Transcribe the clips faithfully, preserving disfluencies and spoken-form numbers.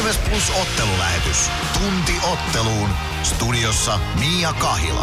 Ilves Plus -ottelulähetys. Tunti otteluun. Studiossa Mia Kahila.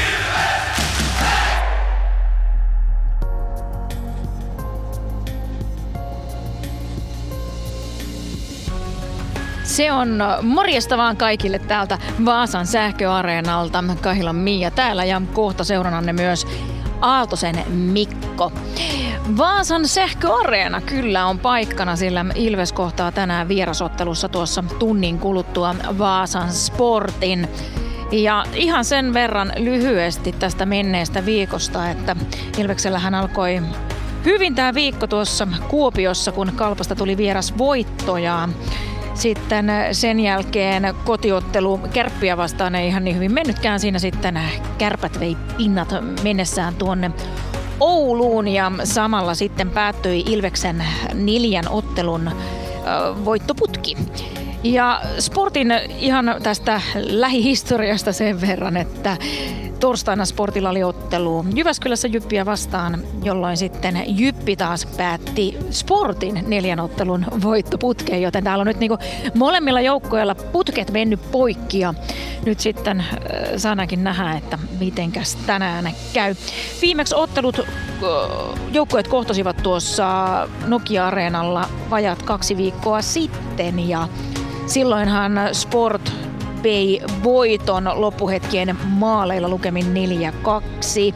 Se on morjesta vaan kaikille täältä Vaasan sähköareenalta. Kahilan Mia täällä ja kohta seurannanne myös Aaltosen Mikko. Vaasan sähköareena kyllä on paikkana, sillä Ilves kohtaa tänään vierasottelussa tuossa tunnin kuluttua Vaasan Sportin. Ja ihan sen verran lyhyesti tästä menneestä viikosta, että Ilveksellähän alkoi hyvin tämä viikko tuossa Kuopiossa, kun Kalpasta tuli vieras voittoja. Sitten sen jälkeen kotiottelu Kärppiä vastaan ei ihan niin hyvin mennytkään. Siinä sitten Kärpät vei pinnat mennessään tuonne Ouluun ja samalla sitten päättyi Ilveksen neljän ottelun voittoputki. Ja Sportin ihan tästä lähihistoriasta sen verran, että torstaina Sportilla oli ottelu Jyväskylässä Jyppiä vastaan, jolloin sitten Jyppi taas päätti Sportin neljän ottelun voittoputkeen, joten täällä on nyt niinku molemmilla joukkueilla putket mennyt poikki ja nyt sitten äh, saadaankin nähdä, että mitenkäs tänään käy. Viimeksi ottelut äh, joukkueet kohtasivat tuossa Nokia-areenalla vajat kaksi viikkoa sitten ja silloinhan Sport vei voiton loppuhetkien maaleilla lukemin neljä kaksi,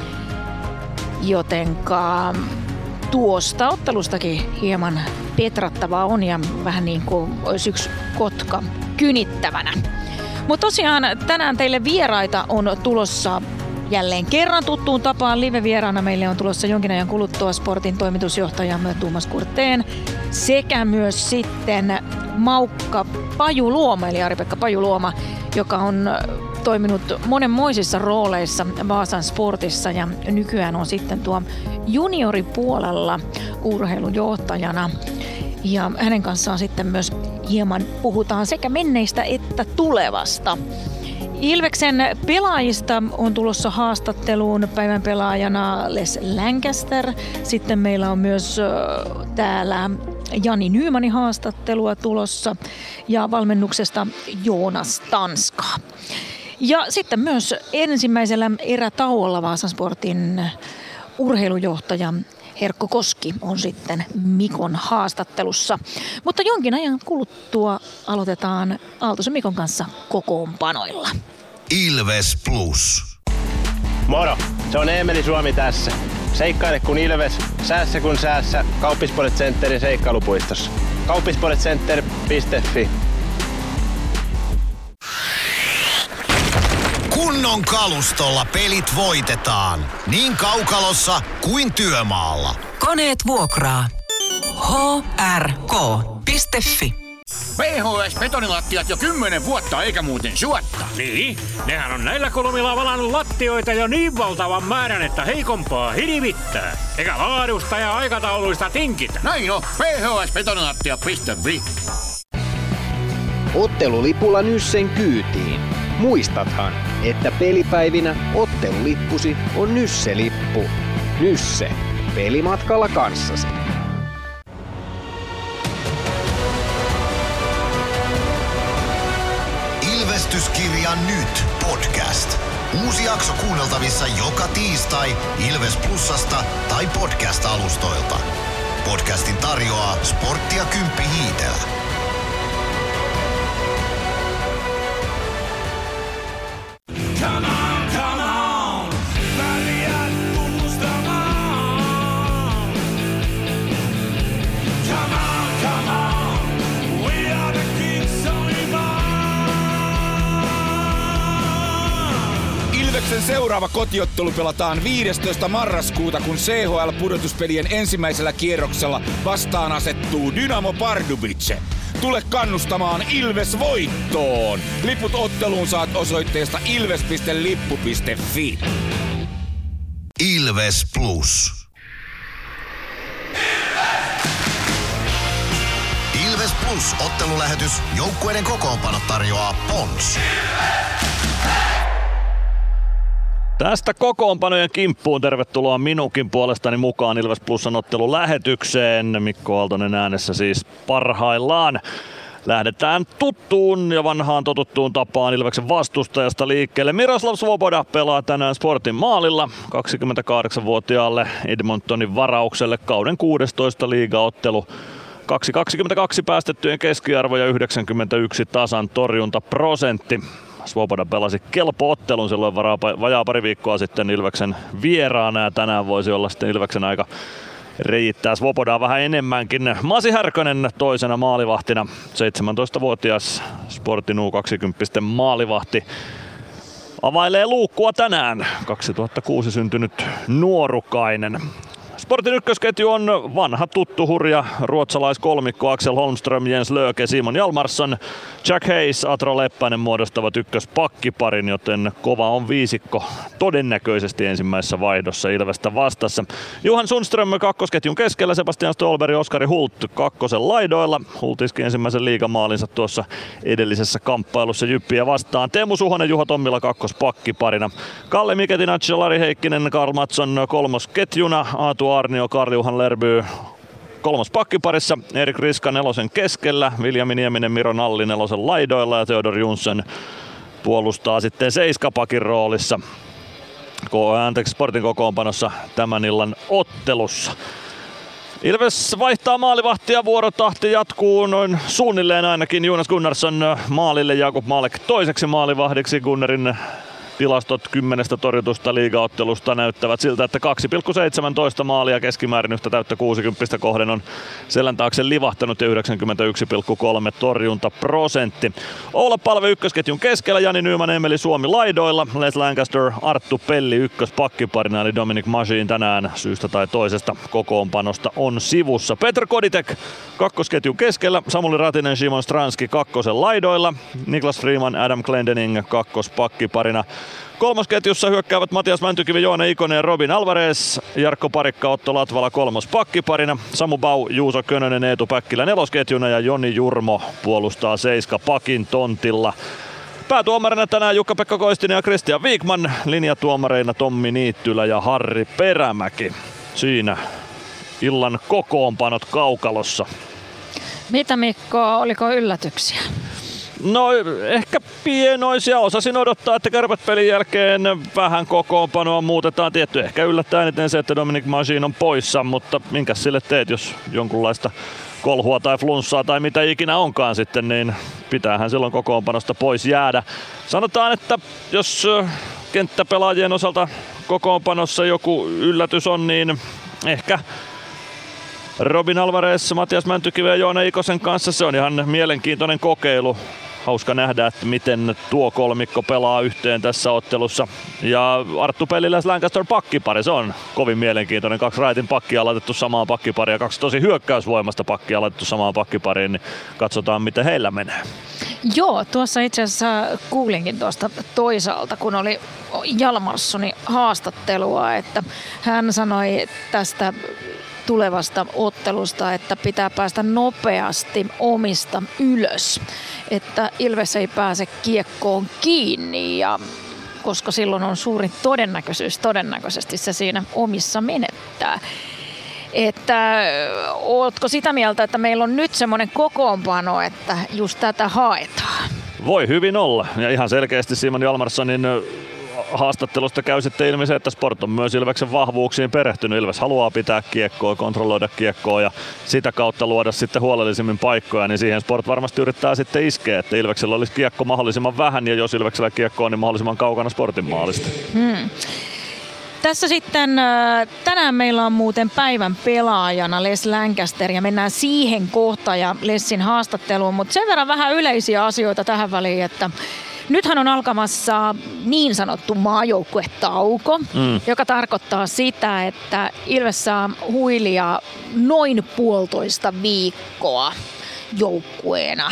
jotenka tuosta ottelustakin hieman petrattavaa on ja vähän niin kuin olisi yksi kotka kynittävänä. Mutta tosiaan tänään teille vieraita on tulossa jälleen kerran tuttuun tapaan. Live-vieraana meille on tulossa jonkin ajan kuluttua Sportin toimitusjohtajamme Tuomas Kurteen sekä myös sitten Maukka Pajuluoma, eli Ari-Pekka Pajuluoma, joka on toiminut monenmoisissa rooleissa Vaasan Sportissa ja nykyään on sitten tuo junioripuolella urheilujohtajana. Ja hänen kanssaan sitten myös hieman puhutaan sekä menneistä että tulevasta. Ilveksen pelaajista on tulossa haastatteluun päivän pelaajana Les Lancaster. Sitten meillä on myös äh, täällä Jani Nymanin haastattelua tulossa ja valmennuksesta Joonas Tanska. Ja sitten myös ensimmäisellä erätauolla Vaasan Sportin urheilujohtaja Herkko Koski on sitten Mikon haastattelussa. Mutta jonkin ajan kuluttua aloitetaan Aaltosen Mikon kanssa kokoonpanoilla. Ilves Plus. Moro, se on Eemeli Suomi tässä. Seikkaile kun Ilves, säässä kun säässä. Kauppisports Centerin seikkailupuistossa. kauppisports center piste fi. Kunnon kalustolla pelit voitetaan. Niin kaukalossa kuin työmaalla. Koneet vuokraa. h r k piste fi. P H S-betonilattiat jo kymmenen vuotta eikä muuten suotta. Niin, nehän on näillä kolmilla valannut lattioita jo niin valtavan määrän, että heikompaa hirvittää. Eikä laadusta ja aikatauluista tinkitä. Näin on, p h s betonilattia piste fi. Ottelulipulla Nyssen kyytiin. Muistathan, että pelipäivinä ottelulippusi on Nysse-lippu. Nysse. Pelimatkalla kanssasi. Ilvestyskirja nyt podcast. Uusi jakso kuunneltavissa joka tiistai Ilves Plusasta tai podcast-alustoilta. Podcastin tarjoaa Sporttia Kymppi Hiitelä. Come on, come on, väliät tunnustamaan. Come on, come on, we are the kings of Ilveksen seuraava kotiottelu pelataan viidestoista marraskuuta, kun C H L-pudotuspelien ensimmäisellä kierroksella vastaan asettuu Dynamo Pardubice. Tule kannustamaan Ilves voittoon! Liput otteluun saat osoitteesta ilves piste lippu piste fi. Ilves Plus. Ilves! Ilves Plus -ottelulähetys. Joukkueiden kokoonpano tarjoaa Pons. Tästä kokoonpanojen kimppuun tervetuloa minunkin puolestani mukaan Ilves Plusan ottelun lähetykseen. Mikko Aaltonen äänessä siis parhaillaan. Lähdetään tuttuun ja vanhaan totuttuun tapaan Ilveksen vastustajasta liikkeelle. Miroslav Svoboda pelaa tänään Sportin maalilla kaksikymmentäkahdeksanvuotiaalle Edmontonin varaukselle kauden kuudestoista liigaottelu. kaksi kaksikymmentäkaksi päästettyjen keskiarvo ja yhdeksänkymmentäyksi tasan torjuntaprosentti. Svoboda pelasi kelpo-ottelun silloin vajaa pari viikkoa sitten Ilveksen vieraana ja tänään voisi olla sitten Ilveksen aika riittää Svobodaa vähän enemmänkin. Masi Härkönen toisena maalivahtina, seitsemäntoistavuotias Sportin U kaksikymmentä maalivahti. Availee luukkua tänään, kaksituhattakuusi syntynyt nuorukainen. Sportin ykkösketju on vanha tuttu hurja ruotsalaiskolmikko Axel Holmström, Jens Löke, Simon Hjalmarsson, Jack Hayes, Atro Leppänen muodostavat ykköspakkiparin, joten kova on viisikko todennäköisesti ensimmäisessä vaihdossa Ilvestä vastassa. Johan Sundström kakkosketjun keskellä, Sebastian Stolberg ja Oskari Hult kakkosen laidoilla. Hult iski ensimmäisen liigamaalinsa tuossa edellisessä kamppailussa Jyppiä vastaan. Teemu Suhonen, Juha Tommila kakkospakkiparina. Kalle Miketinacci, Lari Heikkinen, Karl Mattsson kolmosketjuna, Aatu Arnio, Karl-Juhan Lerby kolmos pakkiparissa, Erik Riska nelosen keskellä, Viljami Nieminen, Miro Nalli nelosen laidoilla ja Theodor Jonsson puolustaa sitten seiskapakin roolissa anteeksi, Sportin kokoonpanossa tämän illan ottelussa. Ilves vaihtaa maalivahtia, vuorotahti jatkuu noin suunnilleen ainakin. Jonas Gunnarsson maalille, Jakub Malek toiseksi maalivahdiksi. Gunnarin tilastot kymmenestä torjutusta liigaottelusta näyttävät siltä, että kaksi pilkku seitsemäntoista maalia keskimäärin yhtä täyttä kuusikymmentä kohden on selän taakse livahtanut ja yhdeksänkymmentäyksi pilkku kolme torjuntaprosentti. Oula Palve ykkösketjun keskellä, Jani Nyman, Emeli Suomi laidoilla, Les Lancaster, Arttu Pelli ykköspakkiparina, eli Dominic Masin tänään syystä tai toisesta kokoonpanosta on sivussa. Petr Koditek kakkosketjun keskellä, Samuli Ratinen, Simon Stranski kakkosen laidoilla, Niklas Freeman, Adam Glendening kakkospakkiparina. Kolmosketjussa hyökkäävät Matias Mäntykivi, Joone Ikonen ja Robin Alvarez, Jarkko Parikka, Otto Latvala kolmos pakkiparina, Samu Bau, Juuso Könönen, Eetu Päkkilä nelosketjuna ja Joni Jurmo puolustaa seiska pakin tontilla. Päätuomarina tänään Jukka-Pekka Koistinen ja Christian Wikman, linjatuomareina Tommi Niittylä ja Harri Perämäki. Siinä illan kokoonpanot kaukalossa. Mitä Mikko, oliko yllätyksiä? No ehkä pienoisia. Osasin odottaa, että Kärpät pelin jälkeen vähän kokoonpanoa muutetaan. Tietty ehkä yllättää eniten se, että Dominic Masin on poissa, mutta minkäs sille teet, jos jonkunlaista kolhua tai flunssaa tai mitä ikinä onkaan sitten, niin pitäähän silloin kokoonpanosta pois jäädä. Sanotaan, että jos kenttäpelaajien osalta kokoonpanossa joku yllätys on, niin ehkä Robin Alvarez, Matias Mäntykivi ja Joona Ikosen kanssa se on ihan mielenkiintoinen kokeilu. Hauska nähdä, että miten tuo kolmikko pelaa yhteen tässä ottelussa. Ja Arttu Pelliläs Lancaster pakkipari, se on kovin mielenkiintoinen. Kaksi raitin pakkia laitettu samaan pakkipariin ja kaksi tosi hyökkäysvoimasta pakkia laitettu samaan pakkipariin, niin katsotaan miten heillä menee. Joo, tuossa itse asiassa kuulinkin tuosta toisaalta, kun oli Hjalmarssonin haastattelua, että hän sanoi tästä tulevasta ottelusta, että pitää päästä nopeasti omista ylös, että Ilves ei pääse kiekkoon kiinni, ja koska silloin on suuri todennäköisyys, todennäköisesti se siinä omissa menettää. Että ootko sitä mieltä, että meillä on nyt semmoinen kokoonpano, että just tätä haetaan? Voi hyvin olla, ja ihan selkeästi Simon Hjalmarssonin haastattelusta käy sitten ilmi se, että Sport on myös Ilveksen vahvuuksiin perehtynyt. Ilves haluaa pitää kiekkoa, kontrolloida kiekkoa ja sitä kautta luoda sitten huolellisemmin paikkoja, niin siihen Sport varmasti yrittää sitten iskeä, että Ilveksellä olisi kiekko mahdollisimman vähän ja jos Ilveksellä kiekko on, niin mahdollisimman kaukana Sportin maalista. Hmm. Tässä sitten tänään meillä on muuten päivän pelaajana Les Lancaster ja mennään siihen kohtaan ja Lessin haastatteluun, mutta sen verran vähän yleisiä asioita tähän väliin, että nythän on alkamassa niin sanottu maajoukkuetauko, mm. joka tarkoittaa sitä, että Ilves saa huilia noin puolitoista viikkoa joukkueena.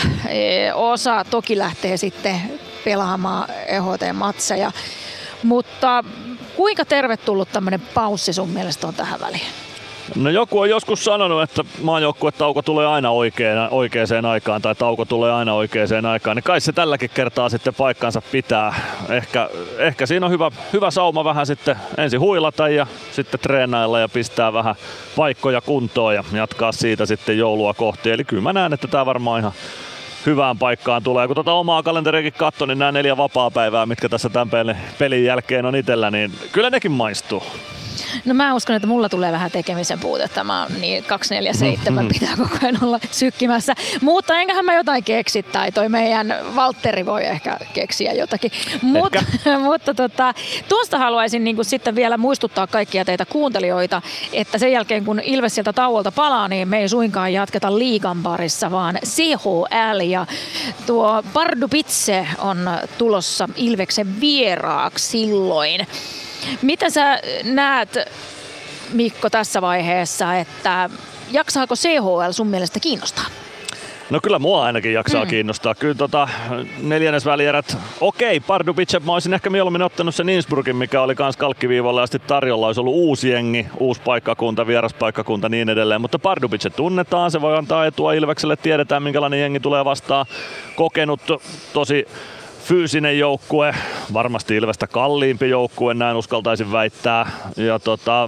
Osa toki lähtee sitten pelaamaan E H T-matseja, mutta kuinka tervetullut tämmöinen paussi sun mielestä on tähän väliin? No joku on joskus sanonut, että maajoukkuetauko tulee aina oikeaan, oikeaan aikaan tai tauko tulee aina oikeaan aikaan, niin kai se tälläkin kertaa sitten paikkansa pitää. Ehkä, ehkä siinä on hyvä, hyvä sauma vähän sitten ensin huilata ja sitten treenailla ja pistää vähän paikkoja kuntoon ja jatkaa siitä sitten joulua kohti. Eli kyllä mä näen, että tämä varmaan ihan hyvään paikkaan tulee. Kun tuota omaa kalenteriakin katson, niin nämä neljä vapaapäivää, mitkä tässä tämän pelin jälkeen on itsellä, niin kyllä nekin maistuu. No mä uskon, että mulla tulee vähän tekemisen puutetta. Mä oon niin kaksi neljä seitsemän pitää koko ajan olla sykkimässä. Mutta enköhän mä jotain keksi, tai toi meidän Valtteri voi ehkä keksiä jotakin. Mut, mutta tota, tuosta haluaisin niin sitten vielä muistuttaa kaikkia teitä kuuntelijoita, että sen jälkeen kun Ilves sieltä tauolta palaa, niin me ei suinkaan jatketa liigan parissa, vaan C H L ja tuo Pardubitse on tulossa Ilveksen vieraaksi silloin. Mitä sä näet, Mikko, tässä vaiheessa, että jaksaako C H L sun mielestä kiinnostaa? No kyllä mua ainakin jaksaa mm. kiinnostaa. Kyllä tota neljännesvälierät, okei, Pardubice, mä olisin ehkä mieluummin ottanut sen Innsbruckin, mikä oli kans kalkkiviivalle asti tarjolla. Olisi ollut uusi jengi, uusi paikkakunta, vieraspaikkakunta niin edelleen. Mutta Pardubice tunnetaan, se voi antaa etua Ilvekselle, tiedetään minkälainen jengi tulee vastaan. Kokenut tosi fyysinen joukkue, varmasti Ilvestä kalliimpi joukkue, näin uskaltaisin väittää. Ja tota,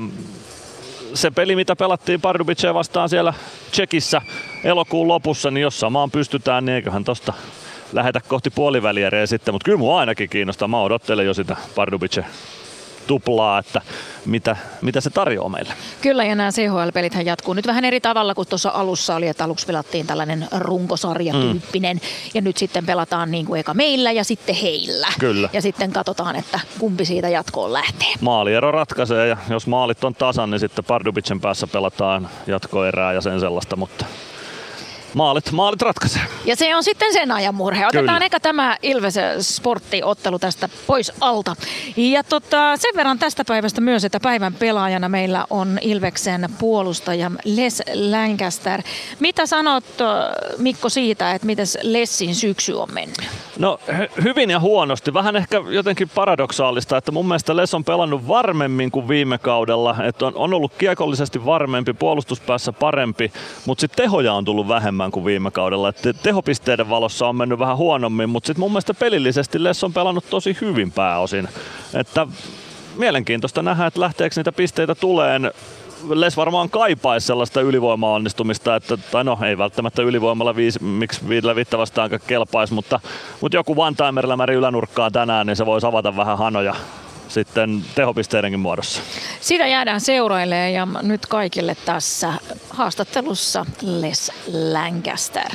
se peli, mitä pelattiin Pardubicea vastaan siellä Tsekissä elokuun lopussa, niin jos samaan pystytään, niin eiköhän tosta lähetä kohti puolivälieriä sitten. Mutta kyllä mua ainakin kiinnostaa, mä odottelen jo sitä Pardubice tuplaa, että mitä, mitä se tarjoaa meille. Kyllä, ja nämä C H L-pelithän jatkuu nyt vähän eri tavalla kuin tuossa alussa oli, että aluksi pelattiin tällainen runkosarjatyyppinen, mm. ja nyt sitten pelataan niin kuin eka meillä ja sitten heillä. Kyllä. Ja sitten katsotaan, että kumpi siitä jatkoon lähtee. Maaliero ratkaisee, ja jos maalit on tasan, niin sitten Pardubicen päässä pelataan jatkoerää ja sen sellaista, mutta Maalit, maalit ratkaisee. Ja se on sitten sen ajan murhe. Otetaan Kyllä. eka tämä Ilves Sportti-ottelu tästä pois alta. Ja tota, sen verran tästä päivästä myös, että päivän pelaajana meillä on Ilveksen puolustaja Les Lancaster. Mitä sanot, Mikko, siitä, että miten Lessin syksy on mennyt? No hy- hyvin ja huonosti. Vähän ehkä jotenkin paradoksaalista, että mun mielestä Les on pelannut varmemmin kuin viime kaudella. Että on, on ollut kiekollisesti varmempi, puolustuspäässä parempi, mutta sitten tehoja on tullut vähemmän kuin viime kaudella. Et tehopisteiden valossa on mennyt vähän huonommin, mutta sitten mun mielestä pelillisesti Les on pelannut tosi hyvin pääosin. Että mielenkiintoista nähdä, että lähteekö niitä pisteitä tuleen. Les varmaan kaipaisi sellaista ylivoima-onnistumista, että, tai no ei välttämättä ylivoimalla viisi, miksi viidellä viittä vastaankaan kelpaisi, mutta, mutta joku one-timer-lämäri ylänurkkaa tänään, niin se voisi avata vähän hanoja sitten tehopisteidenkin muodossa. Sitä jäädään seurailemaan ja nyt kaikille tässä haastattelussa Les Lancaster.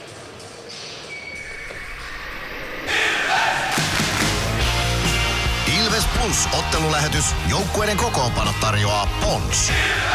Ilves Plus -ottelulähetys. Joukkueiden kokoonpano tarjoaa Pons.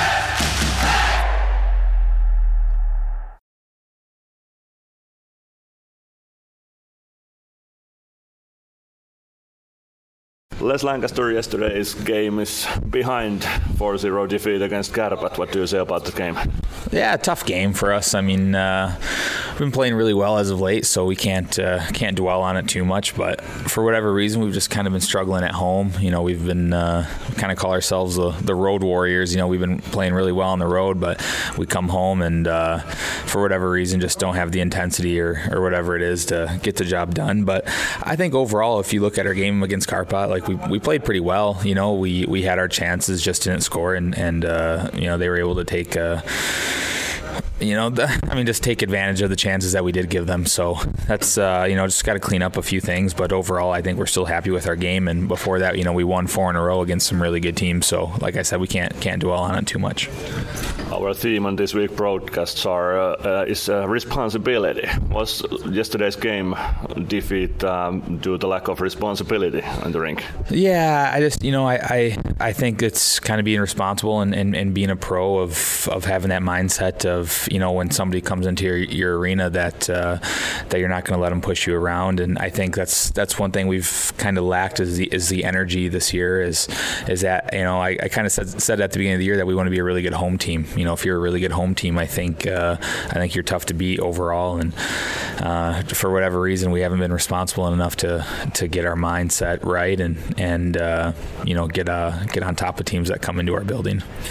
Les Lancaster, yesterday's game is behind four zero defeat against Kärpät. What do you say about the game? Yeah, tough game for us. I mean, uh, we've been playing really well as of late, so we can't uh, can't dwell on it too much. But for whatever reason, we've just kind of been struggling at home. You know, we've been uh, kind of call ourselves the, the road warriors. You know, we've been playing really well on the road, but we come home and uh, for whatever reason, just don't have the intensity or, or whatever it is to get the job done. But I think overall, if you look at our game against Kärpät, like we we played pretty well. You know, we we had our chances, just didn't score, and and uh, you know they were able to take. Uh, You know, the, I mean, just take advantage of the chances that we did give them. So that's, uh, you know, just got to clean up a few things. But overall, I think we're still happy with our game. And before that, you know, we won four in a row against some really good teams. So, like I said, we can't can't dwell on it too much. Our theme on this week broadcasts are uh, uh, is uh, responsibility. Was yesterday's game defeat um, due to lack of responsibility on the rink? Yeah, I just, you know, I I, I think it's kind of being responsible and, and, and being a pro of of having that mindset of, you know, when somebody comes into your, your arena that uh, that you're not going to let them push you around. And I think that's that's one thing we've kind of lacked is the is the energy this year. Is is that, you know, I, I kind of said said at the beginning of the year that we want to be a really good home team. You know, if you're a really good home team, I think uh, I think you're tough to beat overall. And uh, for whatever reason, we haven't been responsible enough to to get our mindset right and and uh, you know get uh, get on top of teams that come into our building.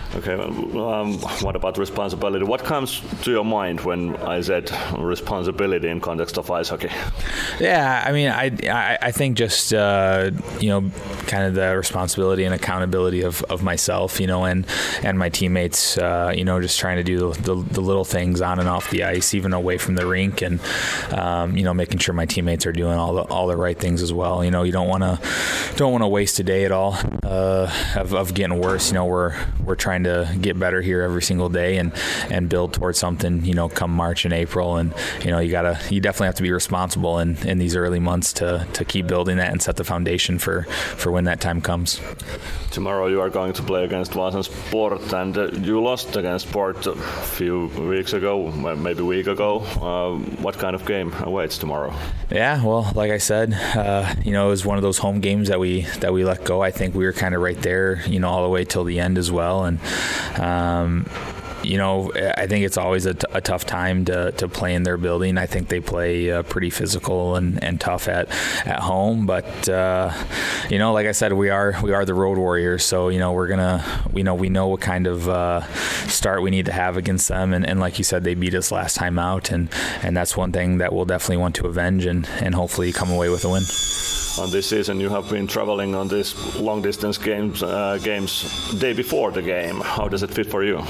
Okay, um, what about responsibility? What comes to your mind when I said responsibility in context of ice hockey? Yeah, I mean, I I, I think just uh, you know, kind of the responsibility and accountability of, of myself, you know, and and my teammates, uh, you know, just trying to do the, the little things on and off the ice, even away from the rink, and um, you know, making sure my teammates are doing all the all the right things as well. You know, you don't want to don't want to waste a day at all uh, of, of getting worse. You know, we're we're trying to get better here every single day and and build towards something, you know, come March and April. And you know, you gotta you definitely have to be responsible in, in these early months to to keep building that and set the foundation for for when that time comes. Tomorrow you are going to play against Vaasan Sport, and uh, you lost against Sport a few weeks ago, maybe a week ago. Uh, what kind of game awaits tomorrow? Yeah, well, like I said, uh, you know, it was one of those home games that we that we let go. I think we were kind of right there, you know, all the way till the end as well. And um, you know, I think it's always a, t- a tough time to, to play in their building. I think they play uh, pretty physical and, and tough at, at home. But uh, you know, like I said, we are we are the road warriors. So you know, we're gonna we know we know what kind of uh, start we need to have against them. And, and like you said, they beat us last time out, and, and that's one thing that we'll definitely want to avenge and, and hopefully come away with a win. On this season, you have been traveling on these long distance games uh, games day before the game. How does it fit for you?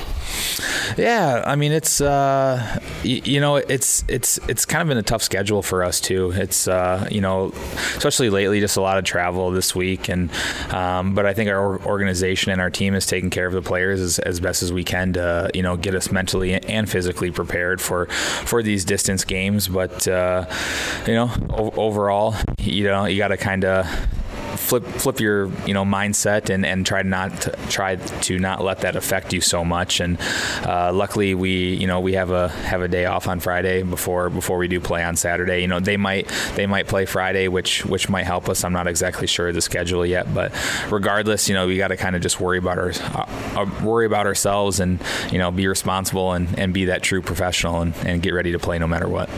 Yeah, I mean, it's uh, y- you know, it's it's it's kind of been a tough schedule for us too. It's uh, you know, especially lately, just a lot of travel this week, and um, but I think our organization and our team is taking care of the players as, as best as we can to you know get us mentally and physically prepared for for these distance games. But uh, you know, o- overall, you know, you got to kind of flip flip your you know mindset and, and try not to, try to not let that affect you so much. And uh, luckily we you know we have a have a day off on Friday before before we do play on Saturday. You know they might they might play Friday, which which might help us. I'm not exactly sure of the schedule yet, but regardless, you know we got to kind of just worry about our uh, worry about ourselves and you know be responsible and, and be that true professional and, and get ready to play no matter what.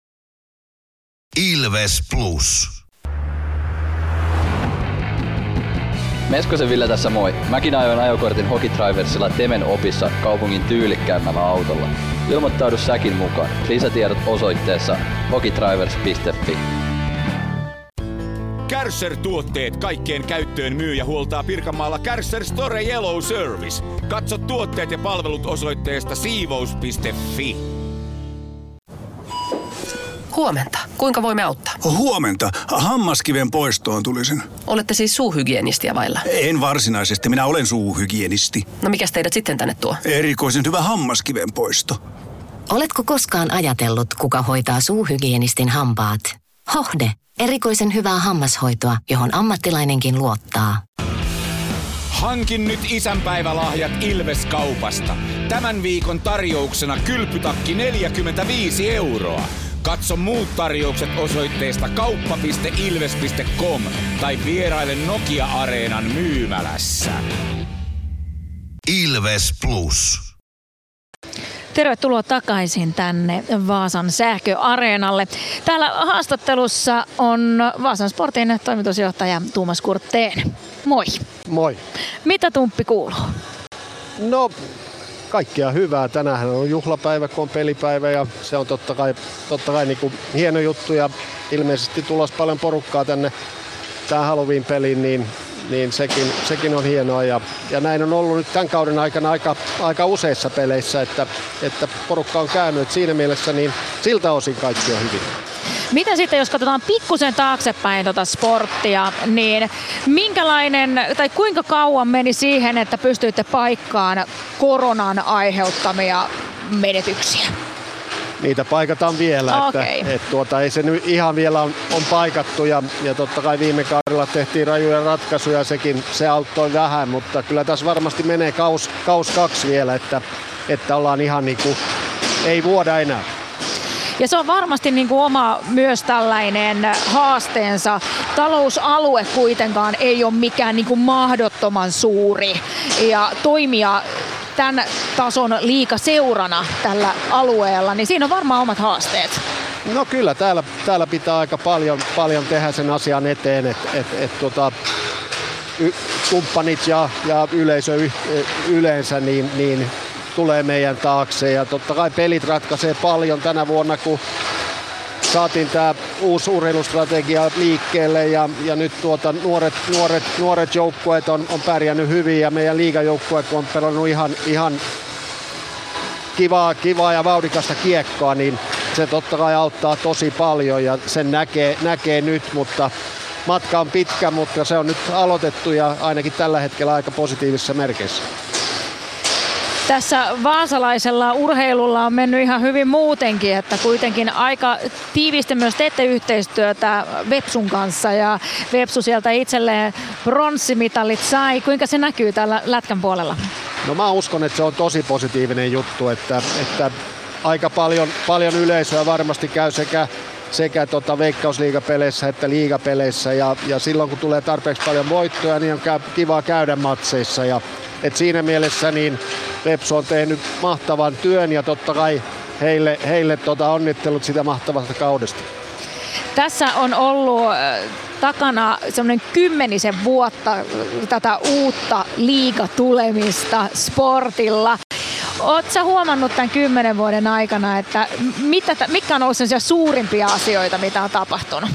Ilves Plus. Meskosen Ville tässä moi. Mäkin ajoin ajokortin Hokitriversilla Temen opissa kaupungin tyylikkäämmällä autolla. Ilmoittaudu säkin mukaan. Lisätiedot osoitteessa hokitrivers piste fi. Kärcher-tuotteet kaikkeen käyttöön myy ja huoltaa Pirkanmaalla Kärcher Store Yellow Service. Katso tuotteet ja palvelut osoitteesta siivous piste fi. Huomenta. Kuinka voimme auttaa? Huomenta. Hammaskiven poistoon tulisin. Olette siis suuhygienistiä vailla? En varsinaisesti. Minä olen suuhygienisti. No mikäs teidät sitten tänne tuo? Erikoisen hyvä hammaskiven poisto. Oletko koskaan ajatellut, kuka hoitaa suuhygienistin hampaat? Hohde. Erikoisen hyvää hammashoitoa, johon ammattilainenkin luottaa. Hankin nyt isänpäivälahjat Ilves-kaupasta. Tämän viikon tarjouksena kylpytakki neljäkymmentäviisi euroa. Katso muut tarjoukset osoitteesta kauppa piste ilves piste com tai vieraile Nokia-areenan myymälässä. Ilves Plus. Tervetuloa takaisin tänne Vaasan sähköareenalle. Täällä haastattelussa on Vaasan Sportin toimitusjohtaja Tuomas Kurtteen. Moi. Moi. Mitä Tumppi kuuluu? No, kaikkea hyvää. Tänään on juhlapäivä, kun on pelipäivä ja se on totta kai, totta kai niin kuin hieno juttu ja ilmeisesti tulossa paljon porukkaa tänne tähän Halloween-peliin, niin, niin sekin, sekin on hienoa ja, ja näin on ollut nyt tämän kauden aikana aika, aika useissa peleissä, että, että porukka on käynyt. Et siinä mielessä niin siltä osin kaikki on hyvin. Mitä sitten, jos katsotaan pikkusen taaksepäin tuota sporttia, niin minkälainen tai kuinka kauan meni siihen, että pystyitte paikkaan koronan aiheuttamia menetyksiä? Niitä paikataan vielä, okay. että et tuota, ei se nyt ihan vielä on, on paikattu ja, ja totta kai viime kaudella tehtiin rajuja ratkaisuja, sekin se auttoi vähän, mutta kyllä tässä varmasti menee kaus, kaus kaksi vielä, että, että ollaan ihan niin kuin, ei vuoda enää. Ja se on varmasti niin kuin oma myös tällainen haasteensa. Talousalue kuitenkaan ei ole mikään niin kuin mahdottoman suuri ja toimia tämän tason liigaseurana tällä alueella, niin siinä on varmaan omat haasteet. No kyllä, täällä, täällä pitää aika paljon, paljon tehdä sen asian eteen, että et, et, tota, y- kumppanit ja, ja yleisö y- yleensä niin, niin tulee meidän taakse. Ja totta kai pelit ratkaisee paljon tänä vuonna, kun saatiin tää uusi urheilustrategia liikkeelle ja, ja nyt tuota nuoret, nuoret, nuoret joukkueet on, on pärjännyt hyvin ja meidän liigajoukkue on pelannut ihan, ihan kivaa, kivaa ja vauhdikasta kiekkoa, niin se totta kai auttaa tosi paljon ja sen näkee, näkee nyt, mutta matka on pitkä, mutta se on nyt aloitettu ja ainakin tällä hetkellä aika positiivisessa merkeissä. Tässä vaasalaisella urheilulla on mennyt ihan hyvin muutenkin, että kuitenkin aika tiiviisti myös teette yhteistyötä Vepsun kanssa ja Vepsu sieltä itselleen pronssimitalit sai. Kuinka se näkyy täällä lätkän puolella? No mä uskon, että se on tosi positiivinen juttu, että, että aika paljon, paljon yleisöä varmasti käy sekä sekä tota veikkausliigapeleissä että liigapeleissä ja, ja silloin kun tulee tarpeeksi paljon voittoja, niin on käy, kiva käydä matseissa ja et siinä mielessä niin Vepsu on tehnyt mahtavan työn ja totta kai heille, heille tota onnittelut sitä mahtavasta kaudesta. Tässä on ollut takana semmoinen kymmenisen vuotta tätä uutta liigatulemista sportilla. Oletko sä huomannut tämän kymmenen vuoden aikana, että mitä, mitkä on ollut sellaisia suurimpia asioita, mitä on tapahtunut?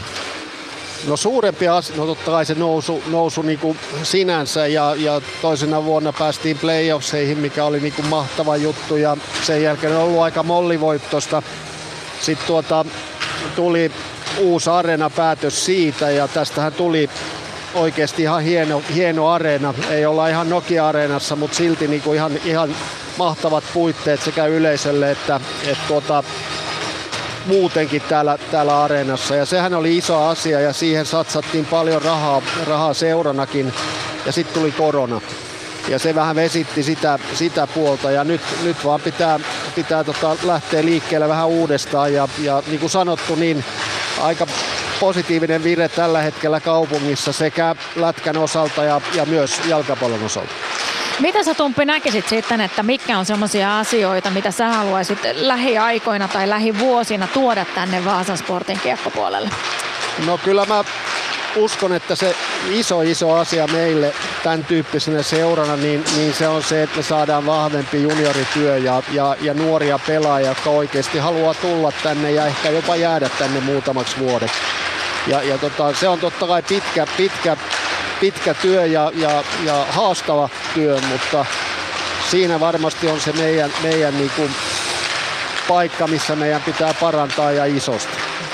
No suurempia asioita, no totta kai se nousu, nousu niinku sinänsä ja, ja toisena vuonna päästiin playoffseihin, mikä oli niinku mahtava juttu ja sen jälkeen on ollut aika mollivoittoista. Sitten tuota, tuli uusi areenapäätös siitä ja tästähän tuli oikeasti ihan hieno, hieno areena. Ei olla ihan Nokia-areenassa, mutta silti niinku ihan, ihan mahtavat puitteet sekä yleisölle että, että tuota, muutenkin täällä, täällä areenassa. Ja sehän oli iso asia ja siihen satsattiin paljon rahaa, rahaa seuranakin. Ja sitten tuli korona. Ja se vähän vesitti sitä, sitä puolta ja nyt, nyt vaan pitää, pitää tota lähteä liikkeelle vähän uudestaan. Ja, ja niin kuin sanottu, niin aika positiivinen vire tällä hetkellä kaupungissa sekä lätkän osalta ja, ja myös jalkapallon osalta. Mitä sä, Tumppi, näkisit sitten, että mitkä on semmoisia asioita, mitä sä haluaisit lähiaikoina tai lähivuosina tuoda tänne Vaasan Sportin kiekkopuolelle? No kyllä mä uskon, että se iso iso asia meille tämän tyyppisenä seurana, niin, niin se on se, että me saadaan vahvempi juniorityö ja, ja, ja nuoria pelaajia, jotka oikeasti haluaa tulla tänne ja ehkä jopa jäädä tänne muutamaksi vuodeksi. Ja, ja tota, se on totta kai pitkä, pitkä, pitkä työ ja, ja, ja haastava työ, mutta siinä varmasti on se meidän, meidän niin kuin paikka, missä meidän pitää parantaa ja isosti.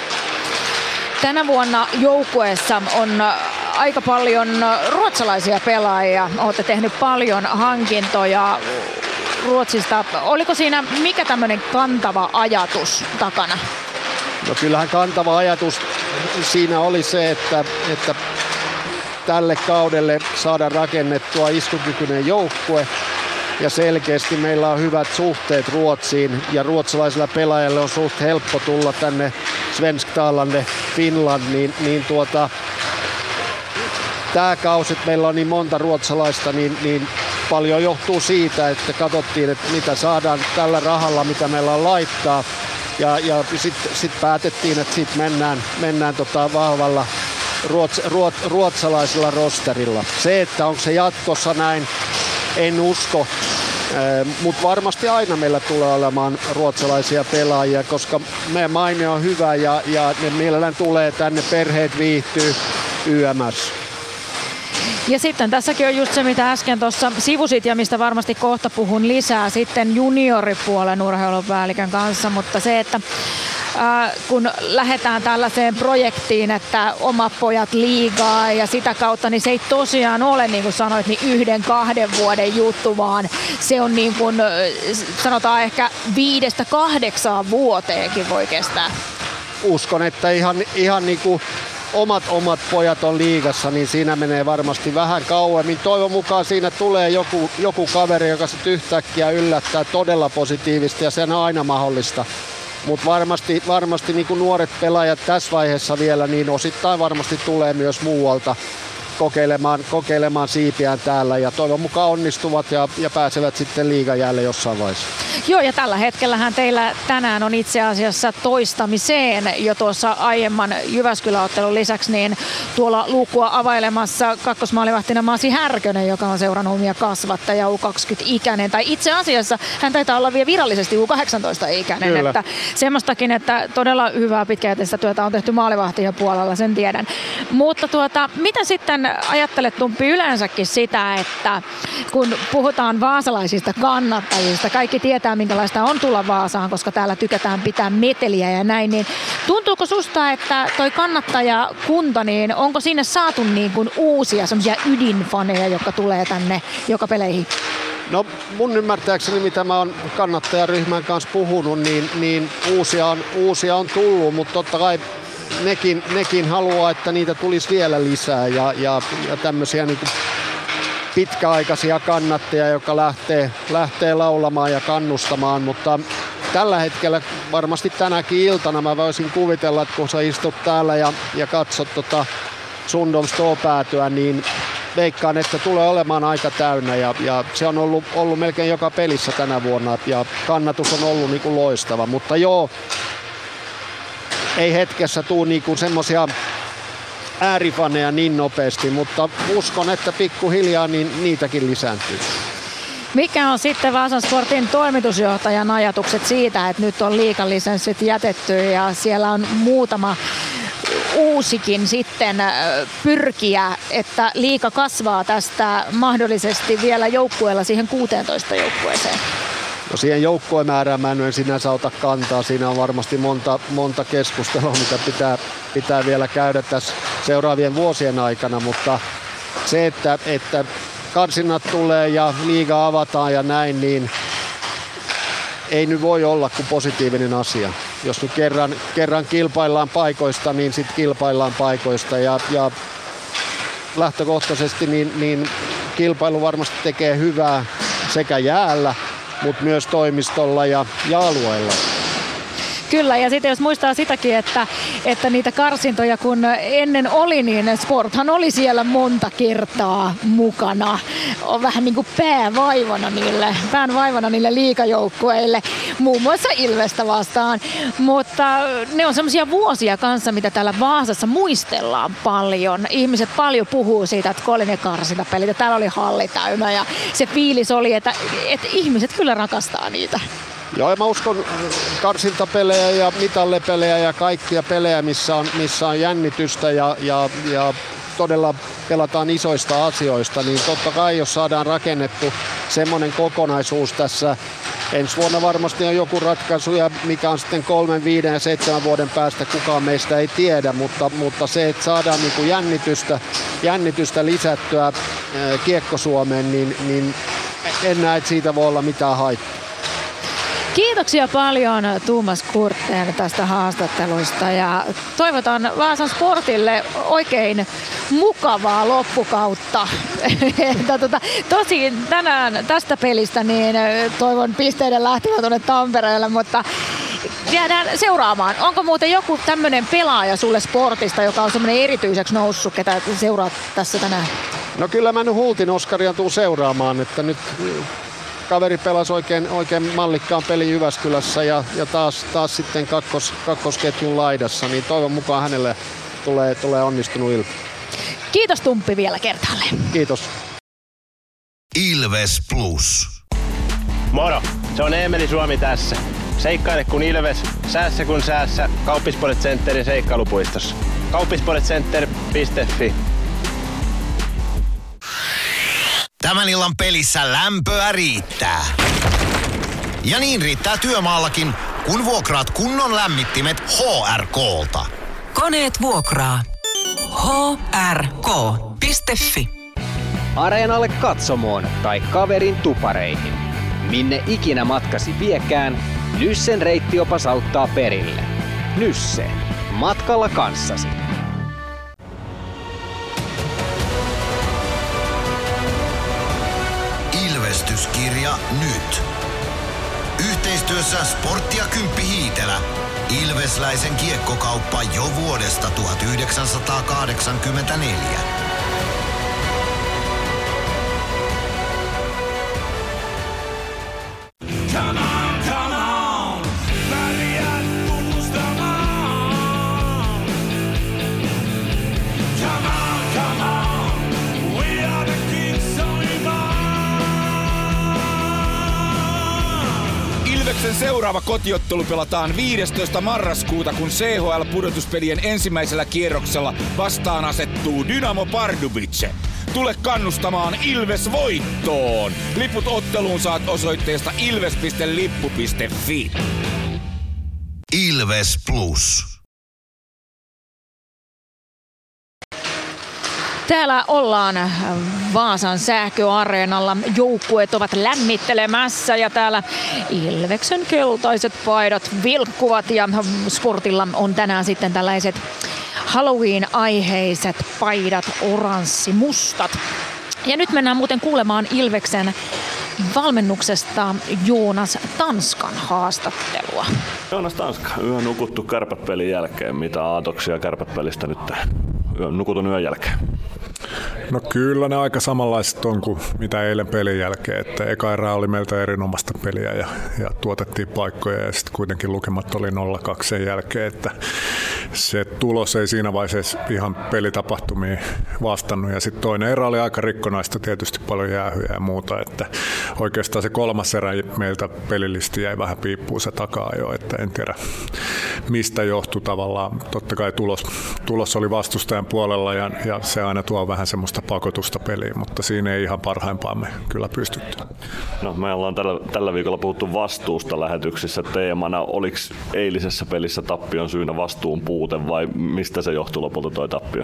Tänä vuonna joukkueessa on aika paljon ruotsalaisia pelaajia. Olette tehnyt paljon hankintoja Ruotsista. Oliko siinä mikä tämmöinen kantava ajatus takana? No kyllähän kantava ajatus siinä oli se, että, että tälle kaudelle saada rakennettua iskukykyinen joukkue. Ja selkeästi meillä on hyvät suhteet Ruotsiin ja ruotsalaisilla pelaajilla on suht helppo tulla tänne Svensktalande Finland, niin, niin tuota, tämä kausi, että meillä on niin monta ruotsalaista, niin, niin paljon johtuu siitä, että katsottiin, että mitä saadaan tällä rahalla, mitä meillä on laittaa. Ja, ja sitten sit päätettiin, että sitten mennään, mennään tota vahvalla ruots, ruot, ruotsalaisella rosterilla. Se, että onko se jatkossa näin, en usko, mutta varmasti aina meillä tulee olemaan ruotsalaisia pelaajia, koska meidän maine on hyvä ja, ja ne mielellään tulee tänne, perheet viihtyy Y M S. Ja sitten tässäkin on just se, mitä äsken tuossa sivusit ja mistä varmasti kohta puhun lisää sitten junioripuolen urheilupäällikön kanssa, mutta se, että Äh, kun lähdetään tällaiseen projektiin, että omat pojat liigaa ja sitä kautta, niin se ei tosiaan ole, niin kuin sanoit, niin yhden, kahden vuoden juttu, vaan se on niin kuin, sanotaan ehkä viidestä kahdeksaan vuoteenkin voi kestää. Uskon, että ihan, ihan niin kuin omat omat pojat on liigassa, niin siinä menee varmasti vähän kauemmin. Toivon mukaan siinä tulee joku, joku kaveri, joka sitten yhtäkkiä yllättää todella positiivisesti ja se on aina mahdollista. Mutta varmasti, varmasti niin kuin nuoret pelaajat tässä vaiheessa vielä, niin osittain varmasti tulee myös muualta kokeilemaan, kokeilemaan siipiään täällä ja toivon mukaan onnistuvat ja, ja pääsevät sitten liigan jälleen jossain vaiheessa. Joo, ja tällä hetkellähän teillä tänään on itse asiassa toistamiseen jo tuossa aiemman Jyväskylä-ottelun lisäksi niin tuolla luukua availemassa kakkosmaalivahtina Masi Härkönen, joka on seurannut omia kasvattaja U kaksikymmentä-ikäinen. Tai itse asiassa hän taitaa olla vielä virallisesti U kahdeksantoista-ikäinen. Kyllä. Että semmoistakin, että todella hyvää pitkäjänteistä työtä on tehty maalivahtien puolella, sen tiedän. Mutta tuota, mitä sitten ajattelet, Tumppi, yleensäkin sitä, että kun puhutaan vaasalaisista kannattajista, kaikki tietää minkälaista on tulla Vaasaan, koska täällä tykätään pitää meteliä ja näin, niin tuntuuko susta, että toi kannattajakunta, niin onko sinne saatu niin kuin uusia semmoisia ydinfaneja, jotka tulee tänne joka peleihin? No mun ymmärtääkseni, mitä mä oon kannattajaryhmän kanssa puhunut, niin, niin uusia, on, uusia on tullut, mutta totta kai nekin, nekin haluaa, että niitä tulisi vielä lisää ja, ja, ja tämmöisiä niin kuin pitkäaikaisia kannattajia, joka lähtee, lähtee laulamaan ja kannustamaan, mutta tällä hetkellä varmasti tänäkin iltana mä voisin kuvitella, että kun sä istut täällä ja, ja katsot tota Sundom Stå-päätyä, niin veikkaan, että tulee olemaan aika täynnä ja, ja se on ollut, ollut melkein joka pelissä tänä vuonna ja kannatus on ollut niin kuin loistava, mutta joo, ei hetkessä tuu niin kuin semmosia äärifaneja niin nopeasti, mutta uskon, että pikkuhiljaa niin niitäkin lisääntyy. Mikä on sitten Vaasan Sportin toimitusjohtajan ajatukset siitä, että nyt on liigalisenssit jätetty ja siellä on muutama uusikin sitten pyrkiä, että liiga kasvaa tästä mahdollisesti vielä joukkueella siihen kuusitoista joukkueeseen? No siihen joukkuemäärään mä en sinänsä ota kantaa. Siinä on varmasti monta, monta keskustelua, mitä pitää, pitää vielä käydä tässä seuraavien vuosien aikana, mutta se, että, että karsinnat tulee ja liiga avataan ja näin, niin ei nyt voi olla kuin positiivinen asia. Jos nyt kerran, kerran kilpaillaan paikoista, niin sitten kilpaillaan paikoista ja, ja lähtökohtaisesti niin, niin kilpailu varmasti tekee hyvää sekä jäällä, mutta myös toimistolla ja, ja alueella. Kyllä, ja sitten jos muistaa sitäkin, että, että niitä karsintoja kun ennen oli, niin Sporthan oli siellä monta kertaa mukana. On vähän niin kuin päävaivana niille, päänvaivana niille liigajoukkueille, muun muassa Ilvestä vastaan. Mutta ne on semmoisia vuosia kanssa, mitä täällä Vaasassa muistellaan paljon. Ihmiset paljon puhuu siitä, että kun oli ne karsintapelit ja täällä oli halli täynnä ja se fiilis oli, että, että ihmiset kyllä rakastaa niitä. Joo, ja mä uskon karsintapelejä ja mitallepelejä ja kaikkia pelejä, missä on, missä on jännitystä ja, ja, ja todella pelataan isoista asioista, niin totta kai jos saadaan rakennettu semmoinen kokonaisuus tässä, ensi vuonna varmasti on joku ratkaisu ja mikä on sitten kolmen, viiden ja seitsemän vuoden päästä, kukaan meistä ei tiedä, mutta, mutta se, että saadaan niin kuin jännitystä, jännitystä lisättyä ää, Kiekko-Suomeen, niin, niin en näe, että siitä voi olla mitään haittaa. Kiitoksia paljon Tuomas Kurten tästä haastattelusta ja toivotan Vaasan Sportille oikein mukavaa loppukautta. tota, tosin tänään tästä pelistä niin toivon pisteiden lähtevän tuonne Tampereelle, mutta jäädään seuraamaan. Onko muuten joku tämmöinen pelaaja sulle Sportista, joka on semmoinen erityiseksi noussut, ketä seuraat tässä tänään? No kyllä mä nyt Hultin Oskaria tuun seuraamaan, että nyt kaveri pelasi oikein, oikein mallikkaan peli Jyväskylässä ja, ja taas, taas sitten kakkos, kakkosketjun laidassa, niin toivon mukaan hänelle tulee, tulee onnistunut ilta. Kiitos Tumppi vielä kertaalleen. Kiitos. Ilves Plus. Moro, se on Eemeli Suomi tässä. Seikkaile kun Ilves, säässä kun säässä. Kauppisports Centerin seikkailupuistossa. kauppisports center piste fi. Tämän illan pelissä lämpöä riittää. Ja niin riittää työmaallakin, kun vuokraat kunnon lämmittimet H R K:lta. Koneet vuokraa. H R K piste fi. Areenalle, katsomoon tai kaverin tupareihin. Minne ikinä matkasi viekään, Nyssen reittiopas auttaa perille. Nysse. Matkalla kanssasi. Ilvestyskirja nyt. Yhteistyössä Sportti ja Kymppi Hiitelä. Ilvesläisen kiekkokauppa jo vuodesta tuhatyhdeksänsataakahdeksankymmentäneljä. Come on! Seuraava kotiottelu pelataan viidestoista marraskuuta, kun C H L-pudotuspelien ensimmäisellä kierroksella vastaan asettuu Dynamo Pardubice. Tule kannustamaan Ilves voittoon! Liput otteluun saat osoitteesta ilves piste lippu piste fi. Ilves Plus. Täällä ollaan Vaasan sähköareenalla. Joukkueet ovat lämmittelemässä ja täällä Ilveksen keltaiset paidat vilkkuvat ja Sportilla on tänään sitten tällaiset Halloween-aiheiset paidat, oranssi, mustat. Ja nyt mennään muuten kuulemaan Ilveksen valmennuksesta Joonas Tanskan haastattelua. Joonas Tanska, yhä nukuttu Kärpät-pelin jälkeen. Mitä aatoksia Kärpät-pelistä nyt nukutun yön jälkeen? No kyllä ne aika samanlaiset on kuin mitä eilen pelin jälkeen. Että eka erää oli meiltä erinomaista peliä ja, ja tuotettiin paikkoja ja sitten kuitenkin lukemat oli nolla kaksi sen jälkeen. Että se tulos ei siinä vaiheessa ihan pelitapahtumiin vastannut. Ja sitten toinen erä oli aika rikkonaista, tietysti paljon jäähyjä ja muuta. Että oikeastaan se kolmas erä meiltä pelillisesti jäi vähän piippuun se takaa jo. Että en tiedä mistä johtui tavallaan. Totta kai tulos, tulos oli vastustajan puolella ja, ja se aina tuo vähän semmoista pakotusta peliin, mutta siinä ei ihan parhaimpaamme kyllä pystytty. No, me ollaan tällä, tällä viikolla puhuttu vastuusta lähetyksissä teemana. Oliko eilisessä pelissä tappion syynä vastuun puute vai mistä se johtui lopulta toi tappio?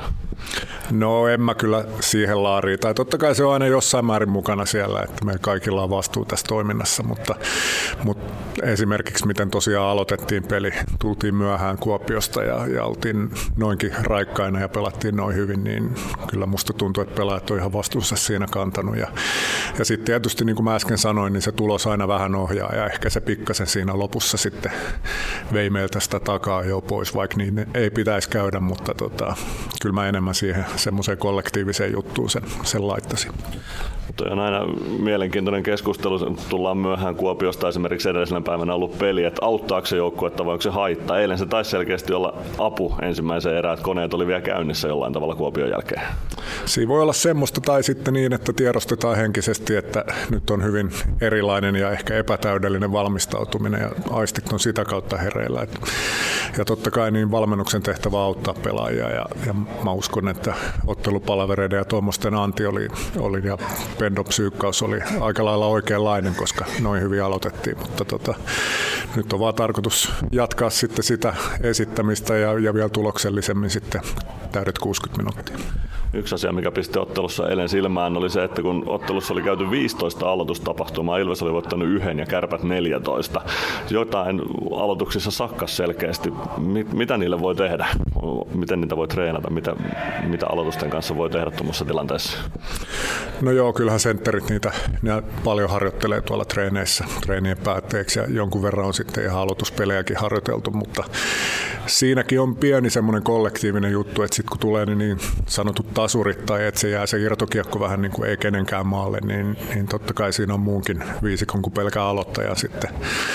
No en mä kyllä siihen laariin. Tai totta kai se on aina jossain määrin mukana siellä, että meillä kaikilla on vastuu tässä toiminnassa, mutta, mutta esimerkiksi miten tosiaan aloitettiin peli, tultiin myöhään Kuopiosta ja, ja oltiin noinkin raikkaina ja pelattiin noin hyvin, niin kyllä musta tuntuu, että pelaajat on ihan vastuunsa siinä kantanut. Ja, ja sitten tietysti niin kuin mä äsken sanoin, niin se tulos aina vähän ohjaa ja ehkä se pikkasen siinä lopussa sitten vei meiltä sitä takaa jo pois, vaikka niin ei pitäisi käydä, mutta tota, kyllä mä enemmän siihen semmoiseen kollektiiviseen juttuun sen, sen laittaisin. Toi on aina mielenkiintoinen keskustelu. Tullaan myöhään Kuopiosta esimerkiksi edellisenä päivänä ollut peli, että auttaako se joukkuetta vai onko se haittaa. Eilen se taisi selkeästi olla apu ensimmäiseen erään, että koneet oli vielä käynnissä jollain tavalla Kuopion jälkeen. Siinä voi olla semmoista tai sitten niin, että tiedostetaan henkisesti, että nyt on hyvin erilainen ja ehkä epätäydellinen valmistautuminen ja aistit on sitä kautta hereillä. Ja totta kai niin valmennuksen tehtävä auttaa pelaajia ja, ja mä uskon, että ottelupalavereiden ja tuommoisten anti oli, oli ja pendopsyykkaus oli aika lailla oikeanlainen, koska noin hyvin aloitettiin, mutta tota, nyt on vaan tarkoitus jatkaa sitten sitä esittämistä ja, ja vielä tuloksellisemmin sitten täydet kuusikymmentä minuuttia. Yksi asia, mikä pisti ottelussa eilen silmään, oli se, että kun ottelussa oli käyty viisitoista aloitustapahtumaa, Ilves oli voittanut yhden ja Kärpät neljätoista. Jotain aloituksissa sakkas selkeästi. Mitä niille voi tehdä? Miten niitä voi treenata? Mitä, mitä aloitusten kanssa voi tehdä tuommoisessa tilanteessa? No joo, kyllähän sentterit niitä ne paljon harjoittelee tuolla treeneissä, treenien päätteeksi ja jonkun verran on sitten ihan aloituspelejäkin harjoiteltu, mutta siinäkin on pieni semmoinen kollektiivinen juttu, että sitten kun tulee niin, niin sanotut tasurit tai että se jää se irtokiekko vähän niin kuin ei kenenkään maalle, niin, niin totta kai siinä on muunkin viisikon kuin pelkä aloittaja sitten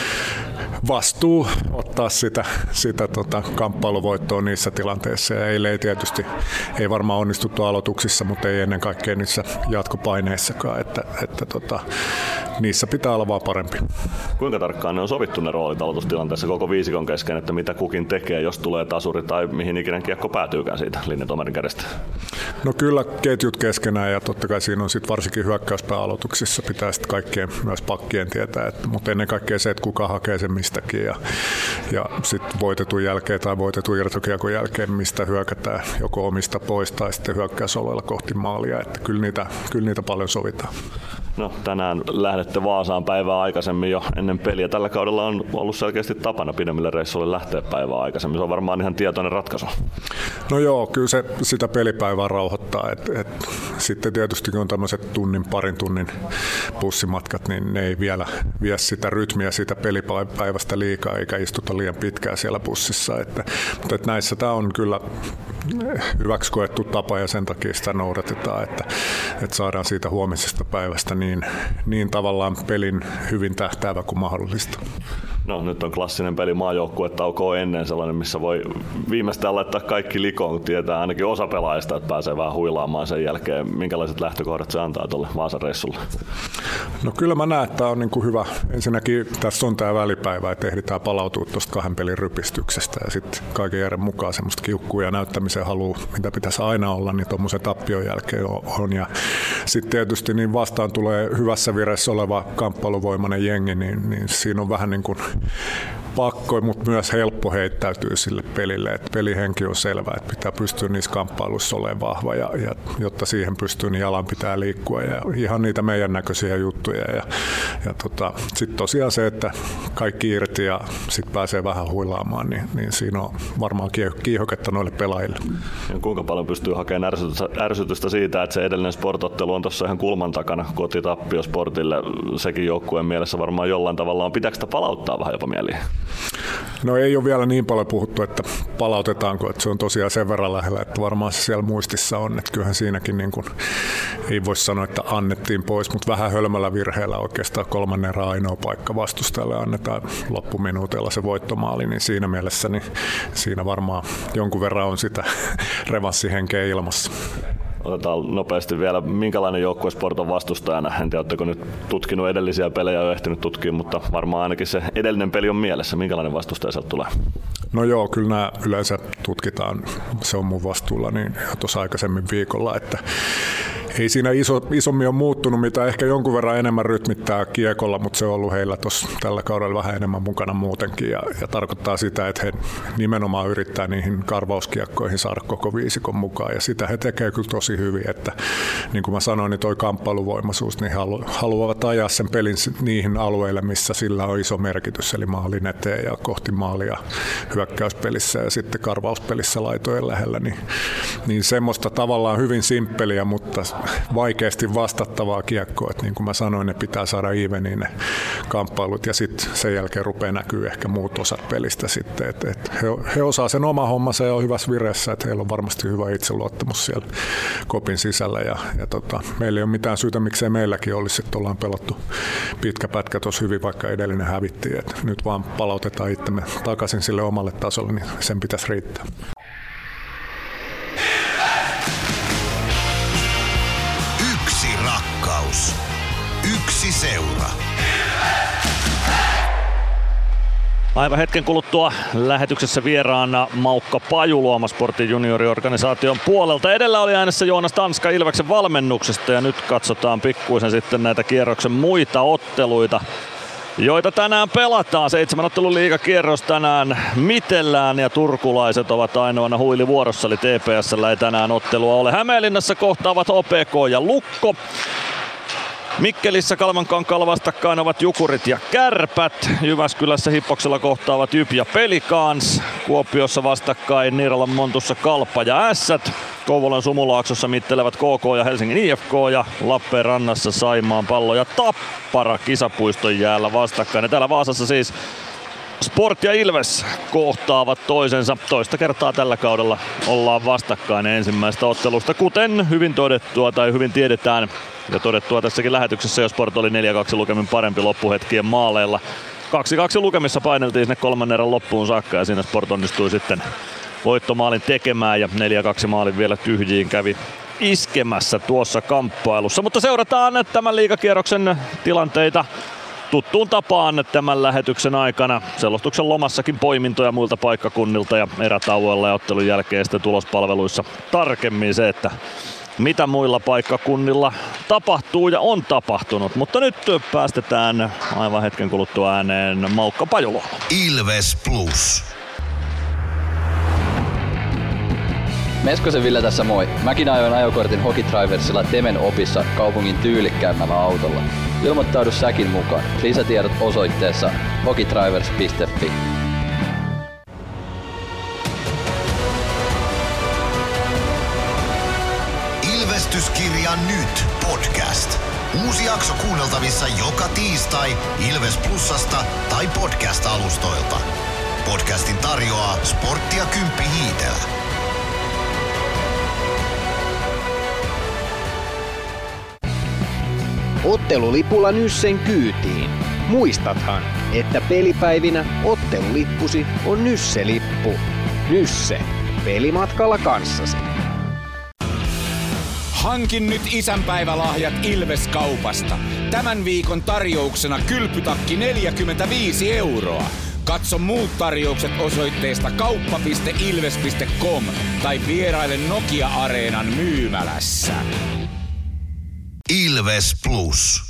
vastuu ottaa sitä, sitä tota, kamppailuvoittoa niissä tilanteissa. Ja eilen ei tietysti ei varmaan onnistuttu aloituksissa, mutta ei ennen kaikkea niissä jatkopaineissakaan, että, että tota, niissä pitää olla vaan parempi. Kuinka tarkkaan ne on sovittu ne roolit aloitustilanteessa koko viisikon kesken, että mitä kukin tekee, jos tulee tasuri tai mihin ikinä kiekko päätyykään siitä linjatomarin kädestä? No kyllä ketjut keskenään ja totta kai siinä on sitten varsinkin hyökkäyspääaloituksissa pitää sitten kaikkien myös pakkien tietää, että, mutta ennen kaikkea se, että kuka hakee sen mistäkin ja, ja sitten voitetun jälkeen tai voitetun irtokiekon jälkeen mistä hyökätään joko omista pois tai sitten hyökkäysalueella kohti maalia, että kyllä niitä, kyllä niitä paljon sovitaan. No, tänään lähdette Vaasaan päivää aikaisemmin jo ennen peliä. Tällä kaudella on ollut selkeästi tapana pidemmille reissuille lähteä päivää aikaisemmin. Se on varmaan ihan tietoinen ratkaisu. No joo, kyllä se sitä pelipäivää rauhoittaa. Et, et, sitten tietysti kun on tämmöiset tunnin, parin tunnin bussimatkat, niin ne ei vielä vie sitä rytmiä siitä pelipäivästä liikaa eikä istuta liian pitkään siellä bussissa. Että, mutta et näissä tämä on kyllä hyväksi koettu tapa ja sen takia sitä noudatetaan, että, että saadaan siitä huomisesta päivästä niin, niin tavallaan pelin hyvin tähtäävä kuin mahdollista. No nyt on klassinen peli maajoukkuetaukoa ennen sellainen, missä voi viimeistään laittaa kaikki likoon, kun tietää ainakin osa pelaajista, että pääsee vähän huilaamaan sen jälkeen. Minkälaiset lähtökohdat se antaa tuolle Vaasan reissulle? No kyllä mä näen, että tämä on niin kuin hyvä. Ensinnäkin tässä on tämä välipäivä, että ehditään palautua tuosta kahden pelin rypistyksestä ja sitten kaiken järjen mukaan semmoista kiukkua ja näyttämisen halua, mitä pitäisi aina olla, niin tuommoisen tappion jälkeen on. Ja sitten tietysti niin vastaan tulee hyvässä vireessä oleva kamppailuvoimainen jengi, niin, niin siinä on vähän niin kuin pakko, mutta myös helppo heittäytyy sille pelille, että pelihenki on selvä, että pitää pystyä niissä kamppailuissa olemaan vahva ja, ja jotta siihen pystyy, niin jalan pitää liikkua ja ihan niitä meidän näköisiä juttuja ja, ja tota, sitten tosiaan se, että kaikki irti ja sitten pääsee vähän huilaamaan, niin, niin siinä on varmaan kiihoketta noille pelaajille. Ja kuinka paljon pystyy hakemaan ärsytystä, ärsytystä siitä, että se edellinen sportottelu on tuossa ihan kulman takana kotitappio Sportille, sekin joukkueen mielessä varmaan jollain tavalla on. Pitääkö sitä palauttaa vähän jopa mieliin? No ei ole vielä niin paljon puhuttu, että palautetaanko, että se on tosiaan sen verran lähellä, että varmaan se siellä muistissa on, että kyllähän siinäkin niin kuin, ei voi sanoa, että annettiin pois, mutta vähän hölmällä virheellä oikeastaan kolmannen erän ainoa paikka vastustajalle annetaan loppuminuutilla se voittomaali, niin siinä mielessä niin siinä varmaan jonkun verran on sitä revanssihenkeä ilmassa. Otetaan nopeasti vielä, minkälainen joukkue Sport on vastustajana? En tiedä, oletteko nyt tutkinut edellisiä pelejä, jo ehtinyt tutkia, mutta varmaan ainakin se edellinen peli on mielessä. Minkälainen vastustaja sieltä tulee? No joo, kyllä nämä yleensä tutkitaan. Se on mun vastuulla niin tuossa aikaisemmin viikolla, että ei siinä iso, isommin ole muuttunut, mitä ehkä jonkun verran enemmän rytmittää kiekolla, mutta se on ollut heillä tuossa tällä kaudella vähän enemmän mukana muutenkin ja, ja tarkoittaa sitä, että he nimenomaan yrittää niihin karvauskiekkoihin saada koko viisikon mukaan ja sitä he tekee kyllä tosi hyvin, että niin kuin mä sanoin, niin toi kamppailuvoimaisuus, niin he haluavat ajaa sen pelin niihin alueille, missä sillä on iso merkitys, eli maalin eteen ja kohti maalia hyökkäyspelissä ja sitten karvauspelissä laitojen lähellä, niin, niin semmoista tavallaan hyvin simppeliä, mutta vaikeasti vastattavaa kiekkoa, että niin kuin mä sanoin, ne pitää saada eveniin ne kamppailut ja sitten sen jälkeen rupeaa näkyy ehkä muut osat pelistä sitten, että et he, he osaa sen oma hommansa ja on hyvässä vireessä, että heillä on varmasti hyvä itseluottamus siellä kopin sisällä ja, ja tota, meillä ei ole mitään syytä, miksei meilläkin olisi, että ollaan pelattu pitkä pätkä tuossa hyvin, vaikka edellinen hävittiin, että nyt vaan palautetaan itsemme takaisin sille omalle tasolle, niin sen pitäisi riittää. Yksi rakkaus. Yksi seura. Aivan hetken kuluttua lähetyksessä vieraana Maukka Paju Luomasportin junioriorganisaation puolelta. Edellä oli äänessä Joonas Tanska Ilveksen valmennuksesta ja nyt katsotaan pikkuisen sitten näitä kierroksen muita otteluita, joita tänään pelataan. Seitsemän ottelun liigakierros tänään mitellään ja turkulaiset ovat ainoana huilivuorossa, eli T P S:llä ei tänään ottelua ole. Hämeenlinnassa kohtaavat O P K ja Lukko. Mikkelissä Kalmankankaalla vastakkain ovat Jukurit ja Kärpät. Jyväskylässä Hippoksella kohtaavat Jyp ja Pelikans. Kuopiossa vastakkain Niiralan Montussa Kalpa ja Ässät. Kouvolan Sumulaaksossa mittelevät K K ja Helsingin I F K ja Lappeenrannassa Saimaan Pallo ja Tappara kisapuiston jäällä vastakkain. Ja täällä Vaasassa siis Sport ja Ilves kohtaavat toisensa. Toista kertaa tällä kaudella ollaan vastakkain ensimmäistä ottelusta, kuten hyvin todettua tai hyvin tiedetään ja todettua tässäkin lähetyksessä, jos Sport oli neljä kaksi lukemin parempi loppuhetkien maaleilla. kaksi kaksi lukemissa paineltiin sinne kolmannen erän loppuun saakka ja siinä Sport onnistui sitten voittomaalin tekemään ja neljä kaksi maalin vielä tyhjiin kävi iskemässä tuossa kamppailussa. Mutta seurataan tämän liigakierroksen tilanteita tuttuun tapaan tämän lähetyksen aikana. Selostuksen lomassakin poimintoja muilta paikkakunnilta ja erätauoilla ja ottelun jälkeen sitten tulospalveluissa tarkemmin se, että mitä muilla paikkakunnilla tapahtuu ja on tapahtunut. Mutta nyt päästetään aivan hetken kuluttua ääneen Maukka Pajulo. Ilves Plus. Meskosen Ville tässä moi. Mäkin ajoin ajokortin Hokitriversilla Temen opissa kaupungin tyylikkäämmällä autolla. Ilmoittaudu säkin mukaan. Lisätiedot osoitteessa hokitrivers piste fi. Ilvestyskirja nyt podcast. Uusi jakso kuunneltavissa joka tiistai Ilves Plusasta tai podcast-alustoilta. Podcastin tarjoaa Sporttia Kymppi Hiitelä. Ottelulipulla Nyssen kyytiin. Muistathan, että pelipäivinä ottelulippusi on Nysse-lippu. Nysse. Pelimatkalla kanssasi. Hankin nyt isänpäivälahjat Ilves-kaupasta. Tämän viikon tarjouksena kylpytakki neljäkymmentäviisi euroa. Katso muut tarjoukset osoitteesta kauppa piste ilves piste com tai vieraile Nokia-areenan myymälässä. Ilves Plus.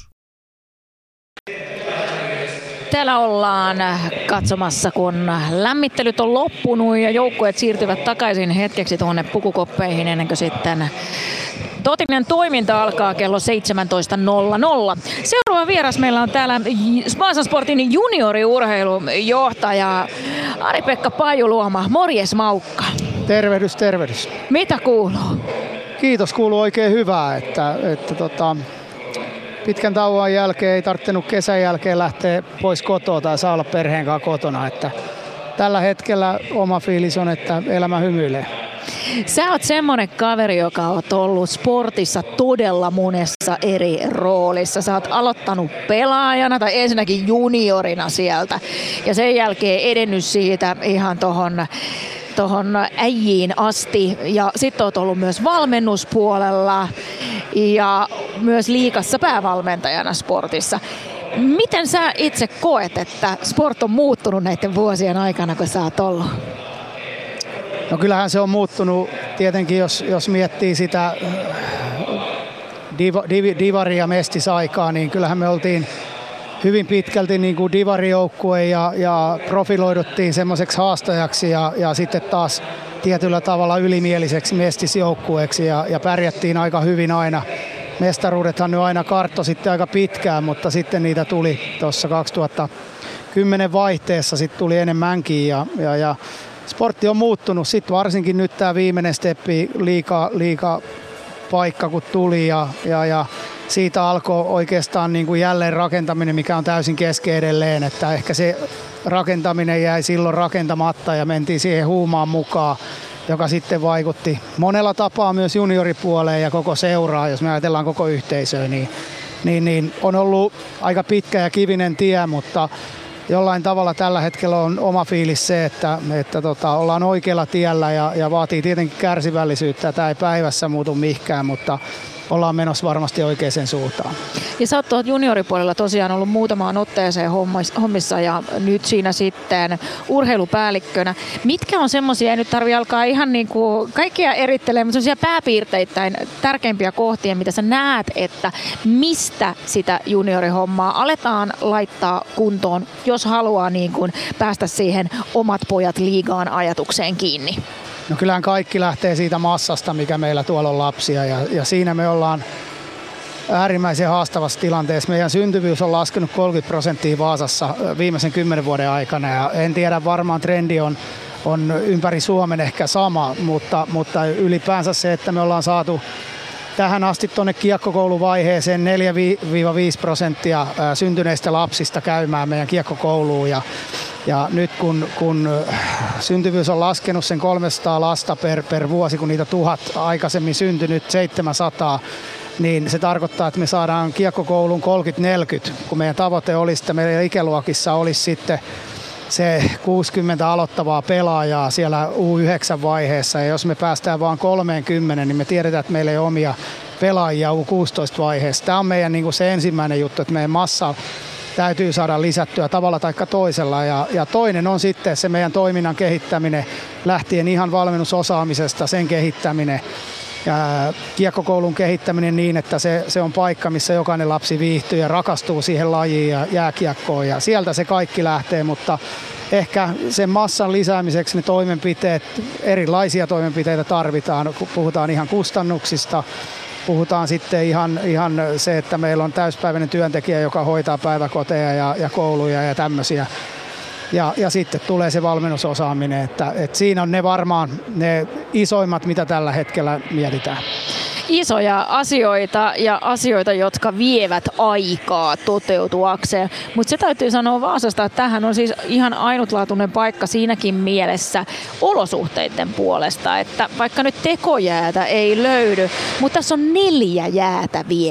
Täällä ollaan katsomassa, kun lämmittelyt on loppunut ja joukkueet siirtyvät takaisin hetkeksi tuonne pukukoppeihin ennen kuin sitten totinen toiminta alkaa kello seitsemäntoista nolla nolla. Seuraava vieras meillä on täällä Vaasan Sportin junioriurheilujohtaja Ari-Pekka Pajuluoma. Morjes Maukka. Tervehdys, tervehdys. Mitä kuuluu? Kiitos, kuuluu oikein hyvää, että, että tota, pitkän tauon jälkeen ei tarvinnut kesän jälkeen lähteä pois kotoa tai saa olla perheen kanssa kotona. Että tällä hetkellä oma fiilis on, että elämä hymyilee. Sä oot semmonen kaveri, joka oot ollut sportissa todella monessa eri roolissa. Sä oot aloittanut pelaajana tai ensinnäkin juniorina sieltä ja sen jälkeen edennyt siitä ihan tohon tuohon äijiin asti ja sitten olet ollut myös valmennuspuolella ja myös liigassa päävalmentajana sportissa. Miten sä itse koet, että sport on muuttunut näiden vuosien aikana, kun sä oot ollut? No kyllähän se on muuttunut tietenkin, jos, jos miettii sitä diva, div, divari- ja mestisaikaa, niin kyllähän me oltiin hyvin pitkälti niin kuin divarijoukkue ja, ja profiloiduttiin semmoiseksi haastajaksi ja, ja sitten taas tietyllä tavalla ylimieliseksi mestisjoukkueeksi ja, ja pärjättiin aika hyvin aina. Mestaruudethan nyt aina karttoi sitten aika pitkään, mutta sitten niitä tuli tuossa kaksituhattakymmenen vaihteessa sitten tuli enemmänkin ja, ja, ja sportti on muuttunut. Sitten varsinkin nyt tämä viimeinen steppi liiga, liiga paikka kun tuli ja, ja, ja siitä alkoi oikeastaan niin kuin jälleen rakentaminen, mikä on täysin kesken edelleen, että ehkä se rakentaminen jäi silloin rakentamatta ja mentiin siihen huumaan mukaan, joka sitten vaikutti monella tapaa myös junioripuoleen ja koko seuraa, jos me ajatellaan koko yhteisöä, niin, niin, niin on ollut aika pitkä ja kivinen tie, mutta jollain tavalla tällä hetkellä on oma fiilis se, että, että tota, ollaan oikealla tiellä ja, ja vaatii tietenkin kärsivällisyyttä. Tämä ei päivässä muutu mihinkään, mutta ollaan menossa varmasti oikeaan suuntaan. Ja sä oot tuolta junioripuolella tosiaan ollut muutamaan otteeseen hommissa ja nyt siinä sitten urheilupäällikkönä. Mitkä on semmoisia, ei nyt tarvitse alkaa ihan niin kuin kaikkia erittelemään, mutta semmoisia pääpiirteittäin tärkeimpiä kohtia, mitä sä näet, että mistä sitä juniorihommaa aletaan laittaa kuntoon, jos haluaa niin kuin päästä siihen omat pojat liigaan ajatukseen kiinni? No kyllähän kaikki lähtee siitä massasta, mikä meillä tuolla on lapsia ja, ja siinä me ollaan äärimmäisen haastavassa tilanteessa. Meidän syntyvyys on laskenut kolmekymmentä prosenttia Vaasassa viimeisen kymmenen vuoden aikana ja en tiedä, varmaan trendi on, on ympäri Suomen ehkä sama, mutta, mutta ylipäänsä se, että me ollaan saatu tähän asti tuonne kiekkokouluvaiheeseen neljä viiva viisi prosenttia syntyneistä lapsista käymään meidän kiekkokouluun ja Ja nyt kun, kun syntyvyys on laskenut sen kolmesataa lasta per, per vuosi, kun niitä tuhat aikaisemmin syntynyt seitsemänsataa, niin se tarkoittaa, että me saadaan kiekkokouluun kolmekymmentä neljäkymmentä, kun meidän tavoite olisi, että meidän ikäluokissa olisi sitten se kuusikymmentä aloittavaa pelaajaa siellä U yhdeksän vaiheessa. Ja jos me päästään vaan kolmekymmentä, niin me tiedetään, että meillä ei ole omia pelaajia U kuusitoista vaiheessa. Tämä on meidän niin kuin se ensimmäinen juttu, että meidän massa täytyy saada lisättyä tavalla tai toisella. Ja, ja toinen on sitten se meidän toiminnan kehittäminen, lähtien ihan valmennusosaamisesta, sen kehittäminen. Ja kiekkokoulun kehittäminen niin, että se, se on paikka, missä jokainen lapsi viihtyy ja rakastuu siihen lajiin ja jääkiekkoon. Ja sieltä se kaikki lähtee, mutta ehkä sen massan lisäämiseksi ne toimenpiteet, erilaisia toimenpiteitä tarvitaan, kun puhutaan ihan kustannuksista. Puhutaan sitten ihan, ihan se, että meillä on täyspäiväinen työntekijä, joka hoitaa päiväkoteja ja, ja kouluja ja tämmöisiä. Ja, ja sitten tulee se valmennusosaaminen, että, että siinä on ne varmaan ne isoimmat, mitä tällä hetkellä mietitään. Isoja asioita ja asioita, jotka vievät aikaa toteutuakseen. Mutta se täytyy sanoa Vaasasta, että tämähän on siis ihan ainutlaatuinen paikka siinäkin mielessä olosuhteiden puolesta, että vaikka nyt tekojäätä ei löydy, mutta tässä on neljä jäätä vierekkäin.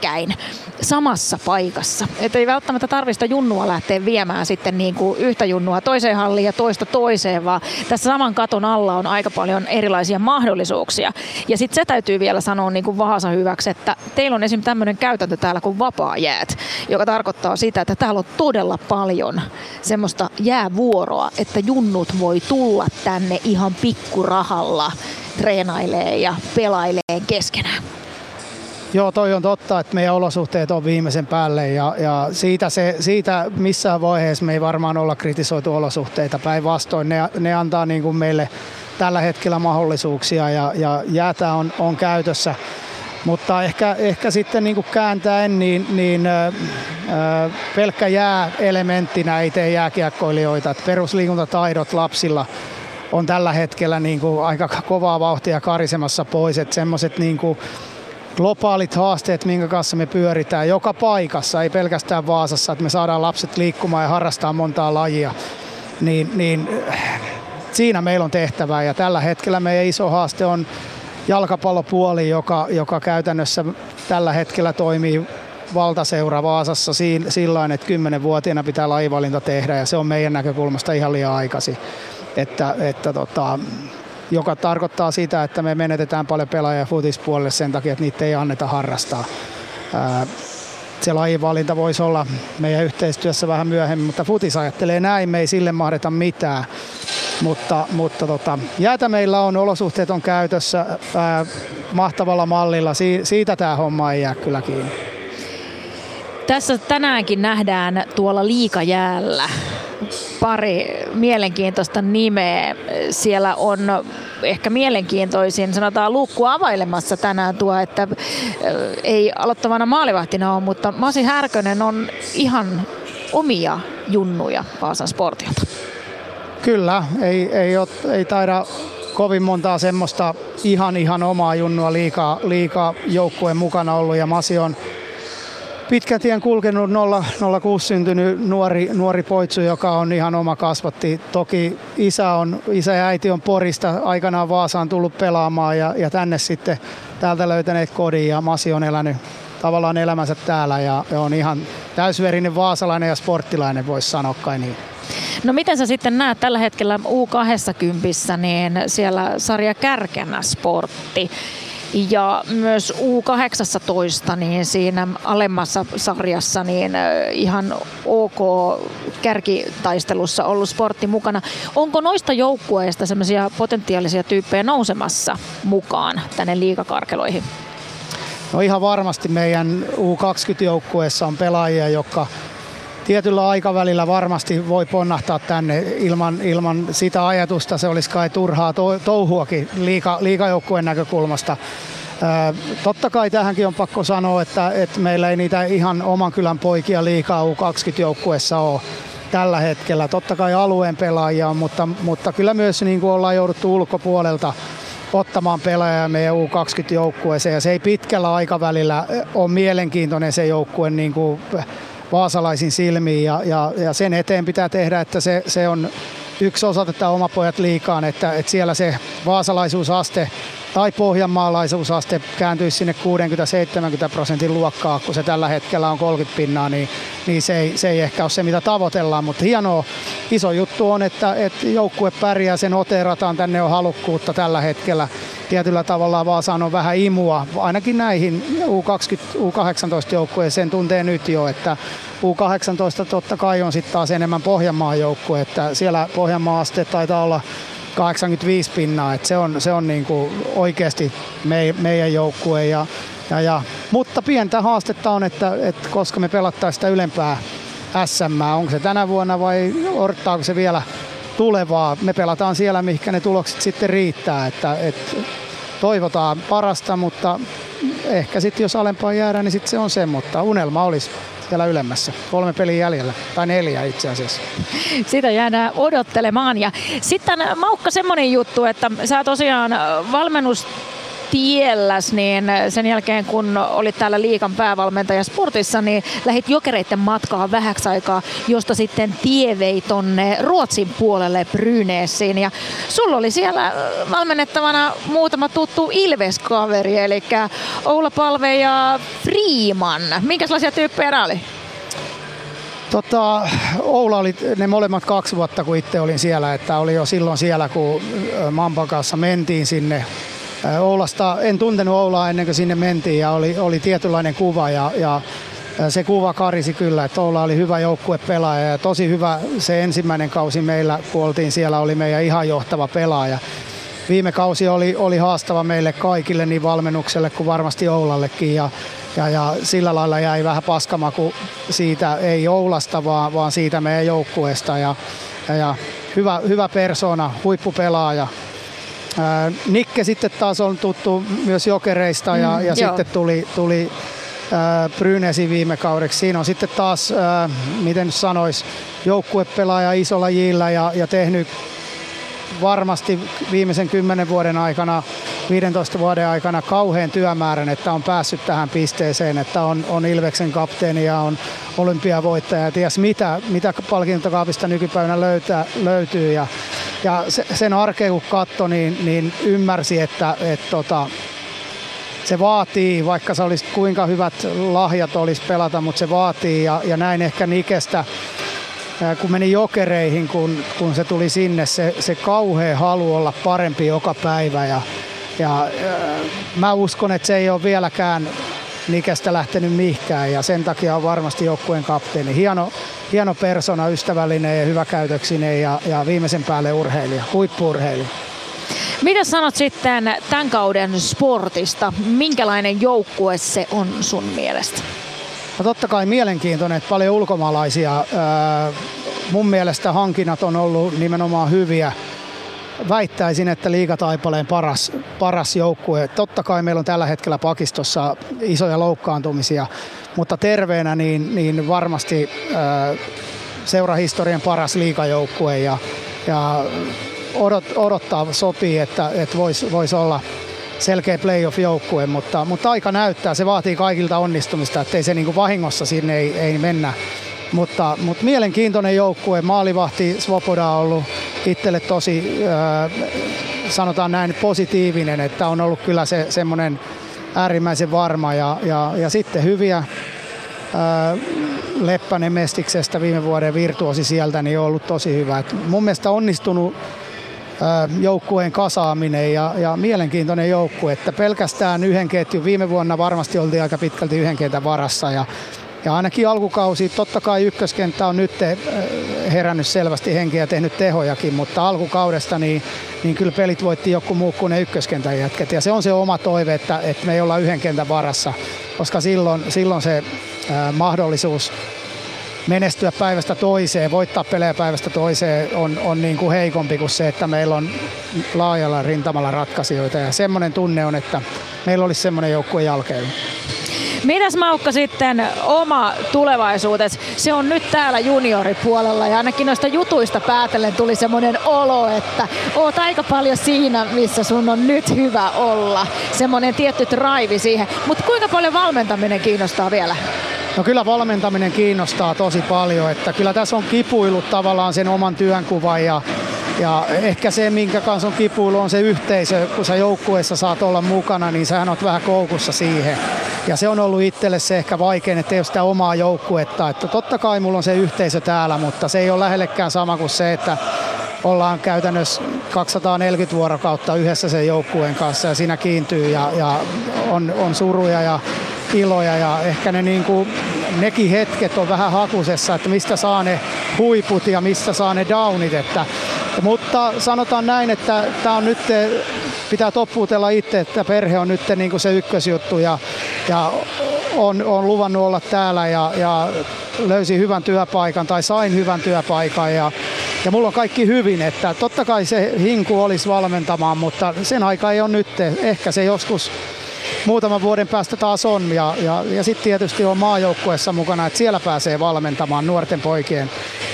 päällekkäin samassa paikassa. Että ei välttämättä tarvista junnua lähteä viemään sitten niin kuin yhtä junnua toiseen halliin ja toista toiseen, vaan tässä saman katon alla on aika paljon erilaisia mahdollisuuksia. Ja sitten se täytyy vielä sanoa niin kuin Vaasa hyväksi, että teillä on esimerkiksi tämmöinen käytäntö täällä kuin vapaa-jäät, joka tarkoittaa sitä, että täällä on todella paljon semmoista jäävuoroa, että junnut voi tulla tänne ihan pikkurahalla treenailee ja pelailee keskenään. Joo, toi on totta, että meidän olosuhteet on viimeisen päälle ja, ja siitä, se, siitä missään vaiheessa me ei varmaan olla kritisoitu olosuhteita. Päinvastoin ne, ne antaa niin kuin meille tällä hetkellä mahdollisuuksia ja, ja jäätä on, on käytössä. Mutta ehkä, ehkä sitten niin kuin kääntäen, niin, niin ää, pelkkä jää elementtinä ei tee jääkiekkoilijoita. Että perusliikuntataidot lapsilla on tällä hetkellä niin kuin aika kovaa vauhtia karisemassa pois. Että semmoiset niin kuin globaalit haasteet, minkä kanssa me pyöritään joka paikassa, ei pelkästään Vaasassa, että me saadaan lapset liikkumaan ja harrastaa montaa lajia, niin, niin siinä meillä on tehtävää. Ja tällä hetkellä meidän iso haaste on jalkapallopuoli, joka, joka käytännössä tällä hetkellä toimii valtaseura Vaasassa sillä että kymmenvuotiaana pitää lajivalinta tehdä ja se on meidän näkökulmasta ihan liian aikaisin. Että, että tota, joka tarkoittaa sitä, että me menetetään paljon pelaajia futispuolelle sen takia, että niitä ei anneta harrastaa. Ää, se lajivalinta voisi olla meidän yhteistyössä vähän myöhemmin, mutta futis ajattelee näin, me ei sille mahdeta mitään. Mutta, mutta tota, jäätä meillä on, olosuhteet on käytössä ää, mahtavalla mallilla, si- siitä tämä homma ei jää kyllä kiinni. Tässä tänäänkin nähdään tuolla liikajäällä pari mielenkiintoista nimeä. Siellä on ehkä mielenkiintoisin, sanotaan Luukku availemassa tänään tuo, että ei aloittavana maalivahtina ole, mutta Masi Härkönen on ihan omia junnuja Vaasan Sportilta. Kyllä, ei, ei, ole, ei taida kovin montaa semmoista ihan ihan omaa junnua liikaa, liikaa joukkueen mukana ollut ja Masi on pitkän tien kulkenut nolla nolla kuusi syntynyt nuori, nuori poitsu, joka on ihan oma kasvatti. Toki isä, on, isä ja äiti on Porista aikanaan Vaasaan tullut pelaamaan ja, ja tänne sitten täältä löytäneet kodin ja Masi on elänyt tavallaan elämänsä täällä ja, ja on ihan täysverinen vaasalainen ja sporttilainen, voisi sanoa kai niin. No miten sä sitten näet tällä hetkellä U kaksikymmentä, niin siellä sarja kärkenä Sportti ja myös U kahdeksantoista, niin siinä alemmassa sarjassa niin ihan ok kärkitaistelussa ollut Sportti mukana. Onko noista joukkueista semmoisia potentiaalisia tyyppejä nousemassa mukaan tänne liigakarkeloihin? No ihan varmasti meidän U kaksikymmentä-joukkueessa on pelaajia, jotka tietyllä aikavälillä varmasti voi ponnahtaa tänne ilman, ilman sitä ajatusta. Se olisi kai turhaa to, touhuakin liiga, liigajoukkueen näkökulmasta. Ää, totta kai tähänkin on pakko sanoa, että, että meillä ei niitä ihan oman kylän poikia liikaa U kaksikymmentä-joukkueessa ole tällä hetkellä. Totta kai alueen pelaajia on, mutta, mutta kyllä myös niin kuin ollaan jouduttu ulkopuolelta ottamaan pelaajia meidän U kaksikymmentä-joukkueeseen. Ja se ei pitkällä aikavälillä ole mielenkiintoinen se joukkue niin kuin vaasalaisin silmiin ja, ja, ja sen eteen pitää tehdä, että se, se on yksi osa tätä oma pojat liikaan, että, että siellä se vaasalaisuusaste tai pohjanmaalaisuusaste kääntyisi sinne kuusikymmentä seitsemänkymmentä prosentin luokkaa, kun se tällä hetkellä on kolmekymmentä pinnaa, niin, niin se, ei, se ei ehkä ole se, mitä tavoitellaan, mutta hienoa, iso juttu on, että, että joukkue pärjää, sen oterataan, tänne on halukkuutta tällä hetkellä. Tietyllä tavalla Vaasaan on vähän imua, ainakin näihin U kaksikymmentä, U kahdeksantoista joukkueen sen tuntee nyt jo, että U kahdeksantoista totta kai on sitten taas enemmän Pohjanmaan joukkue, että siellä Pohjanmaan aste taitaa olla kahdeksankymmentäviisi pinnaa, että se on, se on niinku oikeasti me, meidän joukkue. Ja, ja, ja, mutta pientä haastetta on, että, että koska me pelattaisiin sitä ylempää S M, onko se tänä vuonna vai odottaako se vielä tulevaa. Me pelataan siellä, mihinkä ne tulokset sitten riittää, että, että toivotaan parasta, mutta ehkä sitten jos alempaa jäädään, niin sitten se on se, mutta unelma olisi siellä ylemmässä. Kolme peliä jäljellä, tai neljä itse asiassa. Sitä jäädään odottelemaan. Ja sitten Maukka, semmoinen juttu, että sä tosiaan valmennus tielläs, niin sen jälkeen kun olit täällä liigan päävalmentaja Sportissa, niin lähit Jokereiden matkaan vähäksi aikaa, josta sitten tie vei tonne Ruotsin puolelle Brynäsiin. Ja sulla oli siellä valmennettavana muutama tuttu Ilves-kaveri, eli Oula Palve ja Freeman. Minkälaisia tyyppejä nämä oli? Tota, Oula oli ne molemmat kaksi vuotta, kun itse olin siellä, että oli jo silloin siellä, kun Mampan kanssa mentiin sinne. Oulasta, en tuntenut Oulaa ennen kuin sinne mentiin ja oli, oli tietynlainen kuva ja, ja se kuva karisi kyllä, että Oula oli hyvä joukkuepelaaja ja tosi hyvä se ensimmäinen kausi meillä, kun oltiin siellä, oli meidän ihan johtava pelaaja. Viime kausi oli, oli haastava meille kaikille, niin valmennukselle kuin varmasti Oulallekin ja Ja, ja sillä lailla jäi vähän paskamaku siitä, ei Oulasta, vaan, vaan siitä meidän joukkueesta. Ja, ja, ja hyvä, hyvä persona, huippupelaaja. Ää, Nikke sitten taas on tuttu myös Jokereista ja, mm, ja sitten tuli, tuli ää, Brynäsi viime kaudeksi. Siinä on sitten taas, ää, miten sanois, joukkuepelaaja isolla jillä ja, ja tehnyt varmasti viimeisen kymmenen vuoden aikana, viidentoista vuoden aikana kauhean työmäärän, että on päässyt tähän pisteeseen, että on, on Ilveksen kapteeni ja on olympiavoittaja ja ties mitä, mitä palkintokaapista nykypäivänä löytää, löytyy. Ja, ja sen arkea kun katsoi, niin, niin ymmärsi, että et tota, se vaatii, vaikka se olisi kuinka hyvät lahjat olisi pelata, mutta se vaatii ja, ja näin ehkä Nikestä. Kun meni Jokereihin, kun, kun se tuli sinne, se, se kauhea halu olla parempi joka päivä. Ja, ja, ja mä uskon, että se ei ole vieläkään Nikestä lähtenyt mihinkään ja sen takia on varmasti joukkueen kapteeni. Hieno, hieno persona, ystävällinen ja hyväkäytöksinen ja, ja viimeisen päälle urheilija, huippu-urheilija. Mitä sanot sitten tämän kauden Sportista? Minkälainen joukkue se on sun mielestä? No totta kai mielenkiintoinen, että paljon ulkomaalaisia. Mun mielestä hankinnat on ollut nimenomaan hyviä. Väittäisin, että liigataipaleen paras, paras joukkue. Totta kai meillä on tällä hetkellä pakistossa isoja loukkaantumisia, mutta terveenä niin, niin varmasti seurahistorian paras liigajoukkue ja, ja odot, odottaa sopii, että, että voisi vois olla selkeä playoff-joukkue, mutta, mutta aika näyttää. Se vaatii kaikilta onnistumista, ettei se niinku vahingossa sinne ei, ei mennä. Mutta, mutta mielenkiintoinen joukkue. Maalivahti Svoboda on ollut itselle tosi, äh, sanotaan näin, positiivinen, että on ollut kyllä se semmoinen äärimmäisen varma. Ja, ja, ja sitten hyviä äh, Leppänen Mestiksestä viime vuoden virtuosi sieltä, niin on ollut tosi hyvä. Et mun mielestä onnistunut joukkueen kasaaminen ja, ja mielenkiintoinen joukkue, että pelkästään yhden ketjun, viime vuonna varmasti oltiin aika pitkälti yhden kentän varassa ja, ja ainakin alkukausi, totta kai ykköskenttä on nyt herännyt selvästi henkeä ja tehnyt tehojakin, mutta alkukaudesta niin, niin kyllä pelit voitti joku muu kuin ne ykköskentän jätket ja se on se oma toive, että, että me ei olla yhden kentän varassa, koska silloin, silloin se ää, mahdollisuus menestyä päivästä toiseen, voittaa pelejä päivästä toiseen on, on niin kuin heikompi kuin se, että meillä on laajalla rintamalla ratkaisijoita ja semmoinen tunne on, että meillä olisi semmoinen joukkue jalkeilla. Mitäs Maukka sitten oma tulevaisuutesi? Se on nyt täällä junioripuolella ja ainakin noista jutuista päätellen tuli semmoinen olo, että oot aika paljon siinä, missä sun on nyt hyvä olla. Semmoinen tietty drive siihen. Mutta kuinka paljon valmentaminen kiinnostaa vielä? No kyllä valmentaminen kiinnostaa tosi paljon, että kyllä tässä on kipuillut tavallaan sen oman työnkuvan ja, ja ehkä se, minkä kanssa on kipuilu, on se yhteisö. Kun sä joukkueessa saat olla mukana, niin sähän oot vähän koukussa siihen. Ja se on ollut itselle se ehkä vaikein, että ei ole sitä omaa joukkuetta. Että totta kai mulla on se yhteisö täällä, mutta se ei ole lähellekään sama kuin se, että ollaan käytännössä kaksisataaneljäkymmentä vuorokautta yhdessä sen joukkueen kanssa ja siinä kiintyy ja, ja on, on suruja ja iloja ja ehkä ne niin kuin, nekin hetket on vähän hakusessa, että mistä saa ne huiput ja mistä saa ne downit. Että, mutta sanotaan näin, että tämä on nyt, pitää toppuutella itse, että perhe on nyt niin kuin se ykkösjuttu ja, ja on, on luvannut olla täällä ja, ja löysin hyvän työpaikan tai sain hyvän työpaikan ja, ja mulla on kaikki hyvin, että totta kai se hinku olisi valmentamaan, mutta sen aika ei ole nyt, ehkä se joskus muutaman vuoden päästä taas on ja, ja, ja sitten tietysti on maajoukkueessa mukana, että siellä pääsee valmentamaan nuorten poikien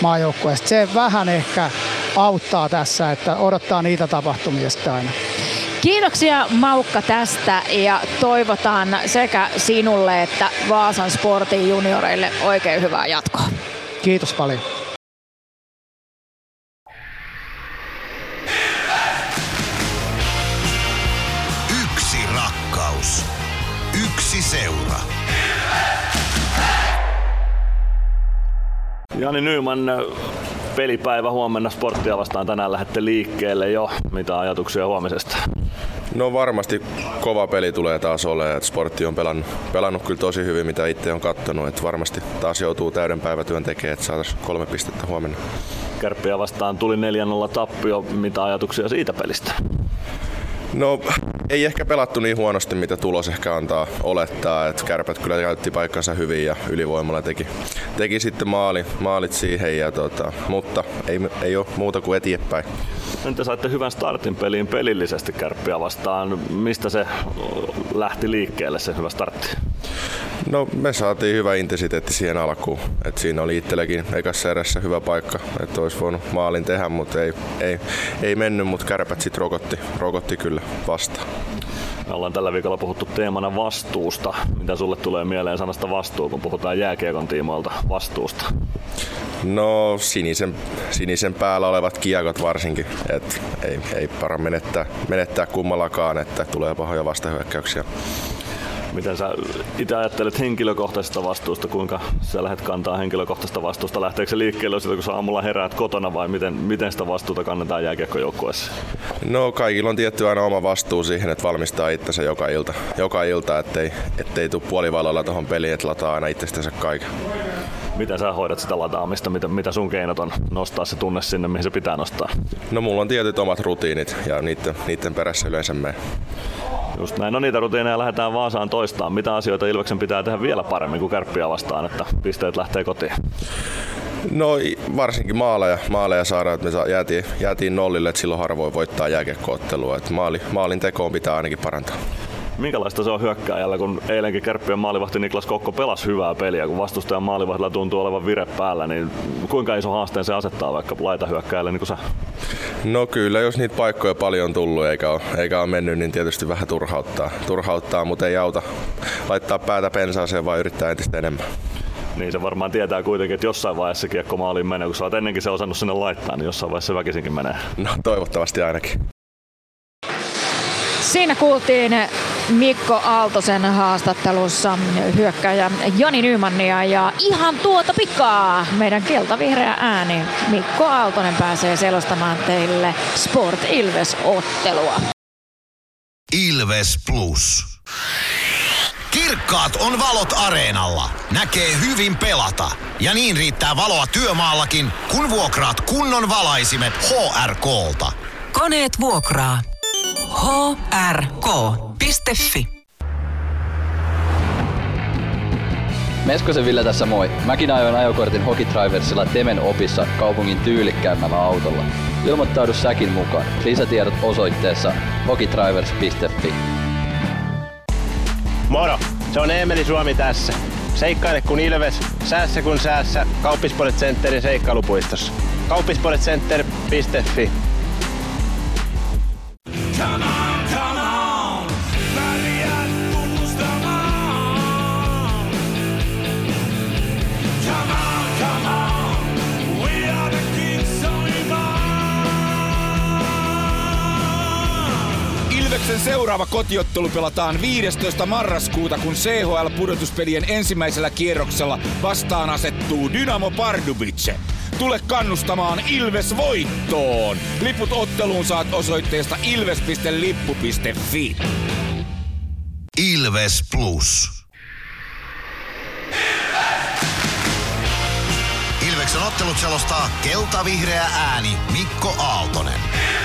maajoukkueesta. Se vähän ehkä auttaa tässä, että odottaa niitä tapahtumia sitten aina. Kiitoksia Maukka tästä ja toivotaan sekä sinulle että Vaasan Sportin junioreille oikein hyvää jatkoa. Kiitos paljon. Yksi rakkaus. Yksi seura. Jani Nyman, pelipäivä huomenna Sporttia vastaan. Tänään lähdette liikkeelle jo. Mitä ajatuksia huomisesta? No varmasti kova peli tulee taas olemaan. Sportti on pelannut, pelannut kyllä tosi hyvin, mitä itse on kattonut. Et varmasti taas joutuu täyden päivätyön tekemään, että saataisiin kolme pistettä huomenna. Kärppiä vastaan tuli neljä nolla tappio. Mitä ajatuksia siitä pelistä? No ei ehkä pelattu niin huonosti, mitä tulos ehkä antaa olettaa. Et Kärpät kyllä käytti paikkansa hyvin ja ylivoimalla teki, teki sitten maali, maalit siihen. Ja tota, mutta ei, ei ole muuta kuin eteenpäin. Entä saitte hyvän startin peliin pelillisesti Kärppiä vastaan? Mistä se lähti liikkeelle, se hyvä startti? No me saatiin hyvä intensiteetti siihen alkuun. Et siinä oli itselläkin ekassa erässä hyvä paikka, että olisi voinut maalin tehdä, mutta ei, ei, ei mennyt, mutta Kärpät sitten rokotti, rokotti kyllä vastaan. Me ollaan tällä viikolla puhuttu teemana vastuusta. Mitä sulle tulee mieleen sanasta vastuu, kun puhutaan jääkiekon tiimoilta vastuusta? No sinisen, sinisen päällä olevat kiekot varsinkin. Et ei, ei para menettää, menettää kummallakaan, että tulee pahoja vastahyökkäyksiä. Miten sä itse ajattelet henkilökohtaisesta vastuusta? Kuinka sä lähdet kantaa henkilökohtaisesta vastuusta? Lähteekö se liikkeelle siltä, kun sä aamulla heräät kotona vai miten, miten sitä vastuuta kannetaan jääkiekkojoukkueessa? No kaikilla on tietty aina oma vastuu siihen, että valmistaa itsensä joka ilta, joka ilta ettei, ettei tule puolivaloilla tuohon peliin, että lataa aina itsestänsä kaiken. Miten sä hoidat sitä lataamista? Mitä, mitä sun keinot on nostaa se tunne sinne, mihin se pitää nostaa? No mulla on tietyt omat rutiinit ja niiden, niiden perässä yleensä menen. Just näin. No niitä rutiineja lähdetään Vaasaan toistaan. Mitä asioita Ilveksen pitää tehdä vielä paremmin kuin Kärppiä vastaan, että pisteet lähtee kotiin? No varsinkin maaleja, maaleja saadaan, että me jäätiin, jäätiin nollille, että silloin harvoin voittaa jääkiekko-ottelua. Että maali, maalin tekoon pitää ainakin parantaa. Minkälaista se on hyökkääjällä, kun eilenkin Kärppien maalivahti Niklas Kokko pelasi hyvää peliä, kun vastustajan maalivahdilla tuntuu olevan vire päällä, niin kuinka iso haasteen se asettaa vaikka laitahyökkääjälle niin kuin sä? No kyllä, jos niitä paikkoja paljon on tullut eikä ole, eikä ole mennyt, niin tietysti vähän turhauttaa, turhauttaa mutta ei auta laittaa päätä pensaaseen, vaan yrittää entistä enemmän. Niin se varmaan tietää kuitenkin, että jossain vaiheessa kiekko maaliin menee, kun sä oot ennenkin se osannut sinne laittaa, niin jossain vaiheessa se väkisinkin menee. No toivottavasti ainakin. Siinä kuultiin Mikko Aaltosen haastattelussa hyökkääjä Jani Nymannia ja ihan tuota pikaa meidän keltavihreä ääni Mikko Aaltonen pääsee selostamaan teille Sport Ilves-ottelua. Ilves Plus. Kirkkaat on valot areenalla. Näkee hyvin pelata. Ja niin riittää valoa työmaallakin, kun vuokraat kunnon valaisimet H R K:lta. Koneet vuokraa. H R K piste F I. Meskosen Ville tässä moi. Mäkin ajoin ajokortin Hokitriversilla Temen opissa kaupungin tyylikkäämmällä autolla. Ilmoittaudu säkin mukaan. Lisätiedot osoitteessa hokitrivers piste F I. Moro! Se on Eemeli Suomi tässä. Seikkaile kun Ilves, säässä kun säässä. Kauppisports Centerin seikkailupuistossa. kauppisports center piste F I. Come on, come on, pärjät tunnustamaan. Come on, come on, we are the kings of Ilveksen seuraava kotiottelu pelataan viidestoista marraskuuta, kun C H L-pudotuspelien ensimmäisellä kierroksella vastaan asettuu Dynamo Pardubice. Tule kannustamaan Ilves voittoon! Liput otteluun saat osoitteesta ilves piste lippu piste F I. Ilves Plus. Ilveksen ottelut selostaa kelta-vihreä ääni Mikko Aaltonen.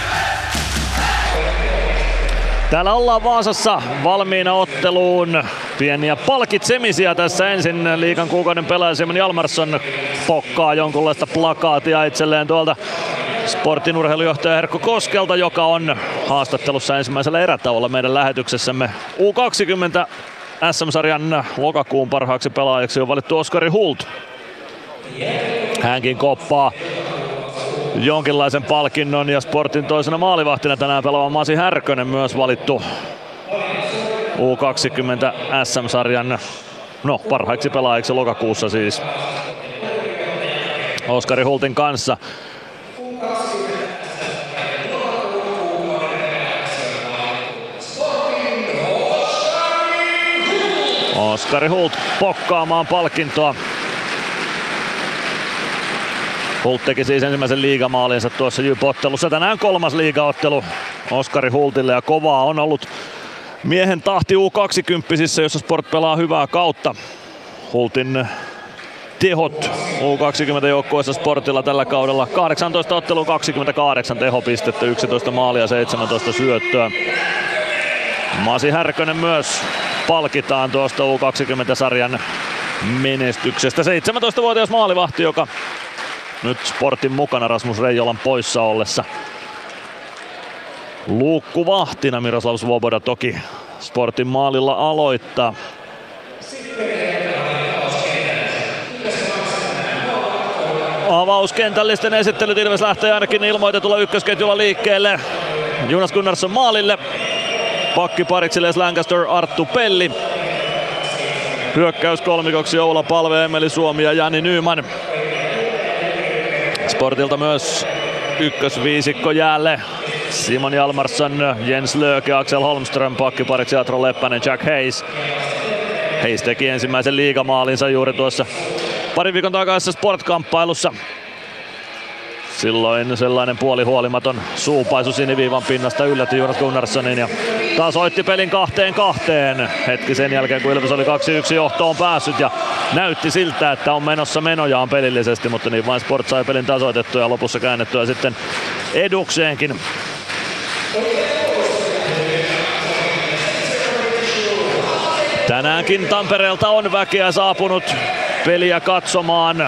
Täällä ollaan Vaasassa valmiina otteluun. Pieniä palkitsemisia tässä ensin. Liigan kuukauden pelaaja Simon Jalmarsson pokkaa jonkunlaista plakaatia itselleen tuolta Sportin urheilujohtaja Herkko Koskelta, joka on haastattelussa ensimmäisellä erätauolla meidän lähetyksessämme. U kaksikymmentä S M-sarjan lokakuun parhaaksi pelaajaksi on valittu Oskari Hult. Hänkin koppaa jonkinlaisen palkinnon. Ja Sportin toisena maalivahtina tänään pelaava Masi Härkönen myös valittu U kaksikymmentä S M-sarjan no, parhaiksi pelaajiksi lokakuussa siis Oskari Hultin kanssa. Oskari Hult pokkaamaan palkintoa. Hult teki siis ensimmäisen liigamaalinsa tuossa J Y P-ottelussa. Tänään kolmas liigaottelu Oskari Hultille ja kovaa on ollut miehen tahti U kaksikymmentä, jossa Sport pelaa hyvää kautta. Hultin tehot U kaksikymmentä-joukkueessa Sportilla tällä kaudella kahdeksantoista ottelua, kaksikymmentäkahdeksan tehopistettä, yksitoista maalia, seitsemäntoista syöttöä. Masi Härkönen myös palkitaan tuosta U kaksikymmentä-sarjan menestyksestä. seitsemäntoistavuotias maalivahti, joka nyt Sportin mukana Rasmus Reijolan poissa ollessa luukkuvahtina. Miroslav Svoboda toki Sportin maalilla aloittaa. Avauskentällisten esittelyt. Ilves lähtee ainakin ilmoitetulla ykkösketjulla liikkeelle. Jonas Gunnarsson maalille. Pakkipariksi Les Lancaster, Arttu Pelli. Hyökkäys kolmikoksi Oula Palve, Emeli Suomi ja Jani Nyman. Sportilta myös ykkösviisikko jäälle. Simon Jalmarsson, Jens Lööke, Axel Holmström, pakkipariksi Atro Leppänen, Jack Hayes. Hayes teki ensimmäisen liigamaalinsa juuri tuossa parin viikon takaisessa Sport-kamppailussa. Silloin sellainen puolihuolimaton suupaisu siniviivan pinnasta yllätti Jonas Gunnarssonin ja tasoitti pelin kahteen kahteen hetki sen jälkeen, kun Ilves oli kaksi yksi johtoon päässyt ja näytti siltä, että on menossa menojaan pelillisesti, mutta niin vain Sport sai pelin tasoitettua ja lopussa käännettyä sitten edukseenkin. Tänäänkin Tampereelta on väkeä saapunut peliä katsomaan.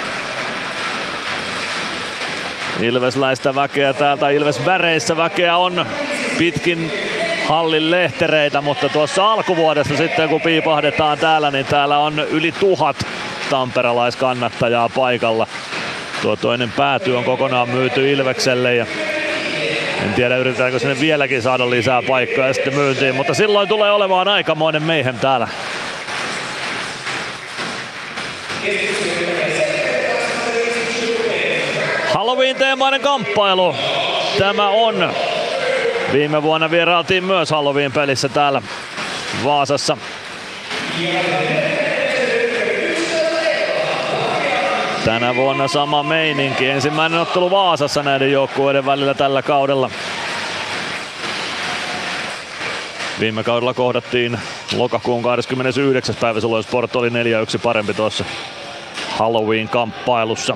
Ilvesläistä väkeä täältä, Ilves väreissä väkeä on pitkin hallin lehtereitä, mutta tuossa alkuvuodesta sitten kun piipahdetaan täällä, niin täällä on yli tuhat tamperelaiskannattajaa paikalla. Tuo toinen pääty on kokonaan myyty Ilvekselle ja en tiedä yritetäänkö sinne vieläkin saada lisää paikkoja sitten myyntiin, mutta silloin tulee olemaan aikamoinen meihem täällä. Halloween-teemainen kamppailu tämä on. Viime vuonna vierailtiin myös Halloween-pelissä täällä Vaasassa. Tänä vuonna sama meininki. Ensimmäinen ottelu Vaasassa näiden joukkueiden välillä tällä kaudella. Viime kaudella kohdattiin lokakuun kahdeskymmenesyhdeksäs päivä, silloin Sport oli neljä yksi parempi tuossa Halloween-kamppailussa.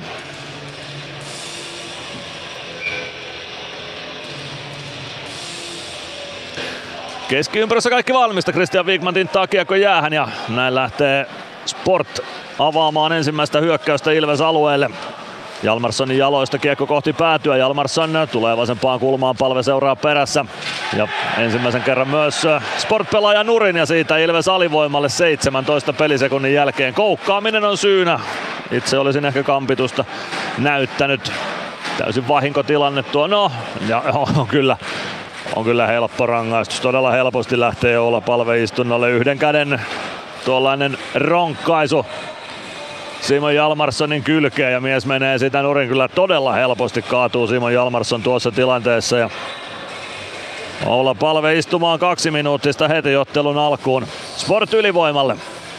Keskiympyrässä kaikki valmista. Christian Wigman tinttaa kiekko jäähän ja näin lähtee Sport avaamaan ensimmäistä hyökkäystä Ilves alueelle. Jalmarssonin jaloista kiekko kohti päätyä. Jalmarsson tulee vasempaan kulmaan, Palve seuraa perässä. Ja ensimmäisen kerran myös Sport-pelaaja nurin ja siitä Ilves alivoimalle seitsemäntoista pelisekunnin jälkeen. Koukkaaminen on syynä. Itse olisin ehkä kampitusta näyttänyt. Täysin vahinkotilanne tuo. No, ja on kyllä. On kyllä helppo rangaistus. Todella helposti lähtee olla Palve istunnolle. Yhden käden tuollainen ronkkaisu Simon Jalmarssonin kylkeen ja mies menee sitä nurin. Kyllä todella helposti kaatuu Simon Jalmarsson tuossa tilanteessa. Ja olla Palve istumaan kaksi minuuttista heti ottelun alkuun. Sport ylivoimalle.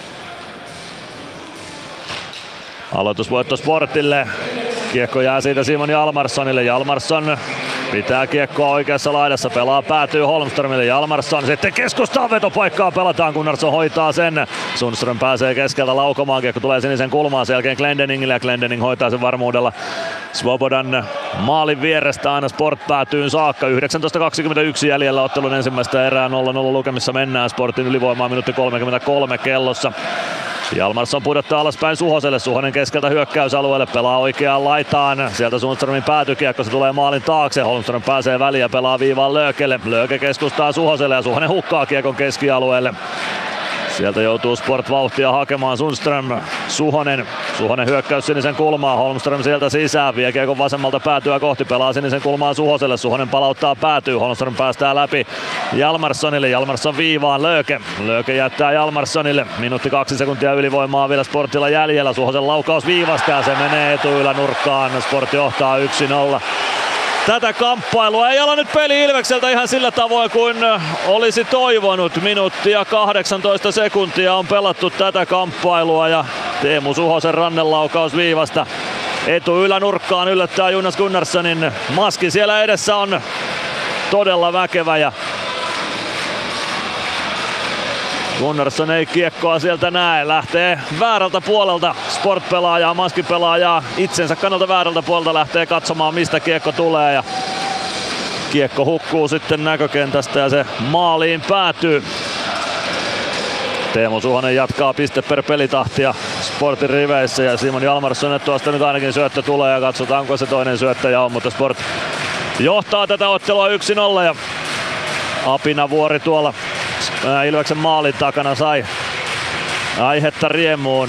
Aloitusvoitto Sportille. Kiekko jää siitä Simon Jalmarssonille. Jalmarsson pitää kiekkoa oikeassa laidassa, pelaa päätyy Holmströmille. Jalmarsson sitten keskustaan, vetopaikkaa pelataan, Gunnarsson hoitaa sen. Sundström pääsee keskeltä laukomaan, kiekko tulee sinisen kulmaan, sen jälkeen Glendeningille ja Glendening hoitaa sen varmuudella Svobodan maalin vierestä aina Sport päätyyn saakka. yhdeksäntoista kaksikymmentäyksi jäljellä ottelun ensimmäistä erää, nolla nolla lukemissa mennään. Sportin ylivoimaa minuutti kolmekymmentäkolme kellossa. Jalmarsson pudottaa alaspäin Suhoselle. Suhonen keskeltä hyökkäysalueelle, pelaa oikeaan laitaan. Sieltä Sundströmin päätykiekko, se tulee maalin taakse. Holmström pääsee väliin ja pelaa viivaan Löökelle. Lööke keskustaa Suhoselle ja Suhonen hukkaa kiekon keskialueelle. Sieltä joutuu Sport vauhtia hakemaan. Sundström, Suhonen. Suhonen hyökkäys sinisen kulmaa. Holmström sieltä sisään. Vie kiekon vasemmalta päätyä kohti. Pelaa sinisen kulmaa Suhoselle. Suhonen palauttaa päätyy. Holmström päästää läpi Jalmarssonille. Jalmarsson viivaan. Lööke. Lööke jättää Jalmarssonille. Minuutti kaksi sekuntia ylivoimaa vielä Sportilla jäljellä. Suhosen laukaus viivasta ja se menee etuylänurkkaan. Sport johtaa yksi nolla. Tätä kamppailua ei ala nyt peli Ilvekseltä ihan sillä tavoin kuin olisi toivonut. Minuutti ja kahdeksantoista sekuntia on pelattu tätä kamppailua ja Teemu Suhosen rannelaukaus viivasta etuylänurkkaan yllättää Jonas Gunnarssonin. Maski siellä edessä on todella väkevä ja Gunnarsson ei kiekkoa sieltä näe, lähtee väärältä puolelta Sport-pelaajaa, Maski-pelaajaa itsensä kannalta väärältä puolelta lähtee katsomaan mistä kiekko tulee ja kiekko hukkuu sitten näkökentästä ja se maaliin päätyy. Teemu Suhonen jatkaa piste per pelitahtia Sportin riveissä ja Simon Jalmarsson tuosta nyt ainakin syöttö tulee ja katsotaanko se toinen syöttäjä on, mutta Sport johtaa tätä ottelua yksi nolla ja Apinavuori tuolla Ilveksen maalin takana sai aihetta riemuun.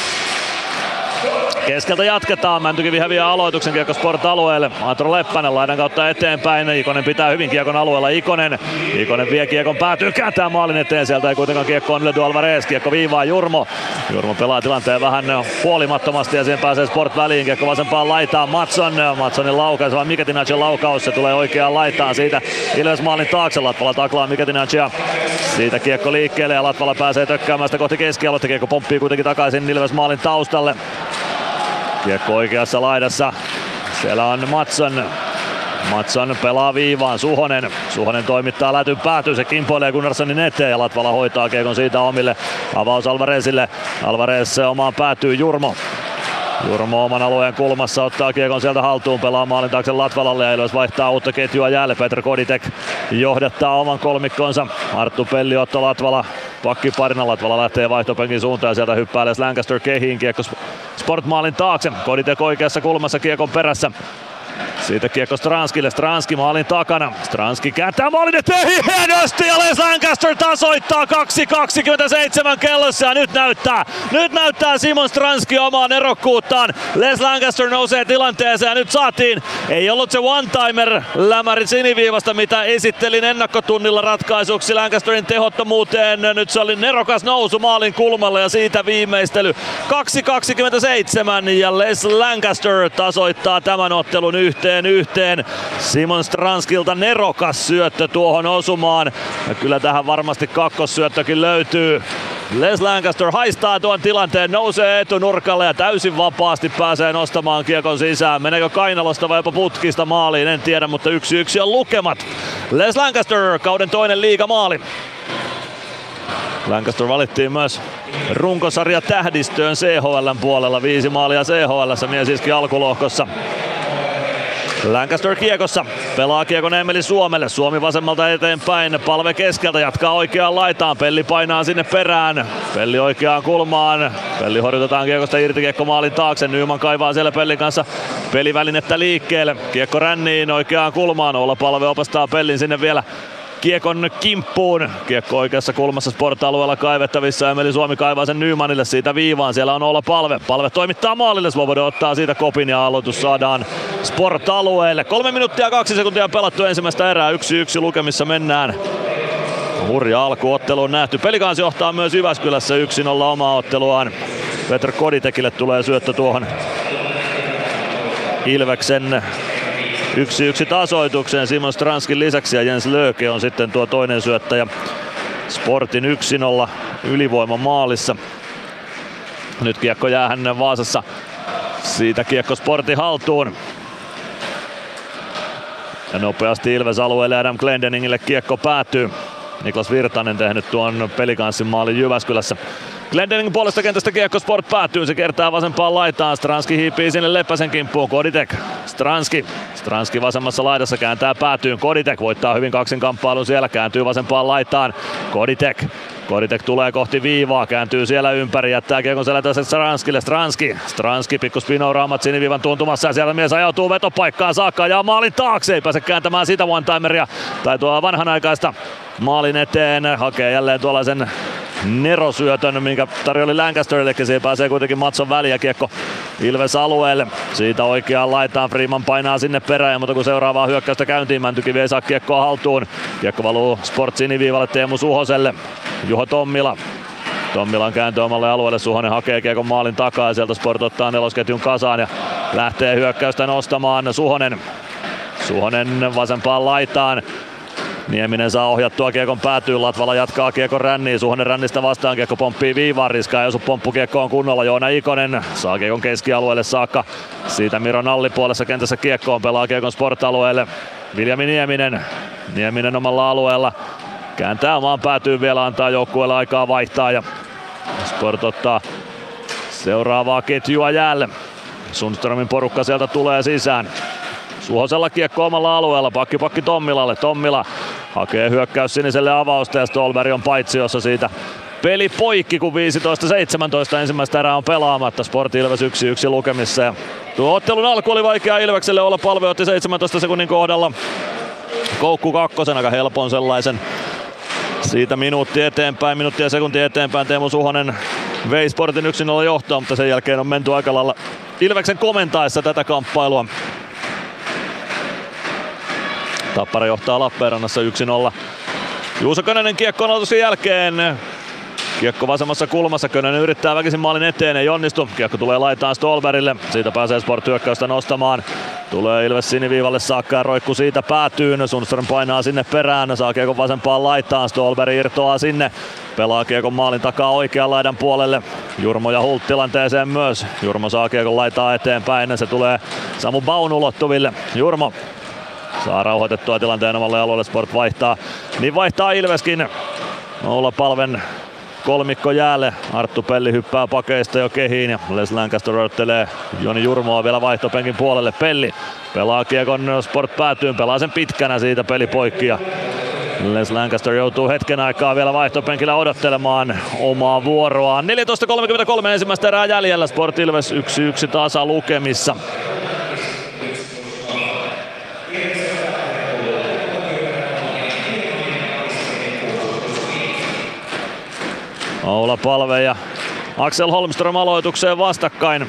Keskeltä jatketaan. Mäntykivi häviää aloituksen kiekko Sport-alueelle. Antero Leppänen laidan kautta eteenpäin. Ikonen pitää hyvin kiekon alueella. Ikonen. Ikonen vie kiekon päätyy kääntää maalin eteen. Sieltä ei kuitenkaan kiekko on Ledu Alvarez. Kiekko viivaa Jurmo. Jurmo pelaa tilanteen vähän huolimattomasti ja siihen pääsee Sport väliin. Kiekko vasempaan laitaan. Matson. Matsonin laukaus vai Miketinacin laukaus. Se tulee oikeaan laitaan siitä Ilves maalin taakse. Latvala taklaa Miketinacia. Siitä kiekko liikkeelle ja Latvala pääsee tökkäämään sitä kohti keskialuetta. Kiekko pomppii kuitenkin takaisin Ilves maalin taustalle. Kiekko oikeassa laidassa. Siellä on Matson. Matson pelaa viivaan. Suhonen. Suhonen toimittaa lätyn päätyy. Se kimpoilee Gunnarssonin eteen ja Latvala hoitaa kiekon siitä omille. Avaus Alvarezille. Alvarez omaan päätyy Jurmo. Jurmo oman alueen kulmassa ottaa kiekon sieltä haltuun, pelaa maalin taakse Latvalalle ja Ilves vaihtaa uutta ketjua jälleen. Petr Koditek johdattaa oman kolmikkonsa. Arttu Pelliotto Latvala pakkiparina. Latvala lähtee vaihtopenkin suuntaan ja sieltä hyppää Lancaster kehiin. Kiekko Sport-maalin taakse. Koditek oikeassa kulmassa kiekon perässä. Siitä kiekko Stranskille, Stranski maalin takana. Stranski kääntää maalin eteen hienosti ja Les Lancaster tasoittaa kaksi kaksikymmentäseitsemän kellossa ja nyt näyttää, nyt näyttää Simon Stranski omaa nerokkuuttaan. Les Lancaster nousee tilanteeseen ja nyt saatiin, ei ollut se one-timer lämäri siniviivasta mitä esittelin ennakkotunnilla ratkaisuksi Lancasterin tehottomuuteen. Nyt se oli nerokas nousu maalin kulmalle ja siitä viimeistely. kaksi kaksikymmentäseitsemän ja Les Lancaster tasoittaa tämän ottelun yhteen yhteen. Simon Stranskilta nerokas syöttö tuohon osumaan. Ja kyllä tähän varmasti kakkossyöttökin löytyy. Les Lancaster haistaa tuon tilanteen, nousee etunurkalle ja täysin vapaasti pääsee nostamaan kiekon sisään. Meneekö kainalosta vai jopa putkista maaliin, en tiedä, mutta yksi yksi on lukemat. Les Lancaster, kauden toinen liigamaali. Lancaster valittiin myös runkosarja tähdistöön C H L:n puolella. Viisi maalia C H L:ssä, mies iski alkulohkossa. Lancaster kiekossa, pelaa kiekon Emeli Suomelle, Suomi vasemmalta eteenpäin, palve keskeltä, jatkaa oikeaan laitaan, Pelli painaa sinne perään, Pelli oikeaan kulmaan, Pelli horjutetaan kiekosta irti, kiekko maalin taakse, Nyman kaivaa siellä Pellin kanssa pelivälinettä liikkeelle, kiekko ränniin oikeaan kulmaan, Olla palve opastaa Pellin sinne vielä kiekon kimppuun. Kiekko oikeassa kulmassa Sport-alueella kaivettavissa. Emeli Suomi kaivaa sen Nymanille siitä viivaan. Siellä on Olla Palve. Palve toimittaa maalille. Svoboda ottaa siitä kopin ja aloitus saadaan Sport-alueelle. Kolme minuuttia kaksi sekuntia pelattu ensimmäistä erää. Yksi yksi lukemissa mennään. Hurja alkuottelu on nähty. Pelikans johtaa myös Jyväskylässä yksi nolla omaa otteluaan. Petr Koditekille tulee syöttö tuohon Ilveksen yksi yksi tasoitukseen Simon Stranskin lisäksi ja Jens Lööke on sitten tuo toinen syöttäjä Sportin yksi nolla ylivoima maalissa. Nyt kiekko jää hänen Vaasassa. Siitä kiekko Sportin haltuun. Ja nopeasti Ilves alueelle Adam Glendeningille kiekko päätyy. Niklas Virtanen tehnyt tuon Pelikanssin maalin Jyväskylässä. Glendening puolesta kentästä kiekko Sport päättyy, se kertaa vasempaan laitaan. Stranski hiipii sinne Leppäsen kimppuun. Koditek, Stranski. Stranski vasemmassa laidassa kääntää päätyyn. Koditek voittaa hyvin kaksinkamppailun siellä, kääntyy vasempaan laitaan. Koditek. Koditek tulee kohti viivaa, kääntyy siellä ympäri, jättää kiekon selätänsä Stranskille. Stranski. Stranski pikku spinouraamat siniviivan tuntumassa ja siellä mies ajautuu vetopaikkaan saakka ja maalin taakse. Ei pääse kääntämään sitä one-timeria tai tuo vanhanaikaista maalin eteen. Hakee jälleen tuollaisen nerosyötön, minkä tarjoli Lancasterille, siihen pääsee kuitenkin matson väliä kiekko Ilves alueelle. Siitä oikeaan laitaan, Freeman painaa sinne perään, mutta kun seuraavaa hyökkäystä käyntiin, Mäntykivi ei saa kiekkoa haltuun. Kiekko valuu Sport siniviivalle Teemu Suhoselle. Juho Tommila. Tommilan kääntö omalle alueelle, Suhonen hakee kiekon maalin takaa ja sieltä Sport ottaa nelosketjun kasaan ja lähtee hyökkäystä nostamaan. Suhonen. Suhonen vasempaan laitaan. Nieminen saa ohjattua kiekon päätyyn, Latvala jatkaa kiekon ränniin, Suhonen rännistä vastaan, kiekko pomppii viivaan, Riska ei osu pomppukiekkoon kunnolla, Joona Ikonen saa kiekon keskialueelle saakka, siitä Miro Nalli puolessa kentässä kiekkoon, pelaa kiekon Sport-alueelle, Viljami Nieminen, Nieminen omalla alueella, kääntää omaan päätyyn vielä, antaa joukkueelle aikaa vaihtaa ja Sport ottaa seuraavaa ketjua jäälle, Sundströmin porukka sieltä tulee sisään. Suhosella kiekko omalla alueella, pakki pakki Tommilalle, Tommila hakee hyökkäys siniselle avausta ja Stolberg on paitsiossa siitä. Peli poikki, kun viisitoista seitsemäntoista ensimmäistä erää on pelaamatta, Sport Ilves yksi yksi lukemissa. Ja tuo ottelun alku oli vaikea Ilvekselle, olla Palve otti seitsemäntoista sekunnin kohdalla. Koukku kakkosen, aika helpon sellaisen. Siitä minuutti eteenpäin, minuutti ja sekunti eteenpäin Teemu Suhonen vei Sportin yksi nolla johtoa, mutta sen jälkeen on menty aika lailla Ilveksen komentaessa tätä kamppailua. Tappara johtaa Lappeenrannassa yksi nolla. Juuso Könönen kiekko aloituksen jälkeen. Kiekko vasemmassa kulmassa, Könönen yrittää väkisin maalin eteen, ei onnistu. Kiekko tulee laitaan Stolbergille, siitä pääsee Sport hyökkäystä nostamaan. Tulee Ilves siniviivalle saakka ja roikku siitä päätyyn. Sundström painaa sinne perään, saa kiekon vasempaan laitaan, Stolberg irtoaa sinne. Pelaa kiekon maalin takaa oikean laidan puolelle. Jurmo ja Hult tilanteeseen myös. Jurmo saa kiekon laitaa eteenpäin, se tulee Samu Baun ulottuville. Jurmo saa rauhoitettua tilanteen omalle alueelle, Sport vaihtaa. Niin vaihtaa Ilveskin. Olla Palven kolmikko jäälle. Arttu Pelli hyppää pakeista jo kehiin ja Les Lancaster odottelee Joni Jurmoa vielä vaihtopenkin puolelle. Pelli pelaa kiekon Sport päätyyn, pelaa sen pitkänä, siitä peli poikki ja Les Lancaster joutuu hetken aikaa vielä vaihtopenkillä odottelemaan omaa vuoroaan. neljätoista kolmekymmentäkolme ensimmäistä erää jäljellä, Sport Ilves yksi yksi tasa lukemissa. Oula Palve ja Axel Holmström aloitukseen vastakkain.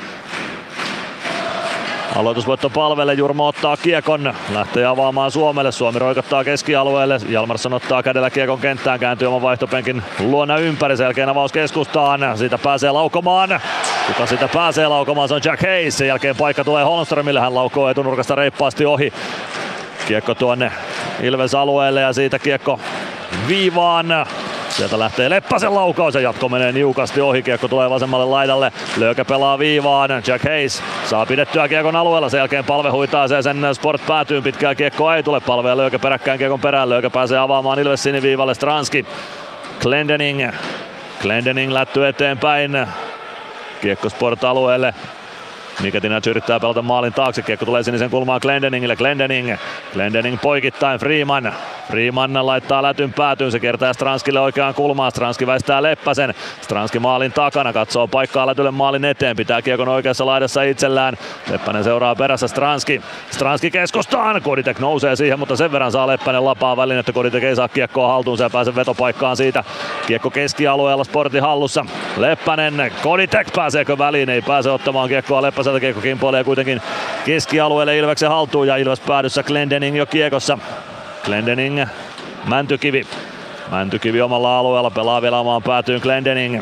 Aloitusvoitto Palvelle, Jurmo ottaa kiekon, lähtee avaamaan Suomelle, Suomi roikottaa keskialueelle, Jalmarsson ottaa kädellä kiekon kenttään, kääntyy oman vaihtopenkin luona ympäri, selkeän avaus keskustaan, siitä pääsee laukomaan. Kuka siitä pääsee laukomaan, se on Jack Hayes, sen jälkeen paikka tulee Holmströmille, hän laukoo etunurkasta reippaasti ohi. Kiekko tuonne Ilves alueelle ja siitä kiekko viivaan. Sieltä lähtee Leppäsen laukaus ja jatko menee niukasti ohi. Kiekko tulee vasemmalle laidalle. Löökä pelaa viivaan. Jack Hayes saa pidettyä kiekon alueella. Sen jälkeen Palve huitaa se sen Sport päätyyn. Pitkää kiekkoa ei tule. Palve ja Löökä peräkkään kiekon perään. Löökä pääsee avaamaan Ilves siniviivalle. Stranski. Glendening. Glendening lätty eteenpäin. Kiekko Sport alueelle. Mika Tinac yrittää pelata maalin taakse, kiekko tulee sinisen kulmaan Glendeningille, Glendening, Glendening poikittain, Freeman, Freeman laittaa lätyn päätyyn, se kiertää Stranskille oikeaan kulmaan, Stranski väistää Leppäsen, Stranski maalin takana, katsoo paikkaa lätylle maalin eteen, pitää kiekon oikeassa laidassa itsellään, Leppänen seuraa perässä, Stranski, Stranski keskustaan, Koditek nousee siihen, mutta sen verran saa Leppänen lapaa väliin, että Koditek ei saa kiekkoa haltuun, se pääsee vetopaikkaan siitä, kiekko keskialueella Sportin hallussa, Leppänen, Koditek pääseekö väliin, ei pääse ottamaan kiekkoa Leppäsen. Sieltä kiekko kimpoilee kuitenkin keskialueelle Ilveksen haltuun ja Ilves päädyssä, Glendening jo kiekossa. Glendening, Mäntykivi. Mäntykivi omalla alueella pelaa vielä omaan päätyyn Glendening.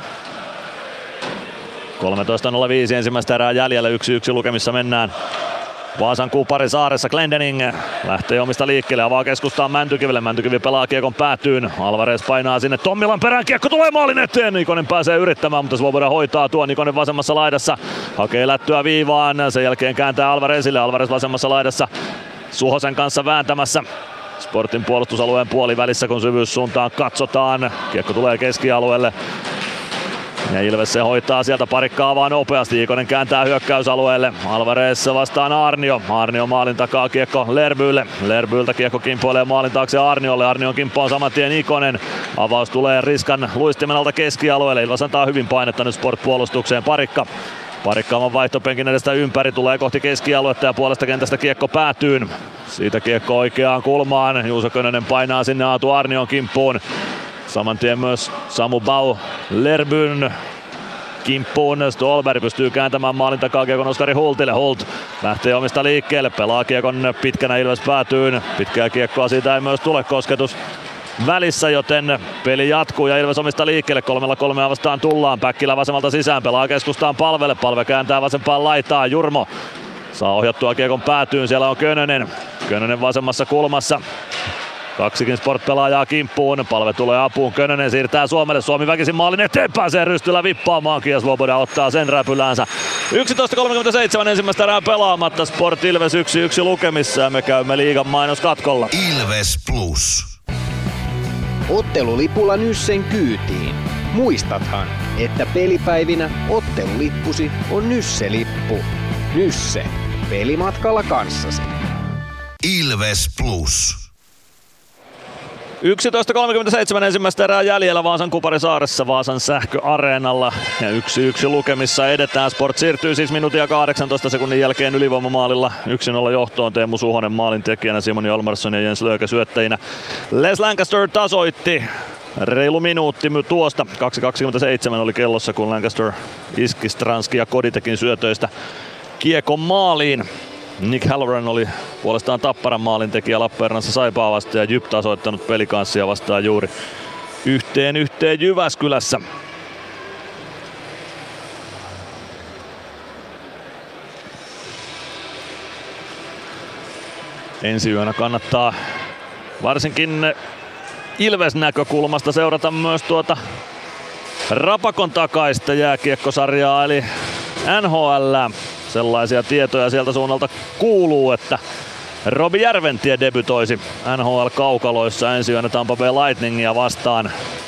kolmetoista nolla viisi ensimmäistä erää jäljellä, yksi yksi lukemissa mennään. Vaasan Kupari saaressa, Glendening lähtee omista liikkeelle, avaa keskustaan Mäntykivelle, Mäntykivi pelaa kiekon päätyyn, Alvarez painaa sinne Tommilan perään, kiekko tulee maalin eteen, Ikonen pääsee yrittämään, mutta Svoboda hoitaa tuon, Ikonen vasemmassa laidassa, hakee lättyä viivaan, sen jälkeen kääntää Alvarezille, Alvarez vasemmassa laidassa, Suhosen kanssa vääntämässä. Sportin puolustusalueen puolivälissä, kun syvyyssuuntaan katsotaan, kiekko tulee keskialueelle. Ja Ilves se hoitaa sieltä, Parikka avaa nopeasti, Ikonen kääntää hyökkäysalueelle, Alvarez vastaan Arnio, Arnio maalin takaa kiekko Lerbylle, Lerbyltä kiekko kimpoilee maalin taakse Arniolle, Arnion kimppoon saman tien Ikonen, avaus tulee Riskan luistimen alta keskialueelle, Ilves antaa hyvin painetta nyt Sport-puolustukseen, Parikka. Parikka oman vaihtopenkin edestä ympäri, tulee kohti keskialuetta ja puolesta kentästä kiekko päätyyn. Siitä kiekko oikeaan kulmaan, Juuso Könönen painaa sinne Aatu Arnion kimppuun. Saman tien myös Samu Bau Lerbyn kimppuun. Stolberg pystyy kääntämään maalin takaa kiekon Oskari Hultille. Hult lähtee omista liikkeelle, pelaa kiekon pitkänä Ilves päätyyn. Pitkää kiekkoa siitä ei myös tule, kosketus välissä, joten peli jatkuu ja Ilves omista liikkeelle. Kolmella kolmea vastaan tullaan. Päkkilä vasemmalta sisään, pelaa keskustaan Palvelle. Palve kääntää vasempaan laitaan. Jurmo saa ohjattua kiekon päätyyn. Siellä on Könönen. Könönen vasemmassa kulmassa. Kaksikin Sport-pelaajaa kimppuun. Palve tulee apuun. Könönen siirtää Suomelle. Suomi väkisin maalin eteen. Pääsee rystyllä vippaamaan. Ja Svoboda ottaa sen räpyläänsä. yksitoista kolmekymmentäseitsemän ensimmäistä erää pelaamatta. Sport Ilves yksi yksi lukemissa ja me käymme liigan mainoskatkolla. Ilves Plus. Ottelulipulla Nyssen kyytiin. Muistathan, että pelipäivinä ottelulippusi on Nysse-lippu. Nysse. Pelimatkalla kanssasi. Ilves Plus. yksitoista kolmekymmentäseitsemän ensimmäistä erää jäljellä Vaasan Kuparisaaressa Vaasan Sähkö-areenalla. Ja yksi yksi lukemissa edetään. Sport siirtyy siis minuutin ja kahdeksantoista sekunnin jälkeen ylivoimamaalilla yksi nolla johtoon. Teemu Suhonen maalintekijänä, Simon Jalmarsson ja Jens Lööke syöttäjinä. Les Lancaster tasoitti reilu minuutti tuosta. kaksi kaksikymmentäseitsemän oli kellossa, kun Lancaster iski Stranski ja Koditekin syötöistä kiekon maaliin. Nick Halloran oli puolestaan Tapparan maalintekijä Lappeenrannassa Saipaa vastaan ja Jyp tasoittanut pelikanssia vastaan juuri yhteen yhteen Jyväskylässä. Ensi yönä kannattaa varsinkin Ilves näkökulmasta seurata myös tuota Rapakon takaista jääkiekkosarjaa eli N H L. Sellaisia tietoja sieltä suunnalta kuuluu, että Robi Järventie debytoisi N H L-kaukaloissa ensi yönä Tampa Bay Lightningia vastaan.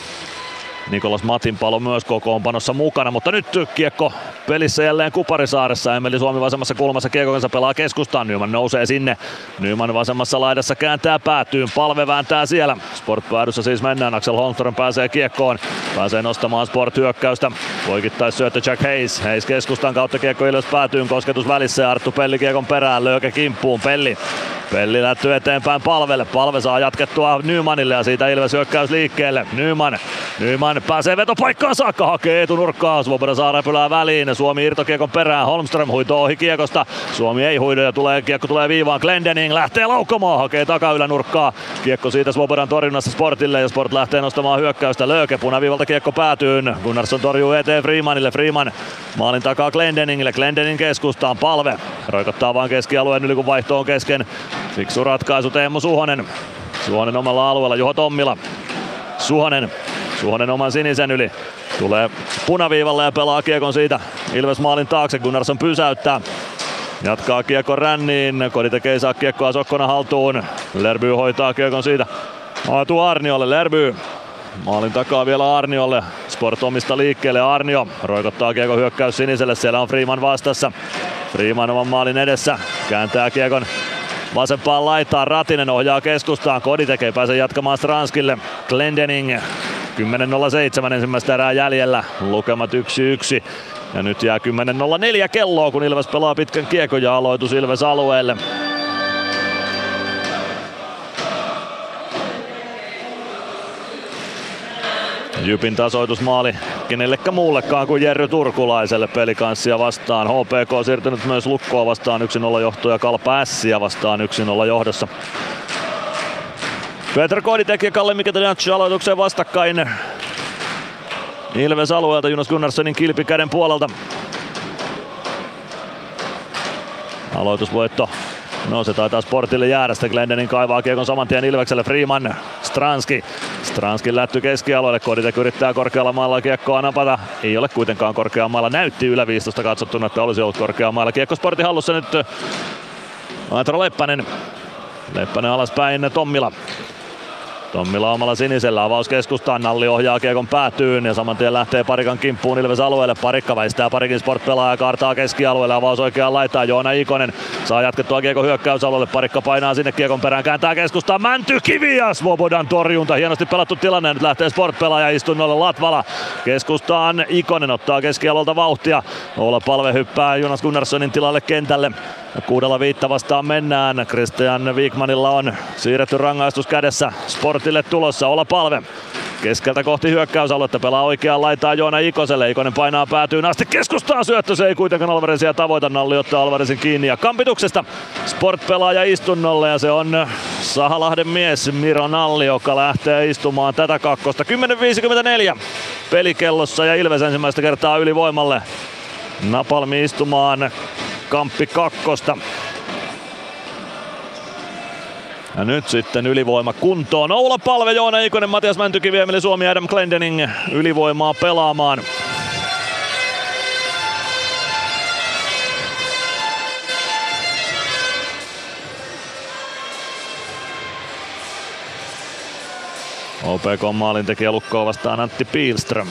Nikolas Matinpalo myös kokoonpanossa mukana, mutta nyt kiekko pelissä jälleen Kuparisaaressa. Emeli Suomi vasemmassa kulmassa kiekon kanssa pelaa keskustaan. Nyman nousee sinne. Nyman vasemmassa laidassa kääntää päätyyn. Palve vääntää siellä. Sport-päädyssä siis mennään. Axel Holmström pääsee kiekkoon. Pääsee nostamaan Sport-hyökkäystä. Poikittais syöttö Jack Hayes. Hayes keskustan kautta kiekko Ilves päätyyn. Kosketus välissä ja Arttu Pelli kiekon perään. Lööke kimppuun. Pelli. Pelli lähtyy eteenpäin Palvelle. Palve saa jatkettua Nymanille ja siitä Ilves hyökkäys liikkeelle. Nyman. Nyman pääsee vetopaikkaan saakka. Hakee etunurkkaa. Svoboda saa räpylää väliin. Suomi irtokiekon perään. Holmström huitoo ohi kiekosta. Suomi ei huido ja tulee, kiekko tulee viivaan. Glendening lähtee laukkomaan. Hakee takaylänurkkaa. Kiekko siitä Svobodan torjunnassa Sportille ja Sport lähtee nostamaan hyökkäystä. Lööke punaviivalta kiekko päätyyn. Gunnarsson torjuu eteen Freemanille. Freeman maalin takaa Glendeningille. Glendening keskustaan. Palve roikottaa vaan keskialueen yli kun vaihto on kesken. Fiksu ratkaisu Teemu Suhonen. Suhonen omalla alueella. Juho Tommila. Suhonen. Suhonen oman sinisen yli. Tulee punaviivalle ja pelaa kiekon siitä Ilves maalin taakse. Gunnarsson pysäyttää. Jatkaa kiekon ränniin. Koditeke ei saa kiekkoa sokkona haltuun. Lerby hoitaa kiekon siitä Aatu Arniolle. Lerby. Maalin takaa vielä Arniolle. Sport omista liikkeelle. Arnio roikottaa kiekon hyökkäys siniselle. Siellä on Freeman vastassa. Freeman oman maalin edessä. Kääntää kiekon vasempaan laitaan. Ratinen ohjaa keskustaan. Koditeke ei pääse jatkamaan Stranskille. Glendening. kymmenen nolla seitsemän ensimmäistä erää jäljellä. Lukemat yksi yksi. Ja nyt jää kymmenen nolla neljä kelloa, kun Ilves pelaa pitkän kiekon ja aloitus Ilves alueelle. Jypin tasoitusmaali kenellekä muullekaan kuin Jerry Turkulaiselle pelikanssia vastaan. H P K siirtynyt myös Lukkoa vastaan yksi nolla johto ja Kalpa Ässiä vastaan yksi nolla johdossa. Petr Koditek ja Kalle Mikitarianci aloitukseen vastakkain. Ilves alueelta Jonas Gunnarssonin kilpikäden puolelta. Aloitusvoitto. No se taitaa Sportille jäädä, sitten Glendening kaivaa kiekon saman tien Ilvekselle. Freeman, Stranski. Stranski lätty keskialueelle. Koditek yrittää korkealla mailla kiekkoa napata. Ei ole kuitenkaan korkealla mailla. Näytti ylä viisitoista katsottuna, että olisi ollut korkealla mailla. Kiekko Sportin hallussa nyt. Aatro Leppänen. Leppänen alaspäin Tommila. Tommila omalla sinisellä, avaus keskustaan, Nalli ohjaa kiekon päätyyn ja saman tien lähtee Parikan kimppuun Ilves alueelle. Parikka väistää Parikin Sport-pelaaja, kaartaa keskialueelle, avaus oikeaan laitaan, Joona Ikonen saa jatkettua kiekon hyökkäysalueelle. Parikka painaa sinne kiekon perään, kääntää keskustaan, Mäntykivi ja Svobodan torjunta, hienosti pelattu tilanne, nyt lähtee Sport-pelaaja istunnolle Latvala. Keskustaan Ikonen ottaa keskialueelta vauhtia, Oula Palve hyppää Jonas Gunnarssonin tilalle kentälle. Kuudella viitta vastaan mennään. Christian Wikmanilla on siirretty rangaistus kädessä. Sportille tulossa. Ola Palve Keskeltä kohti hyökkäysaluetta pelaa oikeaan laitaan Joona Ikoselle. Ikonen painaa päätyyn asti keskustaan syöttö. Se ei kuitenkaan Alvarezia tavoita. Nalli ottaa Alvarezin kiinni ja kampituksesta Sport-pelaaja istunnolle ja se on Sahalahden mies Miro Nalli, joka lähtee istumaan tätä kakkosta. kymmenen viisikymmentäneljä pelikellossa ja Ilves ensimmäistä kertaa ylivoimalle. Napalmi istumaan Kamppi kakkosta. Ja nyt sitten ylivoima kuntoon. Oula Palve, Joona Ikonen, Matias Mäntykivi, Emeli Suomi ja Adam Glendening ylivoimaa pelaamaan. O P K maalintekijä Lukkoa vastaan Antti Pihlström.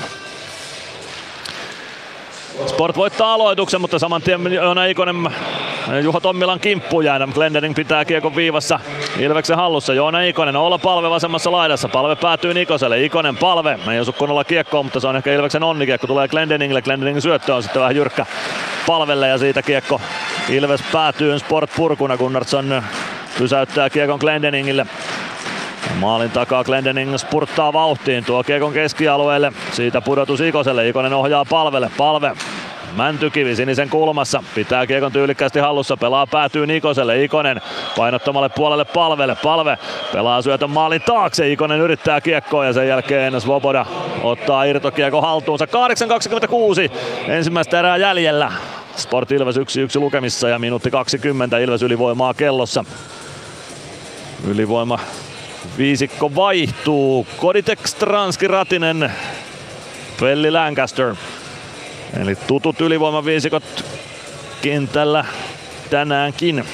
Sport voittaa aloituksen, mutta saman tien Joona Ikonen Juho Tommilan kimppuun ja Adam Glendening pitää kiekon viivassa Ilveksen hallussa. Joona Ikonen, Oula Palve vasemmassa laidassa. Palve päätyy Nikoselle. Ikonen, Palve. Ei osu kunnolla kiekkoa, mutta se on ehkä Ilveksen onnikiekko. Tulee Glendeningille. Glendeningin syöttö on sitten vähän jyrkkä Palvelle ja siitä kiekko Ilves päätyy Sport purkuna. Gunnarsson pysäyttää kiekon Glendeningille. Maalin takaa Glendening spurttaa vauhtiin, tuo kiekon keskialueelle, siitä pudotus Ikoselle, Ikonen ohjaa Palvelle, Palve, Mäntykivi sinisen kulmassa, pitää kiekon tyylikkäästi hallussa, pelaa päätyy Ikoselle, Ikonen painottomalle puolelle Palvelle, Palve pelaa syötön maalin taakse, Ikonen yrittää kiekkoa ja sen jälkeen Svoboda ottaa irtokiekko haltuunsa, kahdeksan kaksikymmentäkuusi ensimmäistä erää jäljellä. Sport Ilves yksi yksi lukemissa ja minuutti kaksikymmentä Ilves ylivoimaa kellossa. Ylivoima viisikko vaihtuu. Koditek, Stranski, Ratinen, Pelli, Lancaster. Eli tutut ylivoimaviisikot kentällä tänäänkin.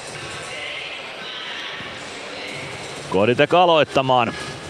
Koditek aloittamaan.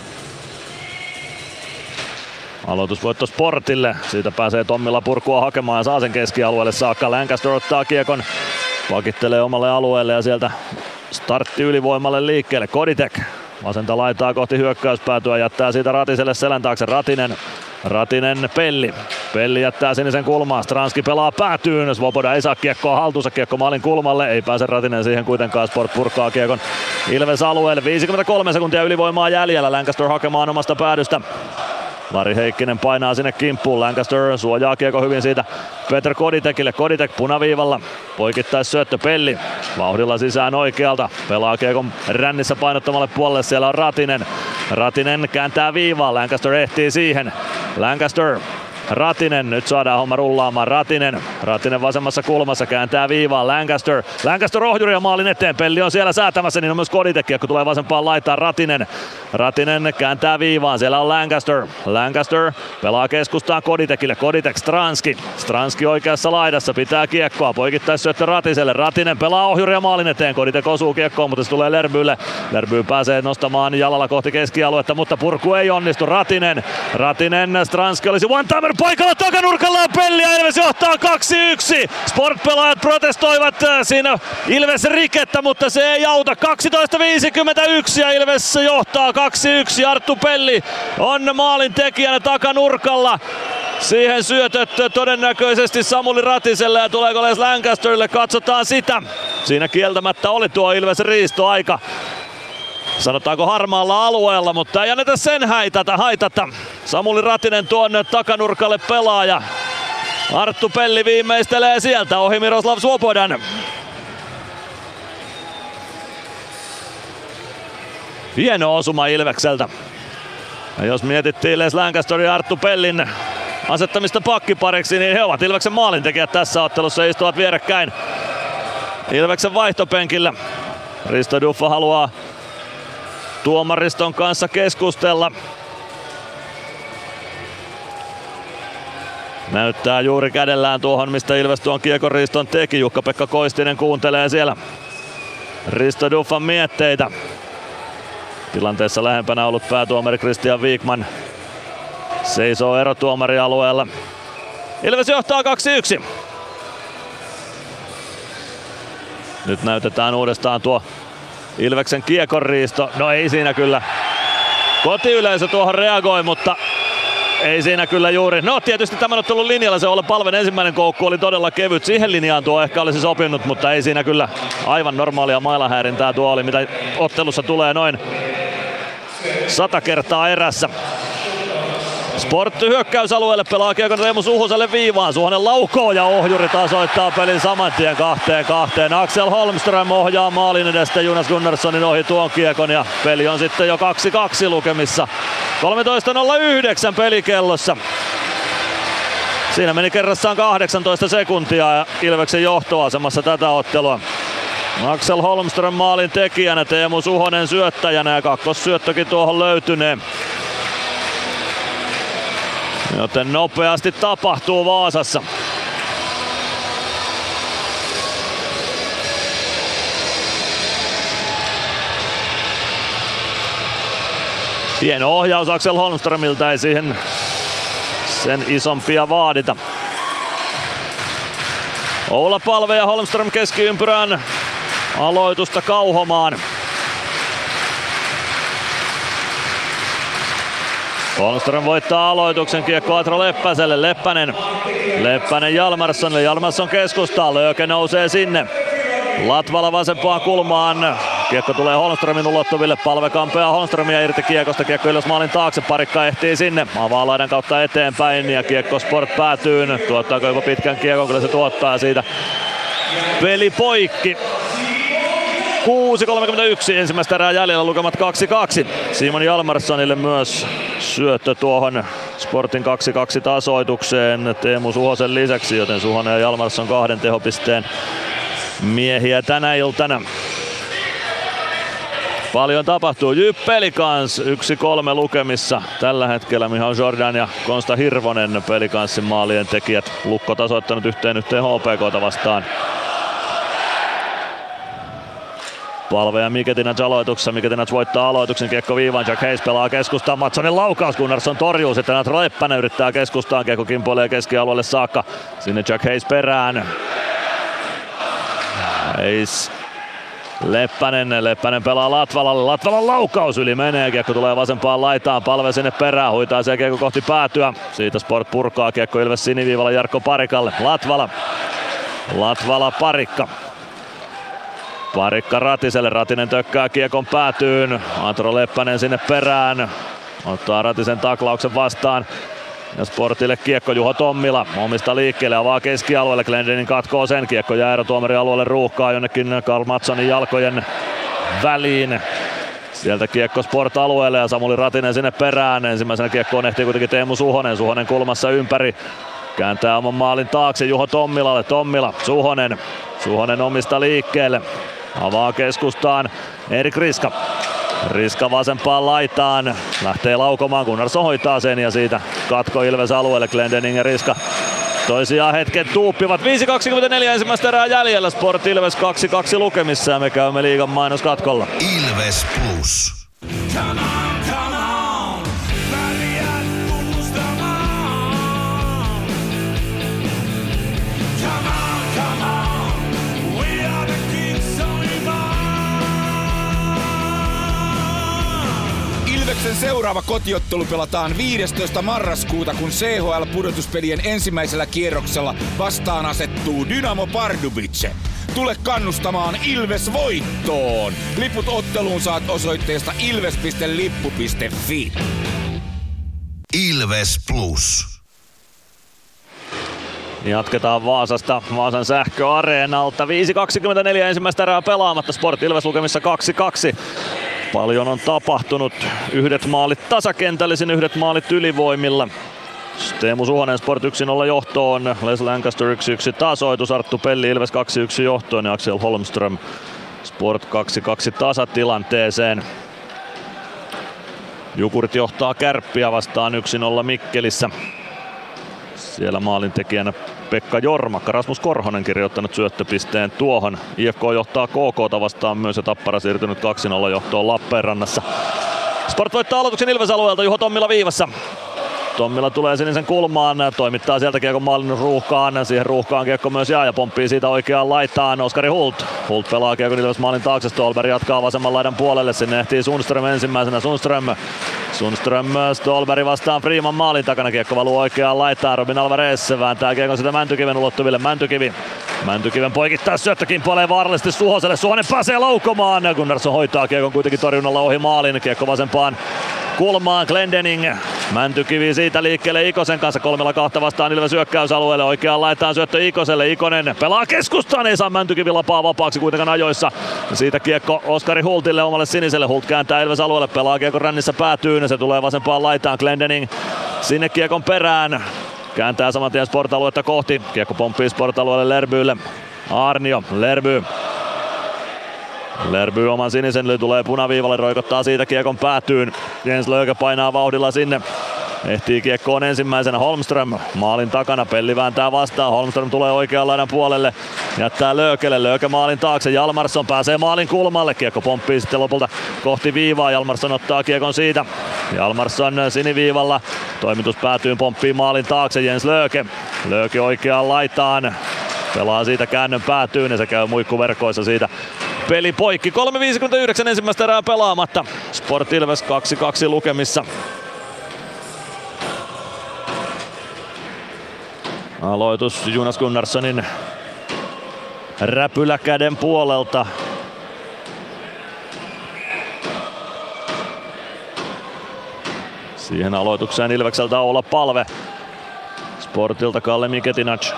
Aloitusvoitto Sportille. Siitä pääsee Tommila purkua hakemaan ja saa sen keskialueelle saakka. Lancaster ottaa kiekon. Pakittelee omalle alueelle ja sieltä startti ylivoimalle liikkeelle. Koditek. Vasenta laitaa kohti hyökkäyspäätyä, jättää siitä Ratiselle selän taakse. Ratinen, Ratinen Pelli. Pelli jättää sinisen kulmaan, Stranski pelaa päätyyn. Svoboda ei saa kiekkoa haltuunsa, kiekko maalin kulmalle. Ei pääse Ratinen siihen kuitenkaan, Sport purkaa kiekon Ilves alueelle. viisikymmentäkolme sekuntia ylivoimaa jäljellä, Lancaster hakemaan omasta päädystä. Lari Heikkinen painaa sinne kimppuun, Lancaster suojaa kiekko hyvin siitä Peter Koditekille, Koditek punaviivalla, poikittais syöttö Pelli, vauhdilla sisään oikealta, pelaa kiekon rännissä painottomalle puolelle, siellä on Ratinen, Ratinen kääntää viivaa, Lancaster ehtii siihen, Lancaster, Ratinen, nyt saadaan homma rullaamaan, Ratinen, Ratinen vasemmassa kulmassa kääntää viivaa, Lancaster, Lancaster ohjuri ja maalin eteen, Pelli on siellä säätämässä, niin on myös Koditek, kun tulee vasempaan laitaan Ratinen, Ratinen kääntää viivaan, siellä on Lancaster, Lancaster pelaa keskustaan Koditekille, Koditek, Stranski, Stranski oikeassa laidassa, pitää kiekkoa, poikittais syöttö Ratiselle, Ratinen pelaa ohjuri ja maalin eteen, Koditek osuu kiekkoon, mutta se tulee Lerbylle, Lerby pääsee nostamaan jalalla kohti keskialuetta, mutta purku ei onnistu, Ratinen, Ratinen, Stranski olisi one-timer paikalla takanurkalla on Pelli ja Ilves johtaa kaksi yksi. Sport-pelaajat protestoivat siinä Ilves rikettä, mutta se ei auta. kaksitoista viisikymmentäyksi ja Ilves johtaa kaksi yksi. Arttu Pelli on maalin tekijänä takanurkalla. Siihen syötöt todennäköisesti Samuli Ratiselle ja tuleeko Les Lancasterille, katsotaan sitä. Siinä kieltämättä oli tuo Ilves riistoaika. Sanotaanko harmaalla alueella, mutta ei anneta sen haitata, haitata. Samuli Ratinen tuonne takanurkalle pelaaja. Arttu Pelli viimeistelee sieltä ohi Miroslav Svobodan. Hieno osuma Ilvekseltä. Ja jos mietittiin Les Lancaster ja Arttu Pellin asettamista pakkipariksi, niin he ovat Ilveksen maalintekijät tässä ottelussa ja istuvat vierekkäin Ilveksen vaihtopenkillä. Risto Duffa haluaa tuomariston kanssa keskustella. Näyttää juuri kädellään tuohon, mistä Ilves tuon kiekonriiston teki. Jukka-Pekka Koistinen kuuntelee siellä Risto Duffan mietteitä. Tilanteessa lähempänä ollut päätuomari Christian Wikman seisoo erotuomarialueella. Ilves johtaa kaksi yksi. Nyt näytetään uudestaan tuo Ilveksen kiekonriisto. No ei siinä kyllä. Kotiyleisö tuohon reagoi, mutta ei siinä kyllä juuri. No tietysti tämän ottelun linjalla se Oula Palven ensimmäinen koukku oli todella kevyt. Siihen linjaan tuo ehkä olisi sopinut, mutta ei siinä kyllä aivan normaalia mailahäirintää tuo oli, mitä ottelussa tulee noin sata kertaa erässä. Sport hyökkäysalueelle, pelaa kiekon Teemu Suhoselle viivaan. Suhonen laukoo ja ohjuri tasoittaa pelin saman tien kahteen kahteen. Axel Holmström ohjaa maalin edestä Jonas Gunnarssonin ohi tuon kiekon ja peli on sitten jo kaksi kaksi lukemissa. kolmetoista nolla yhdeksän pelikellossa. Siinä meni kerrassaan kahdeksantoista sekuntia ja Ilveksen johtoasemassa tätä ottelua. Axel Holmström maalin tekijänä, Teemu Suhonen syöttäjänä ja kakkossyöttökin tuohon löytyneen. Joten nopeasti tapahtuu Vaasassa. Hieno ohjaus Axel Holmströmiltä, ei siihen sen isompia vaadita. Oula Palve ja Holmström keskiympyrään aloitusta kauhomaan. Holmström voittaa aloituksen, kiekko Atro Leppäselle, Leppänen. Leppänen Jalmarssonille, Jalmarsson keskustaa, Lööke nousee sinne. Latvala vasempaan kulmaan, kiekko tulee Holmströmin ulottuville, Palve kampeaa Holmströmiä irti kiekosta, kiekko ylös maalin taakse, Parikka ehtii sinne, avaa laidan kautta eteenpäin ja kiekko Sport päätyyn. Tuottaako jopa pitkän kiekon, kyllä se tuottaa siitä. Peli poikki. kuusi kolmekymmentäyksi ensimmäistä erää jäljellä, lukemat kaksi kaksi. Simon Jalmarssonille myös syöttö tuohon Sportin kaksi kaksi tasoitukseen Teemu Suhosen lisäksi, joten Suhonen ja Jalmarsson kahden tehopisteen miehiä tänä iltana. Paljon tapahtuu. Jyp Pelikans yksi kolme lukemissa tällä hetkellä. Mihail Jordan ja Konsta Hirvonen Pelikanssin maalien tekijät. Lukko tasoittanut yhteen yhteen H P K:ta vastaan. Palve ja Miketinac aloituksessa. Miketinac voittaa aloituksen, kiekko viivaan. Jack Hayes pelaa keskustaan. Matsonin laukaus. Gunnarsson torjuu. Sitten Atro Leppänen yrittää keskustaan. Kiekko kimpoilee keskialueelle saakka. Sinne Jack Hayes perään. Hayes. Leppänen. Leppänen pelaa Latvalalle. Latvalan laukaus yli menee. Kiekko tulee vasempaan laitaan. Palve sinne perään. Huitaa se kiekko kohti päätyä. Siitä Sport purkaa. Kiekko Ilves siniviivalla Jarkko Parikalle. Latvala. Latvala Parikka. Parikka Ratiselle, Ratinen tökkää kiekon päätyyn, Antero Leppänen sinne perään, ottaa Ratisen taklauksen vastaan ja Sportille kiekko Juho Tommila, omista liikkeelle, avaa keskialueelle, Glendening katkoo sen, kiekko jää erotuomari alueelle ruuhkaa jonnekin Karl Mattsonin jalkojen väliin. Sieltä kiekko Sport alueelle ja Samuli Ratinen sinne perään, ensimmäisenä kiekkoon ehtii kuitenkin Teemu Suhonen, Suhonen kulmassa ympäri. Kääntää oman maalin taakse Juho Tommilalle, Tommila, Suhonen, Suhonen omista liikkeelle. Avaa keskustaan Erik Riska. Riska vasempaan laitaan. Lähtee laukomaan, Gunnarsson hoitaa sen ja siitä katko Ilves alueelle. Glendening ja Riska toisiaan hetken tuuppivat. viisi kaksikymmentäneljä ensimmäistä erää jäljellä. Sport Ilves kaksi kaksi lukemissa ja me käymme liigan mainoskatkolla. Ilves Plus. Come on, come on. Pärjät puolustamaan. Come on, come on. We are the kings of Ilveksen seuraava kotiottelu pelataan viidestoista marraskuuta, kun C H L-pudotuspelien ensimmäisellä kierroksella vastaan asettuu Dynamo Pardubice. Tule kannustamaan Ilves voittoon! Liput otteluun saat osoitteesta ilves piste lippu piste fi. Ilves Plus. Jatketaan Vaasasta, Vaasan sähköareenalta. viisi kaksikymmentäneljä ensimmäistä erää pelaamatta, Sport Ilves lukemissa kaksi kaksi. Paljon on tapahtunut. Yhdet maalit tasakentällisin, yhdet maalit ylivoimilla. Teemu Suhonen Sport yksi nolla johtoon, Les Lancaster yksi yksi tasoitus, Arttu Pelli Ilves kaksi yksi johtoon ja Axel Holmström Sport kaksi kaksi tasatilanteeseen. Jukurit johtaa Kärppiä vastaan yksi nolla Mikkelissä. Siellä maalintekijänä Pekka Jormakka, Rasmus Korhonen kirjoittanut syöttöpisteen tuohon. I F K johtaa K K:ta vastaan myös ja Tappara siirtynyt kaksi nolla johtoon Lappeenrannassa. Sport voittaa aloituksen Ilves alueelta, Juho Tommila viivassa. Tommila tulee sinisen kulmaan, toimittaa sieltä kiekon maalin ruuhkaan. Siihen ruuhkaan kiekko myös jää ja pomppii siitä oikeaan laitaan Oskari Hult. Hult pelaa kiekon Ilves maalin taakse, Stolberg jatkaa vasemman laidan puolelle. Sinne ehtii Sundström ensimmäisenä. Sundström. Sundström Stolberg vastaan Freeman maalin takana. Kiekko valuu oikeaan laitaan. Robin Alvarez vääntää kiekon sitä Mäntykiven ulottuville. Mäntykivi. Mäntykiven poikittaa syöttö, kimpoilee vaarallisesti Suhoselle. Suhonen pääsee laukomaan. Gunnarsson hoitaa kiekon kuitenkin torjunnalla ohi maalin. Kiekko vasempaan kulmaan. Glendening Mäntykivi siitä liikkeelle Ikosen kanssa. Kolmella kahta vastaan Ilves hyökkäysalueelle. Oikeaan laitetaan syöttö Ikoselle. Ikonen pelaa keskustaan. Ei saa Mäntykivi lapaa vapaaksi kuitenkaan ajoissa. Siitä kiekko Oskari Hultille omalle siniselle. Hult kääntää Ilves alueelle. Pelaa kiekko rännissä päätyyn. Se tulee vasempaan laitaan. Glendening sinne kiekon perään. Kääntää saman tien Sport-aluetta kohti. Kiekko pomppii Sport-alueelle Lerbylle. Arnio. Lerby. Lerby oman sinisen yli tulee punaviivalle, roikottaa siitä kiekon päätyyn. Jens Lööke painaa vauhdilla sinne. Ehtii kiekkoon ensimmäisenä Holmström. Maalin takana, Pelli vääntää vastaan. Holmström tulee oikean laidan puolelle. Jättää Löökelle, Lööke maalin taakse. Jalmarsson pääsee maalin kulmalle. Kiekko pomppii sitten lopulta kohti viivaa. Jalmarsson ottaa kiekon siitä. Jalmarsson siniviivalla. Toimitus päätyy, pomppii maalin taakse. Jens Lööke. Lööke oikeaan laitaan. Pelaa siitä käännön päätyyn ja se käy muikkuverkoissa siitä. Peli poikki. kolme viisikymmentäyhdeksän ensimmäistä erää pelaamatta. Sport Ilves kaksi kaksi lukemissa. Aloitus Jonas Gunnarssonin räpyläkäden puolelta. Siihen aloitukseen Ilvekseltä olla palve. Sportilta Kalle Miketinac.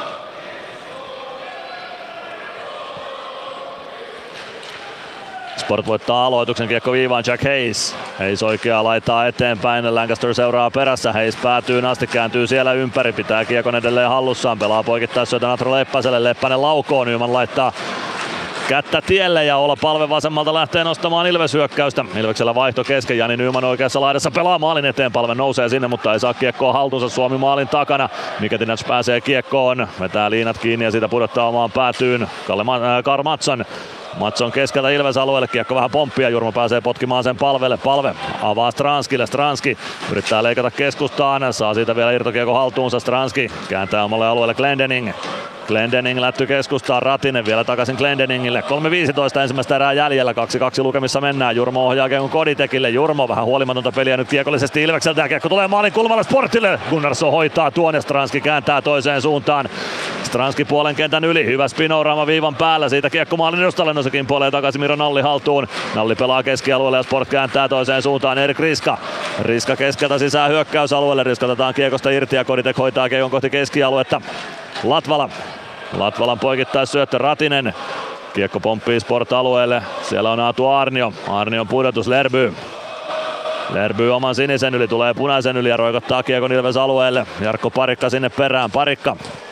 Sport voittaa aloituksen, kiekko viivaan Jack Hayes. Hayes oikeaa laitaa eteenpäin, Lancaster seuraa perässä. Hayes päätyy asti, kääntyy siellä ympäri, pitää kiekon edelleen hallussaan. Pelaa poikittaisyötä Natro Leppäselle, Leppänen laukoo, Nyman laittaa kättä tielle ja olla palve vasemmalta lähtee nostamaan Ilves hyökkäystä. Ilveksellä vaihto kesken, Jani Nyman oikeassa laidassa pelaa maalin eteen, palve nousee sinne, mutta ei saa kiekkoa haltuunsa, Suomi maalin takana. Miketinac pääsee kiekkoon, vetää liinat kiinni ja siitä pudottaa omaan päätyyn Kalle Ma- äh, Karl Mattsson. Matson keskeltä Ilves alueelle, kiekko vähän pomppia, Jurmo pääsee potkimaan sen palvelle, palve avaa Stranskille, Stranski yrittää leikata keskustaan, saa siitä vielä irtokiekko haltuunsa, Stranski kääntää omalle alueelle Glendening. Glendening lätty keskustaan, Ratinen vielä takaisin Glendeningille. kolme viisitoista ensimmäistä erää jäljellä, kaksi kaksi lukemissa mennään. Jurmo ohjaa kiekon Koditekille. Jurmo vähän huolimatonta peliä nyt kiekollisesti Ilvekseltä ja kiekko tulee maalin kulmalle Sportille. Gunnarsson hoitaa tuon ja Stranski kääntää toiseen suuntaan. Stranski puolen kentän yli, hyvä spinoraama viivan päällä. Siitä kiekko maalin edustalle, no se kimpoilee takaisin Miro Nalli haltuun. Nalli pelaa keskialueelle ja Sport kääntää toiseen suuntaan. Erik Riska. Riska keskeltä sisään hyökkäysalueelle. Riskatetaan kiekosta irti ja Koditek hoitaa kiekon kohti keskialuetta. Latvala. Latvalan poikittaisyöttö Ratinen. Kiekko pomppii Sport-alueelle. Siellä on Aatu Arnio. Arnion pudotus Lerby. Lerby oman sinisen yli, tulee punaisen yli ja roikottaa kiekon Ilves alueelle. Jarkko Parikka sinne perään. Parikka.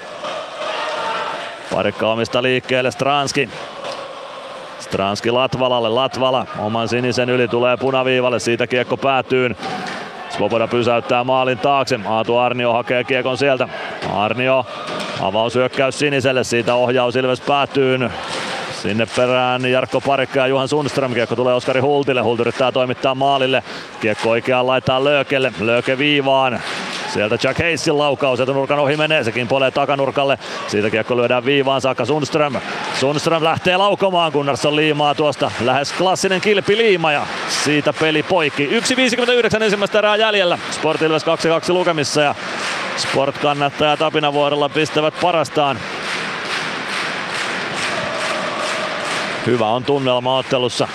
Parikka omista liikkeelle Stranski. Stranski Latvalalle. Latvala oman sinisen yli, tulee punaviivalle. Siitä kiekko päätyyn. Svoboda pysäyttää maalin taakse. Aatu Arnio hakee kiekon sieltä. Arnio. Avaushyökkäys siniselle, siitä ohjaus Ilves päätyyn. Sinne perään Jarkko Parikka ja Johan Sundström. Kiekko tulee Oskari Hultille. Hult yrittää toimittaa maalille. Kiekko oikeaan laittaa Löökelle. Lööke viivaan. Sieltä Jack Hayesin laukaus, etunurkan ohi menee, sekin polee takanurkalle. Siitä kiekko lyödään viivaan saakka Sundström. Sundström lähtee laukomaan, Gunnarsson liimaa tuosta. Lähes klassinen kilpiliima ja siitä peli poikki. yksi viisikymmentäyhdeksän ensimmäistä erää jäljellä. Sport Ilves kaksi kaksi lukemissa ja Sport kannattajat apinavuorolla pistävät parastaan. Hyvä on tunnelma ottelussa.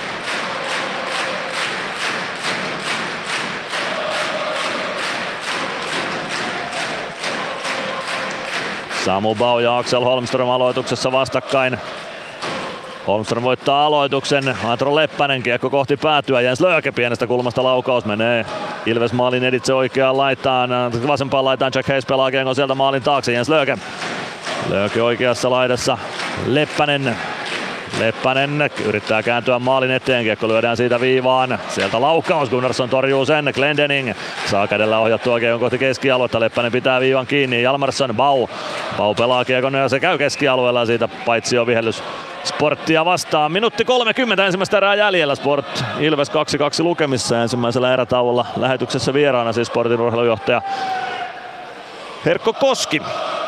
Samu Bau ja Axel Holmström aloituksessa vastakkain. Holmström voittaa aloituksen. Antro Leppänen kiekko kohti päätyä. Jens Lööke pienestä kulmasta laukaus menee Ilves maalin editse oikeaan laitaan. Vasempaan laitaan Jack Hayes pelaa kiekon sieltä maalin taakse. Jens Lööke. Lööke oikeassa laidassa. Leppänen. Leppänen yrittää kääntyä maalin eteen, kiekko lyödään siitä viivaan. Sieltä laukaus, Gunnarsson torjuu sen, Glendening saa kädellä ohjattua kiekon kohti keskialuetta, Leppänen pitää viivan kiinni, Jalmarsson, Bau. Bau pelaa kiekon ja se käy keskialueella, siitä paitsi jo vihellys Sporttia vastaan. Minuutti kolmekymmentä ensimmäistä erää jäljellä, Sport Ilves kaksi kaksi lukemissa ensimmäisellä erätauolla lähetyksessä vieraana siis Sportin urheilujohtaja Herkko Koski.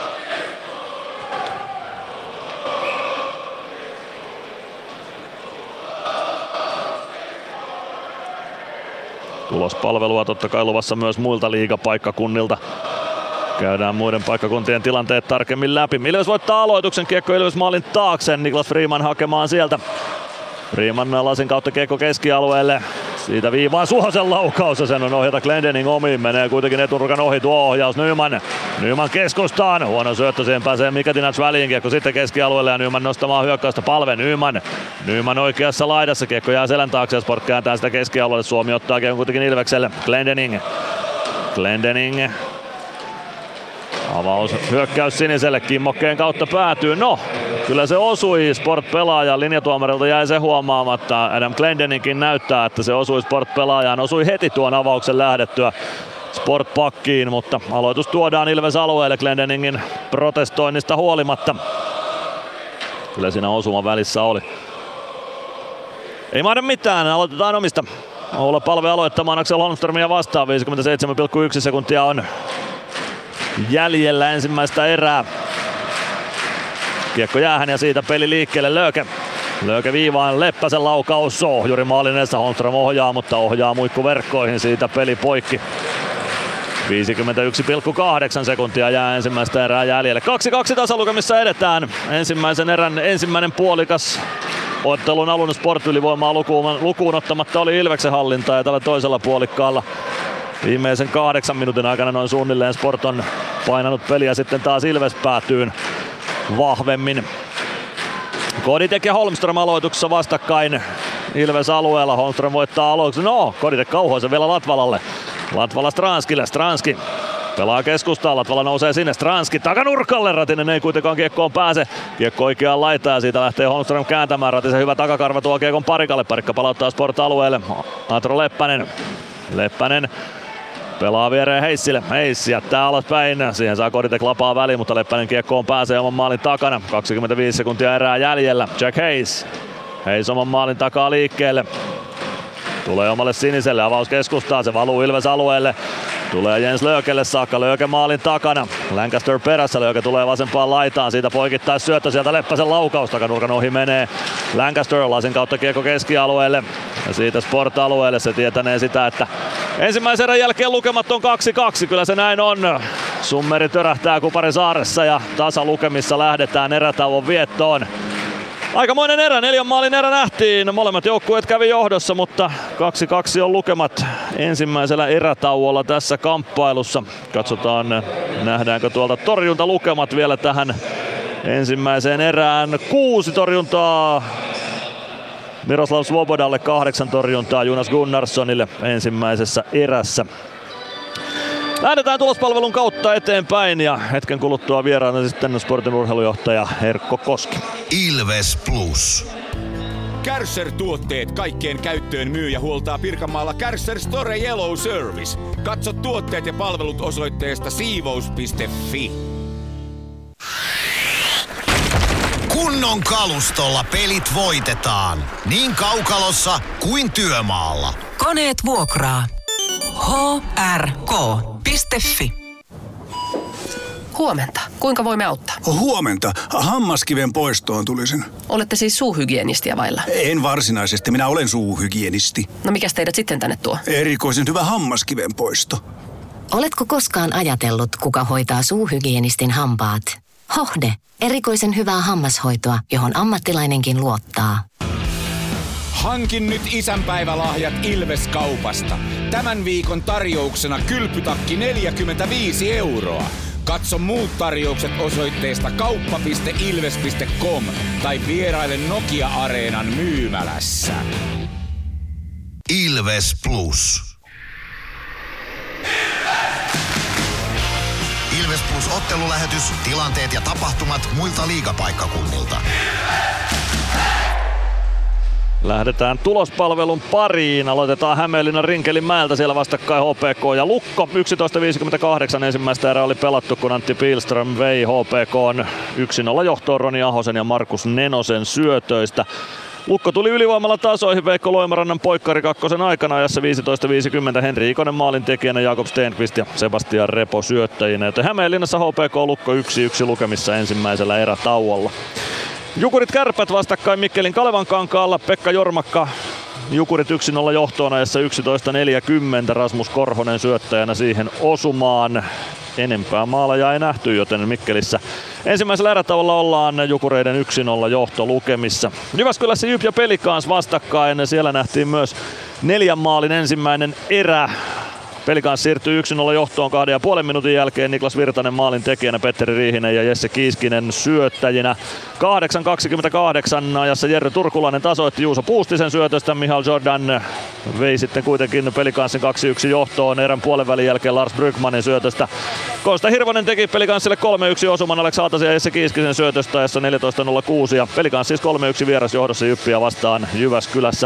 Tulospalvelua totta kai luvassa myös muilta liigapaikkakunnilta. Käydään muiden paikkakuntien tilanteet tarkemmin läpi. Ilves voittaa aloituksen, kiekko Ilves maalin taakse. Niklas Freeman hakemaan sieltä. Freeman lasin kautta kiekko keskialueelle. Siitä viivaan Suhosen laukaus ja sen on ohjata Glendening omiin. Menee kuitenkin etunurkan ohi tuo ohjaus. Nyman. Nyman keskustaan. Huono syöttö, siihen pääsee Mikatinac väliin. Kiekko sitten keskialueelle ja Nyman nostamaan hyökkäystä palve. Nyman. Nyman oikeassa laidassa. Kiekko jää selän taakse ja Sport kääntää sitä keskialueelle. Suomi ottaa kiekon kuitenkin Ilvekselle. Glendening. Glendening. Avaus hyökkäys siniselle, kimmokkeen kautta päätyy. No, kyllä se osui Sport-pelaajan. Linjatuomarilta jäi se huomaamatta. Adam Glendeningkin näyttää, että se osui Sport-pelaajaan. Osui heti tuon avauksen lähdettyä Sport-pakkiin, mutta aloitus tuodaan Ilves alueelle Glendeningin protestoinnista huolimatta. Kyllä siinä osuma välissä oli. Ei mahda mitään, aloitetaan omista. Oula Palve aloittamaan Axel Holmströmiä vastaan. viisikymmentäseitsemän pilkku yksi sekuntia on jäljellä ensimmäistä erää. Kiekko jäähän ja siitä peli liikkeelle. Lööke. Lööke viivaan, Leppäsen laukaus. Ohjuri maalin edessä. Holmström ohjaa, mutta ohjaa muikkuverkkoihin. Siitä peli poikki. viisikymmentäyksi pilkku kahdeksan sekuntia jää ensimmäistä erää jäljelle. kaksi kaksi tasalukemissa edetään. Ensimmäisen erän ensimmäinen puolikas. Ottelun alun Sport-ylivoimaa lukuun, lukuun ottamatta oli Ilveksen hallinta ja tällä toisella puolikkaalla viimeisen kahdeksan minuutin aikana noin suunnilleen Sport on painanut peliä sitten taas Ilves päätyyn vahvemmin. Koditek ja Holmström aloituksessa vastakkain Ilves alueella. Holmström voittaa aloituksen. No, Koditek kauhoisen vielä Latvalalle. Latvala Stranskille. Stranski pelaa keskustaan. Latvala nousee sinne. Stranski takanurkalle. Ratinen ei kuitenkaan kiekkoon pääse. Kiekko oikeaan laitaan. Siitä lähtee Holmström kääntämään. Ratisen hyvä takakarva tuo kiekon Parikalle. Parikka palauttaa Sport-alueelle. Atro Leppänen. Leppänen pelaa viereen Heissille. Heiss jättää alaspäin. Siihen saa Koditek lapaa väliin, mutta Leppänen kiekkoon pääsee oman maalin takana. kaksikymmentäviisi sekuntia erää jäljellä. Jack Hayes. Hayes oman maalin takaa liikkeelle. Tulee omalle siniselle. Avaus keskustaa. Se valuu Ilves alueelle. Tulee Jens Löökelle saakka. Lööke maalin takana. Lancaster perässä. Lööke tulee vasempaan laitaan. Siitä poikittais syöttö. Sieltä Leppäsen laukaus. Takanurkan ohi menee. Lancaster lasin kautta kiekko keskialueelle. Ja siitä Sport-alueelle. Se tietänee sitä, että ensimmäisen erän jälkeen lukemat on kaksi kaksi. Kyllä se näin on. Summeri törähtää Kuparisaaressa ja tasalukemissa lähdetään erätauon viettoon. Aikamoinen erä, neljän maalin erä nähtiin. Molemmat joukkueet kävi johdossa, mutta kaksi kaksi on lukemat ensimmäisellä erätauolla tässä kamppailussa. Katsotaan, nähdäänkö tuolta torjuntalukemat vielä tähän ensimmäiseen erään. Kuusi torjuntaa Miroslav Svobodalle, kahdeksan torjuntaa Jonas Gunnarssonille ensimmäisessä erässä. Lähdetään tulospalvelun kautta eteenpäin ja hetken kuluttua vieraana sitten Sportin urheilujohtaja Herkko Koski. Ilves Plus. Kärcher-tuotteet kaikkeen käyttöön myy ja huoltaa Pirkanmaalla Kärcher Store Yellow Service. Katso tuotteet ja palvelut osoitteesta siivous piste fi. Kunnon kalustolla pelit voitetaan. Niin kaukalossa kuin työmaalla. Koneet vuokraa. h r k piste fi. Huomenta. Kuinka voimme auttaa? Huomenta. Hammaskiven poistoon tulisin. Olette siis suuhygienistiä vailla? En varsinaisesti. Minä olen suuhygienisti. No mikäs teidät sitten tänne tuo? Erikoisen hyvä hammaskiven poisto. Oletko koskaan ajatellut, kuka hoitaa suuhygienistin hampaat? Hohde. Erikoisen hyvää hammashoitoa, johon ammattilainenkin luottaa. Hankin nyt isänpäivälahjat Ilves-kaupasta. Tämän viikon tarjouksena kylpytakki neljäkymmentäviisi euroa. Katso muut tarjoukset osoitteesta kauppa piste ilves piste com tai vieraile Nokia-areenan myymälässä. Ilves Plus. Ilves Plus -ottelulähetys, tilanteet ja tapahtumat muilta liigapaikkakunnilta. Lähdetään tulospalvelun pariin. Aloitetaan Hämeenlinnan Rinkelinmäeltä. Siellä vastakkain H P K ja Lukko. yksitoista viisikymmentäkahdeksan ensimmäistä erää oli pelattu, kun Antti Pilström vei H P K:n yksi nolla johtoon Roni Ahosen ja Markus Nenosen syötöistä. Lukko tuli ylivoimalla tasoihin Veikko Loimarannan poikkari kakkosen aikana ajassa viisitoista viisikymmentä. Henri Ikonen maalintekijänä, Jakob Stenqvist ja Sebastian Repo syöttäjinä. Joten Hämeenlinnassa H P K Lukko yksi yksi lukemissa ensimmäisellä erätauolla. Jukurit Kärpät vastakkain Mikkelin Kalevankankaalla. Pekka Jormakka Jukurit yksi nolla johtoon ajassa yksitoista neljäkymmentä. Rasmus Korhonen syöttäjänä siihen osumaan. Enempää maaleja ei nähty, joten Mikkelissä ensimmäisellä erätauolla ollaan Jukureiden yksi nolla johto lukemissa. Jyväskylässä Jyp ja Pelikans vastakkain. Siellä nähtiin myös neljän maalin ensimmäinen erä. Pelikans siirtyy yksi nolla johtoon kahden ja puolen minuutin jälkeen. Niklas Virtanen maalin tekijänä, Petteri Riihinen ja Jesse Kiiskinen syöttäjinä. kahdeksan kaksikymmentäkahdeksan ajassa Jerry Turkulainen tasoitti Juuso Puustisen syötöstä. Mihail Jordan vei sitten kuitenkin Pelikansin kaksi yksi johtoon erän puolen välin jälkeen Lars Brygmanin syötöstä. Konsta Hirvonen teki Pelikansille kolme yksi osuman Alex Haatasen ja Jesse Kiiskisen syötöstä ajassa neljätoista nolla kuusi. Ja Pelikans siis kolme yksi vierasjohdossa Jyppiä vastaan Jyväskylässä.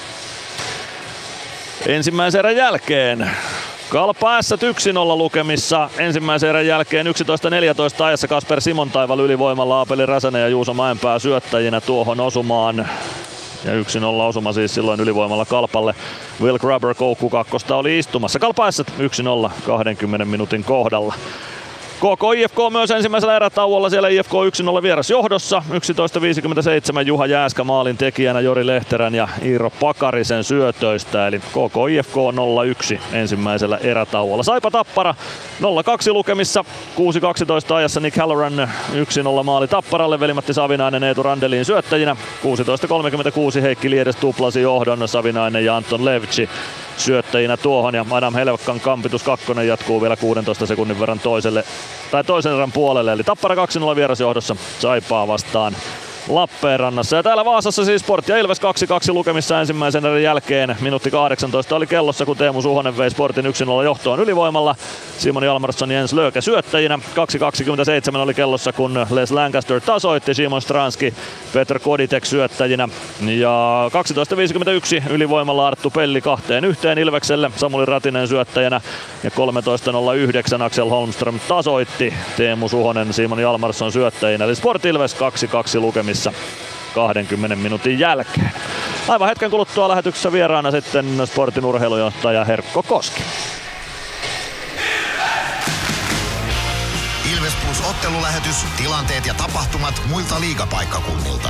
Ensimmäisen erän jälkeen Kalpa Ässät yksi nolla lukemissa. Ensimmäisen erän jälkeen yksitoista neljätoista ajassa Kasper Simontaival ylivoimalla, Aapeli Räsänen ja Juuso Mäenpää syöttäjinä tuohon osumaan. Ja yksi nolla osuma siis silloin ylivoimalla Kalpalle. Will Grubber koukku kakkosta oli istumassa. Kalpa Ässät yksi nolla kaksikymmentä minuutin kohdalla. K K I F K myös ensimmäisellä erätauolla, siellä I F K yksi nolla vierasjohdossa. yksitoista viisikymmentäseitsemän Juha Jääskä maalin tekijänä Jori Lehterän ja Iiro Pakarisen syötöistä. Eli K K I F K nolla yksi ensimmäisellä erätauolla. Saipa Tappara nolla kaksi lukemissa. kuusi kaksitoista ajassa Nick Halloran yksi nolla maali Tapparalle. Veli-Matti Savinainen Eetu Randelin syöttäjinä. kuusitoista kolmekymmentäkuusi Heikki Liedes tuplasi johdon. Savinainen ja Anton Levci syöttäjinä tuohon ja Adam Helvekkan kampitus kakkonen jatkuu vielä kuudentoista sekunnin verran toiselle tai toisen erän puolelle, eli Tappara kaksi nolla vierasjohdossa Saipaa vastaan Lappeenrannassa. Ja täällä Vaasassa siis Sport ja Ilves kaksi kaksi lukemissa ensimmäisen erän jälkeen. Minuutti kahdeksantoista oli kellossa, kun Teemu Suhonen vei Sportin yksi nolla johtoon ylivoimalla. Simon Jalmarsson ja Jens Lööke syöttäjinä. kaksi kaksikymmentäseitsemän oli kellossa, kun Les Lancaster tasoitti. Simon Stranski, Petr Koditek syöttäjinä. Ja kaksitoista viisikymmentäyksi ylivoimalla Arttu Pelli kahteen yhteen Ilvekselle. Samuli Ratinen syöttäjänä. Ja kolmetoista nolla yhdeksän Axel Holmström tasoitti. Teemu Suhonen, Simon Jalmarsson syöttäjinä. Eli Sport Ilves kaksi kaksi lukemissa kahdenkymmenen minuutin jälkeen. Aivan hetken kuluttua lähetyksessä vieraana sitten Sportin urheilujohtaja Herkko Koski. Ilves Plus -ottelulähetys, tilanteet ja tapahtumat muilta liigapaikkakunnilta.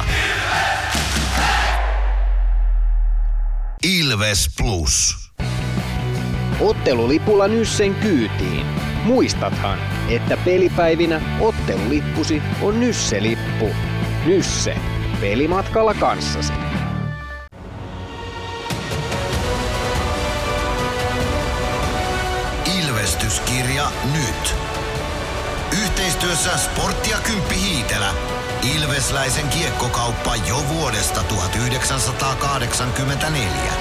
Ilves Plus. Ottelulipulla Nyssen kyytiin. Muistathan, että pelipäivinä ottelulippusi on Nysse-lippu. Nysse. Pelimatkalla kanssasi. Ilvestyskirja nyt. Yhteistyössä Sportti ja Kymppi Hiitelä. Ilvesläisen kiekkokauppa jo vuodesta tuhatyhdeksänsataakahdeksankymmentäneljä.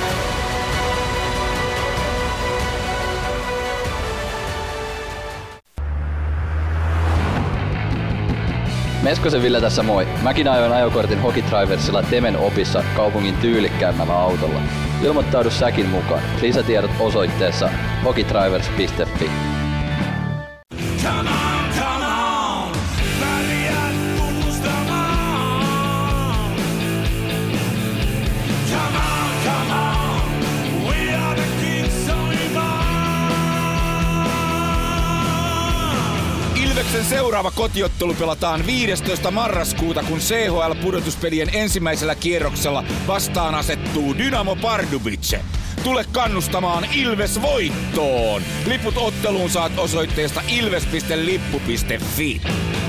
Meskosen Ville tässä moi. Mäkin ajoin ajokortin Hokitriversilla Temen opissa kaupungin tyylikkäämmällä autolla. Ilmoittaudu säkin mukaan. Lisätiedot osoitteessa hokitrivers piste fi. Ilveksen seuraava kotiottelu pelataan viidestoista marraskuuta, kun C H L-pudotuspelien ensimmäisellä kierroksella vastaan asettuu Dynamo Pardubice. Tule kannustamaan Ilves voittoon! Liput otteluun saat osoitteesta ilves piste lippu piste fi.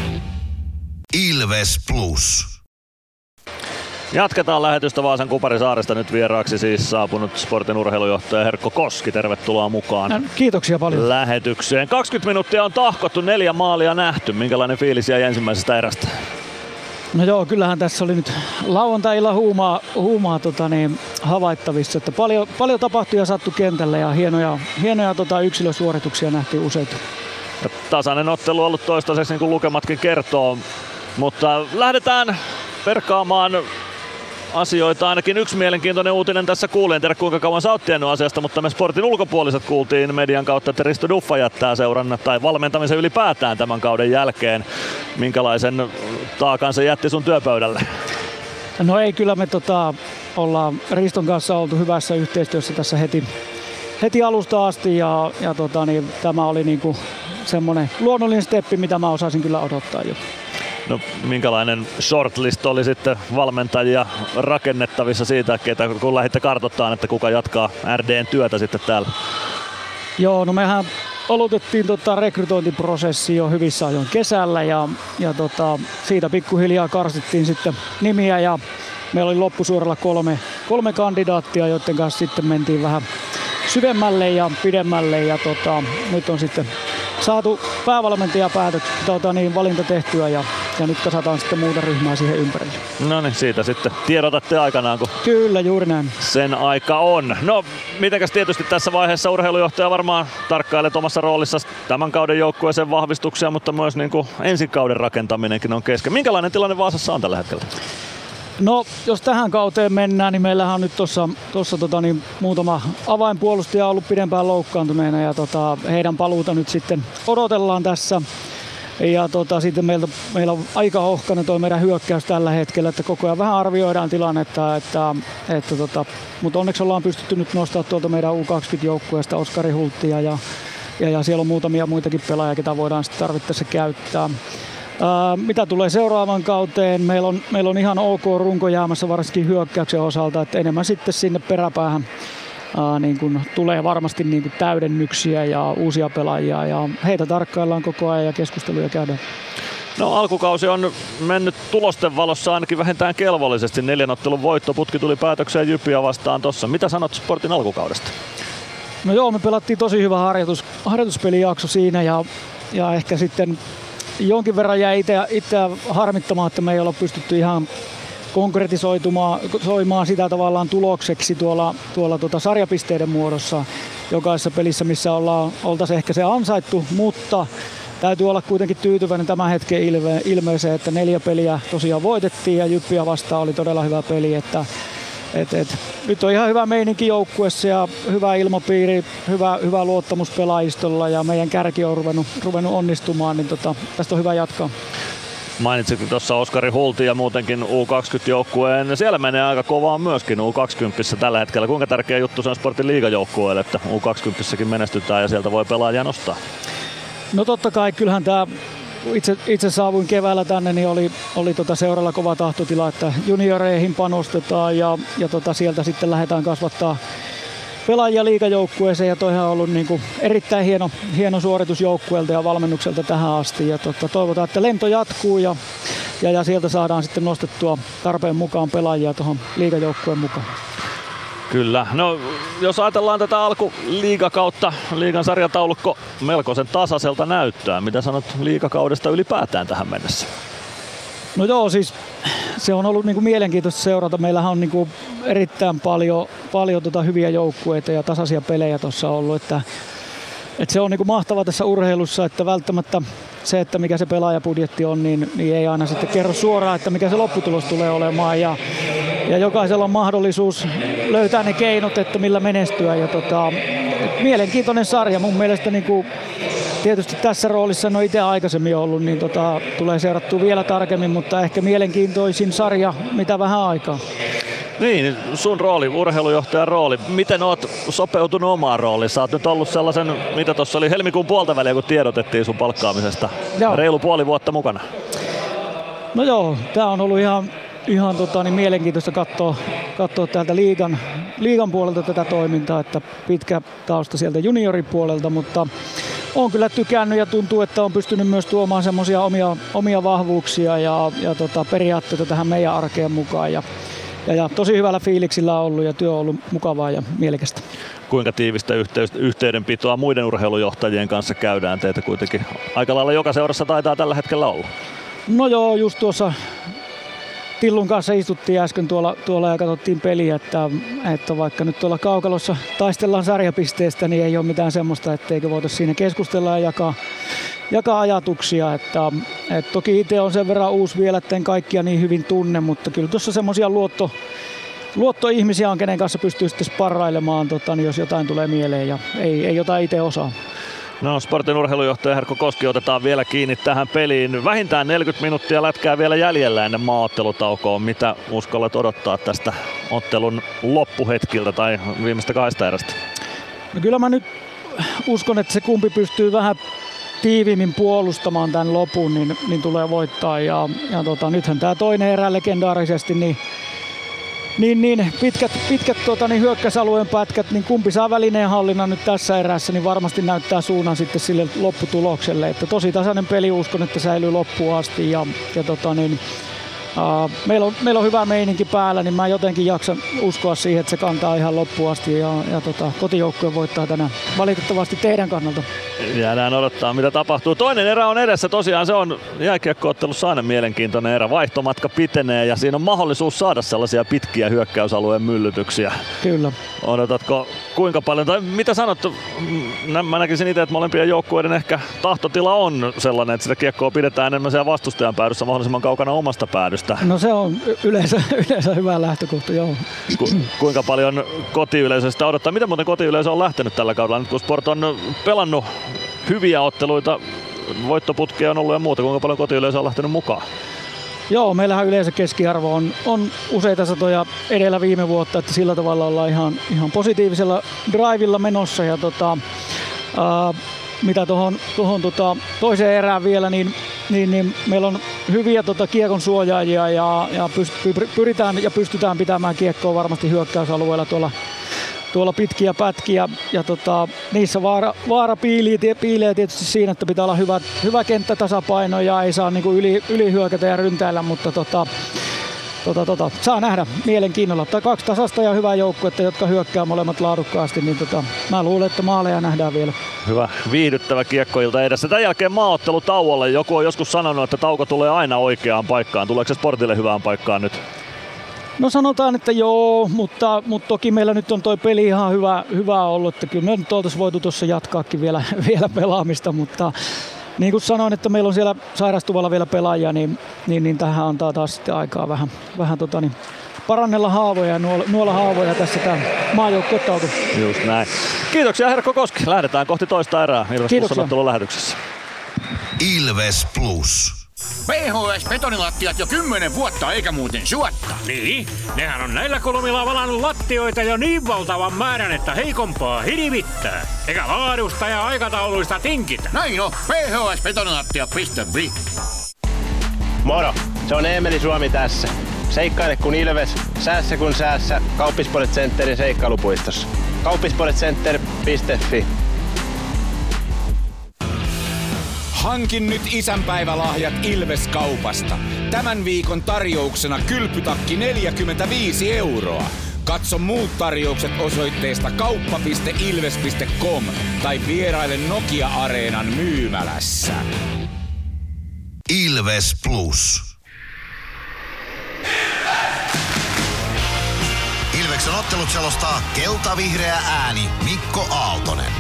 Ilves Plus. Jatketaan lähetystä Vaasan Kuparisaaresta. Nyt vieraaksi siis saapunut Sportin urheilujohtaja Herkko Koski. Tervetuloa mukaan. No, kiitoksia paljon. Lähetykseen. kaksikymmentä minuuttia on tahkottu, neljä maalia nähty. Minkälainen fiilis jäi ensimmäisestä erästä? No joo, kyllähän tässä oli nyt lauantai-illan huumaa, huumaa tota niin, havaittavissa. Että paljon, paljon tapahtui ja sattui kentälle ja hienoja, hienoja tota, yksilösuorituksia nähtiin useita. Ja tasainen ottelu ollut toistaiseksi, niin kuin lukematkin kertoo. Mutta lähdetään perkaamaan asioita. Ainakin yksi mielenkiintoinen uutinen tässä kuulin. En tiedä kuinka kauan sä oot tiennyt asiasta, mutta me Sportin ulkopuoliset kuultiin median kautta, että Risto Duffa jättää seuran tai valmentamisen ylipäätään tämän kauden jälkeen. Minkälaisen taakan se jätti sun työpöydälle? No ei, kyllä me tota, ollaan Riston kanssa oltu hyvässä yhteistyössä tässä heti, heti alusta asti ja, ja tota, niin, tämä oli niinku semmoinen luonnollinen steppi, mitä mä osasin kyllä odottaa jo. No, minkälainen shortlist oli sitten valmentajia rakennettavissa siitä, ketä, kun lähditte kartoittamaan, että kuka jatkaa R D:n työtä sitten täällä? Joo, no mehän aloitettiin tota rekrytointiprosessi jo hyvissä ajoin kesällä ja, ja tota, siitä pikkuhiljaa karsittiin sitten nimiä ja meillä oli loppusuoralla kolme, kolme kandidaattia, joiden kanssa sitten mentiin vähän syvemmälle ja pidemmälle ja tota, nyt on sitten saatu päävalmentajapäätöks, tota, niin valinta tehtyä ja, ja nyt kasataan sitten muuta ryhmää siihen ympärille. No niin, siitä sitten tiedotatte aikanaan, kun Kyllä, juuri näin. sen aika on. No, mitenkäs tietysti tässä vaiheessa urheilujohtaja varmaan tarkkailet omassa roolissa tämän kauden joukkueeseen vahvistuksia, mutta myös niin kuin ensi kauden rakentaminenkin on kesken. Minkälainen tilanne Vaasassa on tällä hetkellä? No, jos tähän kauteen mennään, niin meillähän on nyt tuossa tossa, tota, niin muutama avainpuolustaja ollut pidempään loukkaantuneena ja tota, heidän paluuta nyt sitten odotellaan tässä. Ja tota, sitten meillä, meillä on aika ohkainen tuo meidän hyökkäys tällä hetkellä, että koko ajan vähän arvioidaan tilannetta, että, että tota, mutta onneksi ollaan pystytty nyt nostaa tuolta meidän U kaksikymmentä-joukkueesta Oskari Hulttia ja, ja, ja siellä on muutamia muitakin pelaajia, ketä voidaan sitten tarvittaessa käyttää. Ää, mitä tulee seuraavan kauteen, meillä on, meillä on ihan ok runko jäämässä varsinkin hyökkäyksen osalta, että enemmän sitten sinne peräpäähän ää, niin kun tulee varmasti niin kun täydennyksiä ja uusia pelaajia ja heitä tarkkaillaan koko ajan ja keskusteluja käydään. No alkukausi on mennyt tulosten valossa ainakin vähintään kelvollisesti. Neljän ottelun voittoputki tuli päätökseen Jypiä vastaan tossa. Mitä sanot Sportin alkukaudesta? No joo, me pelattiin tosi hyvä harjoitus, harjoituspelijakso siinä ja, ja ehkä sitten jonkin verran jäi itseä harmittamaan, että me ei olla pystytty ihan konkretisoitumaan soimaan sitä tavallaan tulokseksi tuolla, tuolla tuota sarjapisteiden muodossa jokaisessa pelissä, missä ollaan, oltaisiin ehkä se ansaittu, mutta täytyy olla kuitenkin tyytyväinen tämän hetken ilme, ilmeeseen, että neljä peliä tosiaan voitettiin ja Jyppiä vastaan oli todella hyvä peli, että et, et, nyt on ihan hyvä meininki joukkueessa ja hyvä ilmapiiri, hyvä, hyvä luottamus pelaajistolla ja meidän kärki on ruvennut, ruvennut onnistumaan, niin tota, tästä on hyvä jatkaa. Mainitsitkin tuossa Oskari Hultin ja muutenkin U kaksikymmentä-joukkueen. Siellä menee aika kovaa myöskin U kaksikymmentä tällä hetkellä. Kuinka tärkeä juttu se on Sportin liigajoukkueelle, että U kaksikymmentäkin menestytään ja sieltä voi pelaajia nostaa? No totta kai, kyllähän tämä itse, itse saavuin keväällä tänne, niin oli, oli tota seuralla kova tahtotila, että junioreihin panostetaan ja, ja tota sieltä sitten lähdetään kasvattaa pelaajia liigajoukkueeseen ja toihan on ollut niin kuin erittäin hieno, hieno suoritus joukkueelta ja valmennukselta tähän asti ja tota, toivotaan, että lento jatkuu ja, ja, ja sieltä saadaan sitten nostettua tarpeen mukaan pelaajia tuohon liigajoukkueen mukaan. Kyllä. No, jos ajatellaan tätä alkuliigakautta, liigan sarjataulukko melkoisen tasaiselta näyttää. Mitä sanot liigakaudesta ylipäätään tähän mennessä? No joo, siis se on ollut niinku mielenkiintoista seurata. Meillähän on niinku erittäin paljon, paljon tota hyviä joukkueita ja tasaisia pelejä tuossa ollut. Että, että se on niinku mahtavaa tässä urheilussa, että välttämättä se, että mikä se pelaajapudjetti on, niin, niin ei aina sitten kerro suoraan, että mikä se lopputulos tulee olemaan. Ja, ja jokaisella on mahdollisuus löytää ne keinot, että millä menestyä. Ja tota, mielenkiintoinen sarja mun mielestä. Niinku, tietysti tässä roolissa en ole itse aikaisemmin ollut, niin tota, tulee seurattua vielä tarkemmin, mutta ehkä mielenkiintoisin sarja, mitä vähän aikaa. Niin, sun rooli, urheilujohtajan rooli. Miten oot sopeutunut omaan rooliin? Sä oot nyt ollut sellaisen, mitä tuossa oli helmikuun puolta väliä, kun tiedotettiin sun palkkaamisesta. Joo. Reilu puoli vuotta mukana. No joo, tää on ollut ihan, ihan tota, niin mielenkiintoista katsoa, katsoa täältä liigan, liigan puolelta tätä toimintaa, että pitkä tausta sieltä junioripuolelta, mutta on kyllä tykännyt ja tuntuu, että on pystynyt myös tuomaan semmoisia omia, omia vahvuuksia ja, ja tota, periaatteita tähän meidän arkeen mukaan. Ja, ja, ja tosi hyvällä fiiliksillä on ollut ja työ on ollut mukavaa ja mielekästä. Kuinka tiivistä yhteydenpitoa muiden urheilujohtajien kanssa käydään? Teitä kuitenkin aika lailla joka seurassa taitaa tällä hetkellä olla. No joo, just tuossa Tillun kanssa istuttiin äsken tuolla, tuolla ja katsottiin peliä, että, että vaikka nyt tuolla kaukalossa taistellaan sarjapisteestä, niin ei ole mitään semmoista, etteikö voitaisiin siinä keskustella ja jakaa, jakaa ajatuksia. Että, että toki itse on sen verran uusi vielä, etten kaikkia niin hyvin tunne, mutta kyllä tuossa semmoisia luotto, luottoihmisiä on, kenen kanssa pystyy sitten sparrailemaan, tota, niin jos jotain tulee mieleen ja ei, ei jotain itse osaa. No, Sportin urheilujohtaja Herkko Koski otetaan vielä kiinni tähän peliin. Vähintään neljäkymmentä minuuttia lätkää vielä jäljellä ennen maaottelutaukoa. Mitä uskallat odottaa tästä ottelun loppuhetkiltä tai viimeistä kahdesta erästä? No kyllä mä nyt uskon, että se kumpi pystyy vähän tiiviimmin puolustamaan tämän lopun, niin, niin tulee voittaa. Ja, ja tota, nythän tämä toinen erä legendaarisesti, niin Niin, niin pitkät, pitkät tuota, niin hyökkäysalueen pätkät, niin kumpi saa välineenhallinnan nyt tässä erässä, niin varmasti näyttää suunnan sitten sille lopputulokselle. Että tosi tasainen peli, uskon, että säilyy loppuun asti ja, ja tota, niin, Uh, meillä, on, meillä on hyvä meininki päällä, niin mä jotenkin jaksan uskoa siihen, että se kantaa ihan loppuun asti ja, ja tota, kotijoukkue voittaa tänään valitettavasti teidän kannalta. Jäädään odottaa, mitä tapahtuu. Toinen erä on edessä. Tosiaan se on jääkiekko-ottelussa aina mielenkiintoinen erä. Vaihtomatka pitenee ja siinä on mahdollisuus saada sellaisia pitkiä hyökkäysalueen myllytyksiä. Kyllä. Odotatko kuinka paljon, tai mitä sanot? Mä näkisin itse, että molempien joukkueiden ehkä tahtotila on sellainen, että sitä kiekkoa pidetään enemmän siellä vastustajan päädyssä mahdollisimman kaukana omasta päädystä. No se on yleensä, yleensä hyvä lähtökohta, joo. Ku, kuinka paljon kotiyleisö sitä odottaa? Miten muuten kotiyleisö on lähtenyt tällä kaudella? Nyt kun Sport on pelannut hyviä otteluita, voittoputkia on ollut ja muuta, kuinka paljon kotiyleisö on lähtenyt mukaan? Joo, meillähän yleensä keskiarvo on, on useita satoja edellä viime vuotta, että sillä tavalla ollaan ihan, ihan positiivisella drivilla menossa. Ja tota, ää, mitä tuohon tohon, tota, toiseen erään vielä, niin, niin, niin meillä on hyviä tota, kiekon suojaajia ja, ja pyst- pyritään ja pystytään pitämään kiekkoa varmasti hyökkäysalueella tuolla tuolla pitkiä pätkiä ja tota, niissä vaara, vaara piilee, piilee tietysti siinä, että pitää olla hyvä, hyvä kenttätasapaino ja ei saa niinku yli, ylihyökätä ja ryntäillä, mutta tota, tota, tota, saa nähdä mielenkiinnolla. Tai kaksi tasasta ja hyvää joukkuetta, jotka hyökkää molemmat laadukkaasti, niin tota, mä luulen, että maaleja nähdään vielä. Hyvä viihdyttävä kiekkoilta edessä. Tämän jälkeen maaottelu tauolle. Joku on joskus sanonut, että tauko tulee aina oikeaan paikkaan. Tuleeko se Sportille hyvään paikkaan nyt? No sanotaan, että joo, mutta, mutta toki meillä nyt on toi peli ihan hyvä, hyvä ollut, että kyllä me nyt oltaisiin voitu tuossa jatkaakin vielä, vielä pelaamista, mutta niin kuin sanoin, että meillä on siellä sairastuvalla vielä pelaajia, niin, niin, niin tähän antaa taas sitten aikaa vähän, vähän tota niin, parannella haavoja ja nuolla, nuolla haavoja tässä tämä maajoukkuetauko. Just näin. Kiitoksia Herkko Koski. Lähdetään kohti toista erää Ilves Plus -ottelun lähetyksessä. Ilves Plus. P H S-betonilattiat jo kymmenen vuotta eikä muuten suotta. Niin, nehän on näillä kolmilla valannut lattioita jo niin valtavan määrän, että heikompaa hirvittää. Eikä laadusta ja aikatauluista tinkitä. Näin on, p h s betonilattia piste f i. Moro, se on Eemeli Suomi tässä. Seikkaile kun Ilves, säässä kun säässä. Kauppisports Centerin seikkailupuistossa. kauppisports center piste f i. Hankin nyt isänpäivälahjat Ilves-kaupasta. Tämän viikon tarjouksena kylpytakki neljäkymmentäviisi euroa. Katso muut tarjoukset osoitteesta kauppa piste ilves piste com tai vieraile Nokia-areenan myymälässä. Ilves Plus. Ilveksen ottelut selostaa kelta-vihreä ääni Mikko Aaltonen.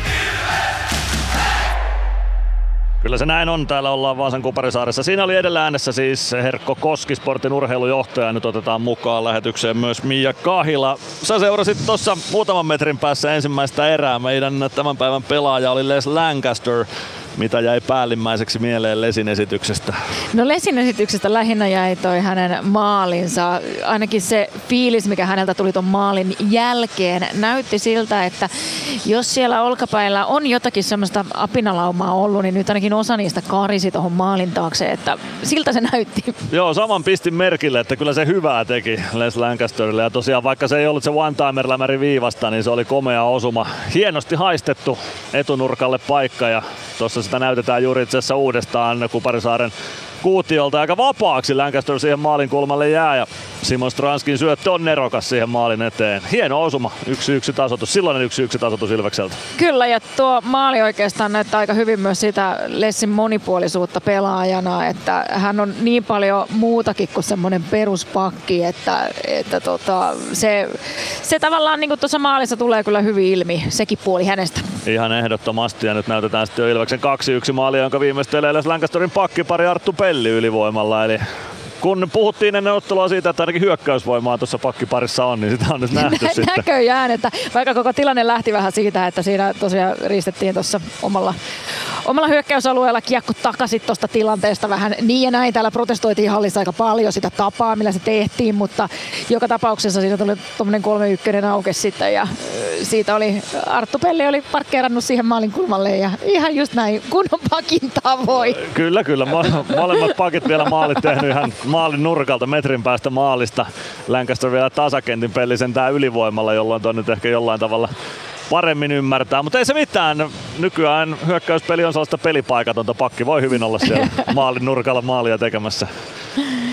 Kyllä se näin on. Täällä ollaan Vaasan Kuparisaaressa. Siinä oli edellä äänessä siis Herkko Koski, Sportin urheilujohtaja. Nyt otetaan mukaan lähetykseen myös Mia Kahila. Sä seurasit tuossa muutaman metrin päässä ensimmäistä erää. Meidän tämän päivän pelaaja oli Les Lancaster. Mitä jäi päällimmäiseksi mieleen Lesin esityksestä? No Lesin esityksestä lähinnä jäi toi hänen maalinsa. Ainakin se fiilis, mikä häneltä tuli ton maalin jälkeen, näytti siltä, että jos siellä olkapäillä on jotakin semmoista apinalaumaa ollut, niin nyt ainakin osa niistä karisi tohon maalin taakse, että siltä se näytti. Joo, saman pistin merkille, että kyllä se hyvää teki Les Lancasterille. Ja tosiaan vaikka se ei ollut se one-timer lämäri viivasta, niin se oli komea osuma. Hienosti haistettu etunurkalle paikka ja tuossa sitä näytetään juuri itse asiassa uudestaan Kuparisaaren kuutiolta. Aika vapaaksi Lancaster siihen maalin kulmalle jää ja Simon Stranskin syöttö on nerokas siihen maalin eteen. Hieno osuma, yksi yksi tasoitus, silloinen yksi yksi tasoitus Ilvekseltä. Kyllä ja tuo maali oikeastaan näyttää aika hyvin myös sitä Lessin monipuolisuutta pelaajana, että hän on niin paljon muutakin kuin semmoinen peruspakki, että, että tota, se, se tavallaan niin kuin tuossa maalissa tulee kyllä hyvin ilmi, sekin puoli hänestä. Ihan ehdottomasti ja nyt näytetään sitten jo Ilveksen kaksi yksi maalia, jonka viimeistelee Les Lancasterin pakkipari Arttu Pelli ylivoimalla. Eli kun puhuttiin ennen ottelua siitä, että ainakin hyökkäysvoimaa tuossa pakkiparissa on, niin sitä on nyt nähty Nä- sitten. Näköjään, että vaikka koko tilanne lähti vähän siitä, että siinä tosiaan riistettiin tuossa omalla, omalla hyökkäysalueella kiekko takaisin tuosta tilanteesta vähän niin ja näin. Täällä protestoitiin hallissa aika paljon sitä tapaa, millä se tehtiin, mutta joka tapauksessa siitä tuli tuommoinen kolme ykkönen auke sitten ja siitä oli Arttu Pelli oli parkkeerannut siihen maalin kulmalle ja ihan just näin kunnon pakin tavoin. Kyllä, kyllä. Mo- molemmat pakit vielä maalit tehnyt ihan maalin nurkalta metrin päästä maalista. Lancaster vielä tasakentin Pelli sentään ylivoimalla, jolloin tuon nyt ehkä jollain tavalla paremmin ymmärtää. Mutta ei se mitään. Nykyään hyökkäyspeli on sellaista pelipaikatonta. Pakki voi hyvin olla siellä maalin nurkalla maalia tekemässä.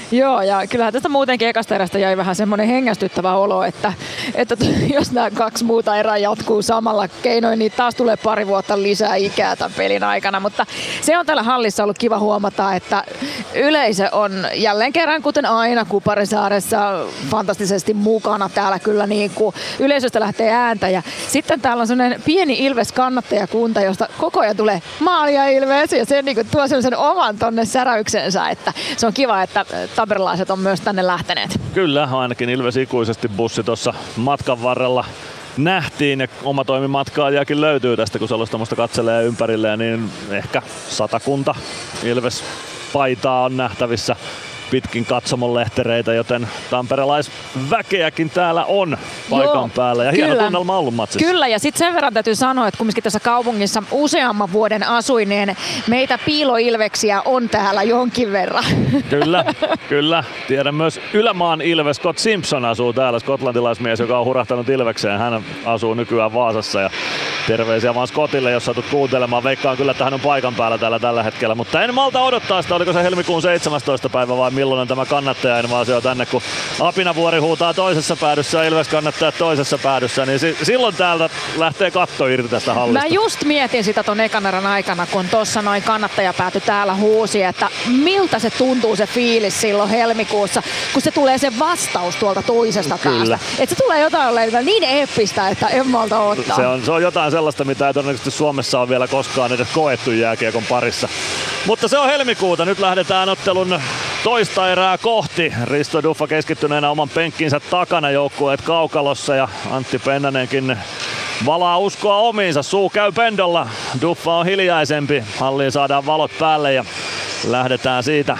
Joo, ja kyllähän tästä muutenkin ekasta erästä jäi vähän semmoinen hengästyttävä olo, että, että jos nämä kaksi muuta erää jatkuu samalla keinoin, niin taas tulee pari vuotta lisää ikää tämän pelin aikana. Mutta se on täällä hallissa ollut kiva huomata, että yleisö on jälleen kerran, kuten aina Kuparisaaressa, fantastisesti mukana täällä kyllä niin kuin yleisöstä lähtee ääntä. Ja sitten täällä on semmoinen pieni Ilves-kannattajakunta, josta koko ajan tulee maalia Ilves, ja se niin kuin tuo semmoisen oman tonne säräyksensä, että se on kiva, että tamperelaiset on myös tänne lähteneet. Kyllä, ainakin Ilves ikuisesti bussi tuossa matkan varrella nähtiin ja oma toimimatkailijakin löytyy tästä, kun sellaista katselee ympärilleen, niin ehkä satakunta Ilves paitaa on nähtävissä pitkin katsomon lehtereitä, joten tamperelaisväkeäkin täällä on paikan Joo, päällä ja hieno tunnelma ollut matsissa. Kyllä, ja sitten sen verran täytyy sanoa, että kumminkin tässä kaupungissa useamman vuoden asuin, niin meitä piiloilveksiä on täällä jonkin verran. Kyllä, kyllä. Tiedän myös Ylämaan Ilves. Scott Simpson asuu täällä, skotlantilaismies, joka on hurahtanut Ilvekseen. Hän asuu nykyään Vaasassa ja terveisiä vaan Scottille, jos satut kuuntelemaan. Veikkaan kyllä, että hän on paikan päällä täällä tällä hetkellä, mutta en malta odottaa sitä, oliko se helmikuun seitsemästoista päivä vai milloin on tämä kannattajainvaasio tänne, kun Apinavuori huutaa toisessa päädyssä ja Ilves kannattajat toisessa päädyssä, niin si- silloin täältä lähtee katto irti tästä hallista. Mä just mietin sitä ton ekan erän aikana, kun tossa noin kannattajapääty täällä huusi, että miltä se tuntuu se fiilis silloin helmikuussa, kun se tulee se vastaus tuolta toisesta Kyllä. päästä. Että se tulee jotain olemaan niin eeppistä, että en malta ottaa. Se on, se on jotain sellaista, mitä ei todennäköisesti Suomessa ole vielä koskaan edes koettu jääkiekon parissa. Mutta se on helmikuuta, nyt lähdetään ottelun toista erää kohti. Risto Duffa keskittyneenä oman penkkinsä takana, joukkueet kaukalossa ja Antti Pennanenkin valaa uskoa omiinsa. Suu käy pendolla. Duffa on hiljaisempi. Halliin saadaan valot päälle ja lähdetään siitä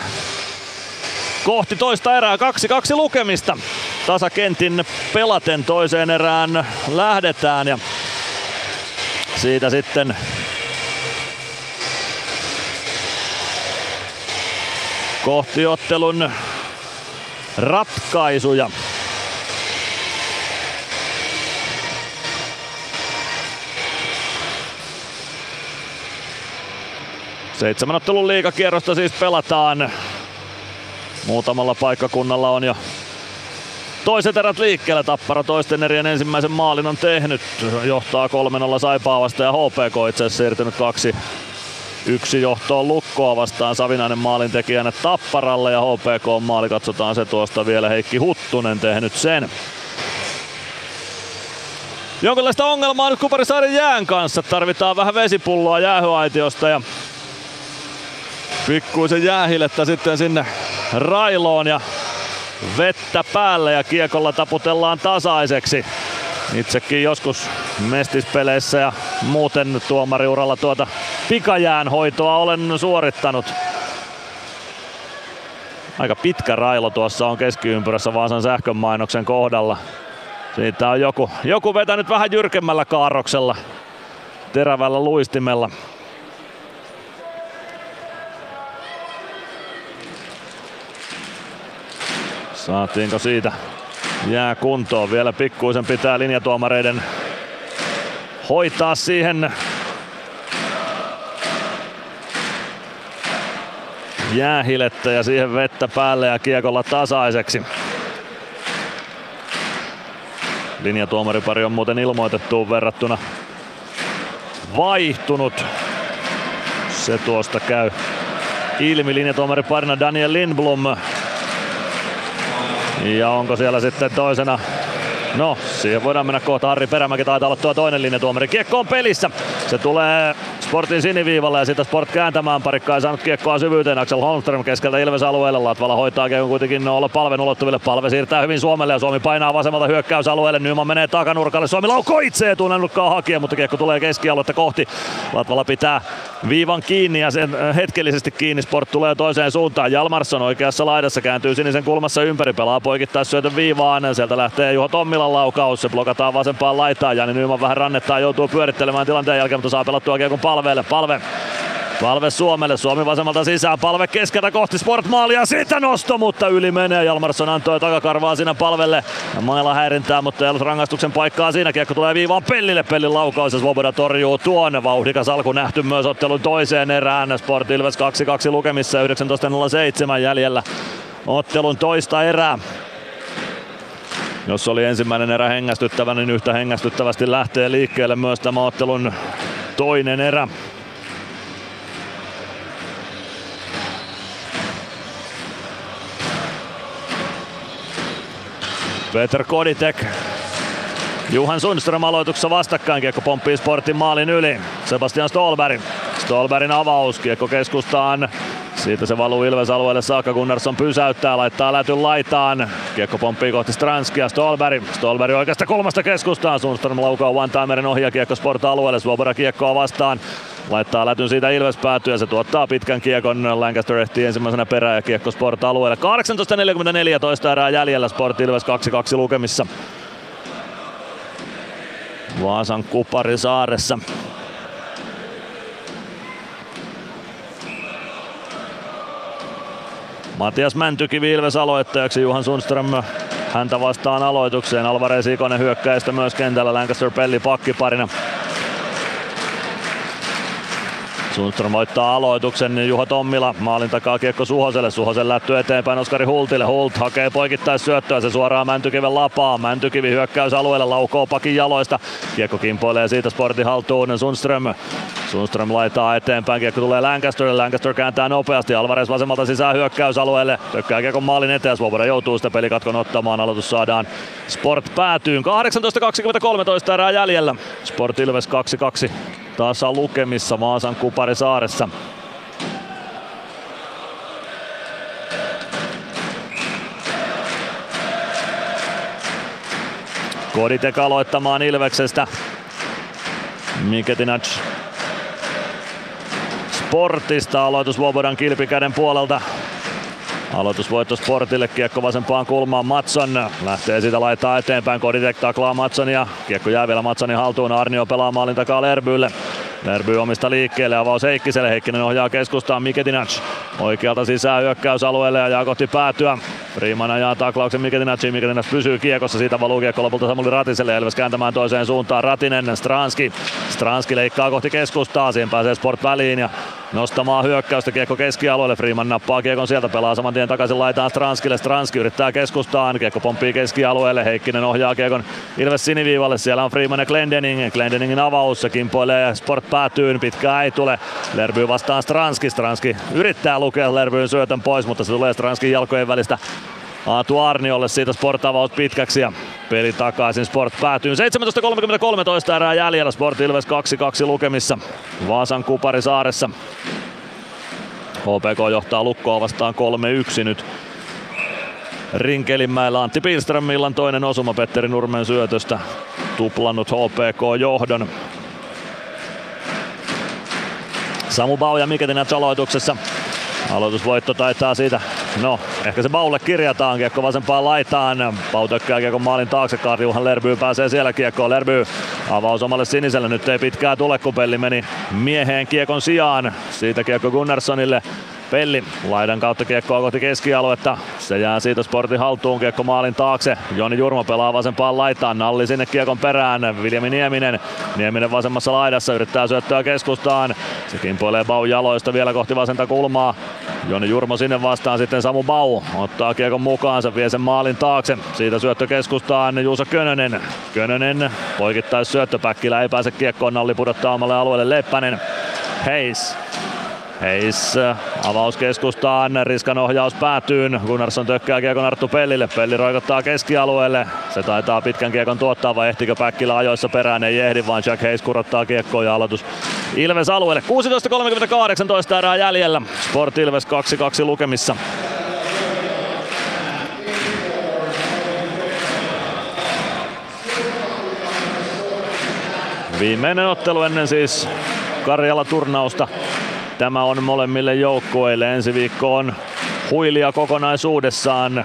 kohti toista erää. kaksi kaksi lukemista. Tasakentin pelaten toiseen erään lähdetään ja siitä sitten kohti ottelun ratkaisuja. Seitsemän ottelun liigakierrosta siis pelataan. Muutamalla paikkakunnalla on jo toiset erät liikkeellä. Tappara toisten erien ensimmäisen maalin on tehnyt. Johtaa kolme nolla Saipaa vastaan ja H P K itse asiassa siirtynyt kaksi yksi johtoon Lukkoa vastaan. Savinainen maalintekijänä Tapparalle ja H P K maali, katsotaan se tuosta vielä. Heikki Huttunen tehnyt sen. Jonkinlaista ongelmaa nyt Kuparisaaren jään kanssa. Tarvitaan vähän vesipulloa jäähyaitiosta ja pikkuisen jäähilettä sitten sinne railoon ja vettä päälle ja kiekolla taputellaan tasaiseksi. Itsekin joskus mestispeleissä ja muuten tuomariuralla tuota pikajäänhoitoa olen suorittanut. Aika pitkä railo tuossa on keskiympyrässä Vaasan sähkön mainoksen kohdalla. Siitä on joku, joku vetänyt vähän jyrkemmällä kaarroksella, terävällä luistimella. Saatiinko siitä jää kuntoon? Vielä pikkuisen pitää linjatuomareiden hoitaa siihen jäähilettä ja siihen vettä päälle ja kiekolla tasaiseksi. Linjatuomaripari on muuten ilmoitettuun verrattuna vaihtunut. Se tuosta käy ilmi. Linjatuomariparina Daniel Lindblom. Ja onko siellä sitten toisena? No, siihen voidaan mennä kohta. Harri Perämäki taitaa olla tuo toinen linjatuomari. Kiekko on pelissä. Se tulee Sportin siniviivalle ja sitä Sport kääntämään. Parikka ei saanut kiekkoa syvyyteen. Axel Holmström keskeltä Ilves alueelle. Latvala hoitaa kiekon kuitenkin olla Palven ulottuville. Palve siirtää hyvin Suomelle ja Suomi painaa vasemmalta hyökkäysalueelle. Nyman menee takanurkalle. Suomi laukoo itse etunenukkaa hakea, mutta kiekko tulee keskialuetta kohti. Latvala pitää viivan kiinni ja sen hetkellisesti kiinni. Sport tulee toiseen suuntaan. Jalmarsson oikeassa laidassa kääntyy sinisen kulmassa ympäri. Pelaa poikittais syötön viivaan. Sieltä lähtee Juho Tommilan laukaus. Se blokataan vasempaan laitaan. Jani Nyman vähän rannettaa, joutuu pyörittelemään tilanteen jälkeen, mutta saa pelattua kiekon Palveelle. Palve. Palve Suomelle. Suomi vasemmalta sisään. Palve keskeltä kohti Sport-maalia. Siitä nosto, mutta yli menee. Jalmarsson antoi takakarvaa siinä Palvelle. Maila häirintää, mutta ei ollut rangaistuksen paikkaa siinä. Kiekko tulee viivaan Pellille. Pellin laukaus ja Svoboda torjuu tuon. Vauhdikas alku nähty myös ottelun toiseen erään. Sport Ilves kaksi kaksi lukemissa. yhdeksäntoista nolla seitsemän jäljellä ottelun toista erää. Jos oli ensimmäinen erä hengästyttävä, niin yhtä hengästyttävästi lähtee liikkeelle myös tämä ottelun toinen erä. Peter Koditek. Johan Sundström aloituksessa vastakkain, kiekko pomppii Sportin maalin yli. Sebastian Ståhlberg. Ståhlbergin avaus, kiekko keskustaan. Siitä se valuu Ilves-alueelle saakka, Gunnarsson pysäyttää, laittaa lätyn laitaan. Kiekko pomppii kohti Stranskia, Ståhlberg. Ståhlberg oikeasta kulmasta keskustaan. Sundström laukaa one-timerin ohja kiekko Sport-alueelle, Svoboda kiekkoa vastaan. Laittaa lätyn siitä Ilves päätyy ja se tuottaa pitkän kiekon. Lancaster ehtii ensimmäisenä perään ja kiekko Sport-alueelle. kahdeksantoista neljäkymmentäneljä toista erää jäljellä, Sport Ilves kaksi kaksi lukemissa. Vaasan Kuparisaaressa. Matias Mäntykivi Ilves aloittajaksi, Johan Sundström häntä vastaan aloitukseen. Alvarez Ikonen hyökkäistä myös kentällä, Lancaster Pelli pakkiparina. Sundström voittaa aloituksen, Juho Tommila maalin takaa kiekko Suhoselle, Suhosen lätty eteenpäin Oskari Hultille, Hult hakee poikittais syöttöä, se suoraan Mäntykiven lapaa, Mäntykivi hyökkäysalueelle, laukoo pakin jaloista, kiekko kimpoilee siitä Sportin haltuun, Sundström Sundström laittaa eteenpäin, kiekko tulee Lancasterille, Lancaster kääntää nopeasti, Alvarez vasemmalta sisään hyökkäysalueelle, tökkää kiekon maalin eteen, Svoboda joutuu sitä pelikatkon ottamaan, aloitus saadaan Sport päätyyn, kahdeksantoista kaksikymmentäkolme erää jäljellä, Sport Ilves kaksi kaksi tasa lukemissa Vaasan Kuparisaaressa. Koditek aloittamaan Ilveksestä. Miketinac Sportista, aloitus Svobodan kilpikäden puolelta. Aloitusvoitto Sportille, kiekko vasempaan kulmaan, Matson lähtee siitä laittaa eteenpäin, Koditek taklaa Matsonia, kiekko jää vielä Matsonin haltuun, Arnio pelaa maalin takaa Lerbylle. Lerby omista liikkeelle, avaus Heikkiselle, Heikkinen ohjaa keskustaan, Miketinac oikealta sisään hyökkäysalueelle ja jää kohti päätyä. Freeman ajaa taklauksen Miketinaciin, Miketinac pysyy kiekossa, siitä valuu kiekko lopulta Samuli Ratiselle, Ilves kääntämään toiseen suuntaan, Ratinen, Stranski, Stranski leikkaa kohti keskustaa, siihen pääsee Sport väliin ja nostamaan hyökkäystä, kiekko keskialueelle, Freeman nappaa kiekon sieltä, pelaa saman tien takaisin laitaan Stranskille, Stranski yrittää keskustaan, kiekko pomppii keskialueelle, Heikkinen ohjaa kiekon Ilves siniviivalle, siellä on Freeman ja Glendening, Glendeningin avaus, se kimpoilee Sport päätyyn, pitkää ei tule, Lerby vastaan Stranski, Stranski yrittää lukea Lerbyn syötön pois, mutta se tulee Stranskin jalkojen välistä Aatu Arniolle, siitä Sport avaus pitkäksi ja peli takaisin, Sport päätyy. seitsemäntoista kolmekymmentäkolme erää jäljellä, Sport Ilves kaksi kaksi lukemissa Vaasan Kuparisaaressa. H P K johtaa Lukkoa vastaan kolme yksi nyt Rinkelinmäellä. Antti Pilström illan toinen osuma Petteri Nurmen syötöstä tuplannut H P K-johdon. Samu Bau ja Miketinac aloituksessa. Aloitusvoitto taitaa siitä, no ehkä se Baulle kirjataan, kiekko vasempaan laitaan. Bau tökkää kiekon maalin taakse, Karjuhan Lerby pääsee siellä kiekkoon. Lerby avaus omalle siniselle, nyt ei pitkää tule kun Pelli meni mieheen kiekon sijaan. Siitä kiekko Gunnarssonille. Pelli laidan kautta kiekkoa kohti keskialuetta. Se jää siitä Sportin haltuun, kiekko maalin taakse. Joni Jurmo pelaa vasempaan laitaan. Nalli sinne kiekon perään. Viljami Nieminen. Nieminen vasemmassa laidassa yrittää syöttöä keskustaan. Se kimpoilee Bau jaloista vielä kohti vasenta kulmaa. Joni Jurmo sinne vastaan, sitten Samu Bau ottaa kiekon mukaansa, vie sen maalin taakse. Siitä syöttö keskustaan Juuso Könönen. Könönen poikittais syöttö, Päkkilä ei pääse kiekkoon, Nalli pudottaa omalle alueelle, Leppänen. Heis. Heis avaus keskustaan, Riskan ohjaus päätyyn. Gunnarsson tökkää kiekon Arttu Pellille. Pelli roikottaa keskialueelle. Se taitaa pitkän kiekon tuottaa, vai ehtikö Päkkilä ajoissa perään? Ei ehdi, vaan Jack Heis kurottaa kiekkoon ja aloitus Ilves alueelle. kuusitoista kolmekymmentäkahdeksan erää jäljellä. Sport Ilves kaksi kaksi lukemissa. Viimeinen ottelu ennen siis Karjala-turnausta. Tämä on molemmille joukkueille. Ensi viikko on huilia kokonaisuudessaan.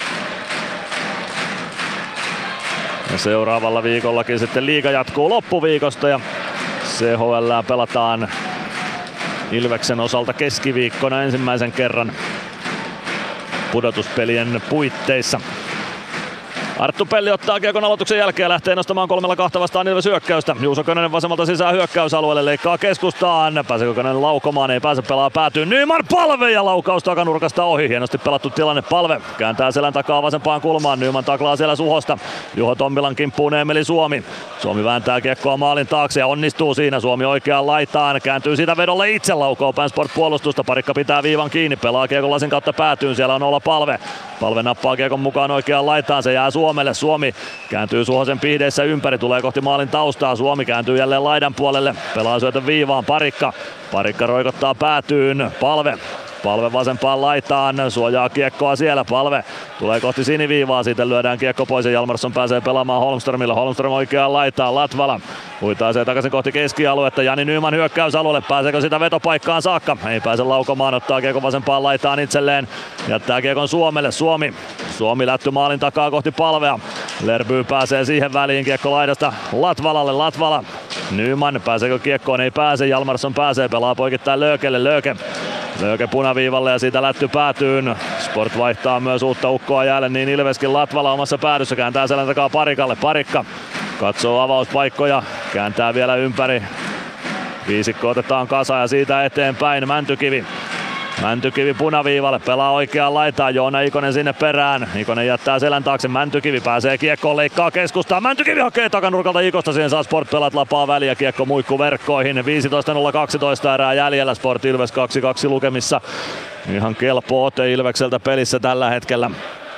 Ja seuraavalla viikollakin sitten liiga jatkuu loppuviikosta ja C H L pelataan Ilveksen osalta keskiviikkona ensimmäisen kerran pudotuspelien puitteissa. Arttu Pelli ottaa kiekon aloituksen jälkeen ja lähtee nostamaan kolmella kahta vastaan Ilves hyökkäystä. Juuso Könönen vasemmalta sisään hyökkäysalueelle, leikkaa keskustaan. Pääseekö Könönen laukomaan? Ei pääse, pelaa päätyy. Nyman Palve ja laukaus takanurkasta ohi. Hienosti pelattu tilanne. Palve kääntää selän takaa vasempaan kulmaan. Nyman taklaa siellä Suhosta. Juho Tommilan kimppuun Eemeli Suomi. Suomi vääntää kiekkoa maalin taakse ja onnistuu siinä. Suomi oikeaan laitaan. Kääntyy siitä vedolle itse, laukoo Sport puolustusta. Parikka pitää viivan kiinni. Pelaa kiekon lasin kautta päätyyn. Siellä on Olla Palve. Palve nappaa kiekon mukaan oikeaan laitaan. Se jää Suomelle. Suomi kääntyy Suhosen pihdeissä ympäri. Tulee kohti maalin taustaa. Suomi kääntyy jälleen laidan puolelle. Pelaa syötön viivaan. Parikka. Parikka roikottaa päätyyn. Palve. Palve vasempaan laitaan, suojaa kiekkoa siellä, Palve tulee kohti siniviivaa, siitä lyödään kiekko pois ja Hjalmarsson pääsee pelaamaan Holmströmille, Holmström oikeaan laitaan, Latvala huitaisee takaisin kohti keskialuetta, Jani Nyman hyökkäysalueelle, pääseekö sitä vetopaikkaan saakka, ei pääse laukomaan, ottaa kiekon vasempaan laitaan itselleen, jättää kiekon Suomelle, Suomi, Suomi lätty maalin takaa kohti Palvea, Lerby pääsee siihen väliin, kiekko laidasta Latvalalle, Latvala, Nyman, pääseekö kiekkoon, ei pääse, Hjalmarsson pääsee, pelaa poikittain Löökelle, Lööke Lööke punaviivalle ja siitä lätty päätyyn. Sport vaihtaa myös uutta ukkoa jäälle, niin Ilveskin Latvala omassa päädyssä kääntää selän takaa Parikalle. Parikka katsoo avauspaikkoja, kääntää vielä ympäri. Viisikko otetaan kasa ja siitä eteenpäin Mäntykivi. Mäntykivi punaviivalle, pelaa oikeaan laitaan, Joona Ikonen sinne perään. Ikonen jättää selän taakse, Mäntykivi pääsee kiekkoon, leikkaa keskustaan. Mäntykivi hakee takanurkalta Ikosta, siihen saa Sport pelat lapaa väliä, kiekko muikku verkkoihin. viisitoista nolla kaksitoista erää jäljellä, Sport Ilves kaksi kaksi lukemissa. Ihan kelpo ote Ilvekseltä pelissä tällä hetkellä.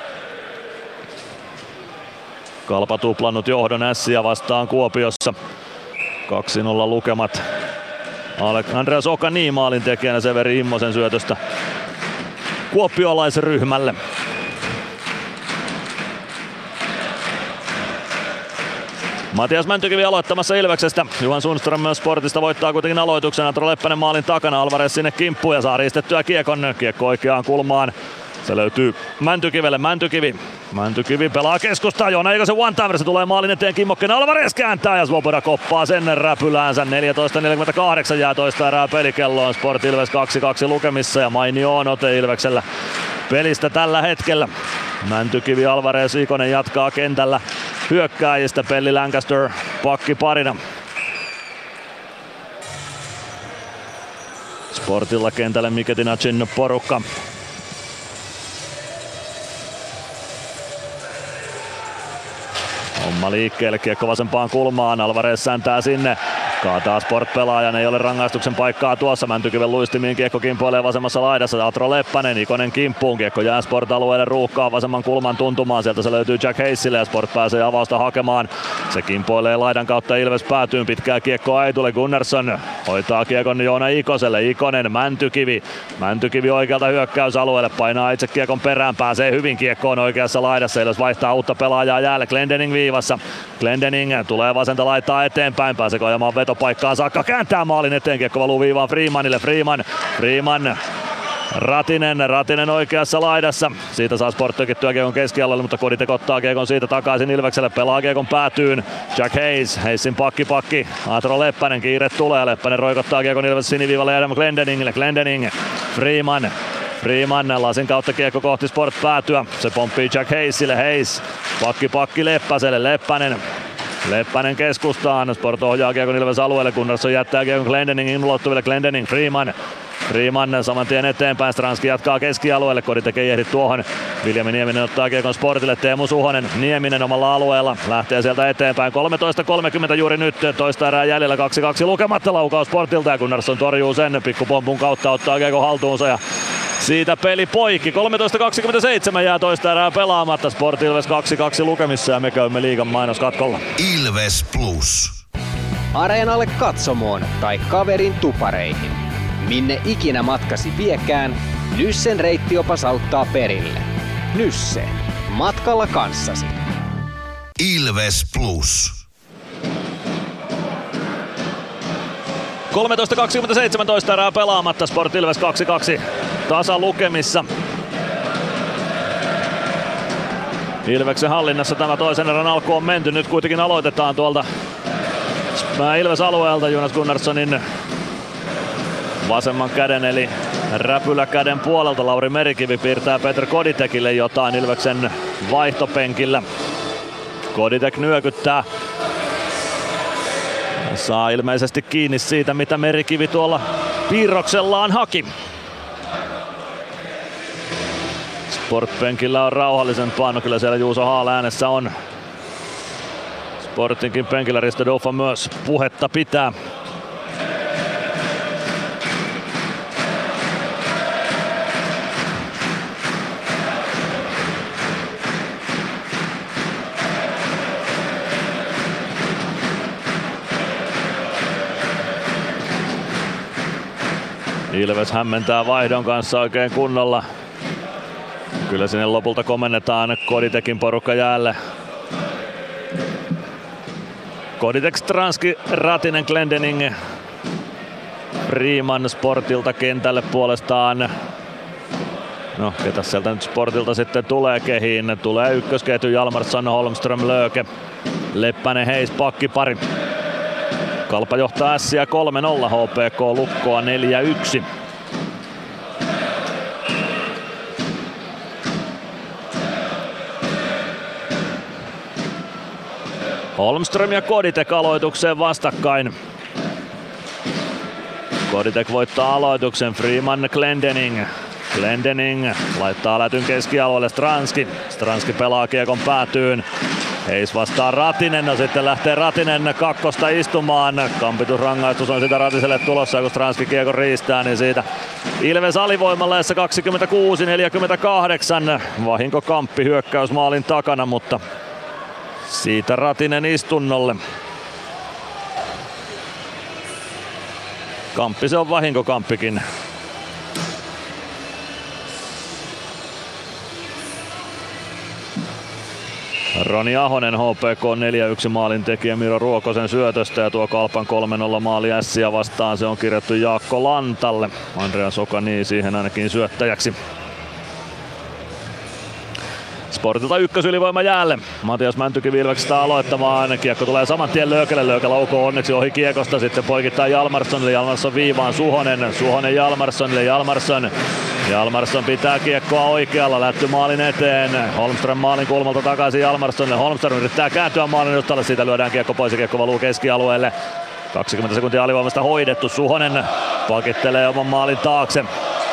Kalpa tuplannut johdon Ässiä vastaan Kuopiossa. kaksi nolla lukemat. Andreas Okani maalin tekijänä Severi Immosen syötöstä kuopiolaisryhmälle. Matias Mäntykivi aloittamassa Ilveksestä. Juhan Sundström myös Sportista voittaa kuitenkin aloituksen. Atro Leppänen maalin takana, Alvarez sinne kimppuun ja saa riistettyä kiekon. Kiekko oikeaan kulmaan. Se löytyy Mäntykivelle, Mäntykivi. Mäntykivi pelaa keskustaan, Joona Ikosen one-timer, se tulee maalin eteen, Kimmokken Alvarez kääntää ja Svoboda koppaa sen räpyläänsä. neljätoista neljäkymmentäkahdeksan jää toista erää pelikelloon, Sport Ilves kaksi kaksi lukemissa ja mainio on ote Ilveksellä pelistä tällä hetkellä. Mäntykivi, Alvarez, Ikonen jatkaa kentällä hyökkääjistä, Pelli Lancaster pakki parina. Sportilla kentälle Miketinacin porukka. Homma liikkeelle, kiekko vasempaan kulmaan, Alvarez säntää sinne. Kaataa Sport-pelaajan, ei ole rangaistuksen paikkaa tuossa. Mäntykiven luistimiin kiekko kimpoilee vasemmassa laidassa. Atro Leppänen, Ikonen kimppuun. Kiekko jää Sport-alueelle ruuhkaa vasemman kulman tuntumaan. Sieltä se löytyy Jack Heissille ja Sport pääsee avausta hakemaan. Se kimpoilee laidan kautta Ilves päätyyn. Pitkää kiekkoa ei tule. Gunnarsson hoitaa kiekon Joona Ikoselle. Ikonen, Mäntykivi. Mäntykivi oikealta hyökkäysalueelle. Painaa itse kiekon perään. Pääsee hyvin kiekkoon oikeassa laidassa. Ilves vaihtaa uutta pelaajaa jäälle. Glendening viivassa. Glendening tulee vasenta laittaa eteenpäin. Pääseekö ajamaan veto paikkaan saakka, kääntää maalin eteen, kiekko valuu viivaan Freemanille, Freeman, Freeman, Ratinen, Ratinen oikeassa laidassa, siitä saa Sport tökittyä kiekon keskialueelle, mutta Koditek ottaa kiekon siitä takaisin Ilvekselle, pelaa kiekon päätyyn, Jack Hayes, Hayesin pakki pakki, Atro Leppänen, kiire tulee, Leppänen roikottaa kiekon Ilves siniviivalle ja Adam Glendeningille, Glendening, Freeman, Freeman lasin kautta kiekko kohti Sport päätyä, se pomppii Jack Hayesille, Hayes, pakki pakki Leppäselle, Leppänen, Leppänen keskustaan, Sport ohjaa kiekon Ilves alueelle, Gunnarsson jättää kiekon Glendeningin ulottuville, Glendening, Freeman. Freeman saman tien eteenpäin, Stranski jatkaa keskialueelle, Koditek ei ehdi tuohon. Viljami Nieminen ottaa kiekon Sportille, Teemu Suhonen, Nieminen omalla alueella, lähtee sieltä eteenpäin. kolmetoista kolmekymmentä juuri nyt, toista erää jäljellä, kaksi kaksi lukematta, laukaus Sportilta ja Gunnarsson torjuu sen, pikkupompun kautta ottaa kiekon haltuunsa ja siitä peli poikki. kolmetoista kaksikymmentäseitsemän jää toista erää pelaamatta, Sport Ilves kaksi kaksi lukemissa ja me käymme liigan mainoskatkolla. Ilves Plus. Areenalle, katsomoon tai kaverin tupareihin. Minne ikinä matkasi viekään, Nyssen reittiopas auttaa perille. Nysse. Matkalla kanssasi. Ilves Plus. kolmetoista kaksikymmentäseitsemän erää pelaamatta, Sport Ilves kaksi kaksi tasa lukemissa. Ilveksen hallinnassa tämä toisen erän alku on menty. Nyt kuitenkin aloitetaan tuolta Ilves alueelta Jonas Gunnarssonin vasemman käden eli räpyläkäden puolelta. Lauri Merikivi piirtää Petr Koditekille jotain Ilveksen vaihtopenkillä. Koditek nyökyttää. Saa ilmeisesti kiinni siitä, mitä Merikivi tuolla piirroksellaan haki. Sport-penkillä on rauhallisempaa, no kyllä siellä Juuso Haal äänessä on. Sportinkin penkillä Risto Duffa myös puhetta pitää. Ilves hämmentää vaihdon kanssa oikein kunnolla. Kyllä sinne lopulta komennetaan Koditekin porukka jäälle. Koditek, Stranski, Ratinen, Glendening, Freeman Sportilta kentälle puolestaan. No, ketä sieltä nyt Sportilta sitten tulee kehiin? Tulee ykkösketju Hjalmarsson, Holmström, Lööke, Leppänen, Heis, pakkipari. Kalpa johtaa Ässiä kolme nolla, H P K Lukkoa neljä yksi. Holmström ja Koditek aloitukseen vastakkain. Koditek voittaa aloituksen, Freeman, Glendening. Glendening laittaa lätyn keskialueelle Stranski. Stranski pelaa kiekon päätyyn. Heis vastaa Ratinen, no sitten lähtee Ratinen kakkosta istumaan. Kampitusrangaistus on sitä Ratiselle tulossa, kun Stranski kiekon riistää, niin siitä Ilves alivoimalleessa kaksikymmentäkuusi neljäkymmentäkahdeksan. Vahinko Kamppi hyökkäys maalin takana, mutta siitä Ratinen istunnolle. Kamppi se on vahinko Kamppikin. Roni Ahonen H P K neljä yksi maalin tekijä Miro Ruokosen syötöstä ja tuo Kalpan kolme nolla maali Ässiä vastaan se on kirjattu Jaakko Lantalle. Andreas Okani siihen ainakin syöttäjäksi. Sportilta ykkösylivoima jäälle. Matias Mäntykivi Ilveksestä aloittamaan. Kiekko tulee saman tien Löökelle. Lööke laukoo onneksi ohi kiekosta. Sitten poikittaa Hjalmarssonille. Hjalmarsson viivaan Suhonen. Suhonen Hjalmarssonille. Hjalmarsson. Hjalmarsson pitää kiekkoa oikealla. Lätty maalin eteen. Holmström maalin kulmalta takaisin Hjalmarssonille. Holmström yrittää kääntyä maalin edustalle. Siitä lyödään kiekko pois ja kiekko valuu keskialueelle. kaksikymmentä sekuntia alivoimasta hoidettu. Suhonen pakittelee oman maalin taakse.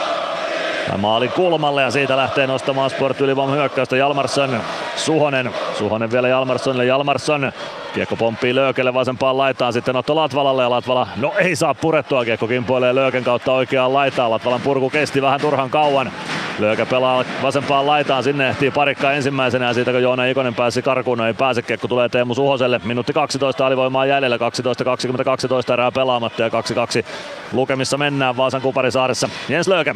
Maalin kulmalle ja siitä lähtee nostamaan Sport ylivoiman hyökkäystä Hjalmarsson. Suhonen. Suhonen vielä Hjalmarssonille. Hjalmarsson. Kiekko pomppii Löökelle vasempaan laitaan. Sitten otto Latvalalle ja Latvala no ei saa purettua. Kiekko kimpoilee Lööken kautta oikeaan laitaan. Latvalan purku kesti vähän turhan kauan. Lööke pelaa vasempaan laitaan. Sinne ehtii Parikka ensimmäisenä ja siitä kun Joona Ikonen pääsi karkuun, no ei pääse. Kiekko tulee Teemu Suhoselle. Minuutti kaksitoista alivoimaa jäljellä. kaksitoista kaksikymmentä erää pelaamatta ja kaksi kaksi lukemissa mennään Vaasan Kuparisaaressa. Jens Lööke.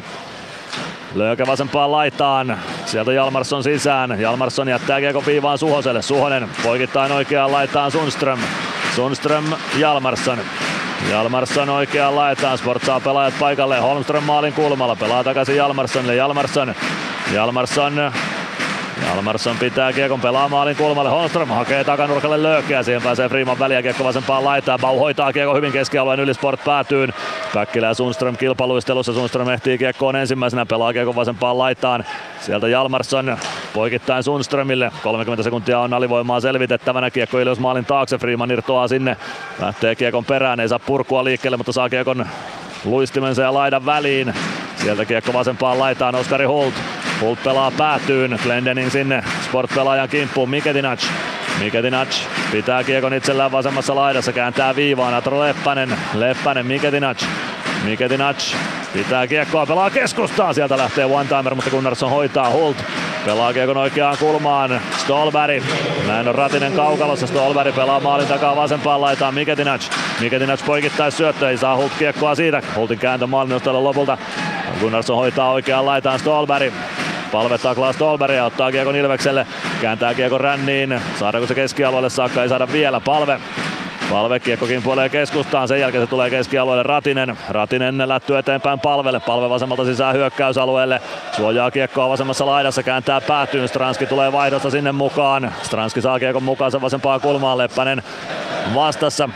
Lööke vasempaan laitaan. Sieltä Hjalmarsson sisään. Hjalmarsson jättää kiekon viivaan Suhoselle. Suhonen poikittain oikeaan laitaan Sundström. Sundström Hjalmarsson. Hjalmarsson oikeaan laitaan. Sport saa pelaajat paikalle. Holmström maalin kulmalla. Pelaa takaisin Hjalmarssonille. Hjalmarsson. Hjalmarsson. Hjalmarsson pitää kiekon, pelaa maalin kulmalle. Holmström hakee takanurkalle Löökeä. Siihen pääsee Freeman väliä, kiekko vasempaan laitaan. Bau hoitaa kiekko hyvin keskialueen yli, Sport päätyyn. Päkkilä ja Sundström kilpailuistelussa. Sundström ehtii kiekkoon ensimmäisenä, pelaa kiekon vasempaan laitaan. Sieltä Hjalmarsson poikittain Sundströmille. kolmekymmentä sekuntia on alivoimaa selvitettävänä. Kiekko Ilves maalin taakse. Freeman irtoaa sinne. Lähtee kiekon perään, ei saa purkua liikkeelle, mutta saa kiekon luistimensa ja laidan väliin. Sieltä kiekko vasempaan laitaan Oskari Hult. Hult pelaa päätyyn, Glendening sinne Sport-pelaajan kimppuun, Miketinac. Miketinac pitää kiekon itsellään vasemmassa laidassa, kääntää viivaan, Atro Leppänen, Leppänen, Miketinac. Miketinac pitää kiekkoa, pelaa keskustaan, sieltä lähtee one-timer, mutta Gunnarsson hoitaa, Hult pelaa kiekon oikeaan kulmaan, Ståhlberg. Näin on Ratinen kaukalossa, Ståhlberg pelaa maalin takaa vasempaan laitaan, Miketinac. Miketinac poikittais syöttö, ei saa Hult kiekkoa siitä, Hultin kääntö maalin lopulta. Gunnarsson hoitaa oikeaan laitaan Ståhlberg. Palve taklaa Ståhlbergia, ottaa kiekon Ilvekselle, kääntää kiekon ränniin. Saadaanko se keskialueelle saakka? Ei saada vielä. Palve. Palve kiekko kimpoilee keskustaan, sen jälkeen se tulee keskialueelle Ratinen. Ratinen lättyy eteenpäin Palvelle. Palve vasemmalta sisään hyökkäysalueelle. Suojaa kiekkoa vasemmassa laidassa, kääntää päätyyn. Stranski tulee vaihdosta sinne mukaan. Stranski saa kiekon mukaansa vasempaan kulmaan. Leppänen vastassa.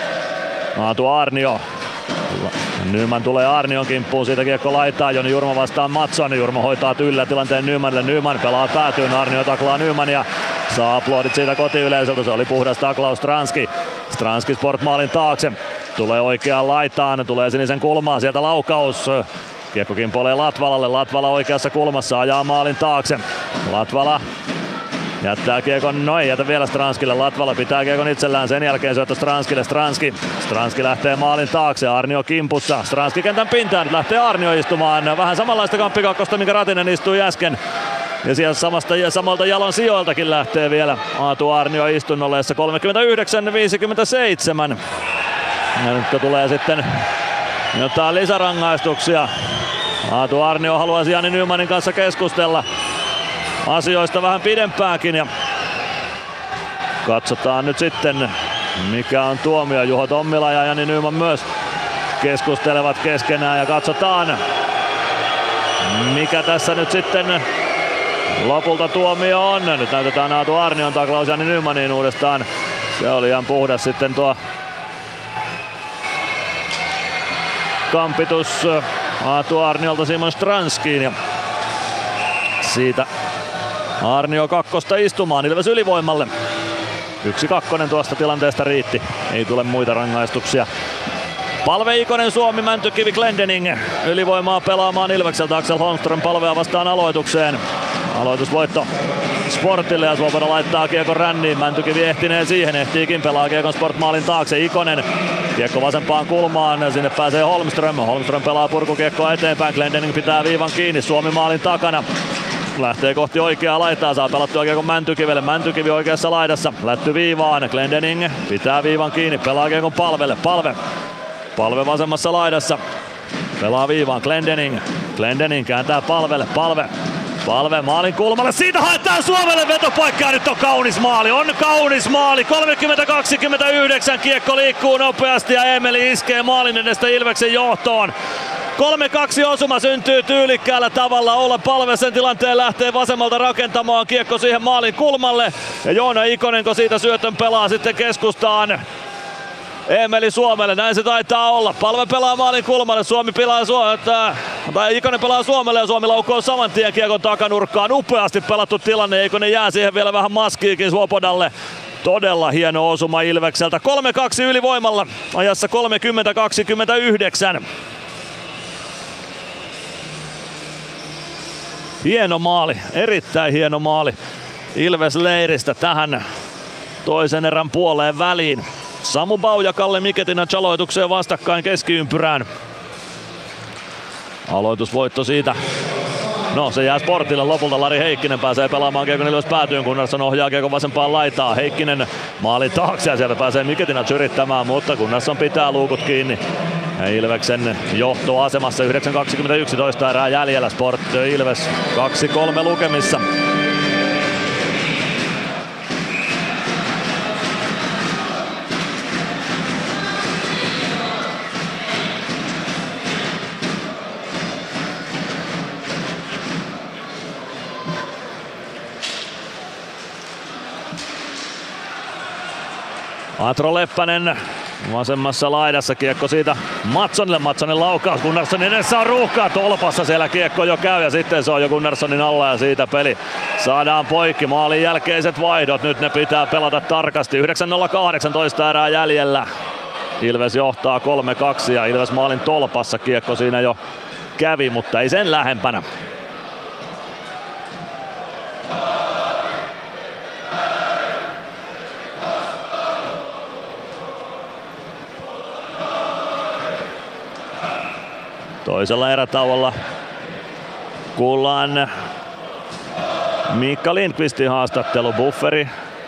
Aatu Arnio. Nyman tulee Arnion kimppuun, siitä kiekko laittaa, Joni Jurmo vastaan Matson, Jurmo hoitaa tyllä tilanteen Nymanille, Nyman pelaa päätyyn, Arnio taklaa Nymania, Saa aplodit siitä kotiyleisöltä, se oli puhdas taklaus Stranski. Stranski Sport-maalin taakse. Tulee oikeaan laitaan, tulee sinisen kulmaan, sieltä laukaus. Kiekko kimpoilee Latvalalle, Latvala oikeassa kulmassa ajaa maalin taakse. Latvala jättää kiekon, no ei jätä vielä Stranskille, Latvala pitää kiekon itsellään, sen jälkeen syöttö Stranskille, Stranski. Stranski lähtee maalin taakse, Arnio kimpussa, Stranski kentän pintaan, nyt lähtee Arnio istumaan, vähän samanlaista kamppikakkosta, minkä Ratinen istui äsken. Ja siellä samasta, samalta jalon sijoiltakin lähtee vielä Aatu Arnio istunnolleessa kolmekymmentäyhdeksän viisikymmentäseitsemän. Ja nyt tulee sitten jotain lisärangaistuksia. Aatu Arnio haluaisi Jani Nymanin kanssa keskustella asioista vähän pidempäänkin. Ja katsotaan nyt sitten mikä on tuomio. Juho Tommila ja Jani Nyman myös keskustelevat keskenään ja katsotaan mikä tässä nyt sitten lopulta tuomio on. Nyt näytetään Aatu Arnion taklaus Jani Nymaniin uudestaan. Se oli ihan puhdas sitten tuo kampitus Aatu Arniolta Simon Stranskiin. Ja siitä Arnio kakkosta istumaan Ilves ylivoimalle. Yksi kakkonen tuosta tilanteesta riitti. Ei tule muita rangaistuksia. Palve Ikonen Suomi, Mäntykivi Glendening ylivoimaa pelaamaan Ilvekseltä. Axel Holmström Palvea vastaan aloitukseen. Aloitusvoitto Sportille ja Svoboda laittaa kiekon ränniin. Mäntykivi ehtineen siihen, ehtiikin pelaa kiekon Sport-maalin taakse. Ikonen kiekko vasempaan kulmaan, sinne pääsee Holmström. Holmström pelaa purkukiekkoa eteenpäin, Glendening pitää viivan kiinni, Suomi maalin takana. Lähtee kohti oikeaa laitaa, saa pelattua kiekon Mäntykivelle. Mäntykivi oikeassa laidassa, lätty viivaan. Glendening pitää viivan kiinni, pelaa kiekon Palvelle. Palve. Palve vasemmassa laidassa. Pelaa viivaan Glendening. Glendening kääntää Palvelle. Palve. Palve maalin kulmalle. Siitä haetaan Suomelle vetopaikkaa. Nyt on kaunis maali. On kaunis maali. kolmekymmentä kaksikymmentäyhdeksän. Kiekko liikkuu nopeasti ja Emeli iskee maalin edestä Ilveksen johtoon. kolme kaksi osuma syntyy tyylikkäällä tavalla. Olla Palve sen tilanteen lähtee vasemmalta rakentamaan. Kiekko siihen maalin kulmalle. Ja Joona Ikonenko siitä syötön pelaa sitten keskustaan. Emeli Suomelle, näin se taitaa olla. Palve pelaa maalin kulmalle, Suomi pelaa Suomelle, tai Ikonen pelaa Suomelle ja Suomi laukoo saman tien kiekon takanurkkaan. Upeasti pelattu tilanne, Ikonen jää siihen vielä vähän maskiikin Svobodalle. Todella hieno osuma Ilvekseltä. kolme kaksi ylivoimalla ajassa kolmekymmentä kaksikymmentäyhdeksän. Hieno maali, erittäin hieno maali Ilves leiristä tähän toisen erän puoleen väliin. Samu Bau ja Kalle Miketinä aloitukseen vastakkain keskiympyrään. Aloitusvoitto siitä. No se jää Sportille lopulta. Lari Heikkinen pääsee pelaamaan kiekon Ilves päätyyn. Gunnarsson ohjaa kiekon vasempaan laitaan. Heikkinen maalin taakse ja sieltä pääsee Miketinä yrittämään, mutta Gunnarsson pitää luukut kiinni. Ja Ilveksen johtoasemassa yhdeksän kaksikymmentäyksi toista erää jäljellä. Sport Ilves kaksi kolme lukemissa. Atro Leppänen vasemmassa laidassa, kiekko siitä Mattsonille, Mattsonin laukaus, Gunnarssonin edessä on ruuhkaa, tolpassa siellä kiekko jo käy ja sitten se on jo Gunnarssonin alla ja siitä peli saadaan poikki. Maalin jälkeiset vaihdot, nyt ne pitää pelata tarkasti, yhdeksän nolla kahdeksantoista erää jäljellä. Ilves johtaa kolme kaksi ja Ilves maalin tolpassa, kiekko siinä jo kävi, mutta ei sen lähempänä. Toisella erätauolla kuullaan Miikka Lindqvistin haastattelu Bufferi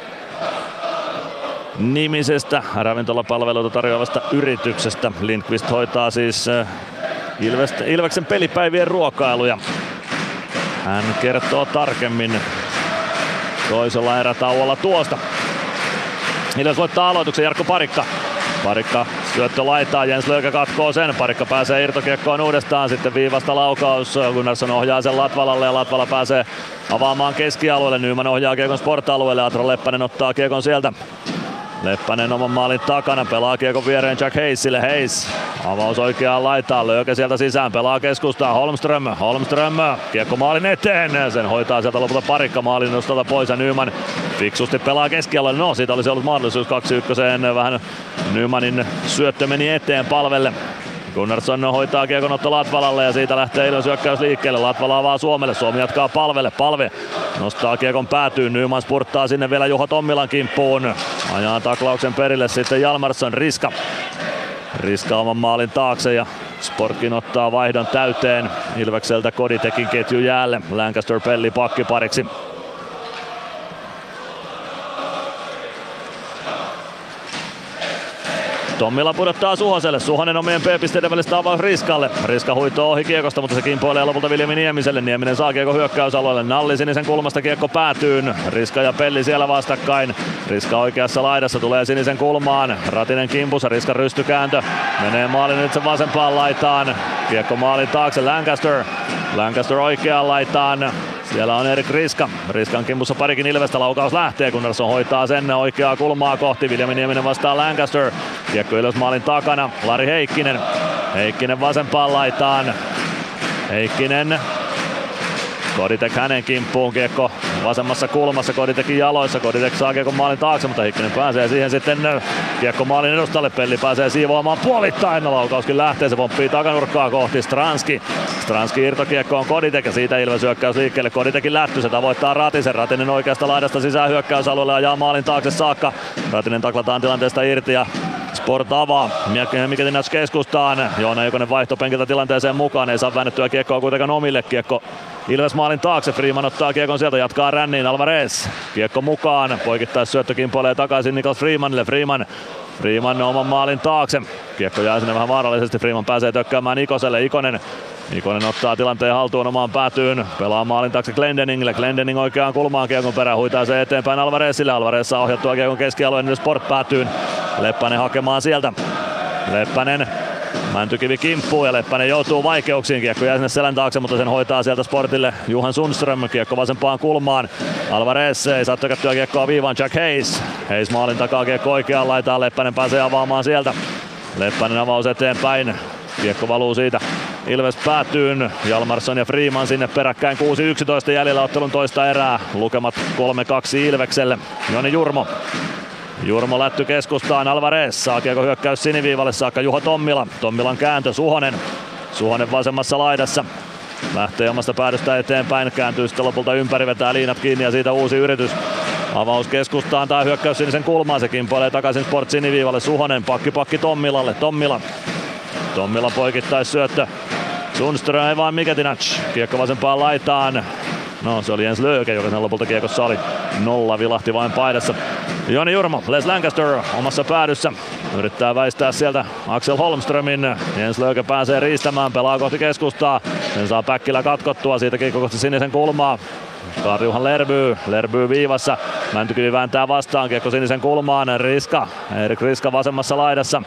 nimisestä ravintolapalveluita tarjoavasta yrityksestä. Lindqvist hoitaa siis Ilveksen pelipäivien ruokailuja. Hän kertoo tarkemmin toisella erätauolla tuosta. Ilves voittaa aloituksen, Jarkko Parikka. Parikka syöttö laitaa, Jens Löökä katkoo sen, Parikka pääsee irtokiekkoon uudestaan, sitten viivasta laukaus, Gunnarsson ohjaa sen Latvalalle ja Latvala pääsee avaamaan keskialueelle, Nyman ohjaa kiekon Sport-alueelle, Atro Leppänen ottaa kiekon sieltä. Leppänen oman maalin takana, pelaa kiekon viereen Jack Hayesille, Hayes avaus oikeaan laitaan, Löökä sieltä sisään, pelaa keskustaan, Holmström, Holmström, kiekko maalin eteen, sen hoitaa sieltä lopulta Parikka maalin nostalta pois ja Nyman fiksusti pelaa keskialueelle. No, siitä olisi ollut mahdollisuus kaksi ykköseen. Vähän Nymanin syöttö meni eteen Palvelle. Gunnarsson hoitaa kiekon Otto Latvalalle ja siitä lähtee Ilves hyökkäys liikkeelle. Latvala avaa Suomelle, Suomi jatkaa Palvelle. Palve nostaa kiekon päätyyn, Nyman spurttaa sinne vielä Juho Tommilan kimppuun. Ajaa taklauksen perille sitten Jalmarsson, Riska. Riska oman maalin taakse ja Sportkin ottaa vaihdon täyteen. Ilvekseltä Koditekin ketju jäälle, Lancaster Pelli pakkipariksi. Tommila pudottaa Suhoselle. Suhonen omien P-pisteiden välistä avaus Riskalle. Riska huitoo ohi kiekosta, mutta se kimpoilee lopulta Viljami Niemiselle. Nieminen saa kiekko hyökkäysalueelle. Nalli sinisen kulmasta kiekko päätyyn. Riska ja Pelli siellä vastakkain. Riska oikeassa laidassa tulee sinisen kulmaan. Ratinen kimpussa. Riskan rystykääntö. Menee maalin nyt sen vasempaan laitaan. Kiekko maalin taakse Lancaster. Lancaster oikeaan laitaan. Siellä on Erik Riska. Riskan kimpussa parikin Ilvestä, laukaus lähtee. Gunnarsson hoitaa sen oikeaa kulmaa kohti. Viljami Nieminen vastaa Lancaster. Kiekko Ilves maalin takana. Lari Heikkinen. Heikkinen vasempaan laitaan. Heikkinen. Koditek hänen kimppuun. Kiekko vasemmassa kulmassa. Koditekin jaloissa. Koditek saa kiekko maalin taakse, mutta Heikkinen pääsee siihen sitten kiekko maalin edustalle. Pelli pääsee siivoamaan puolittain. No, laukauskin lähtee. Se pomppii takanurkkaa kohti Stranski. Stranski irtokiekko on Koditek ja siitä Ilves hyökkäys liikkeelle. Koditekin lätty, se tavoittaa Ratisen. Ratinen oikeasta laidasta sisään hyökkäysalueelle ja ajaa maalin taakse saakka. Ratinen taklataan tilanteesta irti ja Sport avaa. Miketinac keskustaan. Joona Ikonen vaihtopenkiltä tilanteeseen mukaan. Ei saa väännettyä kiekkoa kuitenkaan omille. Kiekko Ilves maalin taakse. Freeman ottaa kiekon sieltä. Jatkaa ränniin. Alvarez. Kiekko mukaan. Poikittais syöttö kimpoilee takaisin Niklas Freemanille. Freeman. Freeman oman maalin taakse. Kiekko jää sinne vähän vaarallisesti. Freeman pääsee tökkäämään Ikoselle. Ikonen. Ikonen ottaa tilanteen haltuun omaan päätyyn. Pelaa maalin taakse Glendeningille. Glendening oikeaan kulmaan kiekon perään. Huitaa se eteenpäin Alvarezille. Alvarez saa ohjattua kiekon keskialueen. Nyt Sport päätyyn. Leppänen hakemaan sieltä. Leppänen. Mäntykivi kimppuu ja Leppänen joutuu vaikeuksiin. Kiekko jää sinne selän taakse, mutta sen hoitaa sieltä Sportille Johan Sundström. Kiekko vasempaan kulmaan. Alvarez ei saa tökättyä kiekkoa viivaan. Jack Hayes. Hayes maalin takaa kiekko oikeaan laitaan. Leppänen pääsee avaamaan sieltä. Leppänen avaus eteenpäin. Kiekko valuu siitä Ilves päätyyn. Jalmarsson ja Freeman sinne peräkkäin. kuusi yksitoista jäljellä ottelun toista erää. Lukemat kolme kaksi Ilvekselle. Joni Jurmo. Jurmo lätty keskustaan. Alvarez saa kiekko hyökkäys siniviivalle saakka Juho Tommila. Tommilan kääntö Suhonen. Suhonen vasemmassa laidassa. Lähtee omasta päädystä eteenpäin. Kääntyy sitten lopulta ympäri. Vetää liinat kiinni ja siitä uusi yritys. Avaus keskustaan tai hyökkäys sinisen kulmaan. Se kimpoilee takaisin Sport siniviivalle. Suhonen pakki pakki Tommilalle. Tommila. Tommila poikittais syöttö. Sundström ei vaan Miketinac. Kiekko vasempaan laitaan. No, se oli Jens Lööke, joka sen lopulta kiekossa oli. Nolla vilahti vain paidassa. Joni Jurmo, Les Lancaster omassa päädyssä. Yrittää väistää sieltä Axel Holmströmin. Jens Lööke pääsee riistämään, pelaa kohti keskustaa. Sen saa Päkkilä katkottua, siitä kiekko kohti sinisen kulmaa. Karjuhan Lerby, Lerby viivassa. Mäntykivi vääntää vastaan, kiekko sinisen kulmaan. Riska, Erik Riska vasemmassa laidassa.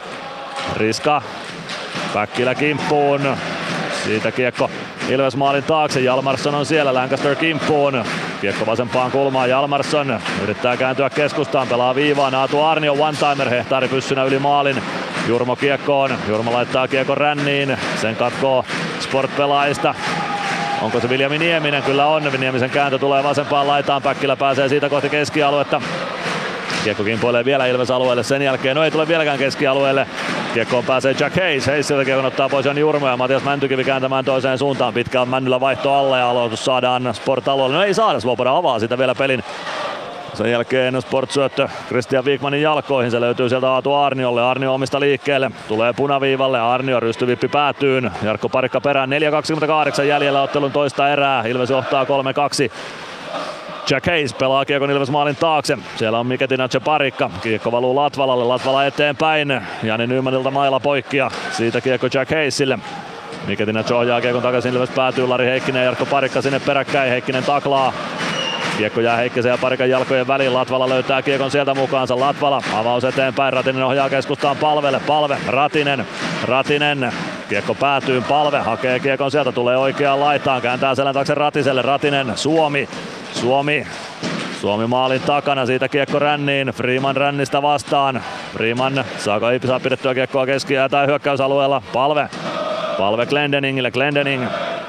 Riska, Päkkilä kimppuun. Siitä kiekko Ilves maalin taakse, Jalmarsson on siellä, Lancaster kimppuun. Kiekko vasempaan kulmaan, Jalmarsson yrittää kääntyä keskustaan, pelaa viivaan, Aatu Arnio one-timer, hehtaari pyssynä yli maalin. Jurmo kiekkoon, Jurmo laittaa kiekon ränniin, sen katkoo Sport-pelaajista. Onko se Viljami Nieminen? Kyllä on, Niemisen kääntö tulee vasempaan laitaan, Päkkilä pääsee siitä kohti keskialuetta. Kiekko kimpoilee vielä Ilves alueelle sen jälkeen, no ei tule vieläkään keskialueelle. Kiekkoon pääsee Jack Hayes, Hayes sieltä kiekon ottaa pois Joni Jurmo ja Matias Mäntykivi kääntämään toiseen suuntaan. Pitkä on Männyllä vaihto alle ja aloitus saadaan Sport alueelle. No ei saada, Svoboda avaa sitä vielä pelin. Sen jälkeen Sport syöttö Christian Wikmanin jalkoihin, se löytyy sieltä Aatu Arniolle. Arnio omista liikkeelle, tulee punaviivalle, Arnio rystyvippi päätyyn. Jarkko Parikka perään, neljä kaksikymmentäkahdeksan jäljellä ottelun toista erää, Ilves johtaa kolme kaksi. Jack Hayes pelaa kiekon Ilves maalin taakse. Siellä on Miketinac ja Parikka. Kiekko valuu Latvalalle. Latvala eteenpäin. Jani Nymanilta maila poikki ja siitä kiekko Jack Hayesille. Miketinac ohjaa kiekon takaisin. Ilves päätyy. Lari Heikkinen ja Jarkko Parikka sinne peräkkäin. Heikkinen taklaa. Kiekko jää Heikkisen ja Parikan jalkojen väliin. Latvala löytää kiekon sieltä mukaansa. Latvala avaus eteenpäin. Ratinen ohjaa keskustaan Palvelle. Palve. Ratinen. Ratinen. Kiekko päätyy. Palve hakee kiekon sieltä. Tulee oikeaan laitaan. Kääntää selän taakse Ratiselle. Ratinen. Suomi. Suomi. Suomi maalin takana, siitä kiekko ränniin, Freeman rännistä vastaan. Freeman saako ei saa pidettyä kiekkoa keskiä tai hyökkäysalueella. Palve. Palve Glendeningille, Glendening.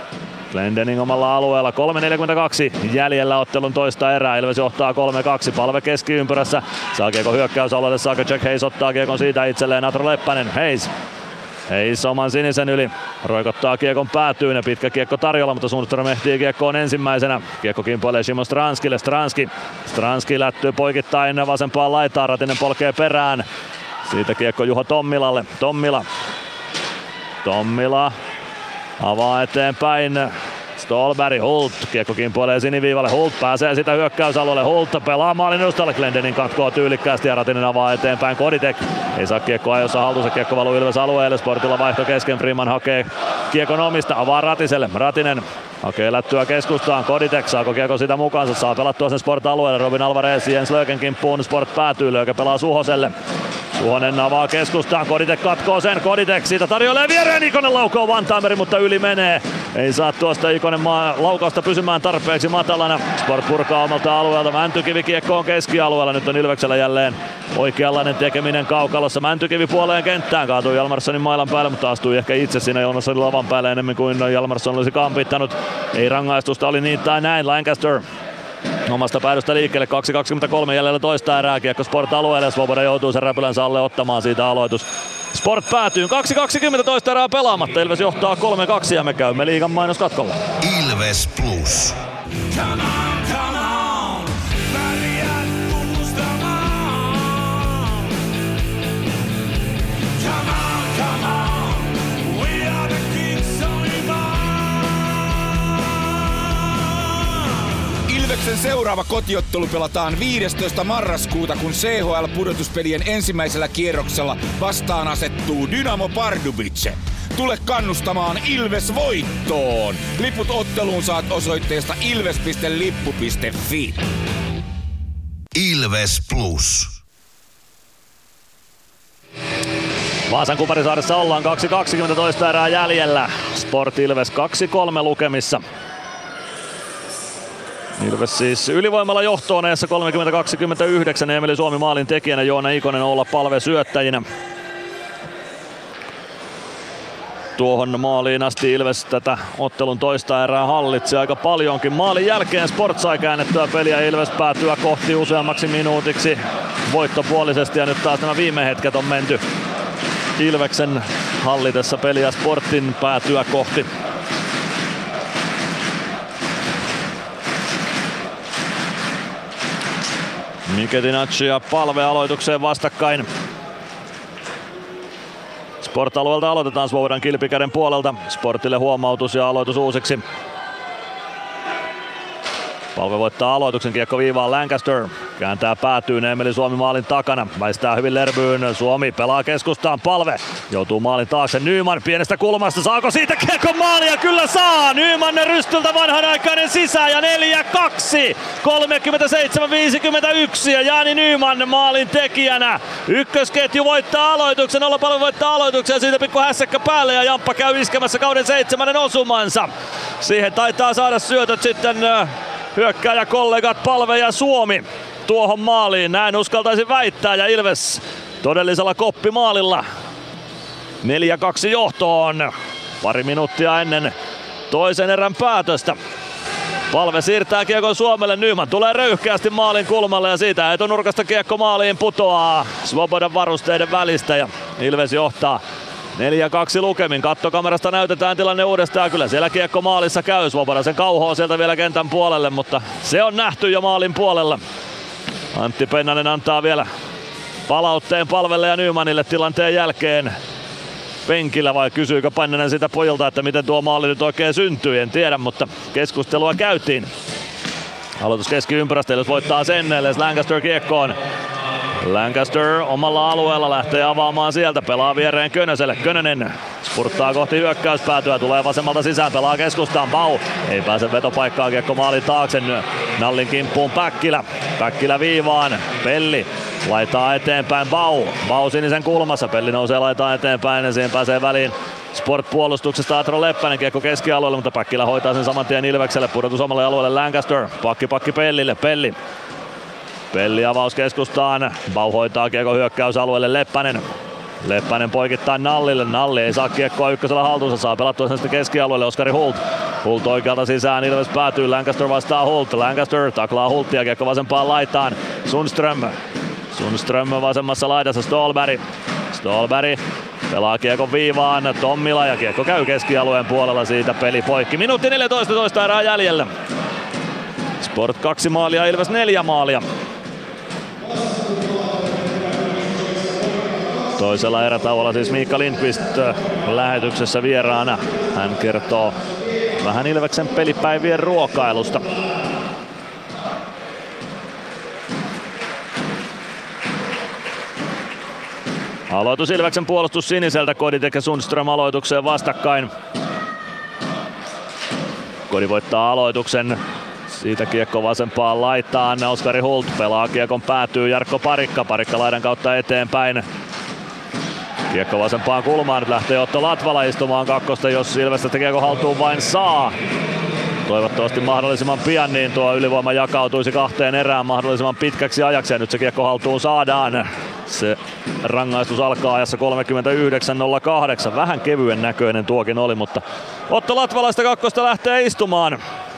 Glendening omalla alueella. kolme neljäkymmentäkaksi jäljellä ottelun toista erää. Ilves johtaa kolme kaksi. Palve keskiympyrässä. Saa kiekko hyökkäysalueelle. Saako Jack Hayes ottaa kiekon siitä itselleen. Atro Leppänen. Hayes. Hayes oman sinisen yli. Roikottaa kiekon päätyyn ja pitkä kiekko tarjolla, mutta Sundström ehtii kiekkoon ensimmäisenä. Kiekko kimpoilee Simon Stranskille. Stranski. Stranski lättyy poikittain vasempaan laitaan. Ratinen polkee perään. Siitä kiekko Juho Tommilalle. Tommila. Tommila avaa eteenpäin. Stolberg, Hult, kiekko kimpoilee siniviivalle, Hult pääsee sitä hyökkäysalueelle, Hult pelaa maalin edustalle, Glendening katkoo tyylikkäästi ja Ratinen avaa eteenpäin, Koditek ei saa kiekkoa ajossa haltuunsa, kiekko valuu Ilves alueelle, Sportilla vaihto kesken, Freeman hakee kiekon omista, avaa Ratiselle, Ratinen hakee lättyä keskustaan, Koditek saako kiekko sitä mukaansa, saa pelattua sen Sport-alueelle, Robin Alvarez, Jens Löken kimppuun, Sport päätyy, Löke pelaa Suhoselle. Suhonen avaa keskustaan, Koditek katkoo sen, Koditek siitä tarjoilee viereen, Ikonen laukoo one-timeri, mutta yli menee. Ei saa tuosta Ikonen maa, laukausta pysymään tarpeeksi matalana. Sport purkaa omalta alueelta, Mäntykivi kiekko on keskialueella, nyt on Ilveksellä jälleen oikeanlainen tekeminen kaukalossa. Mäntykivi puoleen kenttään, kaatui Jalmarssonin mailan päälle, mutta astui ehkä itse siinä Jalmarssonin lavan päälle enemmän kuin Jalmarsson olisi kampittanut. Ei rangaistusta, oli niin tai näin, Lancaster omasta päädystä liikkeelle, kaksi kaksikymmentäkolme jäljellä toista erää, kiekko Sport-alueelle ja Svoboda joutuu sen räpylänsä alle ottamaan siitä aloitus. Sport päätyy, kaksi kaksikymmentä toista erää pelaamatta, Ilves johtaa kolme kaksi ja me käymme liigan mainoskatkolla. Ilves Plus. Come on, come on, väliät puolustamaan. Come on, come on, we are the kings of Ilveksen seuraava kotiottelu pelataan viidestoista marraskuuta, kun C H L-pudotuspelien ensimmäisellä kierroksella vastaan asettuu Dynamo Pardubice. Tule kannustamaan Ilves voittoon! Liput otteluun saat osoitteesta ilves piste lippu piste fi. Ilves Plus. Vaasan Kuparisaaressa ollaan kaksi kaksikymmentä toista erää jäljellä. Sport Ilves kaksi kolme lukemissa. Ilves siis ylivoimalla johtoon eessä kolmekymmentä kaksikymmentäyhdeksän. Emeli Suomi maalin tekijänä, Joona Ikonen olla Palve syöttäjinä. Tuohon maaliin asti Ilves tätä ottelun toista erää hallitsi aika paljonkin. Maalin jälkeen Sport sai käännettyä peliä, Ilves päätyä kohti useammaksi minuutiksi voittopuolisesti ja nyt taas nämä viime hetket on menty Ilveksen hallitessa peliä Sportin päätyä kohti. Miketinacci ja Palve aloitukseen vastakkain. Sport-alueelta aloitetaan Svobodan kilpikäden puolelta. Sportille huomautus ja aloitus uusiksi. Palve voittaa aloituksen, kiekko viivaan Lancaster. Kääntää päätyyn Emeli Suomi maalin takana. Väistää hyvin Lerbyyn. Suomi pelaa keskustaan. Palve joutuu maalin taakse. Nyman pienestä kulmasta. Saako siitä kiekko maalia? Kyllä saa! Nyman rystyltä vanhanaikainen sisään ja neljä kaksi. kolmekymmentäseitsemän viisikymmentäyksi ja Jani Nyman maalin tekijänä. Ykkösketju voittaa aloituksen. Olla Palve voittaa aloituksen ja siitä pikku hässäkkä päälle ja Jamppa käy iskemässä kauden seitsemännen osumansa. Siihen taitaa saada syötöt sitten hyökkääjä kollegat Palve ja Suomi tuohon maaliin, näin uskaltaisin väittää, ja Ilves todellisella koppimaalilla neljä kaksi johtoon pari minuuttia ennen toisen erän päätöstä. Palve siirtää kiekon Suomelle, Nyman tulee röyhkeästi maalin kulmalle ja siitä etunurkasta kiekko maaliin putoaa Svobodan varusteiden välistä ja Ilves johtaa neljä kaksi lukemin. Kattokamerasta näytetään tilanne uudestaan. Kyllä siellä kiekko maalissa käy. Svoboda sen kauhoo sieltä vielä kentän puolelle, mutta se on nähty jo maalin puolella. Antti Pennanen antaa vielä palautteen Palvelle ja Nymanille tilanteen jälkeen penkillä, vai kysyykö Pennanen sitä pojilta, että miten tuo maali nyt oikein syntyi? En tiedä, mutta keskustelua käytiin. Aloitus keskiympyrästä, jos voittaa sen, eli Lancaster kiekkoon. Lancaster omalla alueella lähtee avaamaan sieltä, pelaa viereen Könöselle. Könönen spurttaa kohti hyökkäyspäätyä, tulee vasemmalta sisään, pelaa keskustaan. Bau ei pääse vetopaikkaan, kiekko maalin taakse. Nallin kimppuun Päkkilä. Päkkilä viivaan, Pelli laitaa eteenpäin Bau. Bau sinisen kulmassa, Pelli nousee laitaa eteenpäin ja siihen pääsee väliin Sport-puolustuksesta Atro Leppänen, kiekko keskialueelle, mutta Päkkilä hoitaa sen saman tien Ilvekselle. Pudotus omalle alueelle Lancaster, pakki pakki Pellille, Pelli. Pelli avaus keskustaan, Bau hoitaa kiekko hyökkäysalueelle Leppänen. Leppänen poikittain Nallille, Nalli ei saa kiekkoa ykkösellä haltuunsa, saa pelattua sen sitten keskialueelle Oskari Hult. Hult oikealta sisään, Ilves päätyy, Lancaster vastaa Hult. Lancaster taklaa Hulttia, kiekko vasempaan laitaan. Sundström. Sundström vasemmassa laidassa, Ståhlberg. Ståhlberg pelaa kiekon viivaan, Tommila ja kiekko käy keskialueen puolella, siitä peli poikki. Minuutti neljätoista, toista erää jäljellä. Sport kaksi maalia, Ilves neljä maalia. Toisella erätauolla siis Miikka Lindqvist lähetyksessä vieraana. Hän kertoo vähän Ilveksen pelipäivien ruokailusta. Aloitus Ilveksen puolustus siniseltä, Koditek ja Sundström aloitukseen vastakkain. Kodi voittaa aloituksen. Siitä kiekko vasempaan laitaan. Oskari Hult pelaa kiekon, päätyy Jarkko Parikka. Parikka laidan kautta eteenpäin. Kiekko vasempaan kulmaan. Nyt lähtee Otto Latvala istumaan kakkosta, jos Ilves tästä kiekko haltuun vain saa. Toivottavasti mahdollisimman pian niin tuo ylivoima jakautuisi kahteen erään mahdollisimman pitkäksi ajaksi. Ja nyt se kiekko haltuun saadaan. Se rangaistus alkaa ajassa kolmekymmentäyhdeksän nolla kahdeksan. Vähän kevyen näköinen tuokin oli, mutta Otto Latvalaista kakkosta lähtee istumaan.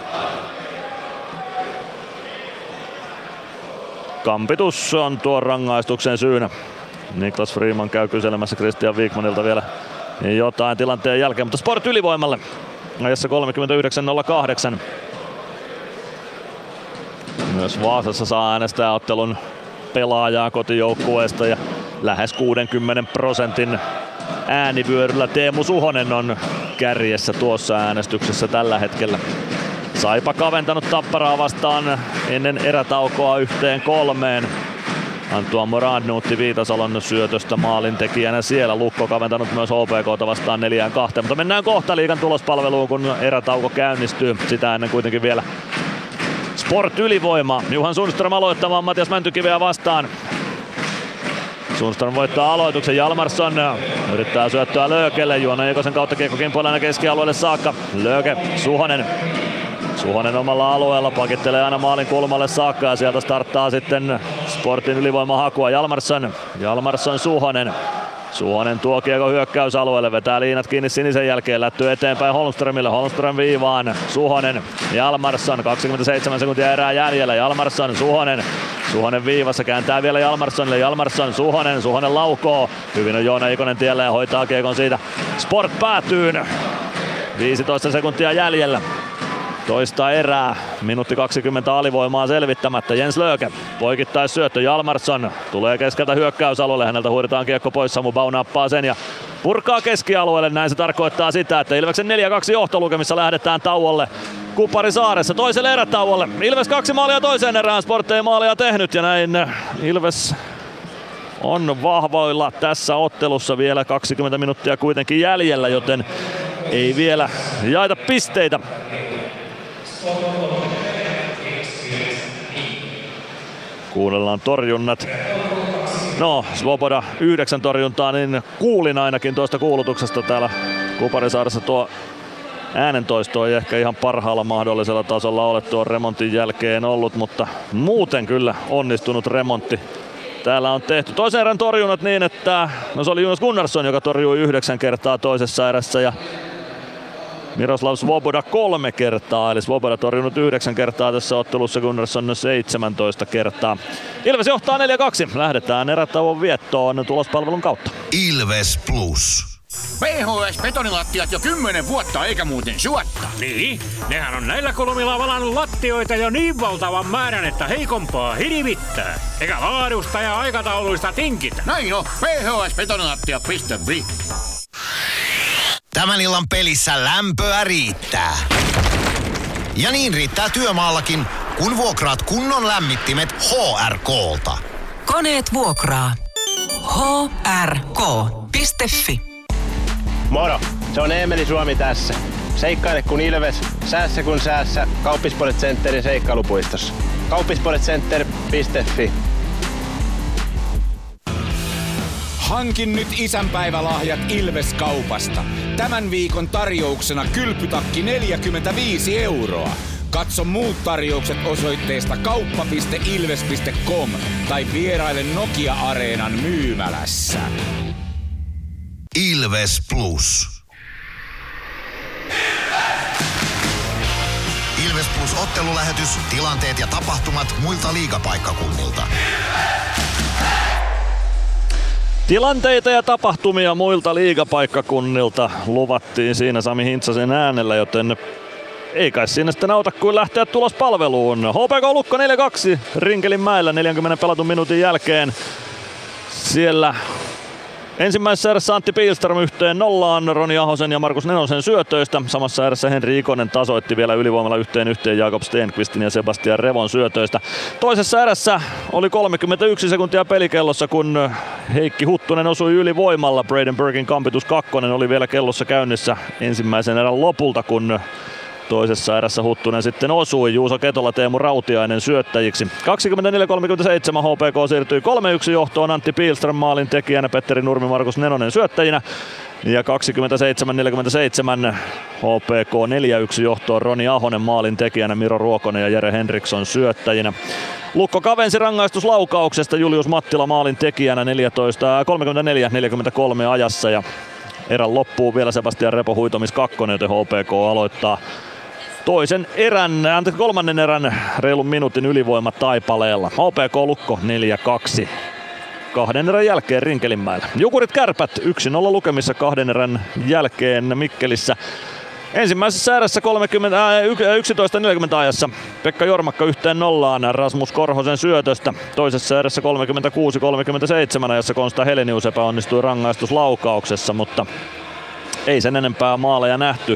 Kampitus on tuon rangaistuksen syynä. Niklas Freeman käy kyselemässä Christian Wikmanilta vielä jotain tilanteen jälkeen, mutta Sport ylivoimalle ajassa kolmekymmentäyhdeksän nolla kahdeksan. Myös Vaasassa saa äänestää ottelun pelaajaa kotijoukkueesta ja lähes kuudenkymmenen prosentin äänivyöryllä Teemu Suhonen on kärjessä tuossa äänestyksessä tällä hetkellä. Saipa kaventanut Tapparaa vastaan ennen erätaukoa yhteen kolmeen. Antoine Morand nuutti Viitasalon syötöstä maalintekijänä siellä. Lukko kaventanut myös H P K:ta vastaan neljään kahteen, mutta mennään kohta liigan tulospalveluun, kun erätauko käynnistyy. Sitä ennen kuitenkin vielä Sport ylivoima. Johan Sundström aloittamaan Matias Mäntykiveä vastaan. Sundström voittaa aloituksen, Jalmarsson yrittää syöttöä Löökelle. Juona Ikosen kautta kiekko kimpoilee keskialueelle saakka. Lööke, Suhonen. Suhonen omalla alueella pakittelee aina maalin kulmalle saakka ja sieltä starttaa sitten Sportin ylivoimahakua. Jalmarsson, Jalmarsson Suhonen. Suhonen tuo kiekko hyökkäysalueelle, vetää liinat kiinni sinisen jälkeen, lättyy eteenpäin Holmströmille. Holmström viivaan, Suhonen, Jalmarsson, kaksikymmentäseitsemän sekuntia erää jäljellä. Jalmarsson, Suhonen. Suhonen viivassa, kääntää vielä Jalmarssonille. Jalmarsson, Suhonen, Suhonen laukoo. Hyvin on Joona Ikonen tiellä ja hoitaa kiekon siitä Sport päätyyn. viisitoista sekuntia jäljellä. Toista erää, minuutti kaksikymmentä alivoimaa selvittämättä. Jens Lööke, poikittais syöttö, Jalmarsson tulee keskeltä hyökkäysalueelle, häneltä huudetaan kiekko pois, Samu Bau nappaa sen ja purkaa keskialueelle. Näin se tarkoittaa sitä, että Ilveksen neljä kaksi johtolukemissa lähdetään tauolle Kuparisaaressa toiselle erätauolle. Ilves kaksi maalia toiseen erään, Sport ei maalia tehnyt ja näin Ilves on vahvoilla tässä ottelussa, vielä kaksikymmentä minuuttia kuitenkin jäljellä, joten ei vielä jaeta pisteitä. Kuunnellaan torjunnat. No, Svoboda yhdeksän torjuntaa, niin kuulin ainakin tuosta kuulutuksesta täällä Kuparisaaressa. Tuo äänentoisto ei ehkä ihan parhaalla mahdollisella tasolla ole tuon remontin jälkeen ollut, mutta muuten kyllä onnistunut remontti täällä on tehty. Toisen erän torjunnat niin, että no se oli Jonas Gunnarsson, joka torjui yhdeksän kertaa toisessa erässä ja Miroslav Svoboda kolme kertaa, eli Svoboda torjunut yhdeksän kertaa tässä ottelussa, Gunnarsson seitsemäntoista kertaa. Ilves johtaa neljä kaksi. Lähdetään erätauon viettoon tulospalvelun kautta. Ilves Plus. P H S-betonilattiat jo kymmenen vuotta eikä muuten suotta. Niin, nehän on näillä kolmilla valannut lattioita jo niin valtavan määrän, että heikompaa hirvittää. Eikä laadusta ja aikatauluista tinkitä. Näin on, p h s betonilattia piste f i. Tämän illan pelissä lämpöä riittää. Ja niin riittää työmaallakin, kun vuokraat kunnon lämmittimet H R K:lta. Koneet vuokraa. H R K piste f i. Moro, se on Eemeli Suomi tässä. Seikkaile kun Ilves, säässä kun säässä. Kauppisports Centerin seikkailupuistossa. kauppisports center piste f i. Hankin nyt isänpäivälahjat Ilves-kaupasta. Tämän viikon tarjouksena kylpytakki neljäkymmentäviisi euroa. Katso muut tarjoukset osoitteesta kauppa piste ilves piste com tai vieraile Nokia-areenan myymälässä. Ilves Plus. plus ottelulähetys, tilanteet ja tapahtumat muilta liigapaikkakunnilta. Tilanteita ja tapahtumia muilta liigapaikkakunnilta luvattiin siinä Sami Hintsasen äänellä, joten ei kai siinä sitten auta kuin lähteä tulospalveluun. H P K Lukko neljä kaksi Rinkelinmäellä neljänkymmenen pelatun minuutin jälkeen. Siellä ensimmäisessä erässä Antti Pihlström yhteen nollaan Roni Ahosen ja Markus Nenosen syötöistä. Samassa erässä Henri Ikonen tasoitti vielä ylivoimalla yhteen yhteen Jakob Stenqvistin ja Sebastian Revon syötöistä. Toisessa erässä oli kolmekymmentäyksi sekuntia pelikellossa, kun Heikki Huttunen osui ylivoimalla. Braden Burkin kampitus kakkonen oli vielä kellossa käynnissä ensimmäisen erän lopulta, kun toisessa erässä Huttunen sitten osui. Juuso Ketola, Teemu Rautiainen syöttäjiksi. kaksikymmentäneljä kolmekymmentäseitsemän H P K siirtyi kolme yksi johtoon Antti Pihlström maalin tekijänä, Petteri Nurmi, Markus Nenonen syöttäjinä. Ja kaksikymmentäseitsemän neljäkymmentäseitsemän H P K neljä yksi johtoon Roni Ahonen maalin tekijänä, Miro Ruokonen ja Jere Henriksson syöttäjinä. Lukko kavensi rangaistuslaukauksesta, Julius Mattila maalin tekijänä neljätoista kolmekymmentäneljä neljäkymmentäkolme ajassa. Ja erän loppuun vielä Sebastian Repo huitomis kakkonen, joten H P K aloittaa toisen erän, anteeksi kolmannen erän reilun minuutin ylivoima taipaleella. H P K Lukko neljä kaksi. Kahden erän jälkeen Rinkelinmäellä. Jukurit Kärpät yksi nolla lukemissa kahden erän jälkeen Mikkelissä. Ensimmäisessä erässä yksitoista neljäkymmentä ajassa Pekka Jormakka yhteen nollaan Rasmus Korhosen syötöstä. Toisessa erässä kolmekymmentäkuusi kolmekymmentäseitsemän ajassa Konsta Helenius epäonnistui rangaistuslaukauksessa, mutta ei sen enempää maaleja nähty.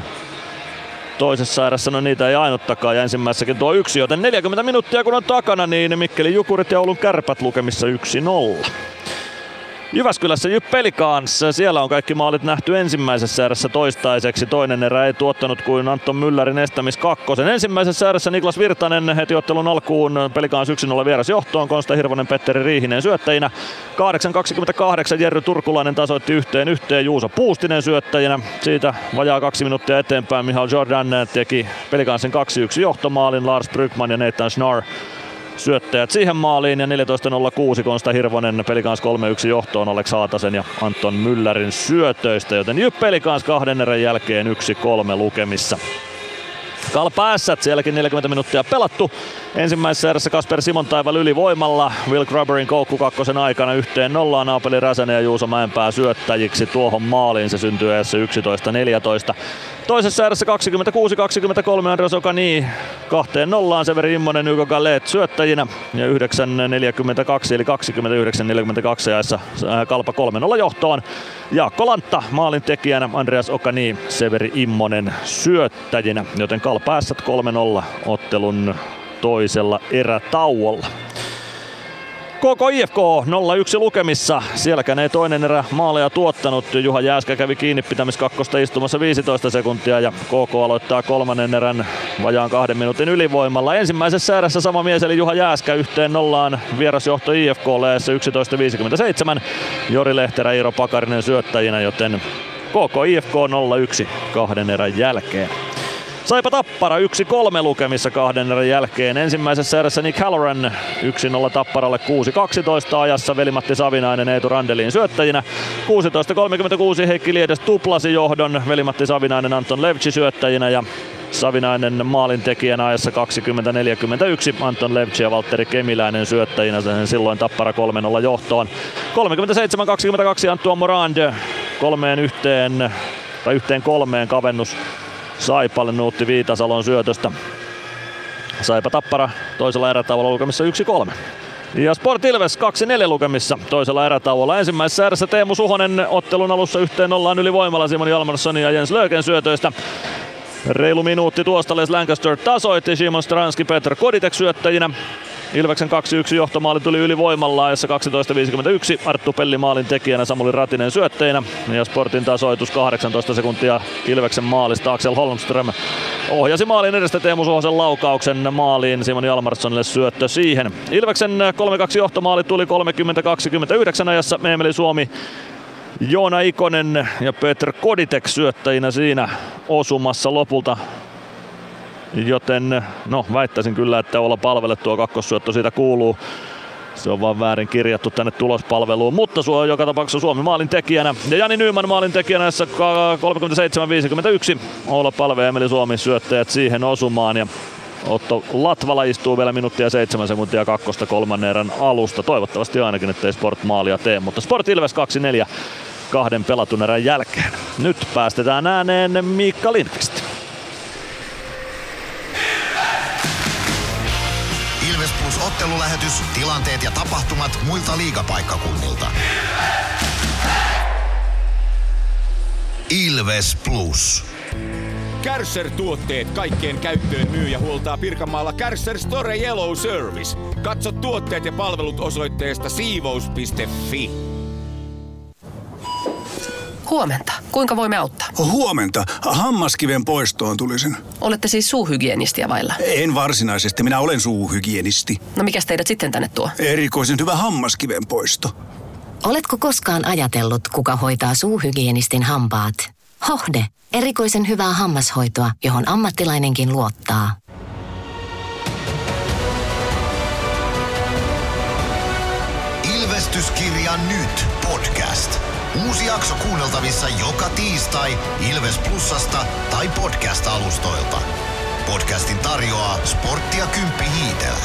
Toisessa erässä no niitä ei ainuttakaan ja ensimmäisessäkin tuo yksi, joten neljäkymmentä minuuttia kun on takana, niin Mikkelin Jukurit ja Oulun Kärpät lukemissa yksi nolla. Jyväskylässä J Y P Pelicans, siellä on kaikki maalit nähty ensimmäisessä erässä toistaiseksi. Toinen erä ei tuottanut kuin Anton Müllerin estämis kakkosen. Ensimmäisessä erässä Niklas Virtanen heti ottelun alkuun Pelicans yksi nolla vieras johtoon. Konsta Hirvonen, Petteri Riihinen syöttäjinä. kahdeksan kaksikymmentäkahdeksan Jerry Turkulainen tasoitti yhteen yhteen Juuso Puustinen syöttäjinä. Siitä vajaa kaksi minuuttia eteenpäin Michael Jordan teki Pelicansin kaksi yksi johtomaalin. Lars Brygman ja Nathan Schnarr syöttäjät siihen maaliin ja neljätoista nolla kuusi Konsta Hirvonen Pelicans kolme yksi johtoon Alex Haatasen ja Anton Müllerin syötöistä, joten J Y P Pelicans kahden erän jälkeen yksi kolme lukemissa. Kalpa Ässät, sielläkin neljäkymmentä minuuttia pelattu. Ensimmäisessä erässä Kasper Simontaival ylivoimalla. Will Grubberin koukku kakkosen aikana yhteen nollaan Aapeli Räsänen ja Juuso Mäenpää syöttäjiksi tuohon maaliin. Se syntyi ajassa yksitoista neljätoista. Toisessa erässä kaksikymmentäkuusi kaksikymmentäkolme Andres Okani kahteen nollaan Severi Immonen, Hugo Gallet syöttäjinä ja yhdeksän neljäkymmentäkaksi eli kaksikymmentäyhdeksän neljäkymmentäkaksi ajassa Kalpa kolme nolla johtoon. Jaakko Lantta maalin tekijänä, Andreas Okani, Severi Immonen syöttäjinä, joten Kalpa Ässät kolme nolla ottelun toisella erätauolla. K K I F K nolla yksi lukemissa. Sielläkään ei toinen erä maaleja tuottanut. Juha Jääskä kävi kiinni pitämis kakkosta istumassa viisitoista sekuntia ja K K aloittaa kolmannen erän vajaan kahden minuutin ylivoimalla. Ensimmäisessä erässä sama mies eli Juha Jääskä yhteen nollaan vierasjohto I F K:lle yksitoista viisikymmentäseitsemän. Jori Lehterä, Iiro Pakarinen syöttäjinä, joten K K I F K nolla yksi kahden erän jälkeen. Saipa Tappara yksi kolme lukemissa kahden erän jälkeen. Ensimmäisessä erässä Nick Halloran yksi nolla Tapparalle kuusi kaksitoista ajassa Veli-Matti Savinainen Eetu Randelin syöttäjinä. kuusitoista kolmekymmentäkuusi Heikki Liedes tuplasi johdon, Veli-Matti Savinainen Anton Levci syöttäjinä ja Savinainen maalintekijänä ajassa kaksikymmentä neljäkymmentäyksi. Anton Levci ja Valtteri Kemiläinen syöttäjinä, silloin Tappara kolme nolla johtoon. kolmekymmentäseitsemän kaksikymmentäkaksi Antoine Morand kolmeen yhteen tai yhteen kolmeen kavennus Saipalle Nuutti Viitasalon syötöstä. Saipa Tappara toisella erätauolla lukemissa yksi kolme. Ja Sport Ilves kaksi neljä lukemissa toisella erätauolla. Ensimmäisessä erässä Teemu Suhonen ottelun alussa yhteen nollaan ylivoimalla Simon Jalmarssonin ja Jens Löken syötöistä. Reilu minuutti tuosta Les Lancaster tasoitti, Simon Stranski, Petr Koditek syöttäjinä. Ilveksen kaksi yksi johtomaali tuli ylivoimalla ajassa kaksitoista viisikymmentäyksi. Arttu Pelli maalin tekijänä, Samuli Ratinen syötteinä. Ja Sportin tasoitus kahdeksantoista sekuntia Ilveksen maalista. Axel Holmström ohjasi maalin edestä Teemu Suhosen laukauksen maaliin. Simon Jalmarssonille syöttö siihen. Ilveksen kolme kaksi johtomaali tuli kolmekymmentä kaksikymmentäyhdeksän ajassa. Meemeli Suomi, Joona Ikonen ja Petr Koditek syöttäjinä siinä osumassa lopulta. Joten no väittäisin kyllä, että olla palvelle tuo kakkossyöttö siitä kuuluu. Se on vaan väärin kirjattu tänne tulospalveluun, mutta suo joka tapauksessa Suomi maalin tekijänä. Ja Jani Nyman maalin tekijänä kolmekymmentäseitsemän viisikymmentäyksi. Olla palve ja Emeli Suomi syöttäjät siihen osumaan. Ja Otto Latvala istuu vielä minuuttia seitsemän sekuntia kakkosta kolmannen erän alusta. Toivottavasti ainakin, ettei Sport maalia tee, mutta Sport Ilves kaksi neljä kahden pelatun erän jälkeen. Nyt päästetään ääneen Miikka Lindqvist. Ilves Plus -ottelulähetys, tilanteet ja tapahtumat muilta liigapaikkakunnilta. Ilves Plus. Kärcher-tuotteet kaikkeen käyttöön myy ja huoltaa Pirkanmaalla Kärcher Store Yellow Service. Katso tuotteet ja palvelut osoitteesta siivous piste fi. Huomenta. Kuinka voimme auttaa? Huomenta. Hammaskiven poistoon tulisin. Olette siis suuhygienistiä vailla? En varsinaisesti. Minä olen suuhygienisti. No mikäs teidät sitten tänne tuo? Erikoisen hyvä hammaskiven poisto. Oletko koskaan ajatellut, kuka hoitaa suuhygienistin hampaat? Hohde. Erikoisen hyvää hammashoitoa, johon ammattilainenkin luottaa. Ilvestyskirja nyt podcast. Uusi jakso kuunneltavissa joka tiistai Ilves Plusasta tai podcast-alustoilta. Podcastin tarjoaa Sporttia Kymppi Hiitelä.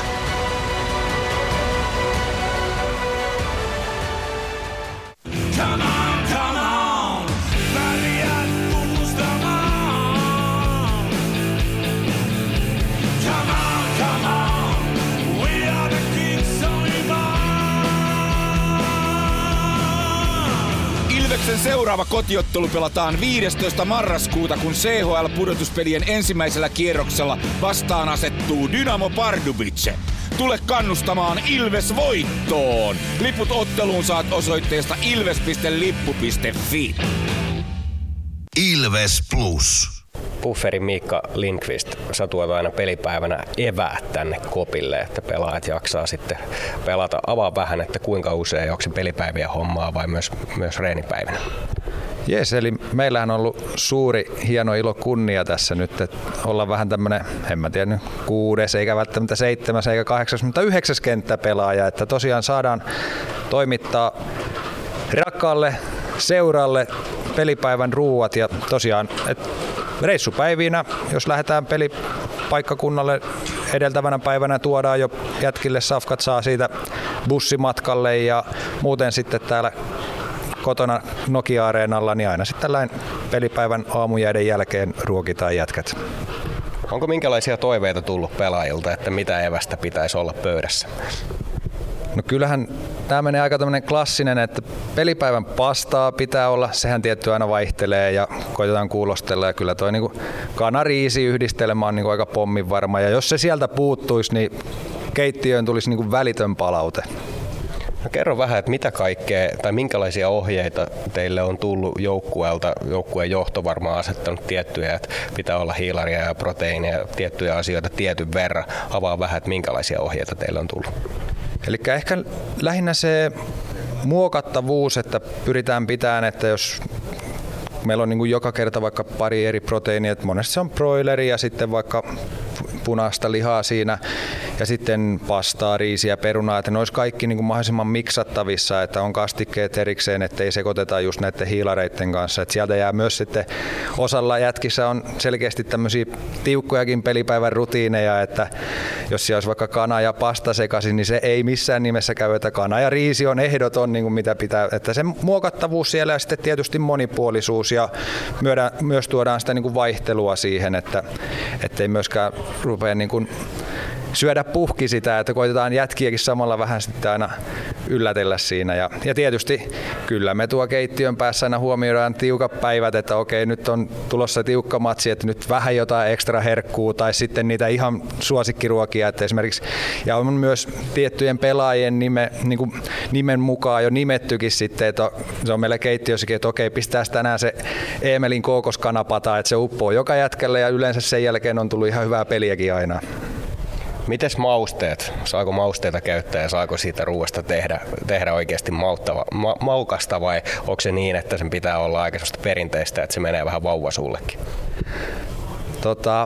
Come on, come on, väliät puolustamaan. Come on, come on, we are the kings of Ilveksen seuraava kotiottelu pelataan viidestoista marraskuuta, kun C H L-pudotuspelien ensimmäisellä kierroksella vastaan asettuu Dynamo Pardubice. Tule kannustamaan Ilves voittoon! Liput otteluun saat osoitteesta ilves piste lippu piste fi. Ilves Plus. Bufferi Miikka Lindqvist, sä tuot aina pelipäivänä eväät tänne kopille, että pelaajat jaksaa sitten pelata. Avaa vähän, että kuinka usein, onko se pelipäiviä hommaa vai myös, myös reenipäivinä? Jes, eli meillähän on ollut suuri, hieno ilo, kunnia tässä nyt, että ollaan vähän tämmönen, en mä tiedä, kuudes, eikä välttämättä seitsemäs, eikä kahdeksas, mutta yhdeksäs kenttäpelaaja, että tosiaan saadaan toimittaa rakkaalle seuralle pelipäivän ruuat ja tosiaan, että reissupäivinä, jos lähdetään pelipaikkakunnalle edeltävänä päivänä, tuodaan jo jätkille safkat, saa siitä bussimatkalle ja muuten sitten täällä kotona Nokia-areenalla, niin aina sitten tällainen pelipäivän aamujäiden jälkeen ruokitaan jätkät. Onko minkälaisia toiveita tullut pelaajilta, että mitä evästä pitäisi olla pöydässä? No kyllähän tämä menee aika tämmöinen klassinen, että pelipäivän pastaa pitää olla, sehän tietty aina vaihtelee ja koitetaan kuulostella ja kyllä toi niinku kana-riisi-yhdistelmä on niinku aika pommin varma ja jos se sieltä puuttuisi, niin keittiöön tulisi niinku välitön palaute. No kerro vähän, että mitä kaikkea tai minkälaisia ohjeita teille on tullut joukkueelta. Joukkueen johto varmaan asettanut tiettyjä, että pitää olla hiilaria ja proteiineja, tiettyjä asioita tietyn verran. Avaa vähän, että minkälaisia ohjeita teille on tullut. Eli ehkä lähinnä se muokattavuus, että pyritään pitämään, että jos meillä on niin kuin joka kerta vaikka pari eri proteiinia, että monesti se on broileri ja sitten vaikka punaista lihaa siinä ja sitten pastaa, riisiä, perunaa, että ne olisi kaikki niin kuin mahdollisimman miksattavissa, että on kastikkeet erikseen, ettei sekoiteta just näiden hiilareiden kanssa. Että sieltä jää myös sitten osalla jätkissä on selkeästi tämmöisiä tiukkojakin pelipäivän rutiineja, että jos siellä olisi vaikka kana ja pasta sekaisin, niin se ei missään nimessä käy, että kana ja riisi on ehdoton, niin kuin mitä pitää, että se muokattavuus siellä ja sitten tietysti monipuolisuus ja myös tuodaan sitä niin kuin vaihtelua siihen, että ettei myöskään rupea niin kuin syödä puhki sitä, että koitetaan jätkiäkin samalla vähän sitten aina yllätellä siinä. Ja, ja tietysti kyllä me tuo keittiön päässä aina huomioidaan tiukat päivät, että okei nyt on tulossa tiukka matsi, että nyt vähän jotain ekstra herkkuu tai sitten niitä ihan suosikkiruokia, että esimerkiksi ja on myös tiettyjen pelaajien nime, niin kuin nimen mukaan jo nimettykin sitten, että se on meillä keittiössäkin, että okei pistää tänään se Eemelin kookoskanapata, että se uppoo joka jätkälle ja yleensä sen jälkeen on tullut ihan hyvää peliäkin aina. Mites mausteet? Saako mausteita käyttää ja saako siitä ruoasta tehdä, tehdä oikeasti mauttava, ma, maukasta vai onko se niin, että sen pitää olla aika perinteistä, että se menee vähän vauvasuullekin? Tota,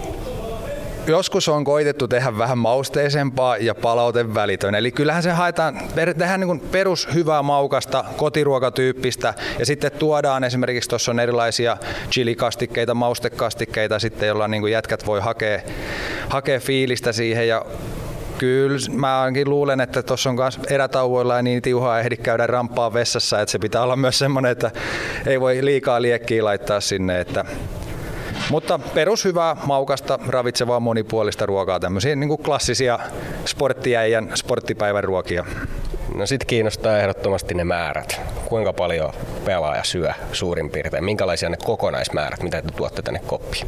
joskus on koitettu tehdä vähän mausteisempaa ja palaute välitön. Eli kyllähän se haetaan, tehdään niin kuin perus hyvää maukasta, kotiruokatyyppistä ja sitten tuodaan esimerkiksi, tuossa on erilaisia chilikastikkeita, maustekastikkeita sitten, joilla niin kuin jätkät voi hakea, hakee fiilistä siihen ja kyllä mä ainakin luulen, että tuossa on myös erätauoilla ja niin tiuhaa ehdi käydä ramppaa vessassa, että se pitää olla myös semmoinen, että ei voi liikaa liekkiä laittaa sinne. Että mutta perushyvää, maukasta, ravitsevaa, monipuolista ruokaa, tämmöisiä niin kuin klassisia sporttiäijän sporttipäivän ruokia. No sit kiinnostaa ehdottomasti ne määrät. Kuinka paljon pelaaja syö suurin piirtein? Minkälaisia ne kokonaismäärät, mitä te tuotte tänne koppiin?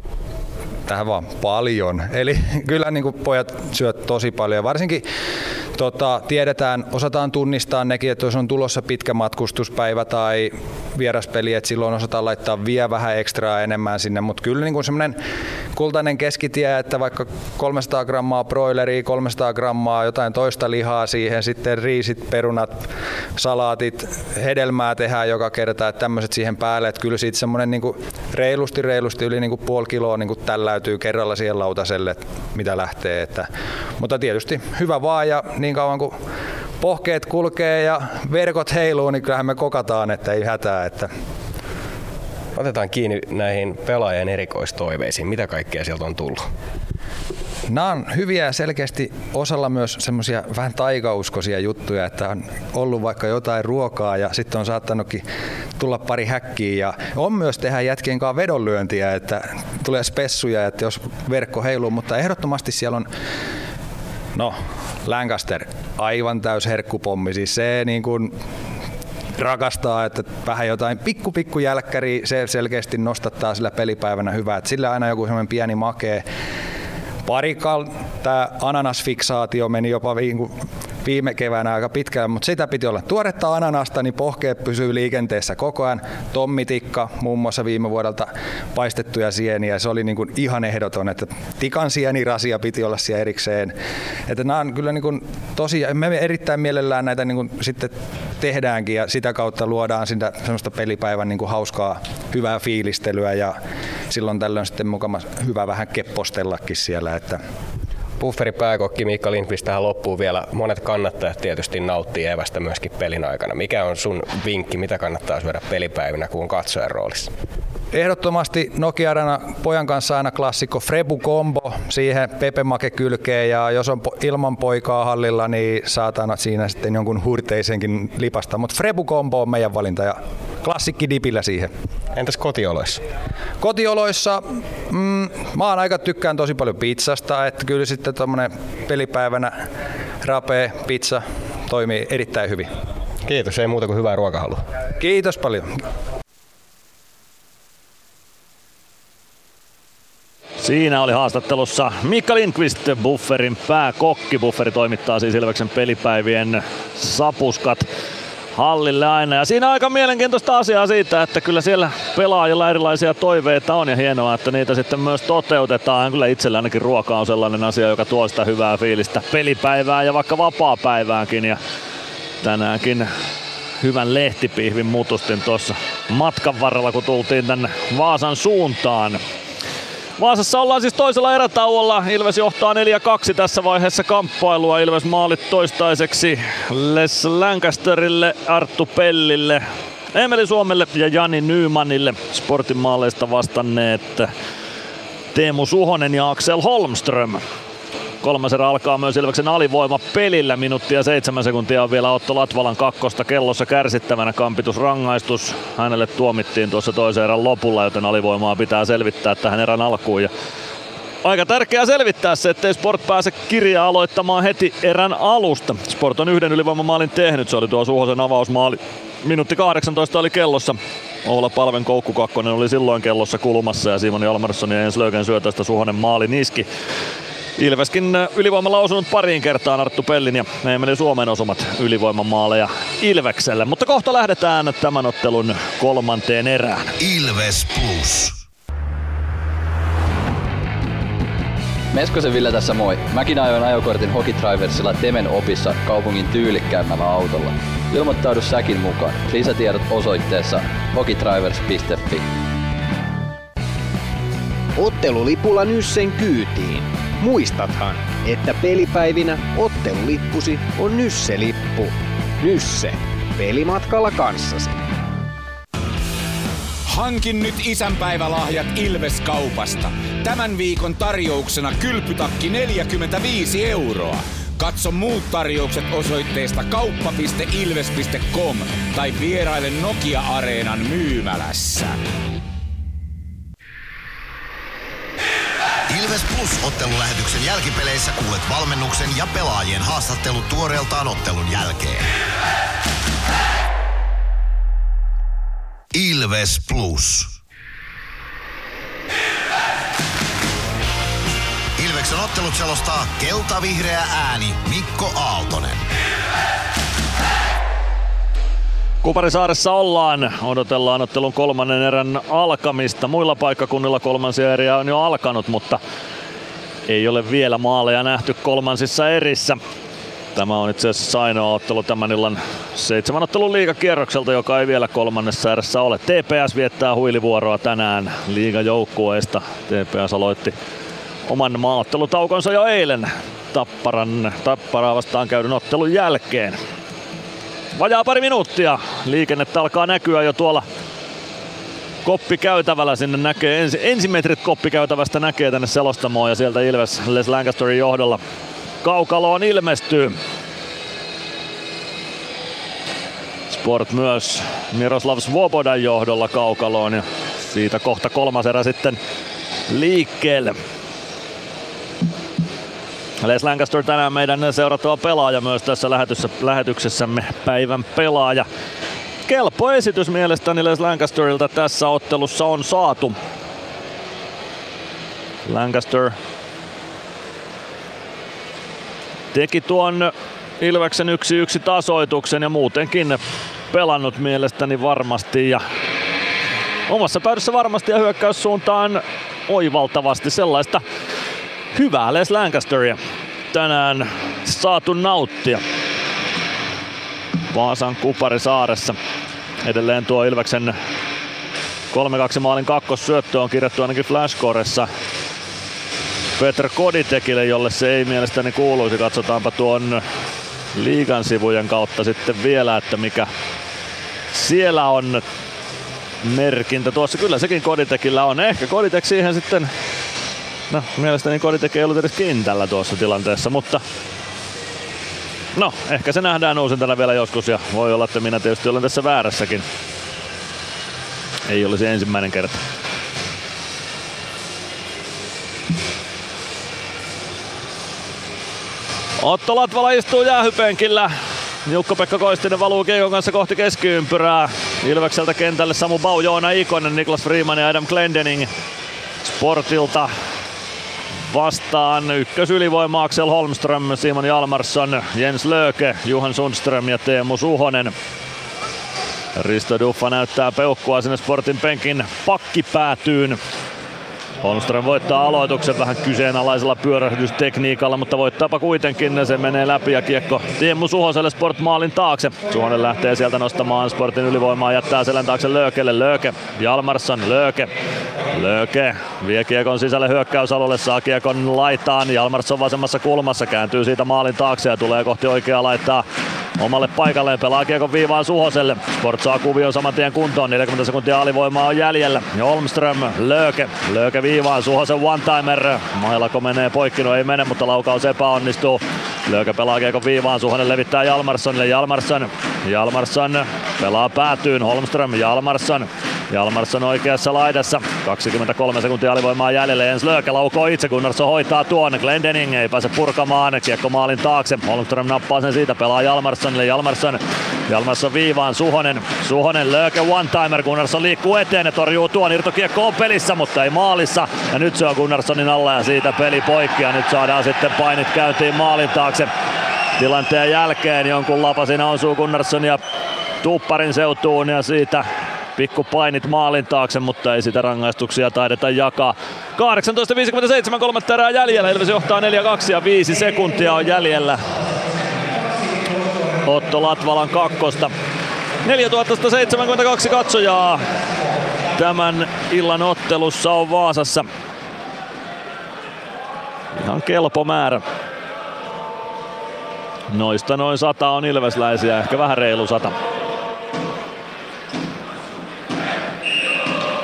Tähän vaan paljon. Eli kyllä niin kuin pojat syöt tosi paljon. Varsinkin tota, tiedetään, osataan tunnistaa nekin, että jos on tulossa pitkä matkustuspäivä tai vieraspeli, että silloin osataan laittaa vielä vähän ekstraa enemmän sinne. Mutta kyllä niin kuin semmoinen kultainen keskitie, että vaikka kolmesataa grammaa broileria, kolmesataa grammaa jotain toista lihaa siihen, sitten riisit, perunat, salaatit, hedelmää tehdään joka kerta, että tämmöiset siihen päälle. Että kyllä siitä semmoinen niin kuin reilusti, reilusti yli niin kuin puoli kiloa niin kuin tälläytyy kerralla siihen lautaselle, mitä lähtee. Että, mutta tietysti hyvä vaan ja niin kauan kuin pohkeet kulkee ja verkot heiluu, niin kyllähän me kokataan, että ei hätää. Että otetaan kiinni näihin pelaajien erikoistoiveisiin. Mitä kaikkea sieltä on tullut? Nämä on hyviä ja selkeästi osalla myös semmoisia vähän taikauskoisia juttuja, että on ollut vaikka jotain ruokaa ja sitten on saattanutkin tulla pari häkkiä ja on myös tehdä jätkien kanssa vedonlyöntiä, että tulee spessuja, että jos verkko heiluu, mutta ehdottomasti siellä on no Lancaster, aivan täys herkkupommi, siis se niin kuin rakastaa, että vähän jotain pikku pikku jälkkäriä, se selkeästi nostattaa sillä pelipäivänä hyvää, että sillä aina joku semmoinen pieni makee. Parikal, tämä ananasfiksaatio meni jopa viime keväänä aika pitkälle, mutta sitä piti olla tuoretta ananasta, niin pohkeet pysyy liikenteessä koko ajan. Tommitikka muun muassa viime vuodelta paistettuja sieniä, se oli niin kuin ihan ehdoton, että tikan sienirasia piti olla siellä erikseen. Että nämä on kyllä niin kuin tosi, me erittäin mielellään näitä niin kuin sitten tehdäänkin ja sitä kautta luodaan sitä semmoista pelipäivän niin kuin hauskaa, hyvää fiilistelyä ja silloin tällöin sitten mukana hyvä vähän keppostellakin siellä. Että Bufferin pääkokki Miikka Lindqvist tähän loppuun vielä. Monet kannattajat tietysti nauttii evästä myöskin pelin aikana. Mikä on sun vinkki, mitä kannattaa syödä pelipäivinä, kun on katsojan roolissa? Ehdottomasti Nokia-arena pojan kanssa aina klassikko Frebu Combo, siihen Pepe Make kylkeen ja jos on ilman poikaa hallilla, niin saatana siinä sitten jonkun hurteisenkin lipasta. Mutta Frebu Combo on meidän valinta ja klassikki dipillä siihen. Entäs kotioloissa? Kotioloissa mm, mä oon aika tykkään tosi paljon pizzasta, että kyllä sitten tommonen pelipäivänä rapea pizza toimii erittäin hyvin. Kiitos, ei muuta kuin hyvää ruokahalua. Kiitos paljon. Siinä oli haastattelussa Miikka Lindqvist, Bufferin pääkokki. Bufferi toimittaa siis Ilveksen pelipäivien sapuskat hallille aina. Ja siinä on aika mielenkiintoista asiaa siitä, että kyllä siellä pelaajilla erilaisia toiveita on ja hienoa, että niitä sitten myös toteutetaan. Kyllä itsellä ainakin ruoka on sellainen asia, joka tuo sitä hyvää fiilistä pelipäivään ja vaikka vapaa-päiväänkin. Ja tänäänkin hyvän lehtipihvin mutustin tuossa matkan varrella, kun tultiin tänne Vaasan suuntaan. Vaasassa ollaan siis toisella erätauolla. Ilves johtaa neljä kaksi tässä vaiheessa kamppailua. Ilves maalit toistaiseksi Les Lancasterille, Arttu Pellille, Eemeli Suomelle ja Jani Nymanille. Sportin maaleista vastanneet Teemu Suhonen ja Axel Holmström. Kolmas erä alkaa myös Ilveksen alivoima pelillä. Minuutti ja seitsemän sekuntia on vielä Otto Latvalan kakkosta kellossa kärsittävänä. Kampitusrangaistus hänelle tuomittiin tuossa toisen erän lopulla, joten alivoimaa pitää selvittää tähän erän alkuun. Ja aika tärkeää selvittää se, ettei Sport pääse kirjaa aloittamaan heti erän alusta. Sport on yhden ylivoimamaalin tehnyt, se oli tuo Suhosen avausmaali. Minuutti kahdeksantoista oli kellossa. Oula Palven koukku kakkonen oli silloin kellossa kulmassa ja Simon Jalmarsson ja Jens Löken syötöstä Suhonen maali niski. Ilveskin ylivoimalla osunut pariin kertaan Arttu Pellin ja Eemeli Suomen osumat ylivoimamaaleja Ilvekselle. Mutta kohta lähdetään tämän ottelun kolmanteen erään. Ilves Plus. Meskosen Ville tässä moi. Mäkin ajoin ajokortin Hokitriversilla Temen opissa kaupungin tyylikkäämmällä autolla. Ilmoittaudu säkin mukaan. Lisätiedot osoitteessa hokitrivers piste fi. Ottelulipulla Nyssen kyytiin. Muistathan, että pelipäivinä ottelulippusi on Nysse-lippu. Nysse. Pelimatkalla kanssasi. Hankin nyt isänpäivälahjat Ilves-kaupasta. Tämän viikon tarjouksena kylpytakki neljäkymmentäviisi euroa. Katso muut tarjoukset osoitteesta kauppa piste ilves piste com tai vieraile Nokia-areenan myymälässä. Ilves Plus-ottelulähetyksen jälkipeleissä kuulet valmennuksen ja pelaajien haastattelut tuoreeltaan ottelun jälkeen. Ilves Plus. Ilveksen ottelut selostaa kelta-vihreä ääni Mikko Aaltonen. Kuparisaaressa ollaan. Odotellaan ottelun kolmannen erän alkamista. Muilla paikkakunnilla kolmansia eriä on jo alkanut, mutta ei ole vielä maaleja nähty kolmansissa erissä. Tämä on itse asiassa ainoa ottelu tämän illan seitsemän ottelun liigakierrokselta, joka ei vielä kolmannessa erässä ole. T P S viettää huilivuoroa tänään liigajoukkueista. T P S aloitti oman maaottelutaukonsa jo eilen Tapparan, Tapparaa vastaan käydyn ottelun jälkeen. Vajaa pari minuuttia. Liikennettä alkaa näkyä jo tuolla koppikäytävällä. Sinne näkee ensi, ensimetrit koppikäytävästä näkee tänne selostamoon ja sieltä Ilves Les Lancasterin johdolla kaukaloon ilmestyy. Sport myös Miroslav Svobodan johdolla kaukaloon ja siitä kohta kolmas erä sitten liikkeelle. Les Lancaster tänään meidän seurattava pelaaja myös tässä lähetyksessämme päivän pelaaja. Kelpo esitys mielestäni Les Lancasterilta tässä ottelussa on saatu. Lancaster teki tuon Ilveksen yksi yksi tasoituksen ja muutenkin pelannut mielestäni varmasti ja omassa päädyssä varmasti ja hyökkäyssuuntaan oivaltavasti sellaista hyvää Les Lancasteria tänään saatu nauttia. Vaasan Kuparisaaressa edelleen tuo Ilveksen kolme kaksi maalin kakkossyöttö on kirjattu ainakin flashscoressa Petr Koditekille, jolle se ei mielestäni kuuluisi. Katsotaanpa tuon liigan sivujen kautta sitten vielä, että mikä siellä on merkintä. Tuossa kyllä sekin Koditekillä on. Ehkä Koditek siihen sitten, no mielestäni Koditek ei ollut edes kentällä tuossa tilanteessa, mutta no ehkä se nähdään uusintana vielä joskus ja voi olla, että minä tietysti olen tässä väärässäkin. Ei olisi ensimmäinen kerta. Otto Latvala istuu jäähypenkillä. Jukka-Pekka Koistinen valuu kiekon kanssa kohti keskiympyrää. Ilvekseltä kentälle Samu Bau, Joona Ikonen, Niklas Freeman ja Adam Glendening. Sportilta vastaan ykkösylivoima Axel Holmström, Simon Jalmarsson, Jens Löke, Johan Sundström ja Teemu Suhonen. Risto Duffa näyttää peukkua sinne Sportin penkin pakkipäätyyn. Holmström voittaa aloituksen vähän kyseenalaisella pyörähdystekniikalla, mutta voittaapa kuitenkin. Se menee läpi ja kiekko Teemu Suhoselle Sport maalin taakse. Suhonen lähtee sieltä nostamaan Sportin ylivoimaa, jättää selän taakse Löökelle. Lööke, Jalmarsson, Lööke. Lööke vie kiekon sisälle hyökkäysalueelle, saa kiekon laitaan. Jalmarsson vasemmassa kulmassa, kääntyy siitä maalin taakse ja tulee kohti oikeaa laittaa omalle paikalleen, pelaa kiekon viivaan Suhoselle. Sport saa kuvion saman tien kuntoon, neljäkymmentä sekuntia alivoimaa on jäljellä. Holmström, Lööke, Lööke viivaan, Suhosen one-timer. Mailako menee poikki, no ei mene, mutta laukaus epäonnistuu. Lööke pelaa kiekon viivaan, Suhonen levittää Jalmarssonille, Jalmarsson, Jalmarsson pelaa päätyyn, Holmström, Jalmarsson. Jalmarsson oikeassa laidassa, kaksikymmentäkolme sekuntia alivoimaa jäljellä, Jens Lööke laukoo itse, Gunnarsson hoitaa tuon, Glendening ei pääse purkamaan, kiekko maalin taakse, Holmström nappaa sen siitä, pelaa Jalmarssonille, Jalmarsson, Jalmarsson viivaan, Suhonen, Suhonen, Lööke one-timer, Gunnarsson liikkuu eteen ja torjuu tuon, irtokiekko on pelissä, mutta ei maalissa, ja nyt se on Gunnarssonin alla ja siitä peli poikki, ja nyt saadaan sitten painit käyntiin maalin taakse. Tilanteen jälkeen jonkun lapasin osuu Gunnarsson ja Tuupparin seutuun ja siitä pikku painit maalin taakse, mutta ei sitä rangaistuksia taideta jakaa. kahdeksantoista viisikymmentäseitsemän, kolmatta erää jäljellä. Ilves johtaa neljä kaksi ja viisi sekuntia on jäljellä Otto Latvalan kakkosta. neljätuhatta seitsemänkymmentäkaksi katsojaa tämän illan ottelussa on Vaasassa. Ihan kelpo määrä. Noista noin sata on ilvesläisiä, ehkä vähän reilu sata.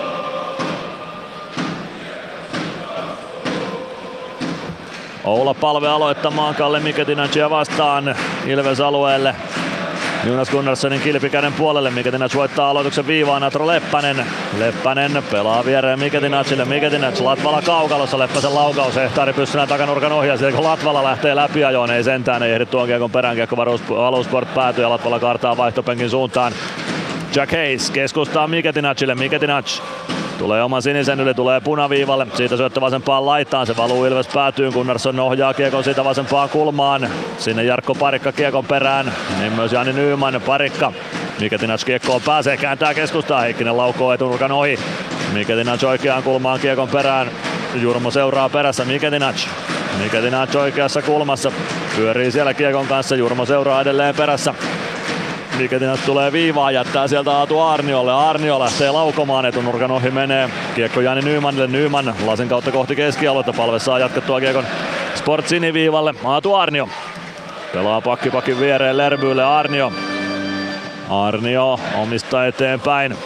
Oula Palve aloittamaan Kalle Miketinacia vastaan Ilves alueelle. Jonas Gunnarssonin kilpikäden puolelle. Miketinac voittaa aloituksen viivaan. Natro Leppänen. Leppänen pelaa viereen Miketinacille. Miketinac Latvala kaukalossa. Leppäsen laukaus. Hehtaari pyssynä takanurkan ohjaa. Siellä kun Latvala lähtee läpi ajoon. Ei sentään. Ei ehdi tuon kiekon perään. Kiekko Alusport päätyy ja Latvala kaartaa vaihtopenkin suuntaan. Jack Hayes keskustaa Miketinacille. Miketinac tulee oman sinisen yli, tulee punaviivalle. Siitä syöttö vasempaan laitaan, se valuu Ilves päätyyn. Gunnarsson ohjaa kiekon siitä vasempaan kulmaan. Sinne Jarkko Parikka kiekon perään. Niin myös Jani Nyman. Parikka. Miketinac kiekkoon pääsee, kääntää keskustaa. Heikkinen laukoo etunurkan ohi. Miketinac oikeaan kulmaan kiekon perään. Jurmo seuraa perässä. Miketinac. Miketinac oikeassa kulmassa. Pyörii siellä kiekon kanssa. Jurmo seuraa edelleen perässä. Miketinac tulee viivaan, jättää sieltä Aatu Aarniolle. Aarnio lähtee laukomaan, etunurkan ohi menee. Kiekko Jani Nymanille. Nyman lasin kautta kohti keskialuetta. Palve saa jatkettua kiekon Sport siniviivalle. Aatu Aarnio pelaa pakkipakin viereen Lerbylle. Aarnio. Aarnio omista eteenpäin.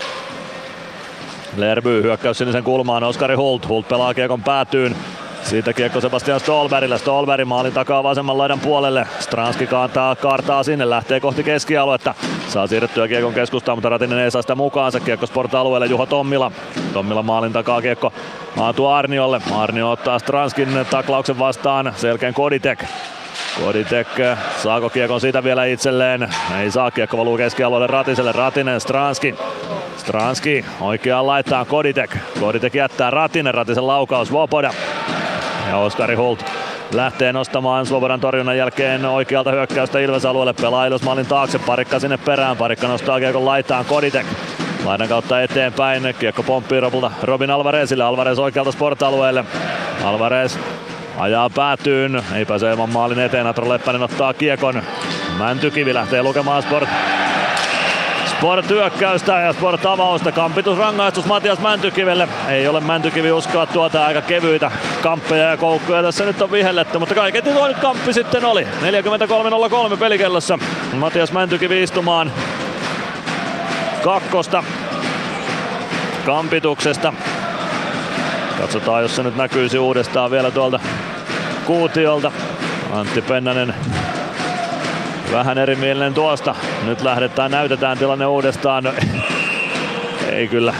Lerby hyökkäys sinisen kulmaan. Oskari Hult. Hult pelaa kiekon päätyyn. Siitä kiekko Sebastian Stolbergille. Stolberg maalin takaa vasemman laidan puolelle. Stranski kaartaa, kaartaa sinne, lähtee kohti keskialuetta. Saa siirrettyä kiekon keskustaan, mutta Ratinen ei saa sitä mukaansa. Kiekko Sport-alueelle Juho Tommila. Tommila maalin takaa kiekko Aatu Aarniolle. Aarnio ottaa Stranskin taklauksen vastaan. Selkeän Koditek. Koditek, saako kiekon siitä vielä itselleen? Ei saa, kiekko valuu keskialueelle Ratiselle. Ratinen, Stranski. Stranski oikeaan laittaa Koditek. Koditek jättää Ratinen, Ratisen laukaus Svoboda. Ja Oskari Hult lähtee nostamaan Svobodan torjunnan jälkeen oikealta hyökkäystä Ilves-alueelle. Pelaa Ilves maalin taakse, Parikka sinne perään. Parikka nostaa kiekon laitaan, Koditek. Laidan kautta eteenpäin, kiekko pomppii lopulta Robin Alvarezille. Alvarez oikealta Sport-alueelle. Alvarez ajaa päätyyn, ei pääse ilman maalin eteen. Natro Leppänen ottaa kiekon. Mäntykivi lähtee lukemaan Sport. Sport hyökkäystä ja Sport avausta. Kampitusrangaistus Matias Mäntykivelle. Ei ole Mäntykivi uskoa tuota aika kevyitä kamppeja ja koukkuja tässä nyt on vihelletty, mutta kaiketi tuo nyt kamppi sitten oli. neljäkymmentäkolme nolla kolme pelikellossa. Matias Mäntykivi istumaan kakkosta kampituksesta. Katsotaan, jos se nyt näkyisi uudestaan vielä tuolta kuutiolta. Antti Pennanen vähän erimielinen tuosta. Nyt lähdetään, näytetään tilanne uudestaan. No, ei kyllä.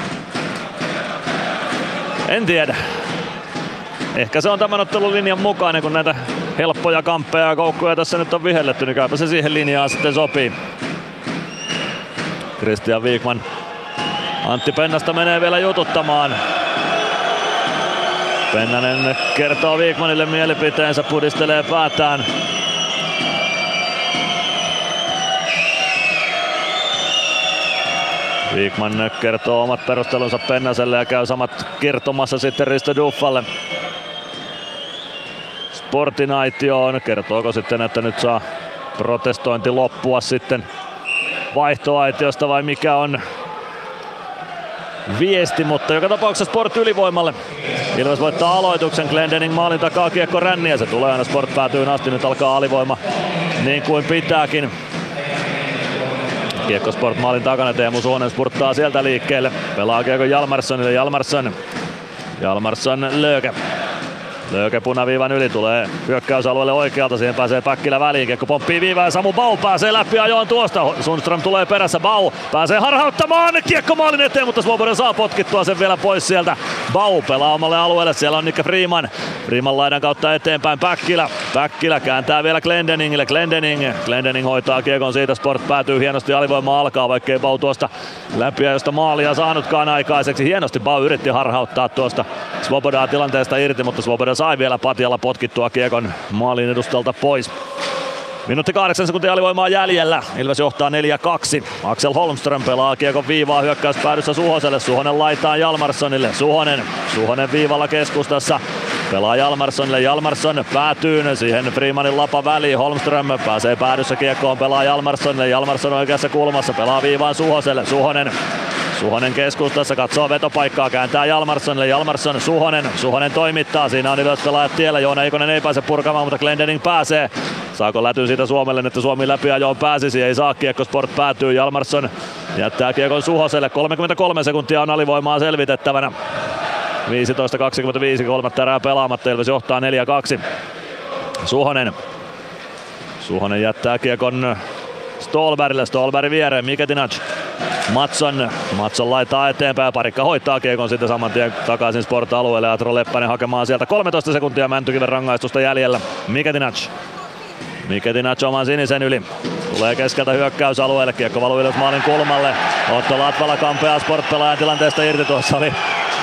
En tiedä. Ehkä se on tämän ottelun linjan mukainen, kun näitä helppoja kamppeja ja koukkuja tässä nyt on vihelletty, niin käypä se siihen linjaan sitten sopii. Christian Wikman Antti Pennasta menee vielä jututtamaan. Pennanen kertoo Wikmanille mielipiteensä, pudistelee päätään. Wikman kertoo omat perustelunsa Pennaselle ja käy samat kertomassa sitten Risto Duffalle. Sportinaitioon. Kertooko sitten, että nyt saa protestointi loppua sitten vaihtoaitiosta vai mikä on viesti, mutta joka tapauksessa Sport ylivoimalle. Ilves voittaa aloituksen, Glendening maalin takaa kiekko ränniä, se tulee aina Sport päätyyn asti, nyt alkaa alivoima niin kuin pitääkin. Kiekko Sport maalin takana, Teemu Suhonen spurttaa sieltä liikkeelle, pelaa kiekko Jalmarssonille, Jalmarsson, Jalmarsson Lööke. Lööke punaviivan yli, tulee hyökkäysalueelle oikealta, siihen pääsee Päkkilä väliin, kiekko pomppii viivaan ja Samu Bau pääsee läpi ajoon tuosta. Sundström tulee perässä, Bau pääsee harhauttamaan, kiekko maalin eteen, mutta Svoboda saa potkittua sen vielä pois sieltä. Bau pelaa omalle alueelle, siellä on Nikke Freeman. Freeman laidan kautta eteenpäin Päkkilä. Päkkilä kääntää vielä Glendeningille, Glendening. Glendening hoitaa kiekon siitä, Sport päätyy hienosti, alivoima alkaa, vaikkei Bau tuosta läpiä, josta maalia saanutkaan aikaiseksi. Hienosti Bau yritti harhauttaa tuosta Svobodaa tilanteesta irti, mutta Svoboda sai vielä patjalla potkittua kiekon maalin edustalta pois. Minuutti kahdeksan sekuntia alivoimaa jäljellä. Ilves johtaa neljä kaksi. Axel Holmström pelaa kiekon viivaa hyökkäyspäädyssä Suhoselle. Suhonen laitaa Jalmarssonille. Suhonen. Suhonen viivalla keskustassa. Pelaa Jalmarssonille. Jalmarsson päätyy siihen Freemanin lapa väliin. Holmström pääsee päädyssä kiekkoon. Pelaa Jalmarssonille. Jalmarsson oikeassa kulmassa. Pelaa viivaan Suhoselle. Suhonen. Suhonen keskustassa, katsoo vetopaikkaa, kääntää Jalmarssonille, Jalmarsson, Suhonen, Suhonen toimittaa, siinä on Ilves pelaajat tiellä, Joona Ikonen ei pääse purkamaan, mutta Glendening pääsee. Saako läty siitä Suomelle, että Suomi läpi ajoon pääsisi, ei saa, kiekko Sport päätyy, Jalmarsson jättää kiekon Suhoselle, kolmekymmentäkolme sekuntia on alivoimaa selvitettävänä. viisitoista kaksikymmentäviisi, kolmatta erää pelaamatta, Ilves johtaa neljä kaksi. Suhonen. Suhonen jättää kiekon Ståhlbergille, Ståhlberg viereen, Miketinac. Matson, Matson laittaa eteenpäin, Parikka hoitaa kiekon sitten saman tien takaisin Sport-alueelle. Atro Leppänen hakemaan sieltä kolmetoista sekuntia Mäntykiven rangaistusta jäljellä. Miketinac. Miketinac oman sinisen yli. Tulee keskeltä hyökkäysalueelle, kiekko valuu ylös maalin kulmalle. Otto Latvala kampeaa Sport-pelaajan tilanteesta irti, tuossa oli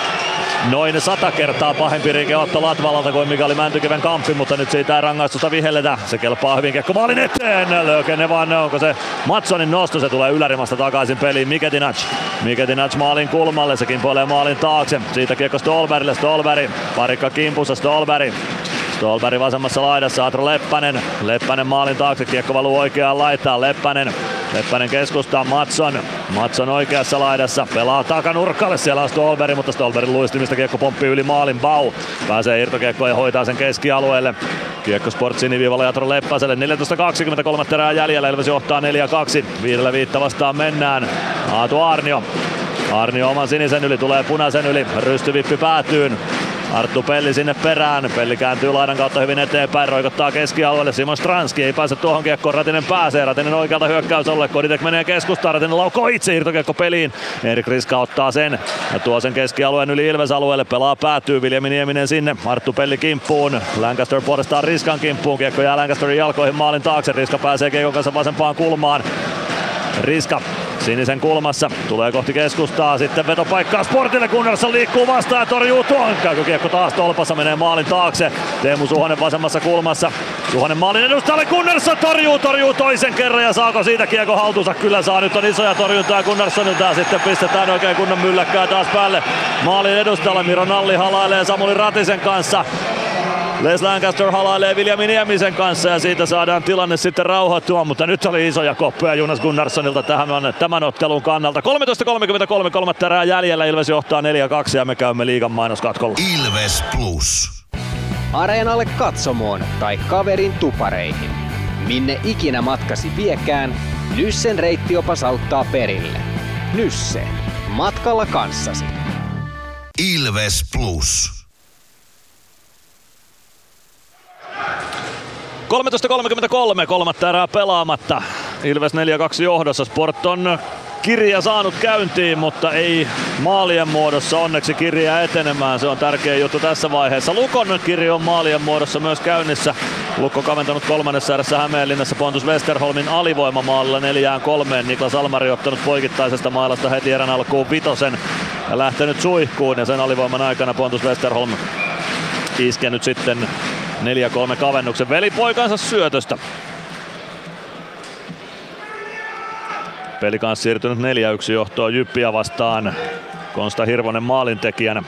noin sata kertaa pahempi rike Otto Latvalalta kuin mikä oli Mäntykiven kamppi, mutta nyt siitä ei rangaistusta vihelletä. Se kelpaa hyvin kiekko maalin eteen. Löökenne vaan, onko se Matsonin nosto, se tulee ylärimasta takaisin peliin. Miketinac. Miketinac maalin kulmalle, se kimpoilee maalin taakse. Siitä kiekko Ståhlbergille, Ståhlberg. Parikka kimpussa, Ståhlberg. Ståhlberg vasemmassa laidassa, Atro Leppänen. Leppänen maalin taakse, kiekko valuu oikeaan laitaan. Leppänen. Leppänen keskustaa, Matson. Matson oikeassa laidassa, pelaa takanurkalle, siellä on Ståhlberg, mutta Ståhlbergin luistimista kiekko pomppii yli maalin. Bau pääsee irtokiekkoon ja hoitaa sen keskialueelle. Kiekko Sport siniviivalla ja Atro Leppäselle, neljätoista kaksikymmentäkolme erää jäljellä, Ilves johtaa neljä kaksi. Viidellä viittä vastaan mennään. Aatu Aarnio. Aarnio oman sinisen yli, tulee punaisen yli, rystyvippi päätyyn. Arttu Pelli sinne perään, Pelli kääntyy laidan kautta hyvin eteenpäin, roikottaa keskialueelle, Simon Stranski ei pääse tuohon kiekkoon, Ratinen pääsee, Ratinen oikealta hyökkäysalueelle, Koditek menee keskustaan, Ratinen laukoo itse irtokiekko peliin, Erik Riska ottaa sen ja tuo sen keskialueen yli Ilves-alueelle, pelaa päätyy, Viljami Nieminen sinne, Arttu Pelli kimppuun, Lancaster puolestaan Riskan kimppuun, kiekko jää Lancasterin jalkoihin maalin taakse, Riska pääsee kiekon kanssa vasempaan kulmaan, Riska sinisen kulmassa, tulee kohti keskustaa, sitten vetopaikkaa Sportille, Gunnarsson liikkuu vastaan ja torjuu tuon. Käykö kiekko taas tolpassa, menee maalin taakse. Teemu Suhonen vasemmassa kulmassa. Suhonen maalin edustajalle, Gunnarsson torjuu, torjuu toisen kerran ja saako siitä kiekko haltuunsa? Kyllä saa, nyt on isoja torjuntaa Gunnarssonilta ja sitten pistetään oikein kunnon mylläkkää taas päälle. Maalin edustajalle Miro Nalli halailee Samuli Ratisen kanssa. Les Lancaster halailee Viljami Niemisen kanssa ja siitä saadaan tilanne sitten rauhoittua, mutta nyt oli isoja koppeja Jonas Gunnarssonilta tähän, tämän ottelun kannalta. kolmetoista kolmekymmentäkolme, kolmatta erää jäljellä, Ilves johtaa neljä kaksi ja me käymme liigan mainoskatkolla. Ilves Plus. Areenalle katsomoon tai kaverin tupareihin. Minne ikinä matkasi viekään, Nyssen reittiopas auttaa perille. Nysse. Matkalla kanssasi. Ilves Plus. kolmetoista kolmekymmentäkolme, kolmatta erää pelaamatta. Ilves neljä kaksi johdossa. Sport on kirja saanut käyntiin, mutta ei maalien muodossa onneksi kirjaa etenemään. Se on tärkeä juttu tässä vaiheessa. Lukon kirja on maalien muodossa myös käynnissä. Lukko kaventanut kolmannessa erässä Hämeenlinnassa Pontus Westerholmin alivoimamaalilla neljään kolmeen. Niklas Almari ottanut poikittaisesta maalasta heti erän alkuun vitosen ja lähtenyt suihkuun. Ja sen alivoiman aikana Pontus Westerholm iskenyt sitten neljä kolme kavennuksen velipoikansa syötöstä. Peli kanssa siirtynyt neljä yksi johtoon Jyppiä vastaan. Konsta Hirvonen maalintekijänä.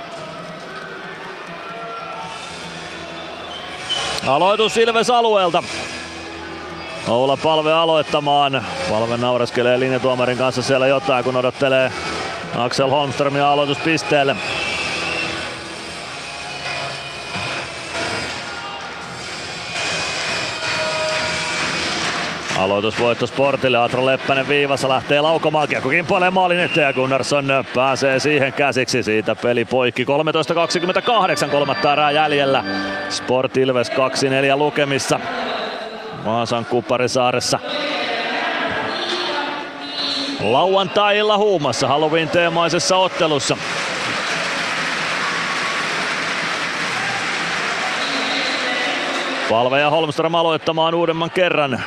Aloitus Ilves alueelta. Oula Palve aloittamaan. Palve naureskelee linjatuomarin kanssa siellä jotain, kun odottelee Axel Holmströmiä aloituspisteelle. Aloitusvoitto Sportille, Atro Leppänen viivassa lähtee laukomaan, kiekko kimpoilee maalin eteen ja Gunnarsson pääsee siihen käsiksi, siitä peli poikki. kolmetoista kaksikymmentäkahdeksan, kolmatta erää jäljellä. Sport Ilves kaksi neljä lukemissa Vaasan Kupparisaaressa. Lauantai-illa huumassa Halloween-teemaisessa ottelussa. Palve ja Holmström aloittamaan uudemman kerran.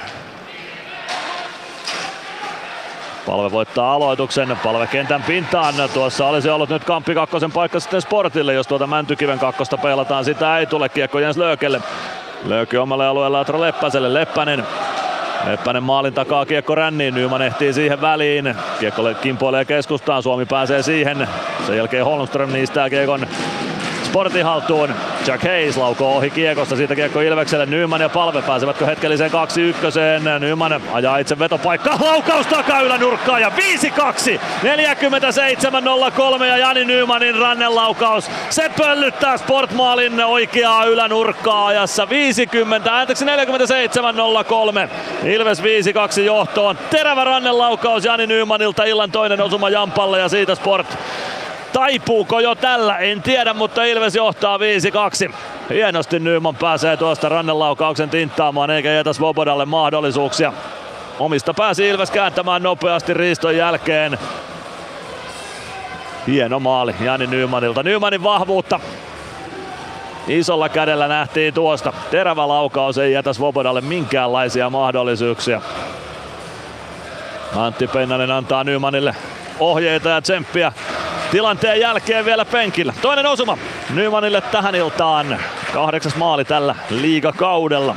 Palve voittaa aloituksen, Palve kentän pintaan. Tuossa olisi ollut nyt Kamppi kakkosen paikka sitten Sportille, jos tuota Mäntykiven kakkosta pelataan. Sitä ei tule, kiekko Jens Löökelle. Lööki omalle alueelle Atro Leppäselle, Leppänen. Leppänen maalin takaa, kiekko ränniin, Nyman ehtii siihen väliin. Kiekko kimpoilee keskustaan, Suomi pääsee siihen. Sen jälkeen Holmström niistää kiekon Sportin haltuun. Jack Hayes laukoo ohi kiekosta, siitä kiekko Ilvekselle. Nyman ja Palve pääsevätkö hetkelliseen kaksi ykköseen. Nyman ajaa itse vetopaikkaa, laukaus takaa ylänurkkaan ja viisi kaksi. neljäkymmentäseitsemän nolla kolme ja Jani Nymanin rannelaukaus. Se pöllyttää Sport-maalin oikeaa ylänurkkaa ajassa viisikymmentä, anteeksi neljäkymmentäseitsemän nolla kolme. Ilves viisi kaksi johtoon. Terävä rannelaukaus Jani Nymanilta, illan toinen osuma Jampalle ja siitä Sport Taipuuko jo tällä? En tiedä, mutta Ilves johtaa viisi kaksi. Hienosti Nyman pääsee tuosta rannelaukauksen tinttaamaan eikä jätä Svobodalle mahdollisuuksia. Omista pääsi Ilves kääntämään nopeasti riiston jälkeen. Hieno maali Jani Nymanilta. Nymanin vahvuutta isolla kädellä nähtiin tuosta. Terävä laukaus ei jätä Svobodalle minkäänlaisia mahdollisuuksia. Antti Pennanen antaa Nymanille ohjeita ja tsemppiä tilanteen jälkeen vielä penkillä. Toinen osuma Nymanille tähän iltaan. Kahdeksas maali tällä liigakaudella.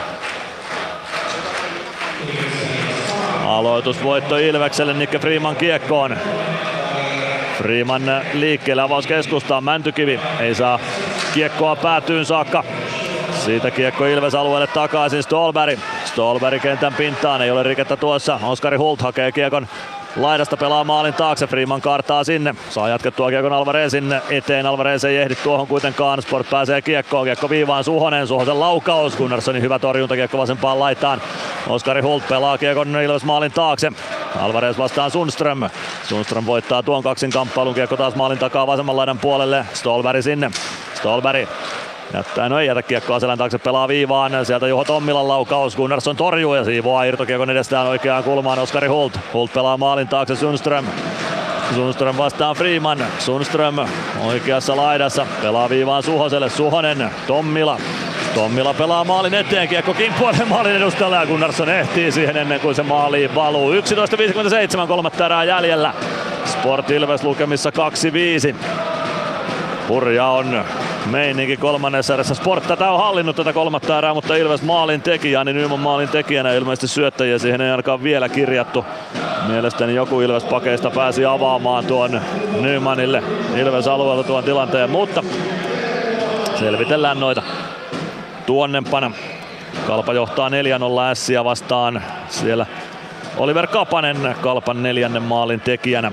Aloitusvoitto Ilvekselle, Nikke Freeman kiekkoon. Freeman liikkeelle avauskeskustaan, Mäntykivi ei saa kiekkoa päätyyn saakka. Siitä kiekko Ilves alueelle takaisin Ståhlberg. Ståhlberg kentän pintaan, ei ole rikettä tuossa. Oskari Hult hakee kiekon laidasta, pelaa maalin taakse, Freeman kaartaa sinne. Saa jatkettua kiekon Alvarezin eteen, Alvarez ei ehdi tuohon kuitenkaan. Sport pääsee kiekkoon, kiekko viivaan Suhonen, Suhosen laukaus. Gunnarssonin hyvä torjunta, kiekko vasempaan laitaan. Oskari Hult pelaa kiekon Ilves maalin taakse. Alvarez vastaan Sundström. Sundström voittaa tuon kaksin kamppailun, kiekko taas maalin takaa vasemman laidan puolelle. Ståhlberg sinne. Ståhlberg jättää, no ei jätä kiekkoa selän taakse, pelaa viivaan. Sieltä Juho Tommilan laukaus, Gunnarsson torjuu ja siivoaa irtokiekon edestään oikeaan kulmaan Oskari Hult. Hult pelaa maalin taakse Sundström. Sundström vastaan Freeman. Sundström oikeassa laidassa, pelaa viivaan Suhoselle. Suhonen, Tommila. Tommila pelaa maalin eteen, kiekko kimppuilee maalin edustalla ja Gunnarsson ehtii siihen ennen kuin se maaliin valuu. yksitoista viisikymmentäseitsemän, kolmatta erää jäljellä. Sport Ilves lukemissa kaksi viisi. Hurja on meininki kolmannessa erässä. Sport tätä on hallinnut tätä kolmatta erää, mutta Ilves maalin teki, Jani Nyman maalin tekijänä, ilmeisesti syöttäjiä siihen ei ainakaan vielä kirjattu. Mielestäni joku Ilves pakeista pääsi avaamaan tuon Nymanille Ilves alueelta tuon tilanteen, mutta selvitellään noita tuonnempana. Kalpa johtaa neljä nolla Ässiä vastaan. Siellä Oliver Kapanen Kalpan neljännen maalin tekijänä.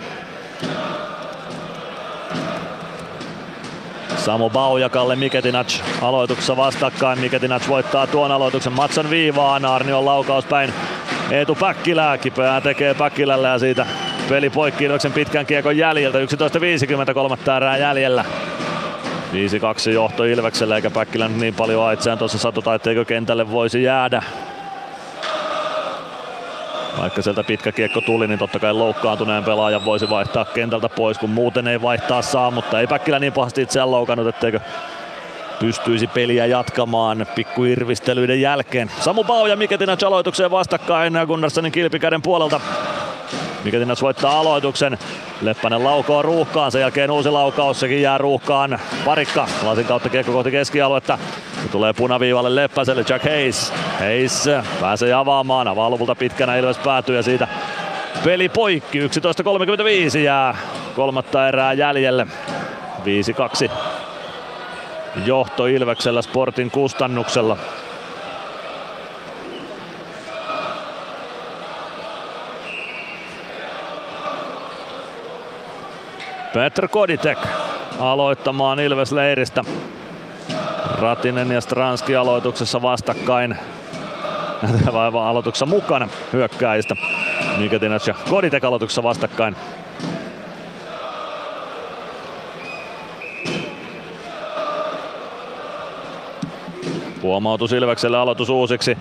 Samu Bau ja Kalle Miketinac aloituksessa vastakkain. Miketinac voittaa tuon aloituksen Matson viivaan. Arnion laukaus päin Eetu Päkkilää. Kipeää tekee Päkkilällä ja siitä peli poikki Ilveksen pitkän kiekon jäljiltä. yksitoista viisikymmentäkolme erää jäljellä. viisi kaksi johto Ilvekselle eikä Päkkilä niin paljon itseään tuossa satuta, etteikö kentälle voisi jäädä. Vaikka sieltä pitkä kiekko tuli, niin totta kai loukkaantuneen pelaajan voisi vaihtaa kentältä pois, kun muuten ei vaihtaa saa, mutta ei Päkkilä niin pahasti itseään loukannut, etteikö pystyisi peliä jatkamaan pikkuirvistelyiden jälkeen. Samu Bau ja Miketinac aloitukseen vastakkain Gunnarssonin kilpikäden puolelta. Miketinac voittaa aloituksen. Leppänen laukoo ruuhkaan, sen jälkeen uusi laukaus, sekin jää ruuhkaan. Parikka lasin kautta kiekko kohti keskialuetta. Se tulee punaviivalle Leppäselle, Jack Hayes. Hayes pääsee avaamaan, avaa lopulta pitkänä, Ilves päätyy ja siitä peli poikki. yksitoista kolmekymmentäviisi jää kolmatta erää jäljelle. viisi kaksi johto Ilveksellä Sportin kustannuksella. Petr Koditek aloittamaan Ilves-leiristä. Ratinen ja Stranski aloituksessa vastakkain. Vai aloituksessa mukana hyökkääjistä. Miketinac ja Koditek aloituksessa vastakkain. Huomautus Ilvekselle, aloitus uusiksi.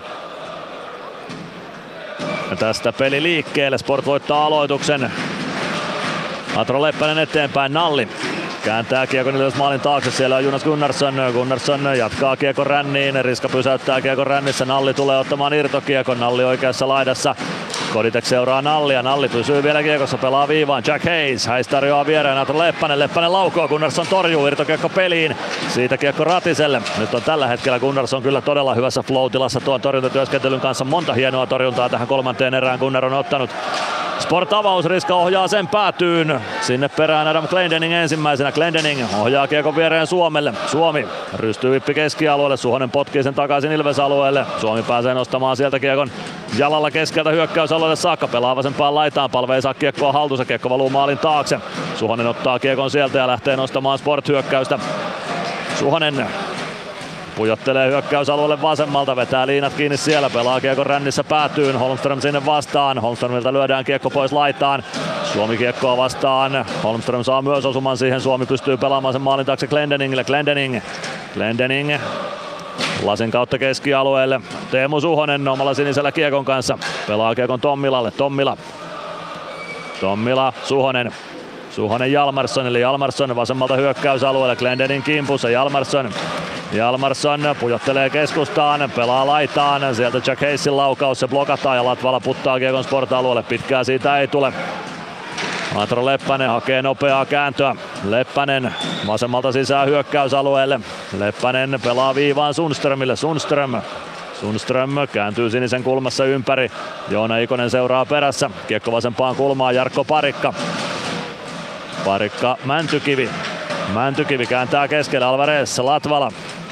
Ja tästä peli liikkeelle. Sport voittaa aloituksen. Atro Leppänen eteenpäin, Nalli kääntää kiekon Ilves maalin taakse, siellä on Jonas Gunnarsson. Gunnarsson jatkaa kiekon ränniin, Riska pysäyttää kiekon rännissä, Nalli tulee ottamaan irtokiekon, Nalli oikeassa laidassa. Koditek seuraa Nallia, Nalli pysyy vielä kiekossa, pelaa viivaan, Jack Hayes, Hayes tarjoaa viereen, Atro Leppänen, Leppänen laukoo, Gunnarsson torjuu, irtokiekko peliin, siitä kiekko Ratiselle. Nyt on tällä hetkellä Gunnarsson kyllä todella hyvässä flow-tilassa tuon torjuntatyöskentelyn kanssa, monta hienoa torjuntaa tähän kolmanteen erään Gunnar on ottanut. Sport avaus, Riska ohjaa sen päätyyn. Sinne perään Adam Glendening ensimmäisenä. Glendening ohjaa kiekon viereen Suomelle. Suomi rystyy vippi keskialueelle. Suhonen potkii sen takaisin Ilves-alueelle. Suomi pääsee nostamaan sieltä kiekon jalalla keskeltä hyökkäysalueelle saakka. Pelaa vasempaan laitaan. Palve ei saa kiekkoa haltuunsa. Kiekko valuu maalin taakse. Suhonen ottaa kiekon sieltä ja lähtee nostamaan Sport-hyökkäystä. Suhonen Pujottelee hyökkäysalueelle vasemmalta, vetää liinat kiinni siellä, pelaa kiekko rännissä päätyyn, Holmström sinne vastaan, Holmströmiltä lyödään kiekko pois laitaan, Suomi kiekkoa vastaan, Holmström saa myös osuman siihen, Suomi pystyy pelaamaan sen maalin taakse Glendeningille, Glendening, Glendening, lasin kautta keskialueelle, Teemu Suhonen omalla sinisellä kiekon kanssa, pelaa kiekon Tommilalle, Tommila, Tommila, Suhonen, Suhonen Jalmarssonille, Jalmarsson vasemmalta hyökkäysalueelle, Glendening kimpussa, Jalmarsson, Jalmarsson pujottelee keskustaan, pelaa laitaan, sieltä Jack Hayesin laukaus, se blokataan ja Latvala puttaa kiekon Sport-alueelle, pitkää siitä ei tule. Atro Leppänen hakee nopeaa kääntöä, Leppänen vasemmalta sisään hyökkäysalueelle, Leppänen pelaa viivaan Sundströmille, Sundström, Sundström kääntyy sinisen kulmassa ympäri, Joona Ikonen seuraa perässä, kiekko vasempaan kulmaan, Jarkko Parikka, Parikka Mäntykivi, Mäntykivi kääntää keskelle, Alvarez, Latvala.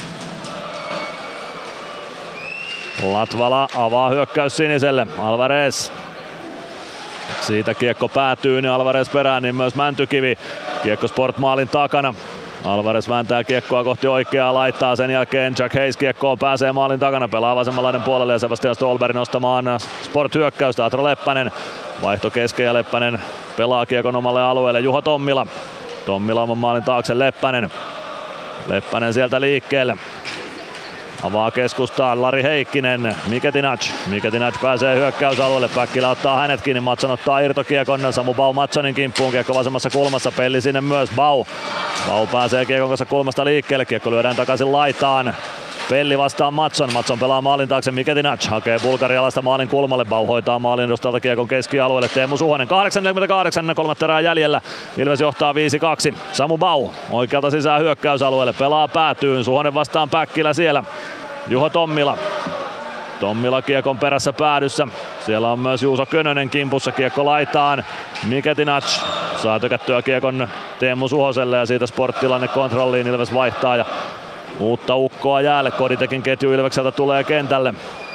Latvala avaa hyökkäys siniselle, Alvarez. Siitä kiekko päätyy, niin Alvarez perään, niin myös Mäntykivi. Kiekko Sport maalin takana. Alvarez vääntää kiekkoa kohti oikeaa laittaa, sen jälkeen Jack Hayes kiekkoon pääsee maalin takana, pelaa vasemmanlainen puolelle ja Sebastian Stolberg nostamaan Sport hyökkäystä. Atro Leppänen, vaihto kesken ja Leppänen pelaa kiekon omalle alueelle, Juho Tommila. Tommila on maalin taakse, Leppänen. Leppänen sieltä liikkeelle. Avaa keskustaan Lari Heikkinen, Miketinac. Miketinac pääsee hyökkäysalueelle, Päkkilä ottaa hänet kiinni, Matson ottaa irtokiekon, Samu Bau Matsonin kimppuun, kiekko vasemmassa kulmassa, Pelli sinne myös, Bau. Bau pääsee kiekon kanssa kulmasta liikkeelle, kiekko lyödään takaisin laitaan. Pelli vastaan Matson, Matson pelaa maalin taakse, Miketinac hakee bulgarialaista maalin kulmalle, Bau hoitaa maalin edustalta kiekon keskialueelle, Teemu Suhonen, kahdeksan neljäkymmentäkahdeksan, kolmatta erää jäljellä, Ilves johtaa viisi kaksi, Samu Bau oikealta sisään hyökkäysalueelle, pelaa päätyyn, Suhonen vastaan Päkkilä siellä, Juho Tommila, Tommila kiekon perässä päädyssä, siellä on myös Juuso Könönen kimpussa, kiekko laitaan, Miketinac saa tykättyä kiekon Teemu Suhoselle ja siitä Sport-tilanne kontrolliin, Ilves vaihtaa ja uutta ukkoa jäälle, Koditekin ketju Ilvekseltä tulee kentälle.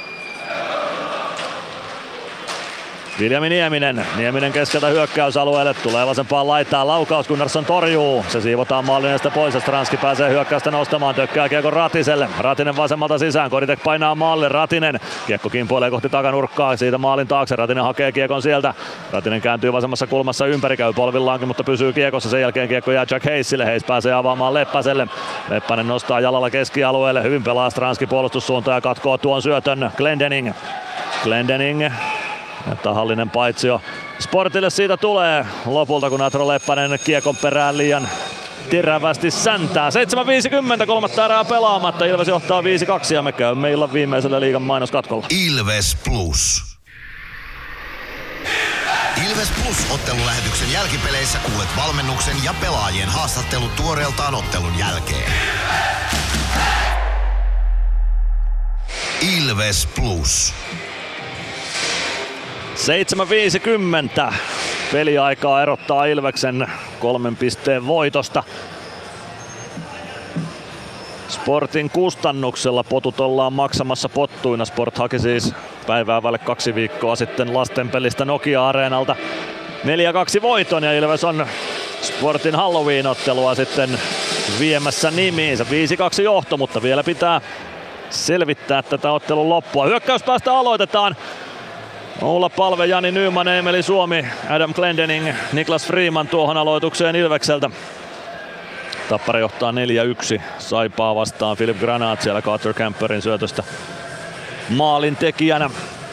Viljami Nieminen, Nieminen keskeltä hyökkäysalueelle, tulee vasempaan laitaan, laukaus, Gunnarsson torjuu, se siivotaan maalineesta pois ja Stranski pääsee hyökkäystä nostamaan, tökkää kiekon Ratiselle, Ratinen vasemmalta sisään, Koditek painaa maalille, Ratinen, kiekko kimpoilee kohti takanurkkaa, siitä maalin taakse, Ratinen hakee kiekon sieltä, Ratinen kääntyy vasemmassa kulmassa ympäri, käy polvillaankin, mutta pysyy kiekossa, sen jälkeen kiekko jää Jack Hayesille, Hayes pääsee avaamaan Leppäselle, Leppänen nostaa jalalla keskialueelle, hyvin pelaa Stranski puolustussuuntaan ja katkoo tuon syötön, Glendening, Glendening. Ja tahallinen paitsio Sportille siitä tulee lopulta, kun Atro Leppänen kiekon perään liian terävästi säntää. seitsemän viisikymmentä, kolmatta erää pelaamatta. Ilves johtaa viisi kaksi ja me käymme illan viimeisellä liigan mainoskatkolla. Ilves Plus. Ilves Plus-ottelulähetyksen jälkipeleissä kuulet valmennuksen ja pelaajien haastattelut tuoreeltaan ottelun jälkeen. Ilves Plus. seitsemän viisikymmentä. Peliaikaa erottaa Ilveksen kolmen pisteen voitosta. Sportin kustannuksella potut ollaan maksamassa pottuina. Sport haki siis päivää välle kaksi viikkoa sitten lastenpelistä Nokia-areenalta neljä kaksi voiton ja Ilves on Sportin Halloween-ottelua sitten viemässä nimiinsä. viisi kaksi johto, mutta vielä pitää selvittää tätä ottelun loppua. Hyökkäyspäästä aloitetaan. Oula Palve, Jani Nyman, Emeli Suomi, Adam Glendening, Niklas Freeman tuohon aloitukseen Ilvekseltä. Tappara johtaa neljä yksi Saipaa vastaan. Philip Granat siellä Carter Camperin syötöstä maalin tekijänä.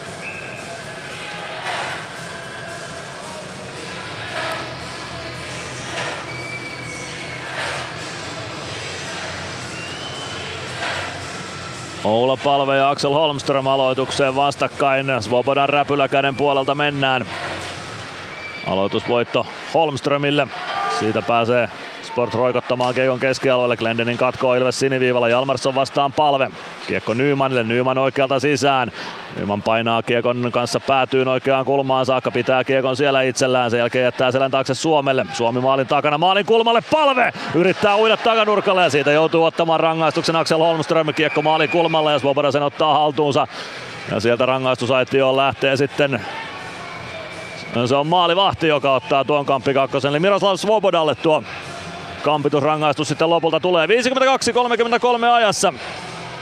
Oula Palve ja Axel Holmström aloitukseen vastakkain. Svobodan räpyläkäden puolelta mennään. Aloitusvoitto Holmströmille. Siitä pääsee Sport roikottamaan kiekon keskialueelle. Glendening katkoo Ilves siniviivalla. Jalmarsson vastaan Palve. Kiekko Nymanille. Nyman oikealta sisään. Nyman painaa kiekon kanssa päätyyn oikeaan kulmaan saakka. Pitää kiekon siellä itsellään. Sen jälkeen jättää selän taakse Suomelle. Suomi maalin takana. Maalin kulmalle Palve. Yrittää uida takanurkalle ja siitä joutuu ottamaan rangaistuksen Axel Holmström. Kiekko maalin kulmalle ja Svoboda sen ottaa haltuunsa. Ja sieltä rangaistusaitioon lähtee sitten. Se on maalivahti, joka ottaa tuon kamppi kakkosen. Eli Miroslav Svobodalle tuo kampitusrangaistus sitten lopulta tulee. viisikymmentäkaksi kolmekymmentäkolme ajassa.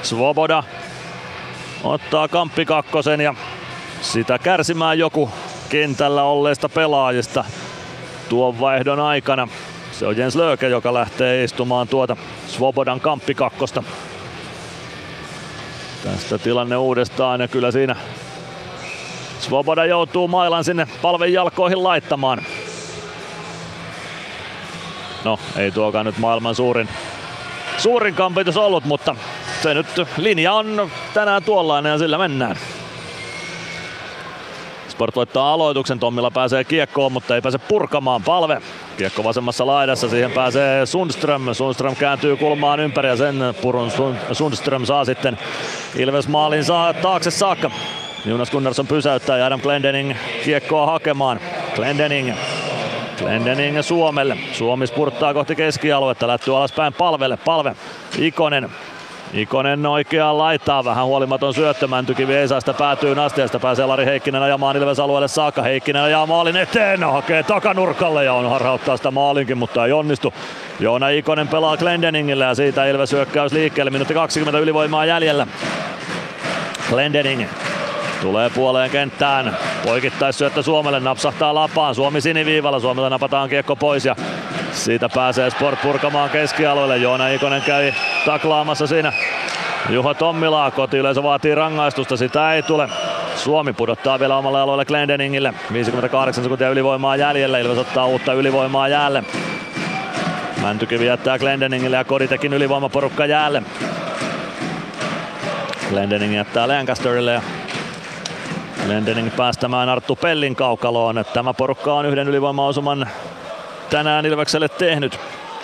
Svoboda ottaa kamppikakkosen ja sitä kärsimään joku kentällä olleista pelaajista tuon vaihdon aikana. Se on Jens Lööke, joka lähtee istumaan tuota Svobodan kamppikakkosta. Tästä tilanne uudestaan ja kyllä siinä Svoboda joutuu mailan sinne Palven jalkoihin laittamaan. No, ei tuokaan nyt maailman suurin, suurin kampitus ollut, mutta se nyt linja on tänään tuollainen ja sillä mennään. Sport voittaa aloituksen, Tommila pääsee kiekkoon, mutta ei pääse purkamaan. Palve. Kiekko vasemmassa laidassa, siihen pääsee Sundström. Sundström kääntyy kulmaan ympäri ja sen purun Sundström saa sitten Ilves maalin saa taakse saakka. Jonas Gunnarsson pysäyttää ja Adam Glendening kiekkoa hakemaan. Glendening. Glendening Suomelle. Suomi spurttaa kohti keskialuetta, lättyy alaspäin Palvelle. Palve. Ikonen. Ikonen oikeaan laittaa, vähän huolimaton syöttö, Mäntykivi ei saa sitä päätyyn asti ja sitä pääsee Lari Heikkinen ajamaan Ilves alueelle saakka. Heikkinen ajaa maalin eteen, hakee takanurkalle ja on harhauttaa sitä maalinkin, mutta ei onnistu. Joona Ikonen pelaa Glendeningille ja siitä Ilves hyökkäys liikkeelle, minuutti kaksikymmentä ylivoimaa jäljellä. Glendening tulee puoleen kenttään, poikittaisyöttö Suomelle, napsahtaa lapaan, Suomi siniviivalla, Suomelta napataan kiekko pois ja siitä pääsee Sport purkamaan keskialueelle. Joona Ikonen käy taklaamassa siinä Juho Tommilaa. Kotiyleisö vaatii rangaistusta, sitä ei tule. Suomi pudottaa vielä omalle alueelle Glendeningille. viisikymmentäkahdeksan sekuntia ylivoimaa jäljellä. Ilves ottaa uutta ylivoimaa jäälle. Mäntykivi jättää Glendeningille ja Koditekin ylivoimaporukka jäälle. Glendening jättää Lancasterille ja Glendening päästämään Arttu Pellin kaukaloon. Tämä porukka on yhden ylivoimaosuman tänään Ilvekselle tehnyt.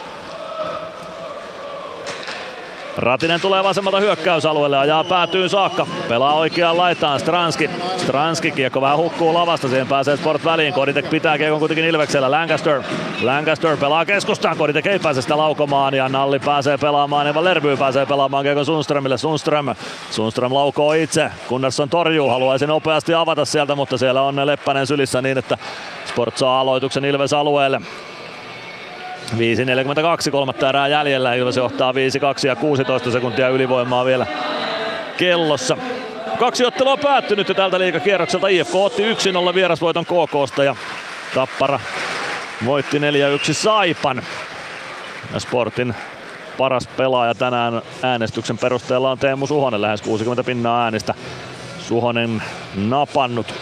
Ratinen tulee vasemmalta hyökkäysalueelle, ajaa päätyyn saakka. Pelaa oikeaan laitaan Stranski. Stranski kiekko vähän hukkuu lavasta, siihen pääsee Sport väliin. Koditek pitää kiekon kuitenkin Ilveksellä. Lancaster. Lancaster pelaa keskustaan, Koditek ei pääse sitä laukomaan ja Nalli pääsee pelaamaan. Eva Lerby pääsee pelaamaan kiekon Sundströmille. Sundström. Sundström laukoo itse. Gunnarsson torjuu, haluaisi nopeasti avata sieltä, mutta siellä on Leppänen sylissä niin, että Sport saa aloituksen Ilves alueelle. viisi neljäkymmentäkaksi, kolmatta erää jäljellä. Ilves johtaa viisi kaksi ja kuusitoista sekuntia ylivoimaa vielä kellossa. Kaksi ottelua päättynyt jo tältä liigakierrokselta. I F K otti yksi nolla vierasvoiton K K:sta ja Tappara voitti neljä yksi Saipan. Ja Sportin paras pelaaja tänään äänestyksen perusteella on Teemu Suhonen, lähes kuusikymmentä pinnaa äänistä. Suhonen napannut.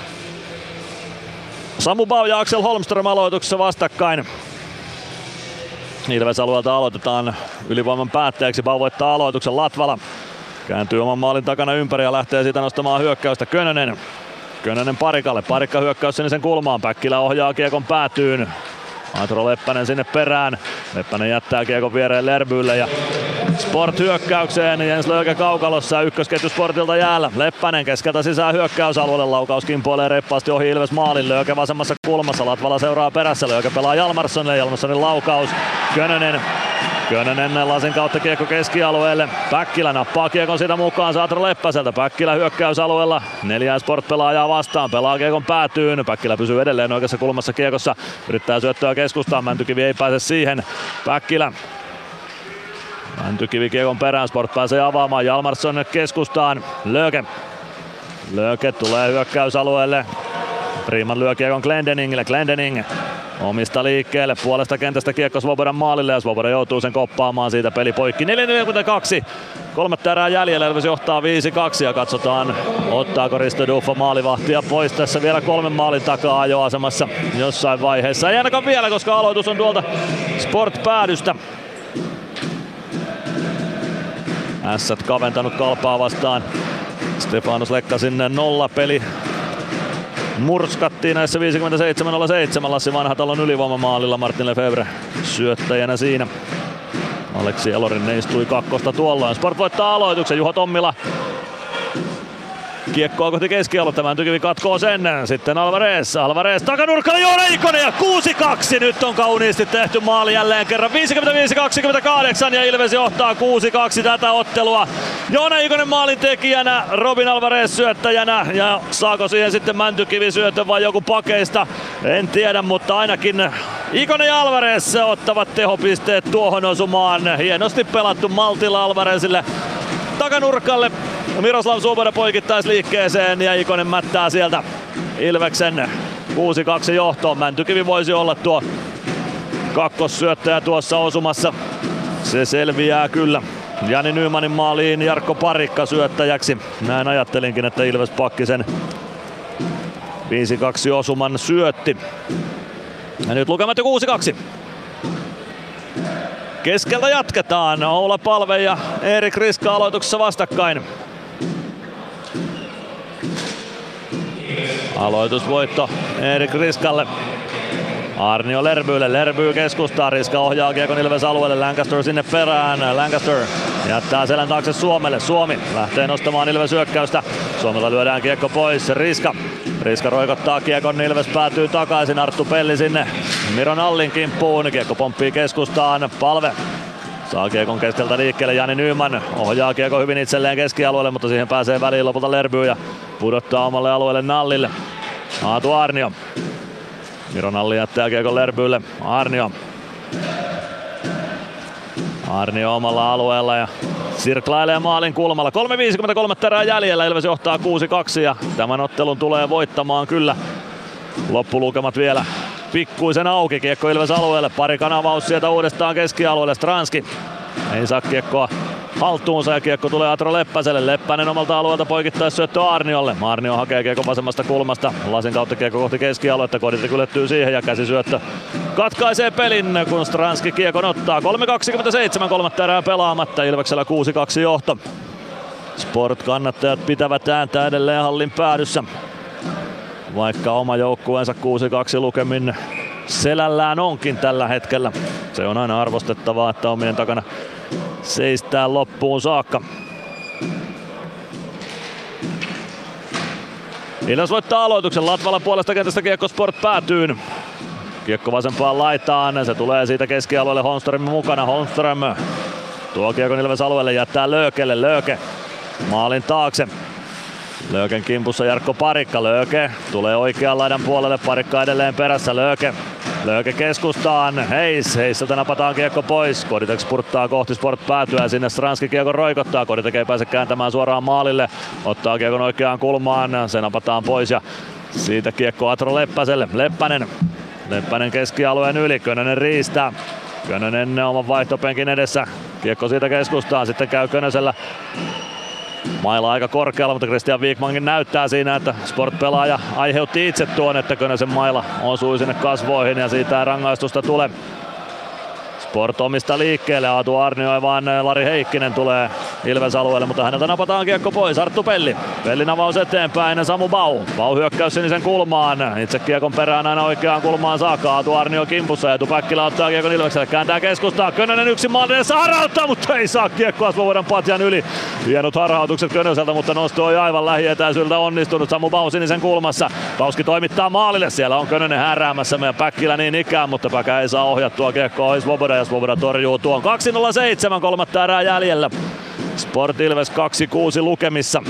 Samu Bau ja Axel Holmström aloituksessa vastakkain. Ilves alueelta aloitetaan ylivoiman päätteeksi. Bau voittaa aloituksen. Latvala kääntyy oman maalin takana ympäri ja lähtee siitä nostamaan hyökkäystä. Könönen. Könönen Parikalle. Parikka hyökkäys sinisen kulmaan. Päkkilä ohjaa kiekon päätyyn. Antero Leppänen sinne perään. Leppänen jättää kiekon viereen Lerbylle ja Sport hyökkäykseen. Jens Lööke kaukalossa. Ykkösketju Sportilta jäällä. Leppänen keskeltä sisään hyökkäysalueelle. Laukaus kimpoilee reippaasti ohi Ilves maalin. Lööke vasemmassa kulmassa. Latvala seuraa perässä. Lööke pelaa Jalmarssonille. Jalmarssonin laukaus. Könönen. Könönen lasin kautta kiekko keskialueelle. Päkkilä nappaa kiekon siitä mukaan Saatro Leppäseltä. Päkkilä hyökkäysalueella. Neljä Sport-pelaajaa vastaan. Pelaa kiekon päätyyn. Päkkilä pysyy edelleen oikeassa kulmassa kiekossa. Yrittää syöttöä keskustaan. Mäntykivi ei pääse siihen. Päkkilä. Mäntykivi kiekon perään. Sport pääsee avaamaan. Jalmarsson keskustaan. Lööke. Lööke tulee hyökkäysalueelle. Freeman lyö kiekon Glendeningille. Glendening omista liikkeelle, puolesta kentästä kiekko Svobodan maalille ja Svoboda joutuu sen koppaamaan, siitä peli poikki. neljä neljäkymmentäkaksi, kolmatta erää jäljellä, Ilves johtaa viisi kaksi ja katsotaan ottaako Risto Duffa maalivahtia pois tässä vielä kolmen maalin takaa ajoasemassa jossain vaiheessa. Ei ainakaan vielä, koska aloitus on tuolta Sport-päädystä. Ässät kaventanut Kalpaa vastaan. Stefanos Lekka sinne nolla peli. Murskattiin näissä viisikymmentäseitsemän nolla seitsemän Lassi Vanhatalon ylivoimamaalilla, Martin Lefebvre syöttäjänä siinä. Aleksi Elorinne istui kakkosta tuolloin. Sport voittaa aloituksen, Juho Tommila kiekkoa kohti keskialuetta, Mäntykivi katkoo sen. Sitten Alvarez, Alvarez takanurkalle Joona Ikonen ja kuusi kaksi. Nyt on kauniisti tehty maali jälleen kerran. viisikymmentäviisi kaksikymmentäkahdeksan ja Ilves johtaa kuusi kaksi tätä ottelua. Joona Ikonen maalin tekijänä, Robin Alvarez syöttäjänä ja saako siihen sitten Mäntykivi syötön vai joku pakeista? En tiedä, mutta ainakin Ikonen ja Alvarez ottavat tehopisteet tuohon osumaan. Hienosti pelattu Maltilla Alvarezille. takanurkalle. Miroslav Svoboda poikittais liikkeeseen ja Ikonen mättää sieltä Ilveksen kuusi kaksi johtoon. Mäntykivi voisi olla tuo kakkossyöttäjä tuossa osumassa. Se selviää kyllä. Jani Nymanin maaliin Jarkko Parikka syöttäjäksi. Näin ajattelinkin, että Ilves Pakkisen viisi kaksi osuman syötti. Ja nyt lukemat jo kuusi kaksi. Keskeltä jatketaan. Oula Palve ja Erik Riska aloituksessa vastakkain. Aloitusvoitto Erik Riskalle. Arnio Lerbylle, Lerby keskustaa, Riska ohjaa kiekon Ilves alueelle, Lancaster sinne perään, Lancaster jättää selän taakse Suomelle, Suomi lähtee nostamaan Ilves hyökkäystä, Suomella lyödään kiekko pois, Riska, Riska roikottaa kiekon, Ilves päätyy takaisin, Arttu Pelli sinne Miro Nallin kimppuun, kiekko pomppii keskustaan, Palve saa kiekon keskeltä liikkeelle, Jani Nyman ohjaa kiekko hyvin itselleen keskialueelle, mutta siihen pääsee väliin lopulta Lerby ja pudottaa omalle alueelle Nallille, Aatu Arnio. Miro Nalli jättää kiekon Lerbylle. Arnio. Arnio omalla alueella ja sirklailee maalin kulmalla. kolme viisikymmentäkolme terää jäljellä. Ilves johtaa kuusi kaksi ja tämän ottelun tulee voittamaan kyllä. Loppulukemat vielä pikkuisen auki. Kiekko Ilves alueelle. Pari kanavaus sieltä uudestaan keskialueelle. Stranski ei saa kiekkoa haltuunsa ja kiekko tulee Atro Leppäselle. Leppänen omalta alueelta poikittais syöttö Arniolle. Arnio hakee kiekko vasemmasta kulmasta. Lasin kautta kiekko kohti keskialuetta. Kodit kylettyy siihen ja käsisyöttö katkaisee pelin, kun Stranski kiekon ottaa. kolme kaksikymmentäseitsemän, kolmatta erää pelaamatta. Ilveksellä kuusi kaksi johto. Sport-kannattajat pitävät ääntä edelleen hallin päädyssä. Vaikka oma joukkueensa kuusi kaksi lukemin selällään onkin tällä hetkellä. Se on aina arvostettavaa, että omien takana seistään loppuun saakka. Ilves voittaa aloituksen. Latvala puolesta kentästä kiekko Sport päätyyn. Kiekko vasempaan laitaan. Se tulee siitä keskialueelle Holmström mukana. Holmström tuo kiekon Ilves alueelle, jättää Löökelle. Lööke maalin taakse. Lööken kimpussa Jarkko Parikka. Lööke tulee oikean laidan puolelle. Parikka edelleen perässä. Lööke. Lööke keskustaan. Heis. Heisseltä napataan kiekko pois. Koditek spurttaa kohti Sport päätyä. Sinne Stranski kiekon roikottaa. Koditek ei pääse kääntämään suoraan maalille. Ottaa kiekon oikeaan kulmaan. Se napataan pois ja siitä kiekko Atro Leppäselle. Leppänen. Leppänen keskialueen yli. Könönen riistää. Könönen oman vaihtopenkin edessä. Kiekko siitä keskustaan. Sitten käy Könösellä. Maila aika korkealla, mutta Christian Wikmankin näyttää siinä, että Sport-pelaaja aiheutti itse tuon, että Könösen maila osui sinne kasvoihin ja siitä ei rangaistusta tule. Sport omista liikkeelle, Aatu Arnio ja vaan Lari Heikkinen tulee Ilves alueelle, mutta häneltä napataan kiekko pois. Arttu Pelli. Pellin avaus eteenpäin, Samu Bau. Bau hyökkäys sinisen kulmaan. Itse kiekon perään aina oikeaan kulmaan saakka. Aatu Arnio kimpussa ja Eetu Päkkilä ottaa kiekon Ilvekselle. Kääntää keskustaa. Könönen yksin maalin edessä harhauttaa, mutta ei saa kiekkoa Svobodan patjan yli. Hienot harhautukset Könöseltä, mutta nosto ei aivan lähietäisyydeltä onnistunut. Samu Bau sinisen kulmassa. Bauski toimittaa maalille. Siellä on Könönen häräämässä meidän Päkkilä niin ikään, mutta Päkä ei saa ohjattua kiekkoa ohi Svoboda ja Svoboda torjuu tuon. kaksi nolla seitsemän, kolmatta erää jäljellä. Sport Ilves kaksi kuusi lukemissa.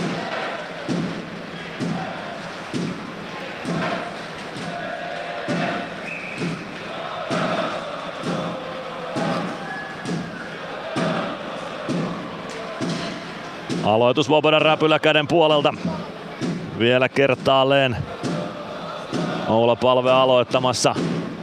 Aloitus Svobodan räpylä käden puolelta. Vielä kertaalleen Oula Palve aloittamassa.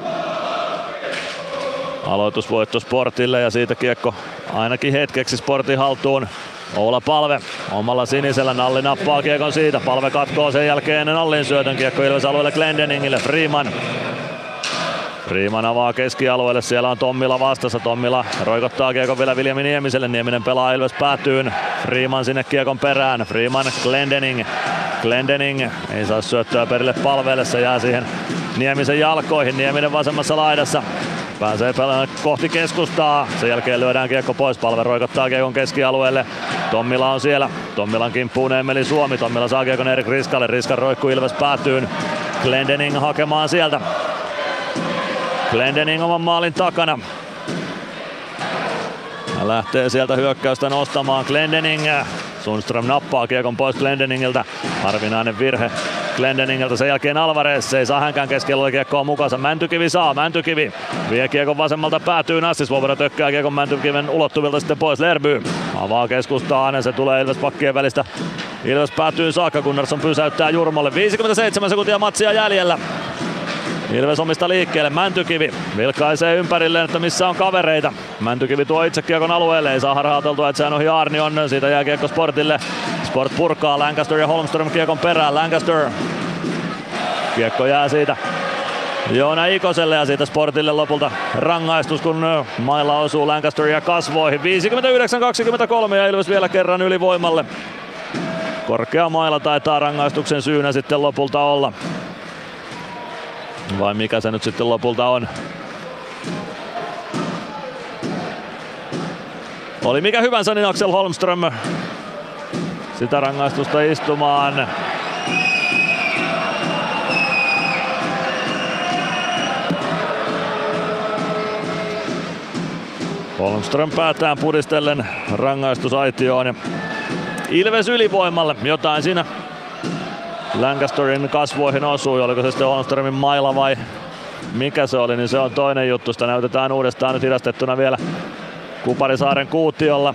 Aloitusvoitto Sportille ja siitä kiekko ainakin hetkeksi Sportin haltuun. Oula Palve omalla sinisellä, Nalli nappaa kiekon siitä. Palve katkoo sen jälkeen Nallin syötön, kiekko Ilves alueelle Glendeningille. Freeman. Freeman avaa keskialueelle, siellä on Tommila vastassa. Tommila roikottaa kiekon vielä Viljami Niemiselle. Nieminen pelaa Ilves päätyyn. Freeman sinne kiekon perään. Freeman Glendening. Glendening ei saa syöttöä perille Palveelle, se jää siihen Niemisen jalkoihin. Nieminen vasemmassa laidassa. Pääsee pelaamaan kohti keskustaa. Sen jälkeen lyödään kiekko pois. Palve roikottaa kiekon keskialueelle. Tommila on siellä. Tommilan kimppuun Emeli Suomi. Tommila saa kiekon Erik Riskalle. Riskan roikkuu Ilves päätyyn. Glendening hakemaan sieltä. Glendening oman maalin takana. Ja lähtee sieltä hyökkäystä nostamaan Glendening. Sundström nappaa kiekon pois Glendeningiltä. Harvinainen virhe Glendeningiltä, sen jälkeen Alvarez, ei saa hänkään keskellä kiekkoa mukansa. Mäntykivi saa, Mäntykivi vie kiekon vasemmalta päätyy Nassi, Svoboda tökkää kiekon Mäntykiven ulottuvilta sitten pois. Lerby avaa keskustaan, se tulee Ilves pakkien välistä. Ilves päätyy saakka, Gunnarsson pysäyttää Jurmolle. viisikymmentäseitsemän sekuntia matsia jäljellä. Ilves omista liikkeelle, Mäntykivi vilkaisee ympärilleen, että missä on kavereita. Mäntykivi tuo itse kiekon alueelle, ei saa harhaateltua, että sehän ohi Arnion, siitä jää kiekko Sportille. Sport purkaa, Lancaster ja Holmström kiekon perään, Lancaster. Kiekko jää siitä Joona Ikoselle ja siitä Sportille lopulta rangaistus, kun mailla osuu Lancasteria kasvoihin. viisikymmentäyhdeksän kaksikymmentäkolme ja Ilves vielä kerran ylivoimalle. Korkea maila taitaa rangaistuksen syynä sitten lopulta olla. Vai mikä se nyt sitten lopulta on? Oli mikä hyvänsä, niin Axel Holmström sitä rangaistusta istumaan. Holmström päätään pudistellen rangaistusaitioon. Ilves ylivoimalle, jotain siinä Lancasterin kasvoihin osui, oliko se sitten Holmströmin maila vai mikä se oli, niin se on toinen juttu. Sitä näytetään uudestaan nyt hidastettuna vielä Kuparisaaren kuutiolla.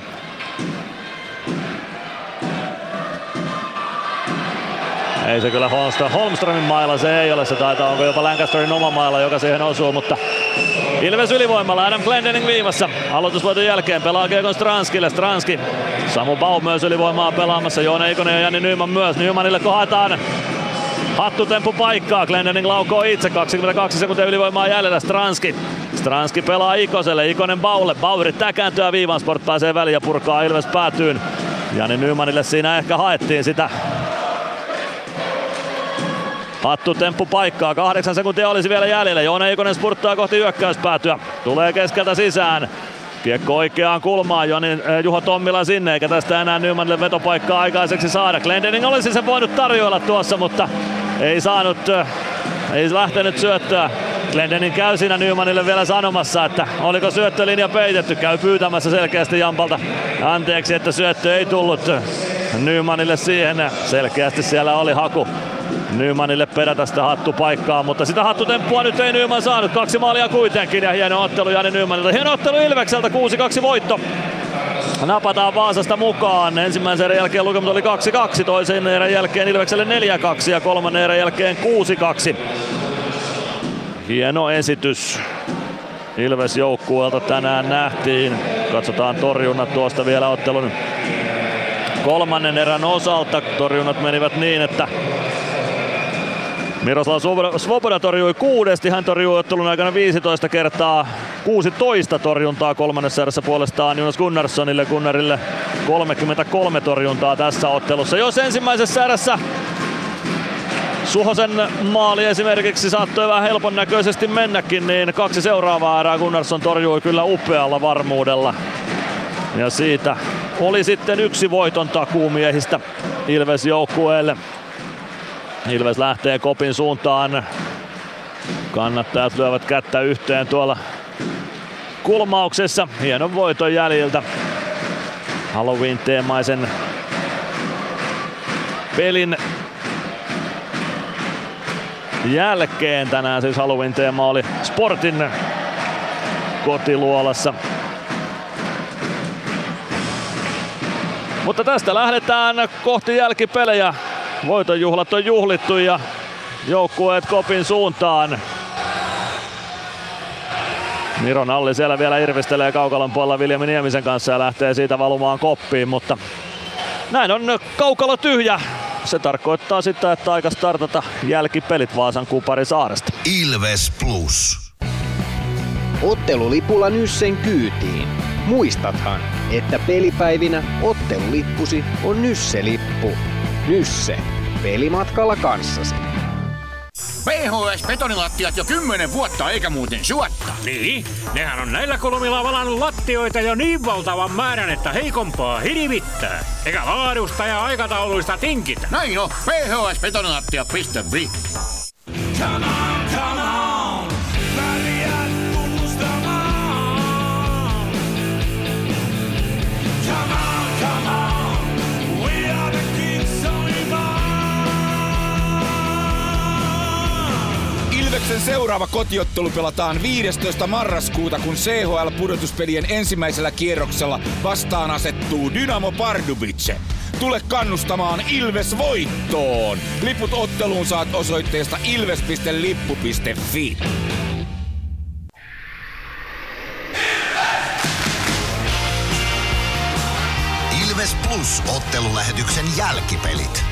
Ei se kyllä Holmström, Holmströmin maila, se ei ole, se taitaa, onko jopa Lancasterin oma maila, joka siihen osuu, mutta Ilves ylivoimalla, Adam Glendening viivassa. Aloitusvoiton jälkeen pelaa kiekon Stranskille, Stranski. Samu Baum myös ylivoimaa pelaamassa, Joona Ikonen ja Janni Nyman myös. Nymanille kohataan hattutemppu paikkaa, Glendening laukoo itse, kaksikymmentäkaksi sekuntia ylivoimaa jäljellä, Stranski. Stranski pelaa Ikoselle, Ikonen Baulle, Bau yrittää kääntyä viivan, Sport pääsee väliin ja purkaa Ilves päätyyn. Janni Nymanille siinä ehkä haettiin sitä hattutemppu paikkaa, kahdeksan sekuntia olisi vielä jäljellä. Joona Ikonen spurttaa kohti hyökkäyspäätyä. Tulee keskeltä sisään. Kiekko oikeaan kulmaan, Joni, äh, Juho Tommila sinne, eikä tästä enää Nymanille vetopaikkaa aikaiseksi saada. Glendening olisi sen voinut tarjoilla tuossa, mutta ei saanut, äh, ei lähtenyt syöttöä. Glendening käy siinä Nymanille vielä sanomassa, että oliko syöttölinja peitetty. Käy pyytämässä selkeästi Jampalta anteeksi, että syöttö ei tullut Nymanille siihen. Selkeästi siellä oli haku Nymanille perätä sitä hattupaikkaa, mutta sitä hattutemppua nyt ei Nyman saanut. Kaksi maalia kuitenkin ja hieno ottelu Jani Nymanilta. Hieno ottelu Ilvekseltä, kuusi kaksi voitto. Napataan Vaasasta mukaan. Ensimmäisen erän jälkeen lukemat oli kaksi kaksi, toisen erän jälkeen Ilvekselle neljä kaksi ja kolmannen erän jälkeen kuusi kaksi. Hieno esitys Ilves joukkueelta tänään nähtiin. Katsotaan torjunnat tuosta vielä ottelun kolmannen erän osalta. Torjunnat menivät niin, että Miroslav Svoboda torjui kuudesti, hän torjui ottelun aikana viisitoista kertaa, kuusitoista torjuntaa kolmannessa erässä puolestaan Jonas Gunnarssonille, Gunnarille kolmekymmentäkolme torjuntaa tässä ottelussa. Jos ensimmäisessä erässä Suhosen maali esimerkiksi saattoi vähän helpon näköisesti mennäkin, niin kaksi seuraavaa erää Gunnarsson torjui kyllä upealla varmuudella. Ja siitä oli sitten yksi voiton takuu miehistä Ilves joukkueelle. Ilves lähtee kopin suuntaan. Kannattajat lyövät kättä yhteen tuolla kulmauksessa. Hienon voiton jäljiltä. Halloween-teemaisen pelin jälkeen. Tänään siis Halloween-teema oli Sportin kotiluolassa. Mutta tästä lähdetään kohti jälkipelejä. Voitonjuhlat on juhlittu ja joukkueet kopin suuntaan. Miro Nalli siellä vielä irvistelee kaukalon puolella Viljami Niemisen kanssa ja lähtee siitä valumaan koppiin, mutta näin on kaukalo tyhjä. Se tarkoittaa sitä, että aika startata jälkipelit Vaasan Kuparisaaresta. Ilves Plus. Ottelulipulla Nyssen kyytiin. Muistathan, että pelipäivinä ottelulippusi on Nysse-lippu. Nysse. Pelimatkalla kanssasi. P H S-betonilattiat jo kymmenen vuotta eikä muuten suotta. Niin, nehän on näillä kolmilla valannut lattioita jo niin valtavan määrän, että heikompaa hirvittää. Eikä laadusta ja aikatauluista tinkitä. Näin on, P H S betonilattia piste fi. Come on, come on, väliät puolustamaan. Come on, come on, we are the kings of Ivan. Ilveksen seuraava kotiottelu pelataan viidestoista marraskuuta, kun C H L-pudotuspelien ensimmäisellä kierroksella vastaan asettuu Dynamo Pardubice. Tule kannustamaan Ilves voittoon! Liput otteluun saat osoitteesta ilves piste lippu piste fi. Ilves Plus -ottelulähetyksen jälkipelit.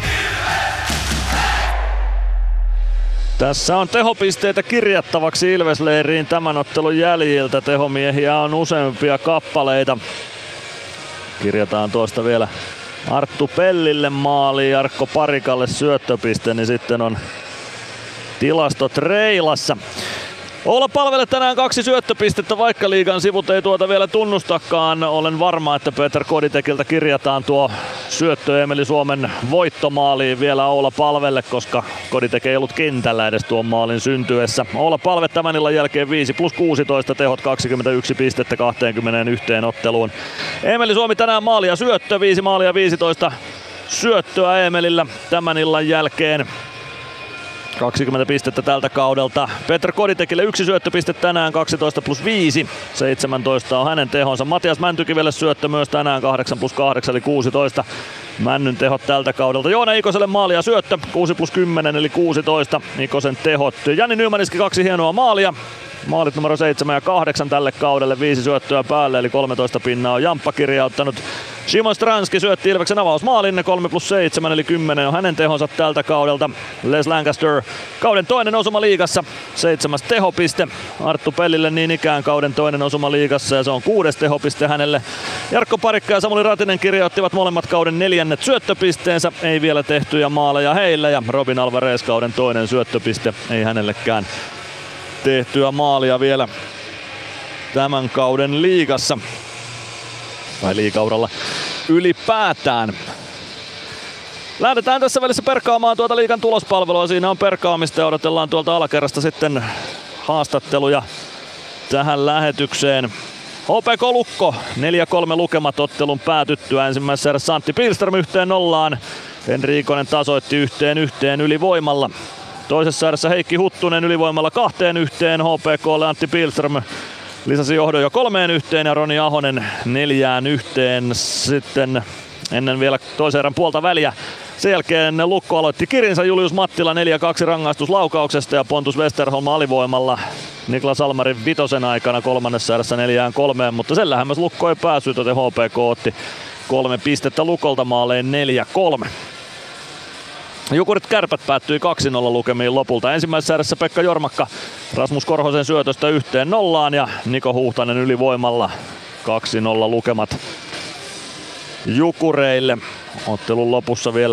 Tässä on tehopisteitä kirjattavaksi Ilves-leiriin tämän ottelun jäljiltä. Tehomiehiä on useampia kappaleita. Kirjataan tuosta vielä Arttu Pellille maali, Jarkko Parikalle syöttöpiste, niin sitten on tilastot reilassa. Oula Palvelle tänään kaksi syöttöpistettä, vaikka liigan sivut ei tuota vielä tunnustakaan. Olen varma, että Peter Koditekiltä kirjataan tuo syöttö Emeli Suomen voittomaaliin vielä Oula Palvelle, koska Koditek ei ollut kentällä edes tuon maalin syntyessä. Oula Palve tämän illan jälkeen viisi plus kuusitoista, tehot kaksikymmentäyksi pistettä kaksikymmentäyksi otteluun. Emeli Suomi tänään maali ja syöttö, viisi maalia viisitoista syöttöä Emelillä tämän illan jälkeen. kaksikymmentä pistettä tältä kaudelta. Petr Koditekille yksi syöttöpiste tänään, kaksitoista plus viisi, seitsemäntoista on hänen tehonsa. Matias Mäntykivelle syöttö myös tänään, kahdeksan plus kahdeksan eli kuusitoista. Männyn tehot tältä kaudelta. Joona Ikoselle maali ja syöttö, kuusi plus kymmenen eli kuusitoista. Ikosen tehot. Jani Nyman iski kaksi hienoa maalia. Maalit numero seitsemän ja kahdeksan tälle kaudelle, viisi syöttöä päälle eli kolmetoista pinnaa on Jamppa kirjauttanut. Simon Stranski syötti Ilveksen avausmaalin, kolme plus seitsemän eli kymmenen on hänen tehonsa tältä kaudelta. Les Lancaster kauden toinen osuma liigassa, seitsemäs tehopiste. Arttu Pellille niin ikään kauden toinen osuma liigassa ja se on kuudes tehopiste hänelle. Jarkko Parikka ja Samuli Ratinen kirjoittivat molemmat kauden neljännet syöttöpisteensä, ei vielä tehtyjä maaleja heillä ja Robin Alvarez kauden toinen syöttöpiste, ei hänellekään tehtyä maalia vielä tämän kauden liigassa. Tai liigauralla ylipäätään. Lähdetään tässä välissä perkaamaan tuota liigan tulospalvelua. Siinä on perkaamista ja odotellaan tuolta alakerrasta sitten haastatteluja tähän lähetykseen. H P K Lukko neljä kolme lukemat ottelun päätyttyä. Ensimmäisessä erässä Antti Pilström yhteen nollaan. Henri Ikonen tasoitti yhteen yhteen ylivoimalla. Toisessa erässä Heikki Huttunen ylivoimalla kahteen yhteen. H P K:lle Antti Pilström lisäsi johdon jo kolmeen yhteen ja Roni Ahonen neljään yhteen sitten ennen vielä toisen erän puolta väliä. Sen jälkeen Lukko aloitti kirinsä Julius Mattila neljä kaksi rangaistuslaukauksesta ja Pontus Westerholm alivoimalla Niklas Almarin vitosen aikana kolmannessa erässä neljään kolmeen, mutta sen lähemmäs Lukko ei päässyt, joten H P K otti kolme pistettä Lukolta maaleen neljä kolme. Jukurit Kärpät päättyi kaksi nolla lukemiin lopulta. Ensimmäisessä erässä Pekka Jormakka Rasmus Korhosen syötöstä yhteen nollaan ja Niko Huhtanen ylivoimalla kaksi nolla lukemat Jukureille. Ottelun lopussa vielä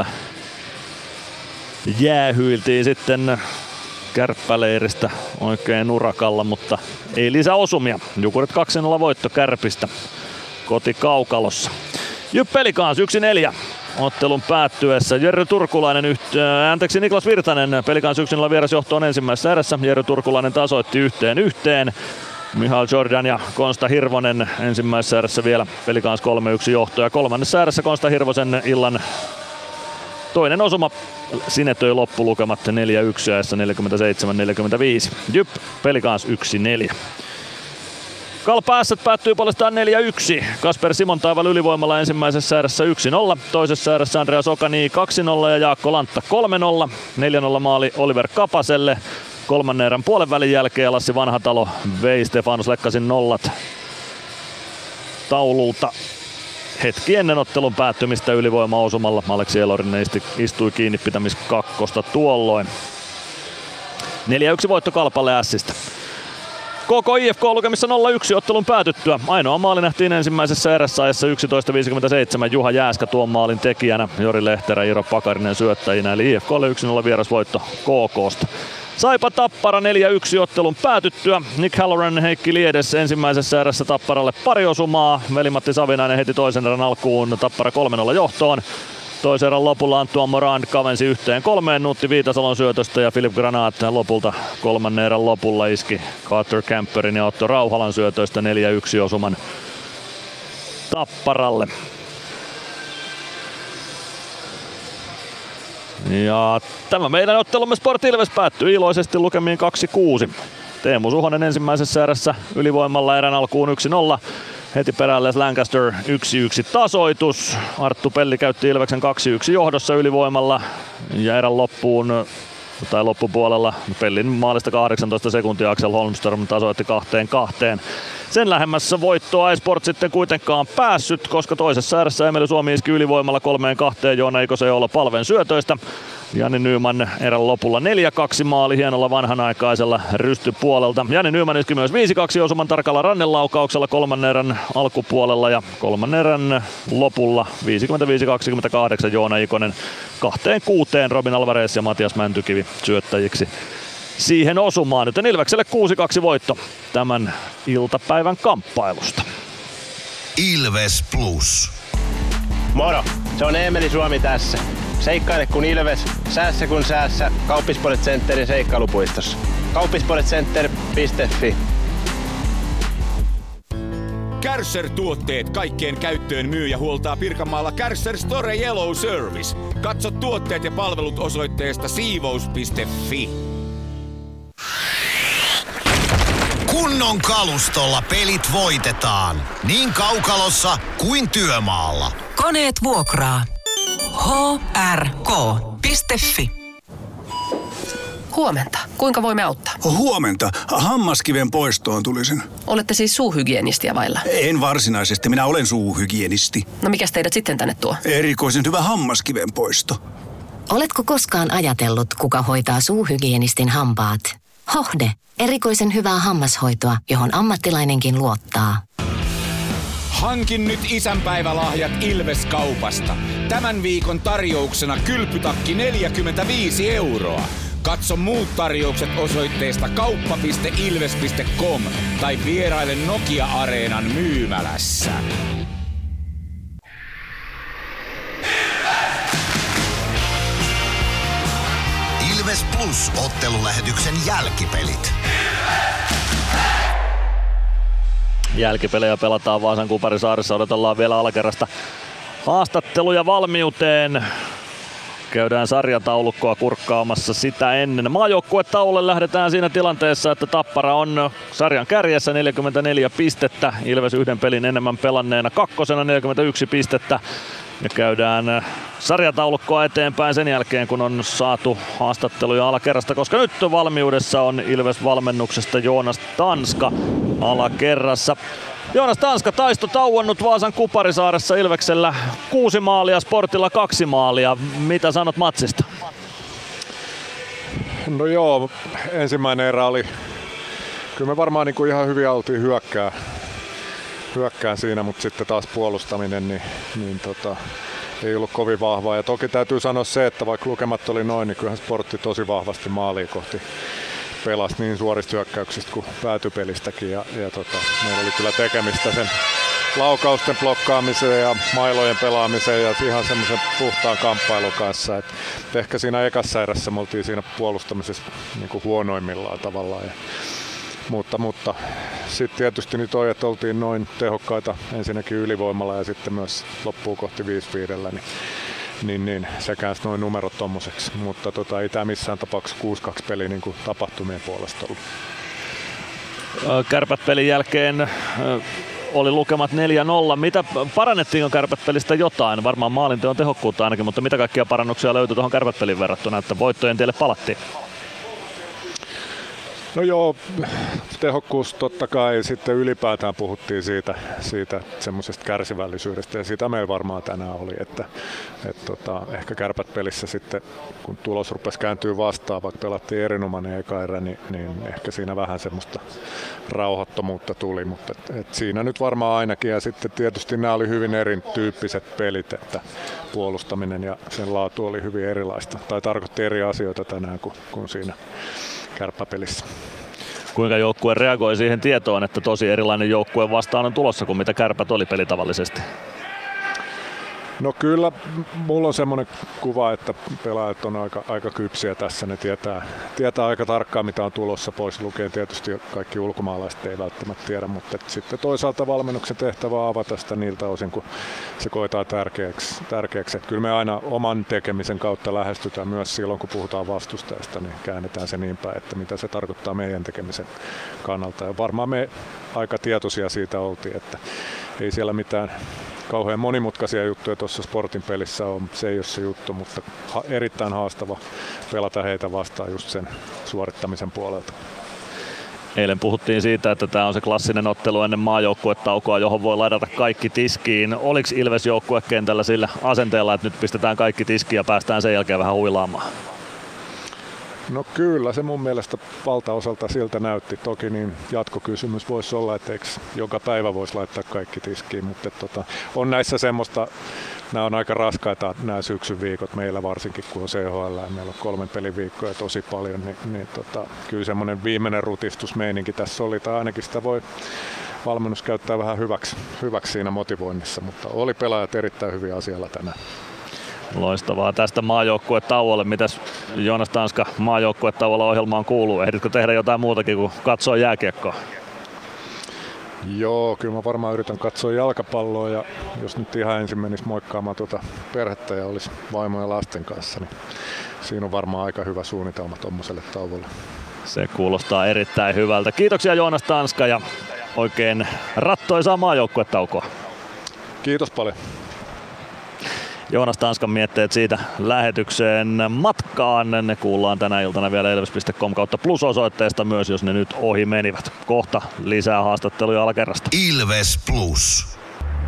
jäähyiltiin sitten kärppäleiristä oikein urakalla, mutta ei lisäosumia. Jukurit kaksi nolla voitto Kärpistä kotikaukalossa. Jyp Pelikans yksi neljä. Ottelun päättyessä Jerry Turkulainen, yht- anteeksi Niklas Virtanen Pelikans yksi nolla vierasjohtoon ensimmäisessä erässä. Jerry Turkulainen tasoitti yhteen yhteen. Mihail Jordan ja Konsta Hirvonen ensimmäisessä erässä vielä Pelikans kolme yksi johto. Ja kolmannessa erässä Konsta Hirvosen illan toinen osuma sinetöi loppulukemat neljä yksi ja neljäkymmentäseitsemän neljäkymmentäviisi. Jyp Pelikans yksi neljä. Kalpa Ässät päättyy puolestaan neljä yksi. Kasper Simontaival ylivoimalla ensimmäisessä erässä yksi nolla. Toisessa erässä Andreas Okani kaksi nolla ja Jaakko Lantta kolme nolla. neljä nolla maali Oliver Kapaselle. Kolmannen erän puolen välin jälkeen Lassi Vanhatalo vei Stefanos Lekkasin nollat taululta hetki ennen ottelun päättymistä ylivoimaosumalla. Aleksi Elorinen istui kiinni pitämis kakkosta tuolloin. neljä yksi voitto Kalpalle Ässistä. K K I F K lukemissa nolla yksi ottelun päätyttyä. Ainoa maali nähtiin ensimmäisessä erässä ajassa yksitoista viisikymmentäseitsemän Juha Jääskä tuon maalin tekijänä. Jori Lehterä, Iro Pakarinen syöttäjinä, eli I F K:lle yksi nolla vierasvoitto K K:sta. Saipa Tappara neljä yksi ottelun päätyttyä. Nick Halloran, Heikki Liedes ensimmäisessä erässä Tapparalle pari osumaa. Veli-Matti Savinainen heti toisen erän alkuun Tappara kolme nolla johtoon. Toisen erän lopulla Antoine Morand kavensi yhteen kolmeen Nuutti Viitasalon syötöstä ja Philip Granat lopulta kolmannen erän lopulla iski Carter Camperin ja Otto Rauhalan syötöistä neljä yksi osuman Tapparalle. Ja tämä meidän ottelumme Sport Ilves päättyi iloisesti lukemiin kaksi kuusi. Teemu Suhonen ensimmäisessä erässä ylivoimalla erän alkuun yksi nolla. Heti perälle Lancaster yksi yksi tasoitus. Arttu Pelli käytti Ilveksen kaksi yksi johdossa ylivoimalla ja erän loppuun tai loppupuolella Pellin maalista kahdeksantoista sekuntia Axel Holmström tasoitti kahteen kahteen. Sen lähemmässä voittoa ei Sport sitten kuitenkaan päässyt, koska toisessa erässä Emeli Suomi iski ylivoimalla kolmeen kahteen Joona Ikosen olla palven syötöistä. Jani Nyman erän lopulla neljä kaksi maali hienolla vanhanaikaisella rystypuolelta. Jani Nyman iski myös viisi kaksi osuman tarkalla rannelaukauksella kolmannen erän alkupuolella ja kolmannen erän lopulla viisikymmentäviisi kaksikymmentäkahdeksan Joona Ikonen kahteen kuuteen Robin Alvarez ja Matias Mäntykivi syöttäjiksi siihen osumaan. Nyt Ilvekselle kuusi kaksi voitto tämän iltapäivän kamppailusta. Ilves Plus. Moro, se on Emeli Suomi tässä. Seikkaile kun Ilves, säässä kun säässä. Kauppisports Centerin seikkailupuistossa. kauppisports center piste fi. Kärcher-tuotteet kaikkeen käyttöön myy ja huoltaa Pirkanmaalla Kärcher Store Yellow Service. Katso tuotteet ja palvelut osoitteesta siivous piste fi. Kunnon kalustolla pelit voitetaan. Niin kaukalossa kuin työmaalla. Koneet vuokraa. H R K piste fi. Huomenta. Kuinka voimme auttaa? Huomenta. Hammaskiven poistoon tulisin. Olette siis suuhygienistiä vailla? En varsinaisesti. Minä olen suuhygienisti. No mikäs teidät sitten tänne tuo? Erikoisen hyvä hammaskiven poisto. Oletko koskaan ajatellut, kuka hoitaa suuhygienistin hampaat? Hohde. Erikoisen hyvää hammashoitoa, johon ammattilainenkin luottaa. Hankin nyt isänpäivälahjat Ilves-kaupasta. Tämän viikon tarjouksena kylpytakki neljäkymmentäviisi euroa. Katso muut tarjoukset osoitteesta kauppa piste ilves piste com tai vieraile Nokia-areenan myymälässä. Ilves Plus -ottelulähetyksen jälkipelit. Jälkipelejä pelataan Vaasan Kuparisaaressa. Odotellaan vielä alakerrasta haastatteluja valmiuteen. Käydään sarjataulukkoa kurkkaamassa sitä ennen. Maajoukkuetaululle lähdetään siinä tilanteessa, että Tappara on sarjan kärjessä neljäkymmentäneljä pistettä. Ilves yhden pelin enemmän pelanneena kakkosena neljäkymmentäyksi pistettä. Ja käydään sarjataulukkoa eteenpäin sen jälkeen, kun on saatu haastatteluja alakerrasta, koska nyt valmiudessa on Ilves-valmennuksesta Joonas Tanska alakerrassa. Joonas Tanska, taisto tauonnut Vaasan Kuparisaaressa Ilveksellä kuusi maalia, Sportilla kaksi maalia. Mitä sanot matsista? No joo, ensimmäinen erä oli, kyllä me varmaan niin kuin ihan hyvin oltiin hyökkää, hyökkään siinä, mutta sitten taas puolustaminen niin, niin tota, ei ollut kovin vahvaa. Ja toki täytyy sanoa se, että vaikka lukemat oli noin, niin kyllähän Sportti tosi vahvasti maaliin kohti pelasi niin suorista hyökkäyksistä kuin päätypelistäkin. Ja, ja tota, meillä oli kyllä tekemistä sen laukausten blokkaamiseen ja mailojen pelaamiseen ja ihan semmoisen puhtaan kamppailun kanssa. Et ehkä siinä ekassa erässä me oltiin siinä puolustamisessa niin kuin huonoimmillaan tavallaan. Ja, mutta mutta sitten tietysti nyt toi, että oltiin noin tehokkaita ensinnäkin ylivoimalla ja sitten myös loppuun kohti viisi viidellä, niin, niin, niin se käänsi noin numerot tommoseksi. Mutta tota, ei tämä missään tapauksessa kuusi kaksi peli niin kuin tapahtumien puolesta ollut. Kärpät pelin jälkeen oli lukemat neljä nolla. Mitä parannettiinko Kärpät pelistä jotain? Varmaan maalinteon tehokkuutta ainakin, mutta mitä kaikkia parannuksia löytyi tuohon Kärpät pelin verrattuna, että voittojen tielle palattiin? No joo, tehokkuus totta kai, sitten ylipäätään puhuttiin siitä, siitä semmoisesta kärsivällisyydestä ja sitä meillä varmaan tänään oli, että et tota, ehkä Kärpät pelissä sitten kun tulos rupesi kääntyä vastaan, vaikka pelattiin erinomainen eka erä, niin, niin ehkä siinä vähän semmoista rauhattomuutta tuli, mutta et, et siinä nyt varmaan ainakin ja sitten tietysti nämä oli hyvin erityyppiset pelit, että puolustaminen ja sen laatu oli hyvin erilaista tai tarkoitti eri asioita tänään kuin, kuin siinä Kärppäpelissä. Kuinka joukkue reagoi siihen tietoon, että tosi erilainen joukkue vastaan on tulossa kuin mitä Kärpät oli pelitavallisesti? No kyllä, mulla on semmoinen kuva, että pelaajat on aika, aika kypsiä tässä. Ne tietää, tietää aika tarkkaan, mitä on tulossa, pois lukien. Tietysti kaikki ulkomaalaiset ei välttämättä tiedä, mutta sitten toisaalta valmennuksen tehtävä on avata sitä niiltä osin, kun se koetaan tärkeäksi. tärkeäksi. Kyllä me aina oman tekemisen kautta lähestytään myös silloin, kun puhutaan vastustajasta, niin käännetään se niin päin, että mitä se tarkoittaa meidän tekemisen kannalta. Ja varmaan me aika tietoisia siitä oltiin, että ei siellä mitään kauhean monimutkaisia juttuja tuossa Sportin pelissä on, se ei ole se juttu, mutta ha- erittäin haastava pelata heitä vastaan just sen suorittamisen puolelta. Eilen puhuttiin siitä, että tämä on se klassinen ottelu ennen maajoukkuetaukoa, johon voi ladata kaikki tiskiin. Oliko Ilves joukkuekentällä sillä asenteella, että nyt pistetään kaikki tiskiin ja päästään sen jälkeen vähän huilaamaan? No kyllä, se mun mielestä valtaosalta siltä näytti. Toki niin jatkokysymys voisi olla, että eikö joka päivä voisi laittaa kaikki tiskiin, mutta tota, on näissä semmoista, nämä on aika raskaita nämä syksyn viikot meillä varsinkin, kun on C H L ja meillä on kolmen pelin viikkoja tosi paljon, niin, niin tota, kyllä semmoinen viimeinen rutistusmeininki tässä oli, tai ainakin sitä voi valmennus käyttää vähän hyväksi, hyväksi siinä motivoinnissa, mutta oli pelaajat erittäin hyviä asialla tänään. Loistavaa tästä maajoukkuetauolle. Mitäs Joonas Tanska maajoukkuetauolla ohjelmaan kuuluu? Ehditkö tehdä jotain muutakin kuin katsoa jääkiekkoa? Joo, kyllä mä varmaan yritän katsoa jalkapalloa ja jos nyt ihan ensin menisi moikkaamaan tuota perhettä ja olisi vaimo ja lasten kanssa, niin siinä on varmaan aika hyvä suunnitelma tuommoiselle tauolle. Se kuulostaa erittäin hyvältä. Kiitoksia Joonas Tanska ja oikein rattoisaa maajoukkuetaukoa. Kiitos paljon. Joonas Tanskan mietteet siitä lähetykseen matkaan. Ne kuullaan tänä iltana vielä ilves piste com kautta plus-osoitteesta myös, jos ne nyt ohi menivät. Kohta lisää haastatteluja alakerrasta. Ilves Plus.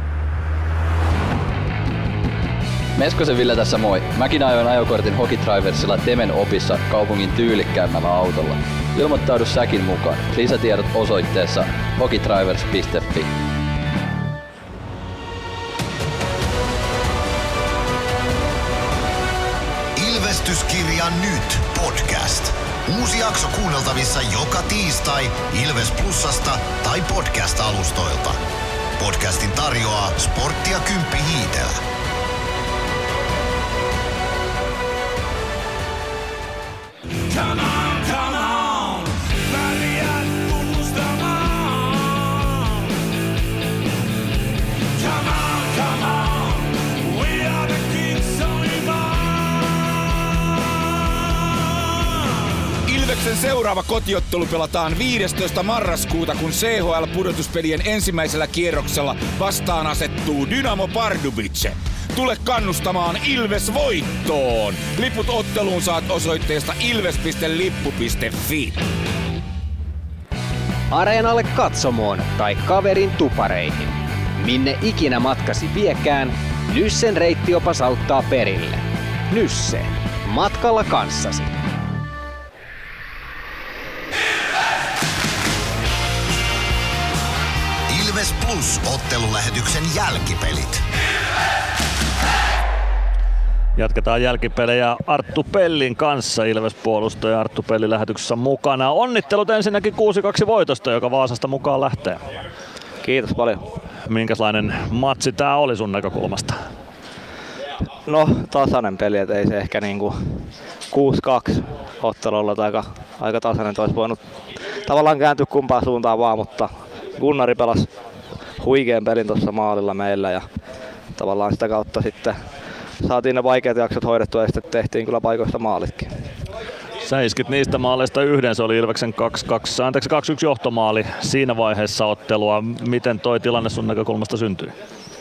Meskosen Ville tässä moi. Mäkin ajoin ajokortin Hokitriversilla Temen opissa kaupungin tyylikkäämmällä autolla. Ilmoittaudu säkin mukaan. Lisätiedot osoitteessa hokitrivers piste fi. Ilvestyskirja nyt podcast. Uusi jakso kuunneltavissa joka tiistai Ilves Plusasta tai podcast-alustoilta. Podcastin tarjoaa Sporttia Kymppi Hiitelä. Come on, come on, väliät puolustamaan. Come on, come on, we are the kings of Ilveksen seuraava kotiottelu pelataan viidestoista marraskuuta, kun C H L-pudotuspelien ensimmäisellä kierroksella vastaan asettuu Dynamo Pardubice. Tule kannustamaan Ilves voittoon! Liput otteluun saat osoitteesta ilves piste lippu piste fi. Areenalle katsomoon tai kaverin tupareihin. Minne ikinä matkasi viekään, Nyssen reittiopas auttaa perille. Nysse. Matkalla kanssasi. Ilves Plus -ottelulähetyksen jälkipelit. Jatketaan jälkipelejä Arttu Pellin kanssa. Ilves-puolustaja Arttu Pelli lähetyksessä mukana. Onnittelut ensinnäkin kuusi kaksi voitosta, joka Vaasasta mukaan lähtee. Kiitos paljon. Minkälainen matsi tää oli sun näkökulmasta? No tasainen peli, et ei se ehkä niinku kuusi kaksi ottelulla aika, aika tasainen. Olisi voinut tavallaan kääntyä kumpaan suuntaan vaan, mutta Gunnari pelasi huikean pelin tuossa maalilla meillä ja tavallaan sitä kautta sitten saatiin ne vaikeat jaksot hoidettua ja sitten tehtiin kyllä paikoista maalitkin. Sä iskit niistä maaleista yhden, se oli Ilveksen kaksi kaksi, anteeksi kaksi yksi johtomaali siinä vaiheessa ottelua. Miten toi tilanne sun näkökulmasta syntyi?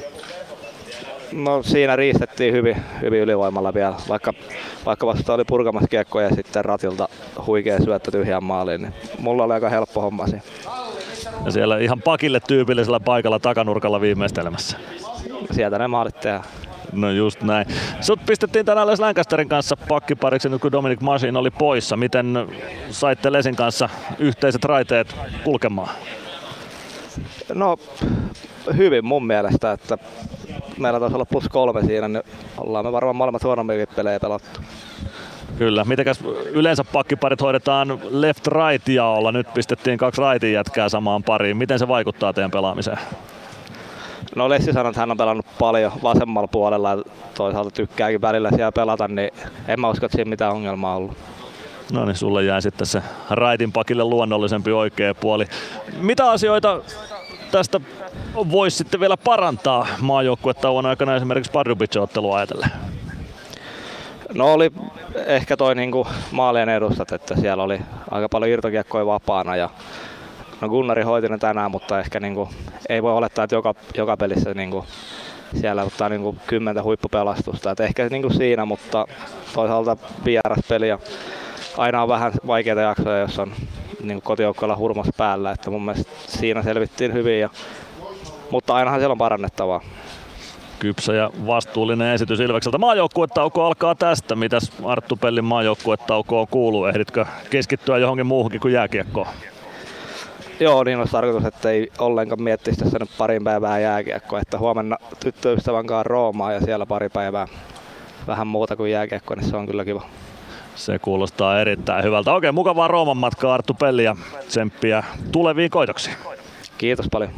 No siinä riistettiin hyvin, hyvin ylivoimalla vielä, vaikka, vaikka vasta oli purkamassa kiekkoja ja sitten ratilta huikea syöttö tyhjään maaliin, niin mulla oli aika helppo homma siinä. Ja siellä ihan pakille tyypillisellä paikalla takanurkalla viimeistelemässä. Sieltä ne maalit tehdään. No just näin. Sut pistettiin tänään Les Lancasterin kanssa pakkipariksi nyt kun Dominic Masin oli poissa. Miten saitte Lesin kanssa yhteiset raiteet kulkemaan? No hyvin mun mielestä, että meillä taisi olla plus kolme siinä, niin ollaan me varmaan molemmat huonomminkin pelejä pelattu. Kyllä. Mitenkäs yleensä pakkiparit hoidetaan left-right jaolla? Nyt pistettiin kaksi raitin jätkää samaan pariin. Miten se vaikuttaa teidän pelaamiseen? No Lessi sanoi, että hän on pelannut paljon vasemmalla puolella ja toisaalta tykkääkin välillä siellä pelata, niin en mä usko, että siinä mitään ongelmaa ollut. No niin, sulle jäi sitten se raitin pakille luonnollisempi oikea puoli. Mitä asioita tästä voisi sitten vielä parantaa maajoukkuetauon aikana esimerkiksi Pardubicin-ottelua ajatellen? No oli ehkä toi niinku maalien edustat, että siellä oli aika paljon irtokiekkoja vapaana ja no Gunnari hoiti ne tänään, mutta ehkä niinku ei voi olettaa, että joka, joka pelissä niinku siellä ottaa niinku kymmentä huippupelastusta. Et ehkä niinku siinä, mutta toisaalta vieraspeli ja aina on vähän vaikeita jaksoja, jos on niinku kotijoukkoilla hurmas päällä, että mun mielestä siinä selvittiin hyvin, ja, mutta ainahan siellä on parannettavaa. Kypsä ja vastuullinen esitys Ilvekseltä. Maajoukkuetauko alkaa tästä. Mitäs Arttu Pellin maajoukkuetaukoon kuuluu? Ehditkö keskittyä johonkin muuhunkin kuin jääkiekkoon? Joo, niin olisi tarkoitus, että ei ollenkaan miettisi tässä nyt parin päivää jääkiekkoa. Että huomenna tyttöystävän kanssa Roomaan ja siellä pari päivää vähän muuta kuin jääkiekkoa, niin se on kyllä kiva. Se kuulostaa erittäin hyvältä. Oikein mukavaa Rooman matkaa Arttu Pelli ja tsemppiä tuleviin koitoksiin. Kiitos paljon.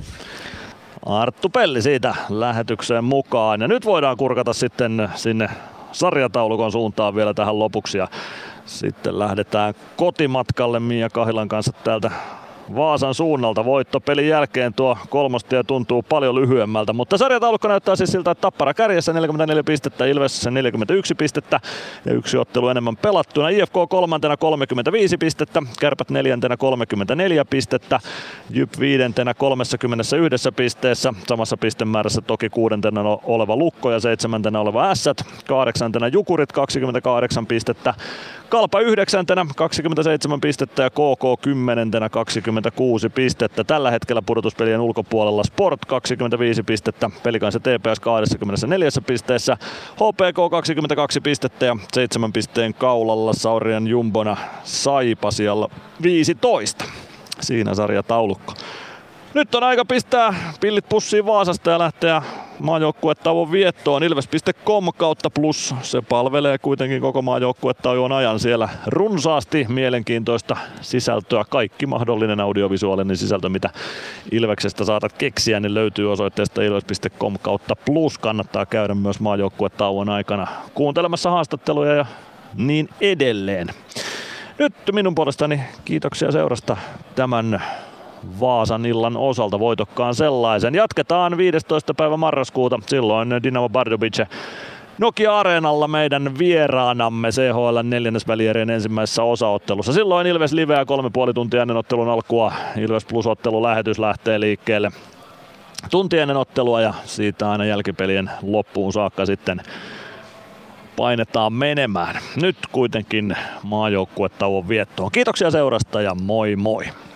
Arttu Pelli siitä lähetykseen mukaan. Ja nyt voidaan kurkata sitten sinne sarjataulukon suuntaan vielä tähän lopuksi. Ja sitten lähdetään kotimatkalle Mia Kahilan kanssa täältä Vaasan suunnalta. Voittopelin jälkeen tuo kolmostie tuntuu paljon lyhyemmältä, mutta sarjataulukko näyttää siis siltä, että Tappara kärjessä neljäkymmentäneljä pistettä, Ilves neljäkymmentäyksi pistettä ja yksi ottelu enemmän pelattuna. I F K kolmantena kolmekymmentäviisi pistettä, Kärpät neljäntenä kolmekymmentäneljä pistettä, Jyp viidentenä kolmekymmentäyksi pisteessä, samassa pistemäärässä toki kuudentena oleva Lukko ja seitsemäntenä oleva Ässät, kahdeksantena Jukurit kaksikymmentäkahdeksan pistettä, Kalpa yhdeksäntenä kaksikymmentäseitsemän pistettä ja K K kymmenentenä kaksikymmentäkuusi pistettä. Tällä hetkellä pudotuspelien ulkopuolella Sport kaksikymmentäviisi pistettä, Pelikansa T P S kaksikymmentäneljä pisteessä, H P K kaksikymmentäkaksi pistettä ja seitsemän pisteen kaulalla Saurian jumbona Saipa siellä viisitoista. Siinä sarjataulukko. Nyt on aika pistää pillit pussiin Vaasasta ja lähteä maajoukkuetauon viettoon. Ilves piste com kautta plus. Se palvelee kuitenkin koko maajoukkuetauon ajan siellä runsaasti mielenkiintoista sisältöä. Kaikki mahdollinen audiovisuaalinen sisältö, mitä Ilveksestä saatat keksiä, niin löytyy osoitteesta ilves piste com kautta plus. Kannattaa käydä myös maajoukkuetauon aikana kuuntelemassa haastatteluja ja niin edelleen. Nyt minun puolestani kiitoksia seurasta tämän Vaasan illan osalta, voitokkaan sellaisen. Jatketaan viidestoista päivä marraskuuta, silloin Dinamo Pardubice Nokia-areenalla meidän vieraanamme C H L neljännesvälierien ensimmäisessä osaottelussa. Silloin Ilves liveä kolme puoli tuntia ennen ottelun alkua. Ilves Plus-ottelu lähetys lähtee liikkeelle tunti ennen ottelua ja siitä aina jälkipelien loppuun saakka sitten painetaan menemään. Nyt kuitenkin maajoukkuetauon viettoon. Kiitoksia seurasta ja moi moi!